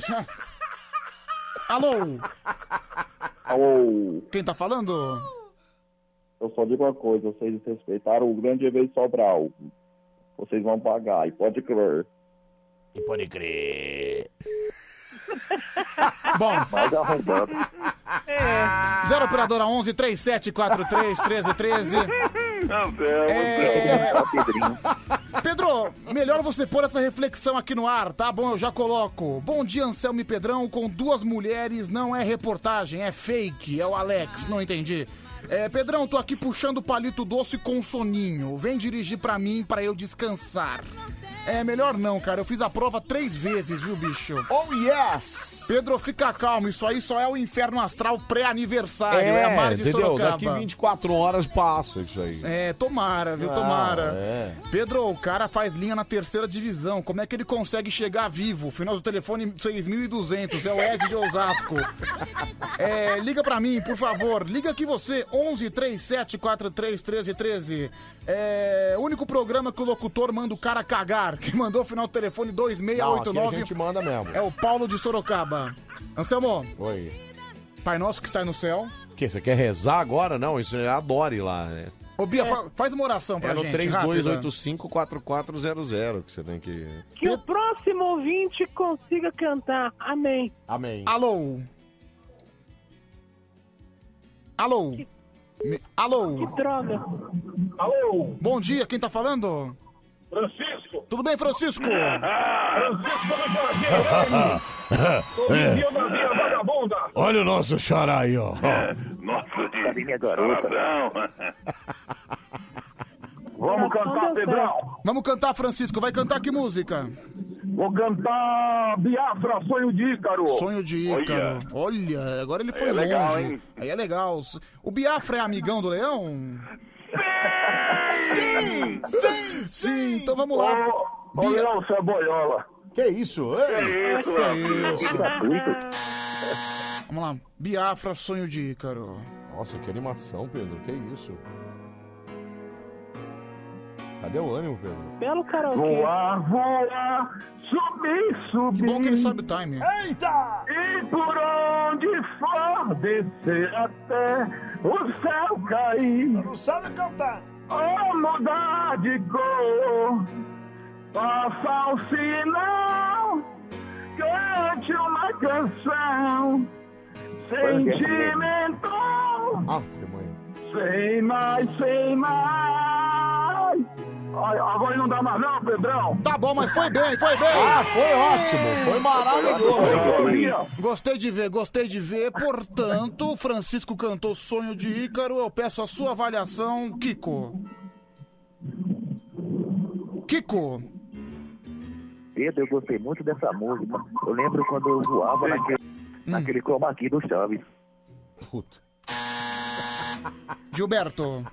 Alô? Alô? Quem tá falando? Eu só digo uma coisa, vocês respeitaram o grande evento Sobral. Vocês vão pagar, e pode crer. E pode crer. Bom. Mas arrombando. 0 operadora 11 3743 1313. Pedro, melhor você pôr essa reflexão aqui no ar, tá bom? Eu já coloco. Bom dia, Anselmo e Pedrão, com 2 mulheres não é reportagem, é fake, é o Alex, não entendi. Pedrão, tô aqui puxando palito doce com soninho. Vem dirigir pra mim pra eu descansar. Melhor não, cara. Eu fiz a prova 3 vezes, viu, bicho? Oh, yes! Pedro, fica calmo. Isso aí só é o inferno astral pré-aniversário. É a Mar de entendeu? Sorocaba. Daqui 24 horas passa isso aí. Tomara, viu? Tomara. Pedro, o cara faz linha na 3ª divisão. Como é que ele consegue chegar vivo? Final do telefone 6.200. É o Ed de Osasco. Liga pra mim, por favor. Liga aqui você. 11 37 43 13 13. O único programa que o locutor manda o cara cagar. Que mandou o final do telefone 2689. Não, aqui a gente manda mesmo. É o Paulo de Sorocaba. Anselmo. Oi. Pai nosso que está no céu. O que? Você quer rezar agora? Não, isso é adore lá, né? Ô, Bia, faz uma oração pra gente. É no 3285-4400 que você tem que... Que o próximo ouvinte consiga cantar. Amém. Amém. Alô? Alô? Alô? Que droga. Alô? Bom dia, quem tá falando? Francisco. Tudo bem, Francisco? Francisco também por aqui, da Via Vagabunda. Olha o nosso xará aí, ó. Nossa, Cadê minha garota? Vamos cantar, Pedrão. Vamos cantar, Francisco. Vai cantar que música? Vou cantar Biafra, Sonho de Ícaro. Sonho de Ícaro. Olha, agora ele foi Aí é longe. legal, hein? Aí é legal. O Biafra é amigão do Leão? Sim! Sim, então vamos lá. Ô, Leão, você é boiola. Que isso? Que isso? Vamos lá. Biafra, Sonho de Ícaro. Nossa, que animação, Pedro. Que isso? Cadê o ânimo, Pedro? Belo karaokê. Voar, voar, subir, subir. Que bom que ele sabe o time. Eita! E por onde for descer até o céu cair. Não sabe cantar. Ou mudar de cor. Faça um sinal. Cante uma canção. Sentimental. Aff, mãe. Sem mais, sem mais. Agora não dá mais não, Pedrão. Tá bom, mas foi bem, foi bem. Foi ótimo, foi maravilhoso. Gostei de ver. Portanto, Francisco cantou Sonho de Ícaro. Eu peço a sua avaliação, Kiko. Kiko. Pedro, eu gostei muito dessa música. Eu lembro quando eu voava naquele chroma key do Chaves. Puta. Gilberto.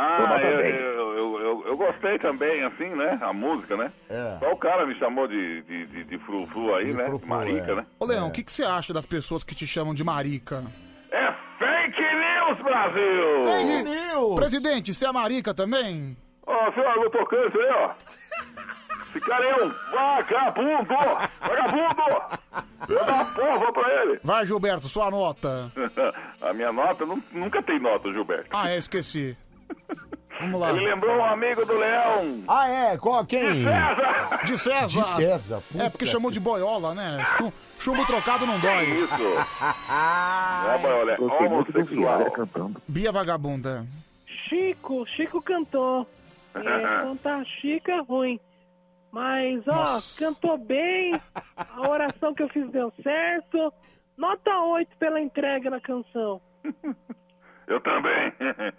Eu gostei também, assim, né? A música, né? Só o cara me chamou de frufru aí, né? Marica, né? Ô, Leão, o que você acha das pessoas que te chamam de marica? É fake news, Brasil! Fake news! Presidente, você é marica também? Ó, seu Alô Tocante aí, ó. Esse cara é um vagabundo! Vagabundo! Eu dou uma porra pra ele! Vai, Gilberto, sua nota. A minha nota? Nunca tem nota, Gilberto. Ah, esqueci. Vamos lá. Ele lembrou um amigo do Leão. Ah, é? Quem? De César! De César. De César, É, porque chamou de boiola, né? Chumbo trocado não dói. Isso. Não é boiola, é homossexual. Bia Vagabunda. Chico cantou. Cantar Chico é ruim. Mas, ó, cantou bem. A oração que eu fiz deu certo. Nota 8 pela entrega na canção. Eu também.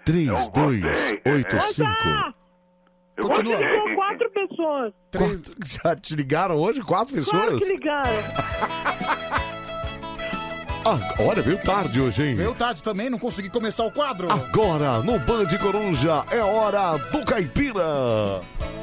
3285. Continua. São 4 pessoas. Já te ligaram hoje? 4 pessoas? Claro que ligaram. Olha, veio tarde hoje, hein? Veio tarde também, não consegui começar o quadro. Agora, no Band Coruja, é hora do Caipira.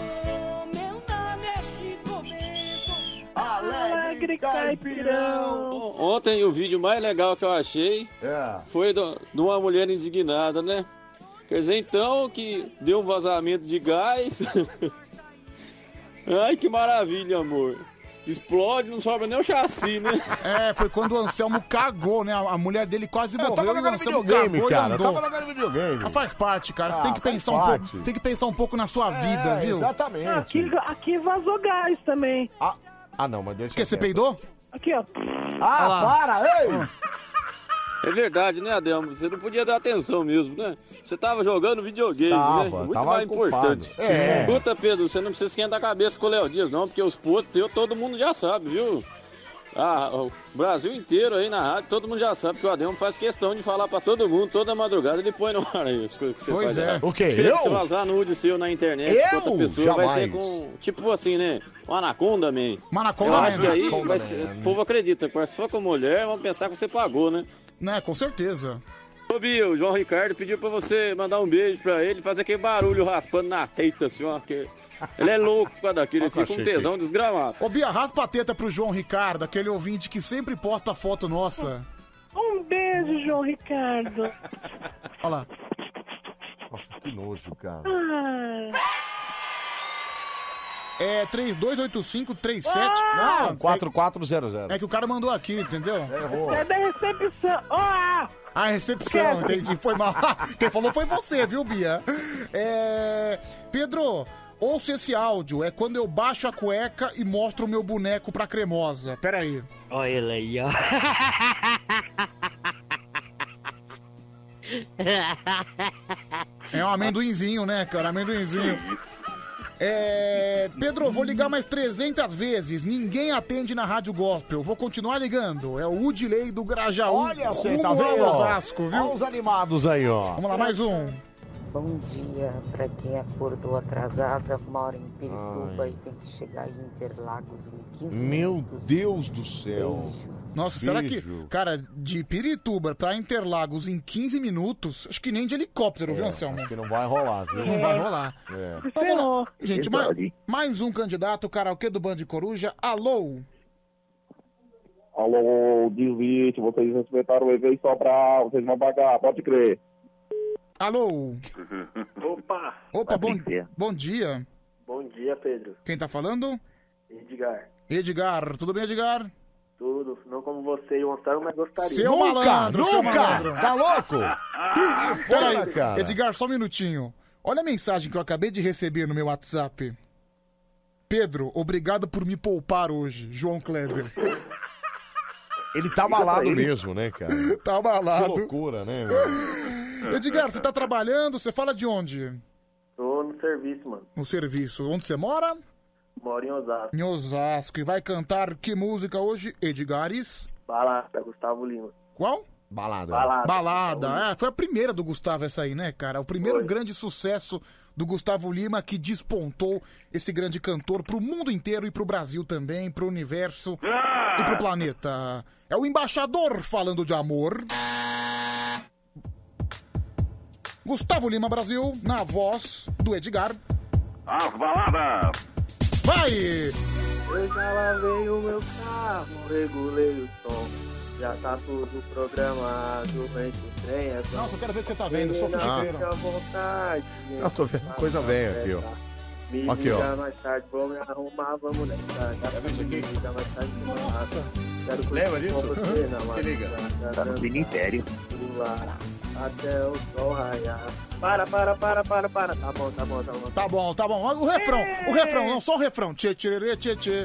Alegre Caipirão. Ontem o vídeo mais legal que eu achei foi de uma mulher indignada, né? Quer dizer, então, que deu um vazamento de gás. Ai, que maravilha, amor. Explode, não sobra nem o chassi, né? É, foi quando o Anselmo cagou, né? A mulher dele quase morreu. Tava jogando videogame, cara. Tava jogando videogame. Faz parte, cara. Você tem que pensar um pouco. Tem que pensar um pouco na sua vida, viu? Exatamente. Aqui vazou gás também. Não, mas deixa. Porque você peidou? Aqui, ó. Para, ei! É verdade, né, Adelmo? Você não podia dar atenção mesmo, né? Você tava jogando videogame, né? Muito mais importante. Escuta, Pedro, você não precisa esquentar a cabeça com o Léo Dias, não, porque os potos todo mundo já sabe, viu? O Brasil inteiro aí na rádio, todo mundo já sabe que o Adelmo faz questão de falar pra todo mundo, toda madrugada ele põe no ar aí as coisas que você faz. O quê? Pedro, se vazar nude seu na internet, outra pessoa Jamais. vai ser com, tipo assim, né? Um anaconda, man. Uma anaconda, eu acho que aí o povo acredita, se for com mulher, vão pensar que você pagou, né? Né, com certeza. Ô, Bia, o João Ricardo pediu pra você mandar um beijo pra ele, fazer aquele barulho raspando na teita, assim, ó, porque ele é louco por causa daquilo, ele fica com um tesão desgramado. Ô, Bia, raspa a teta pro João Ricardo, aquele ouvinte que sempre posta foto nossa. Um beijo, João Ricardo. Olha lá. Nossa, que nojo, cara. É 328537. Não, 4400. É que o cara mandou aqui, entendeu? É da recepção. A recepção, entendi. Foi mal. Quem falou foi você, viu, Bia? Pedro, ouça esse áudio. É quando eu baixo a cueca e mostro o meu boneco pra cremosa. Pera aí. Olha ele aí, ó. É um amendoinzinho, né, cara? Amendoinzinho. Pedro, vou ligar mais 300 vezes. Ninguém atende na Rádio Gospel. Vou continuar ligando. É o Udilei do Grajaú. Olha, você tá vendo? Osasco, viu? Olha os animados aí, ó. Vamos lá, mais um. Bom dia pra quem acordou atrasada, mora em Pirituba e tem que chegar em Interlagos em 15 minutos. Meu Deus do céu. Beijo. Nossa, será que, cara, de Pirituba pra Interlagos em 15 minutos, acho que nem de helicóptero, viu, Anselmo? Acho que não vai rolar, viu? Não vai rolar. Vamos lá. Gente, mais um candidato, karaokê do Band Coruja. Alô? Alô, Divite, vocês respeitaram o EV e Sobral, vocês vão pagar, pode crer. Alô? Opa! Bom dia. Bom dia, Pedro. Quem tá falando? Edgar. Tudo bem, Edgar? Tudo, não como você e o Anselmo, mas gostaria. Seu malandro. Tá louco? Peraí, cara. Edgar, só um minutinho. Olha a mensagem que eu acabei de receber no meu WhatsApp. Pedro, obrigado por me poupar hoje, João Kleber. Ele tá abalado mesmo, né, cara? Tá abalado. Que loucura, né, meu? Edgar, você tá trabalhando? Você fala de onde? Tô no serviço, mano. No serviço. Onde você mora? Moro em Osasco. Em Osasco. E vai cantar que música hoje, Edgares? Balada, Gustavo Lima. Qual? Balada. Foi a primeira do Gustavo essa aí, né, cara? O primeiro grande sucesso do Gustavo Lima que despontou esse grande cantor pro mundo inteiro e pro Brasil também, pro universo e pro planeta. É o embaixador falando de amor. Gustavo Lima Brasil, na voz do Edgar. As baladas. Vai! Eu já lavei o meu carro, regulei o som. Já tá tudo programado, vem o trem é só. Nossa, eu quero ver o que você tá vendo, eu sou fuxiqueiro. Fica à vontade. Eu tô vendo coisa velha aqui, ó. Me Aqui, liga ó. mais tarde, vou me arrumar, vamos nessa. Me liga mais tarde, quero curtir Lembra disso? com você, namorada. Se liga. Tá no cemitério. Até o sol raiar. Para. Tá bom. Tá bom. O refrão, não, só o refrão. Tchê, tchê, tchê, tchê.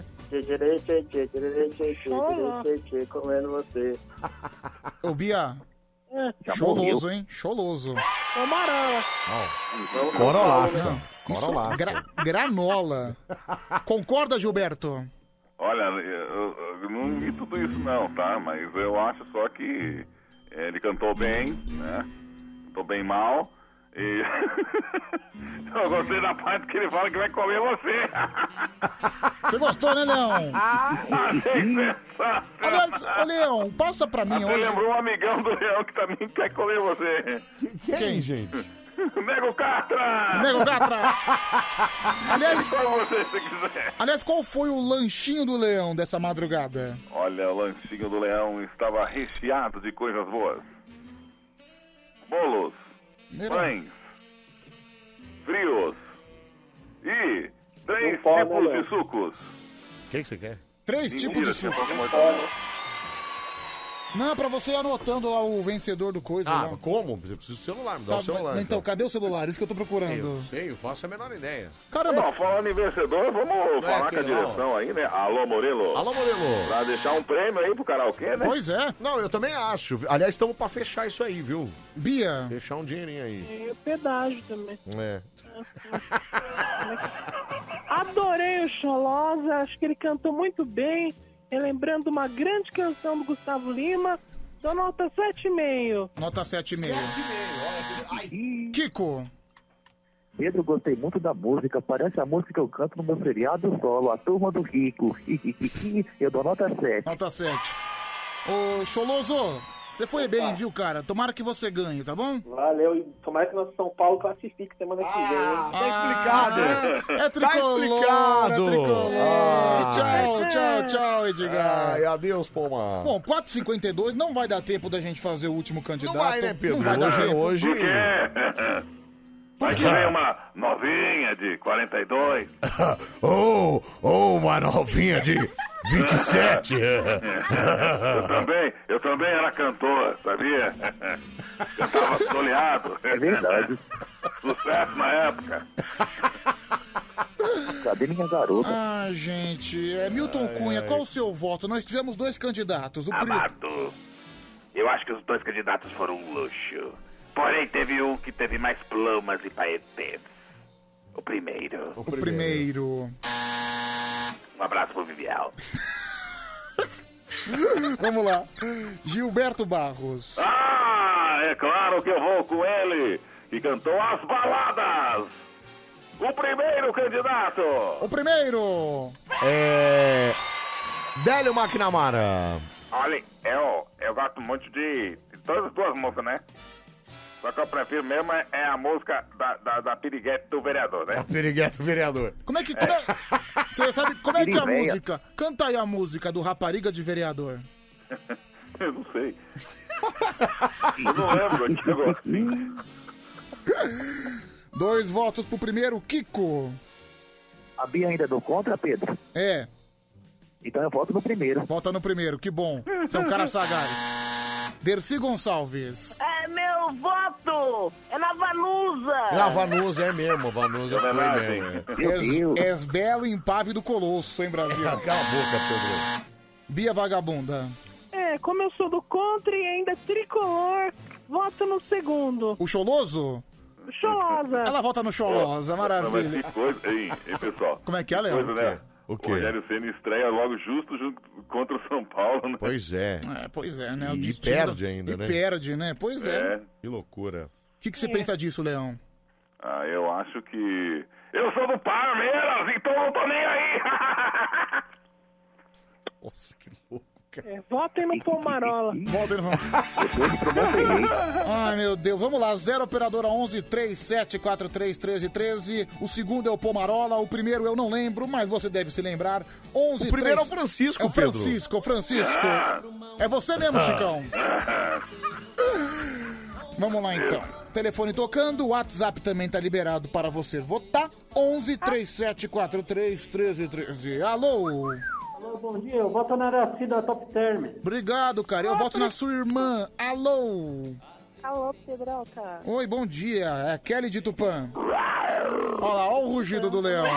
Tchê, comendo você. Ô, Bia. Choloso, hein? Choloso. Camarão. Corolaça. Isso, granola. Concorda, Gilberto? Olha, eu não vi tudo isso não, tá? Mas eu acho só que ele cantou bem, né? Cantou bem mal. E eu gostei da parte que ele fala que vai comer você. Você gostou, né, Leão? Achei sensacional. Aliás, ô, Leão, passa pra mim Você hoje. lembrou um amigão do Leão que também quer comer você. Quem, gente? Nego Catra! Aliás, Como você, se quiser. aliás, qual foi o lanchinho do Leão dessa madrugada? Olha, o lanchinho do Leão estava recheado de coisas boas. Bolos, pães, frios e 3 tipos de sucos. O que você quer? 3 tipos de suco. Não, pra você ir anotando lá o vencedor do coisa. Ah, lá. como? Eu preciso do celular, me dá o celular. Então, cadê o celular? Isso que eu tô procurando. Eu sei, eu faço a menor ideia. Caramba. Bom, falando em vencedor, vamos falar com a direção aí, né? Alô, Morelo. Alô, Morelo. Pra deixar um prêmio aí pro karaokê, né? Pois é. Não, eu também acho. Aliás, estamos pra fechar isso aí, viu? Bia. Fechar um dinheirinho aí. E o pedágio também. É. Adorei o Cholosa, acho que ele cantou muito bem, relembrando uma grande canção do Gustavo Lima. Dou nota 7,5. Nota 7,5. Kiko. Pedro, gostei muito da música. Parece a música que eu canto no meu feriado solo. A Turma do Rico. Eu dou nota 7. Nota 7. Ô, Choloso, você foi bem, viu, cara? Tomara que você ganhe, tá bom? Valeu, e tomara que nosso São Paulo classifique semana que vem. Tá explicado. É tricolor, explicado. é tricolor. Tchau, Edgar. Ai, adeus, Pomar. Bom, 4h52, não vai dar tempo da gente fazer o último candidato. Não vai, né, Pedro? Não vai dar tempo. Hoje... Por quê? Vai querer uma novinha de 42? Uma novinha de 27. Eu também era cantor, sabia? Cantava soleado. É verdade. Sucesso na época. Cadê minha garota? Ah, gente, Milton Cunha, qual o seu voto? Nós tivemos 2 candidatos. Amado, eu acho que os 2 candidatos foram um luxo. Porém, teve um que teve mais plumas e paetês. O primeiro. O primeiro. Um abraço pro Vivial. Vamos lá. Gilberto Barros. Ah, é claro que eu vou com ele, que cantou as baladas. O primeiro candidato. O primeiro. Délio McNamara. Olha, eu gosto muito de todas as 2 músicas, né? Só que eu prefiro mesmo é a música da Piriguete do Vereador, né? A Piriguete do Vereador. Você sabe como é que é a música? Canta aí a música do Rapariga de Vereador. Eu não sei. Eu não lembro de negócio assim. 2 votos pro primeiro, Kiko. A Bia ainda dou contra, Pedro? É. Então eu voto no primeiro. Vota no primeiro, que bom. São caras sagazes. Dercy Gonçalves. É meu voto! É na Vanusa! A Vanusa é mesmo, Vanusa foi mesmo. És belo impávido colosso, hein, Brasil? Cala a boca, Pedro. Bia Vagabunda. Como eu sou do contra e ainda tricolor, voto no segundo. O Choloso? Cholosa. Ela vota no Cholosa, maravilha. Mas que coisa, hein, pessoal? Como é que é, Léo? Coisa, né? O quê? O Rogério Ceni estreia logo justo contra o São Paulo, né? Pois é. Pois é, né? O E destino- perde ainda, né? E perde, né? Pois é. Que loucura. O que você pensa disso, Leão? Ah, eu acho que... Eu sou do Palmeiras, então não tô nem aí. Nossa, que louco. Votem no Pomarola. Votem no Ai, meu Deus. Vamos lá. 0 operadora 11 37 43 13 13. O segundo é o Pomarola. O primeiro eu não lembro, mas você deve se lembrar. 11 O primeiro 3... é o Francisco, É o Pedro. Francisco. É você mesmo, Chicão. Vamos lá, então. Telefone tocando. O WhatsApp também tá liberado para você votar. 11 37 43 13 13. Alô? Alô, bom dia. Eu voto na Araci da Top Term. Obrigado, cara. Eu voto na sua irmã. Alô? Alô, Pedroca. Oi, bom dia. É Kelly de Tupã. Olha lá, olha o rugido do leão.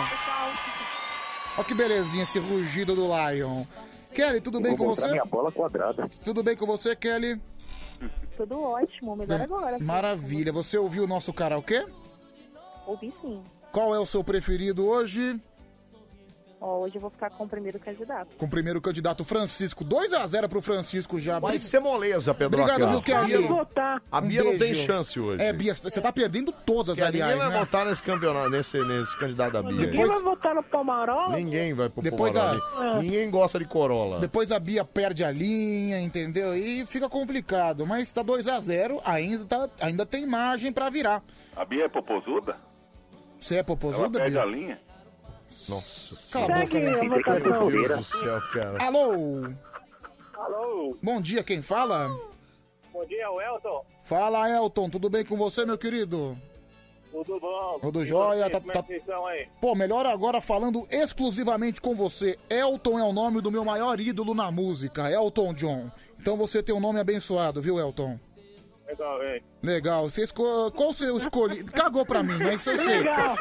Olha que belezinha esse rugido do Lion. Kelly, tudo bem com Vou botar você? minha bola quadrada. Tudo bem com você, Kelly? Tudo ótimo, melhor agora. Maravilha. Você ouviu o nosso karaokê? Ouvi sim. Qual é o seu preferido hoje? Ó, hoje eu vou ficar com o primeiro candidato. Com o primeiro candidato, Francisco. 2-0 pro Francisco já. Vai ser moleza, Pedro. Obrigado, viu, Kelly? A Bia não tem chance hoje. É, Bia, você tá perdendo todas, Porque aliás, ninguém vai né? votar nesse campeonato, nesse candidato da Bia. Ninguém vai votar no Pomarola? Ninguém vai pro Depois Pomarola. Ninguém gosta de Corolla. Depois a Bia perde a linha, entendeu? E fica complicado. Mas tá 2-0, ainda tem margem pra virar. A Bia é popozuda? Você é Ela popozuda, perde Bia? a linha? Nossa Cala a boca, Meu votação. Deus do céu, cara. Alô? Alô? Bom dia, quem fala? Bom dia, o Elton. Fala, Elton. Tudo bem com você, meu querido? Tudo bom? Tudo E jóia, você, tá- como é tá- que vocês estão aí? Pô, melhor agora falando exclusivamente com você. Elton é o nome do meu maior ídolo na música, Elton John. Então você tem um nome abençoado, viu, Elton? Legal, hein? Legal. Qual você escolhe? Cagou pra mim, mas eu sei. Legal.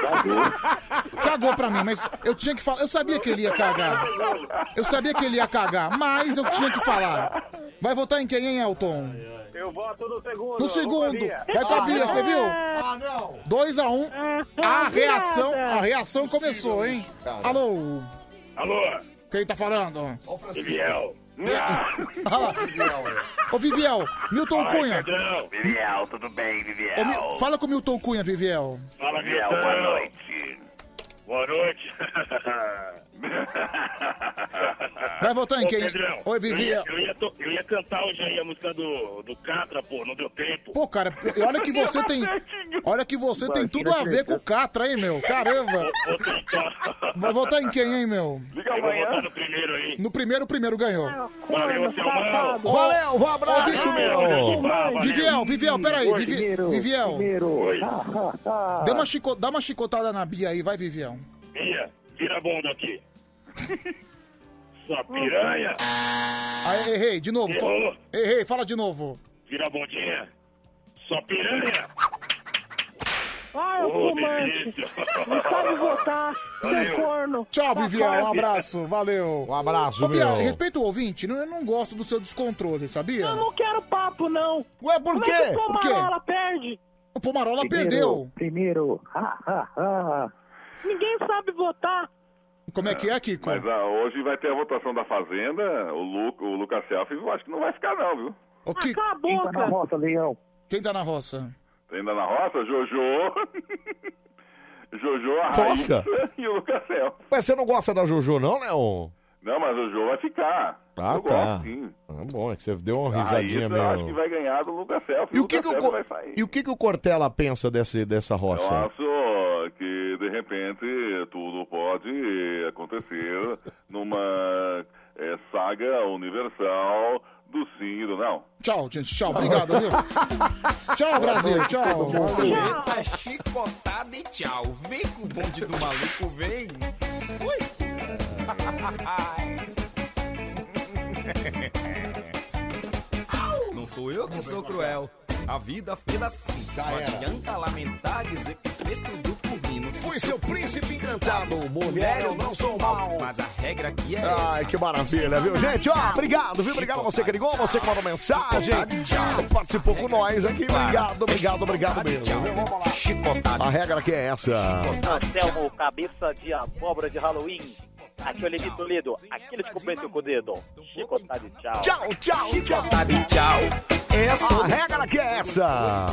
Cagou pra mim, mas eu tinha que falar. Eu sabia que ele ia cagar. Eu sabia que ele ia cagar, mas eu tinha que falar. Vai votar em quem, hein, Elton? Eu voto no segundo. No segundo. Vai com a Bia, você viu? Ah, não. 2-1. A reação começou, hein? Alô? Alô? Quem tá falando? Viviel. Olha lá. Ô, Viviel, Milton Fala aí, Cunha. Pedrão. Viviel, tudo bem, Viviel? Fala com o Milton Cunha, Viviel. Fala, Viviel, Milton. boa noite. Boa noite. Vai votar em Ô, quem? Pedrão, Oi, Viviel. eu ia cantar hoje aí a música do Catra, pô, não deu tempo. Pô, cara, olha que você tem. Olha que você tem tudo a ver com o Catra, hein, meu? Caramba! Vai votar em quem, hein, meu? Eu vou votar no primeiro aí. No primeiro, o primeiro ganhou. Valeu, seu mano. Valeu, um abraço, meu. Viviel, peraí. Oi, Viviel. Oi. Dá uma chicotada na Bia aí, vai, Viviel. Bia, vira a bunda aqui. Sua piranha. Aí, errei, de novo. Errou. Errei, fala de novo. Vira a bundinha. Sua piranha. Ai, Ô, fumante. delícia. Não sabe votar, seu corno. Tchau, Viviel, um abraço, valeu. Um abraço, Ô, Bia, meu. respeita o ouvinte, eu não gosto do seu descontrole, sabia? Eu não quero papo, não. Ué, por Como quê? é que o Por quê? Pomarola perde? O Pomarola perdeu. Primeiro. Ninguém sabe votar. Como é que é, Kiko? Mas hoje vai ter a votação da Fazenda. O Lucas Selfie, eu acho que não vai ficar, não, viu? Ô, Kiko. Cala a Quem tá na boca. roça, Leão? Quem tá na roça? Tem ainda na roça, Jojo. Jojo, a Nossa. Raíssa e o Lucas Selfie. Mas você não gosta da Jojo, não, Leon? Não, mas o Jojo vai ficar. Ah, eu tá. gosto, sim. Ah, bom, é que você deu uma A risadinha Raíssa, eu acho que meio... vai ganhar do Lucas Selfie. E o que Lucas que o Selfie Co- vai sair. E o que que o Cortella pensa dessa Eu roça? acho que, de repente, tudo pode acontecer numa saga universal do sim e do não. Tchau, gente, tchau, obrigado, viu? Tchau, Brasil, tchau. Valeu. Eita, chicotada e tchau. Vem com o bonde do maluco, vem. Ui. Não sou eu que sou cruel. A vida fez assim. Não adianta lamentar, dizer que fez tudo por mim. Não Fui seu príncipe encantado, mulher, eu não sou mal. Mas a regra aqui é Ai, essa. que maravilha, viu, gente? Ó, obrigado, viu? Obrigado a você que ligou, você que mandou mensagem. Você participou com nós aqui. Obrigado mesmo. Viu? Vamos lá. A regra aqui é essa. Anselmo, cabeça de abóbora de Halloween. Aqui é o Levi Toledo, aquele que compreendeu com o dedo. Chicotade, tchau. Tchau, tchau, tchau. Chicotade, tchau. A regra que é essa.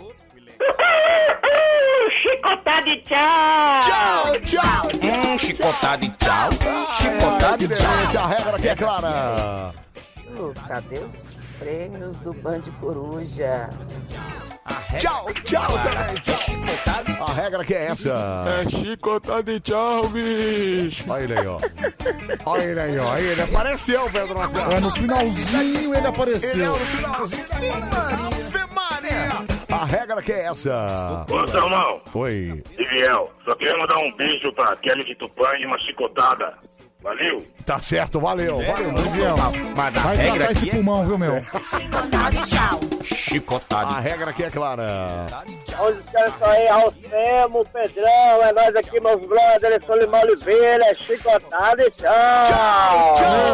Chicotade, tchau. Tchau, tchau. Chicotade, tchau. Chicotade, tchau. Essa é a regra que é clara. Cadê os prêmios do Band Coruja? Tchau, tchau também, tchau. A regra que é essa. É chicotade, tchau, bicho. Olha ele aí, ó. Olha ele aí, ó. Ele apareceu, Pedro Macau. É, no finalzinho ele apareceu. Ele é no finalzinho. Ave Maria. A regra que é essa. Ô, Salmão. Oi. Iviel, só queria mandar um beijo pra Kelly de Tupã e uma chicotada. Valeu. Tá certo, valeu. Valeu, Miguel. Mas a Vai regra tratar esse aqui é... pulmão, viu, meu? Chicotade, tchau. Chicotade. A regra que é clara. Hoje quero sair Alcemo, Pedrão, é nós aqui, meus brothers, Solimão Oliveira, Chicotade, tchau.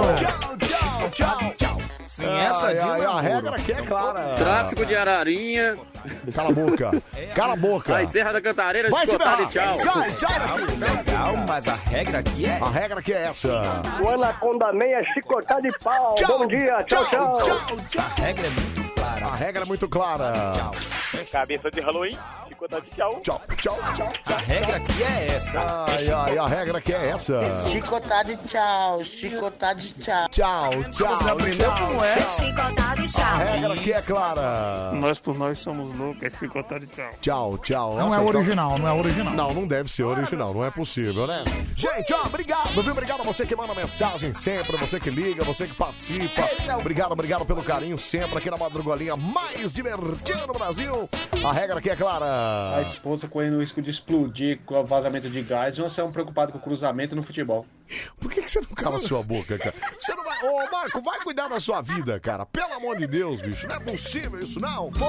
Tchau. Sem essa, a regra que é clara. Tráfico de Ararinha. Cala a boca. Cala a boca. Vai, Serra da Cantareira, Vai, chicotade, tchau. Legal, mas a regra aqui é... A regra que é essa. O Anaconda Meia, Chicotade de pau. Bom dia, tchau. A regra é muito clara. A regra é muito clara. Cabeça de Halloween, chicotade, tchau. Tchau. A regra aqui é essa. Ai, a regra que é essa. Chicotade, tchau. Chicotade, tchau. Tchau. Você aprendeu como é? Chicotade, tchau. A regra que é clara. Nós por nós somos loucos, é chicotade, tchau. Tchau. Não Nossa, é original, não é original. Não deve ser original, não é possível, né? Gente, ó, obrigado, viu? Obrigado a você que manda mensagem sempre, você que liga, você que participa. Obrigado pelo carinho sempre aqui na madrugolinha mais divertida do Brasil. A regra que é clara. A esposa correndo o risco de explodir com o vazamento de gás e nós estamos preocupados com o cruzamento no futebol. Por que você não cala a sua boca, cara? Você não vai... Ô, Marco, vai cuidar da sua vida, cara. Pelo amor de Deus, bicho. Não é possível isso, não, pô.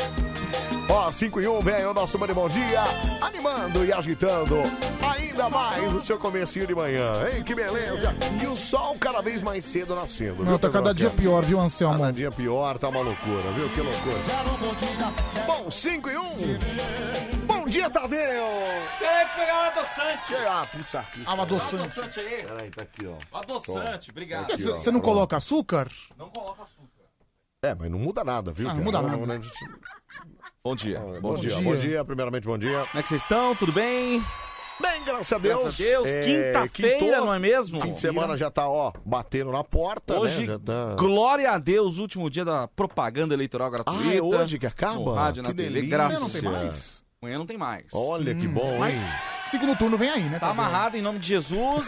Ó, 5 e 1, vem o nosso Bom Dia, animando e agitando ainda mais o seu comecinho de manhã, hein? Que beleza. E o sol cada vez mais cedo nascendo. Não, tá cada dia pior, viu, Anselmo? Cada dia pior, tá uma loucura, viu? Que loucura. Bom, 5 e 1. Bom dia, Tadeu. Peraí, vou pegar um adoçante. Ah, puta aqui. Ah, um adoçante. Um adoçante aí. Peraí, tá aqui, ó. Um adoçante, obrigado. Aqui, Você não coloca açúcar? Não coloca açúcar. É, mas não muda nada, viu? Não muda nada. Bom dia. Bom dia. Primeiramente, bom dia. Como é que vocês estão? Tudo bem? Bem, graças a Deus. Graças a Deus. Quinta-feira, não é mesmo? Fim de semana já tá, ó, batendo na porta, hoje, né? Já tá... glória a Deus, último dia da propaganda eleitoral gratuita. Ah, é hoje que acaba? No rádio, que na TV, delícia. graças Não tem mais? Amanhã não tem mais. Olha que bom, Mas hein? segundo turno vem aí, né? Tá amarrado em nome de Jesus,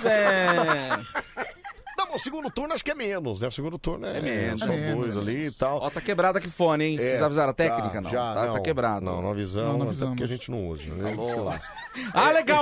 Não, o segundo turno acho que é menos, né? O segundo turno é menos. São dois ali e tal. Ó, tá quebrado aqui fone, hein? Vocês avisaram a técnica? Não, já, tá quebrado. Não avisamos, até porque a gente não usa, né? Alô. Sei lá. Ah, legal,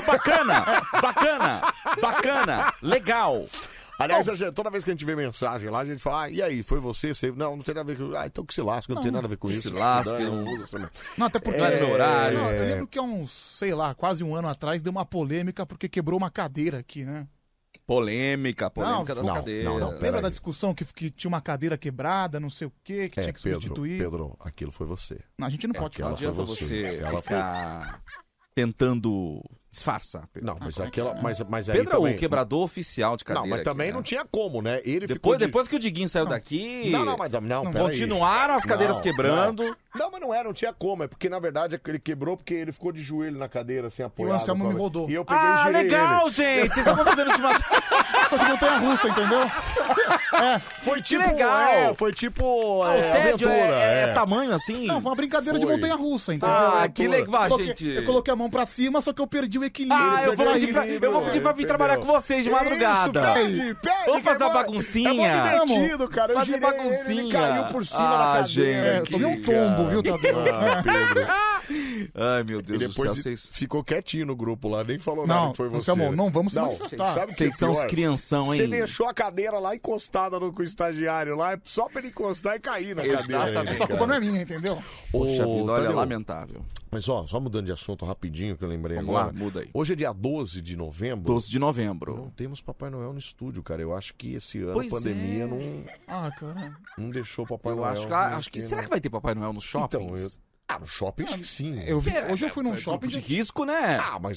bacana, legal. Aliás, toda vez que a gente vê mensagem lá, a gente fala, e aí, foi você? Não tem nada a ver com... então que se lasca, não tem nada a ver com isso. Se lasca, não usa também. Não, até porque... Não é meu horário. Não, eu lembro que há uns, sei lá, quase um ano atrás, deu uma polêmica porque quebrou uma cadeira aqui, né? Polêmica das cadeiras. Lembra da discussão que tinha uma cadeira quebrada, não sei o quê, que tinha que Pedro, substituir? Pedro, aquilo foi você. Não, a gente não pode Não falar. adianta você ficar tentando disfarçar, Pedro. Não, mas aquela... Mas aí Pedro também... é o quebrador oficial de cadeira. Não, mas também aqui, né? não tinha como, né? Ele depois que o Diguinho saiu daqui... Não, continuaram as cadeiras quebrando. Não, mas não tinha como. É porque, na verdade, ele quebrou porque ele ficou de joelho na cadeira, assim, apoiado. E o Anselmo me rodou. E eu peguei e girei legal, ele. gente! Vocês estão fazendo ultimato. Você não tem a russa, entendeu? Foi tipo... legal. Foi tipo... O tédio aventura. é tamanho assim? Não, foi uma brincadeira de montanha-russa, entendeu? Ah, que legal, gente. Eu coloquei a mão pra cima, só que eu perdi o equilíbrio. Eu vou pedir pra vir trabalhar com vocês de madrugada. Pede, Vamos fazer uma baguncinha. É mó divertido, cara. Eu Fazer girei baguncinha. Ele caiu por cima da cadeira. Gente. Tomei um tombo, viu, Tadeu? Pedro. Ai, meu Deus E do céu. depois ficou quietinho no grupo lá, nem falou nada Não, que foi você. Anselmo, né? não vamos se manifestar. Sabe o que é Vocês são os pior? crianção, hein? Você deixou a cadeira lá encostada com o estagiário lá, só pra ele encostar e cair na cadeira. Exatamente. Essa culpa não é minha, entendeu? Poxa vida, olha, Tadeu, lamentável. Mas ó, só mudando de assunto rapidinho, que eu lembrei Vamos agora. lá, muda aí. Hoje é dia 12 de novembro. 12 de novembro. Não temos Papai Noel no estúdio, cara. Eu acho que esse ano Pois a pandemia é. não, Ah, cara. não deixou o Papai Eu Noel. acho que será que vai ter Papai Noel nos shoppings? Então, Ah, no shopping acho que sim. Hoje eu fui num shopping de risco, né? Ah, mas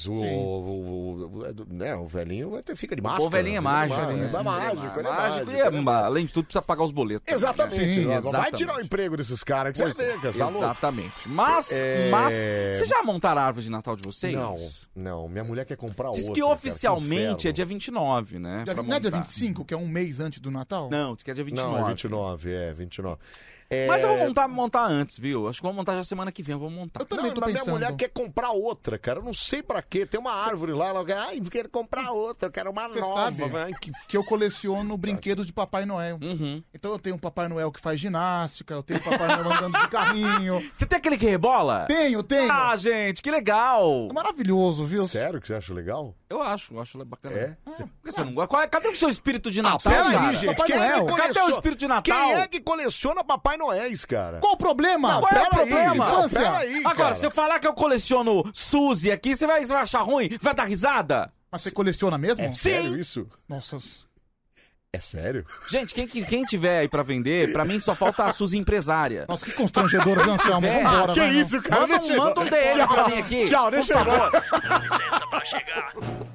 o velhinho fica de máscara. O velhinho é mágico. É mágico. E, além de tudo, precisa pagar os boletos. Exatamente. Vai tirar o emprego desses caras que você vê, cara. Exatamente. Mas, vocês já montaram a árvore de Natal de vocês? Não. Minha mulher quer comprar outra. Diz que oficialmente é dia 29, né? Não é dia 25, que é um mês antes do Natal? Não, diz que é dia 29. Não, é 29. Mas eu vou montar antes, viu? Acho que vou montar já semana que vem, eu vou montar. Eu também tô pensando. Minha mulher quer comprar outra, cara. Eu não sei pra quê. Tem uma árvore lá, ela quer, quero comprar outra, eu quero uma Você nova. sabe que eu coleciono brinquedos de Papai Noel. Então eu tenho um Papai Noel que faz ginástica, eu tenho um Papai Noel andando de carrinho. Você tem aquele que rebola? Tenho. Ah, gente, que legal. É maravilhoso, viu? Sério que você acha legal? Eu acho bacana. É? Por que você não gosta? Cadê o seu espírito de Natal, pera cara? aí, gente. Papai Noel. Cadê o espírito de Natal? Quem é que coleciona Papai Noéis, cara? Qual o problema? Qual é o problema? Peraí, agora, se eu falar que eu coleciono Suzy aqui, você vai achar ruim? Vai dar risada? Mas você coleciona mesmo? É sério isso? Nossa. É sério? Gente, quem tiver aí pra vender, pra mim só falta a Suzy empresária. Nossa, que constrangedor, viu, Anselmo? Vambora, que isso, cara? Manda um DM pra mim aqui. Tchau, deixa eu por favor. Dá licença pra chegar.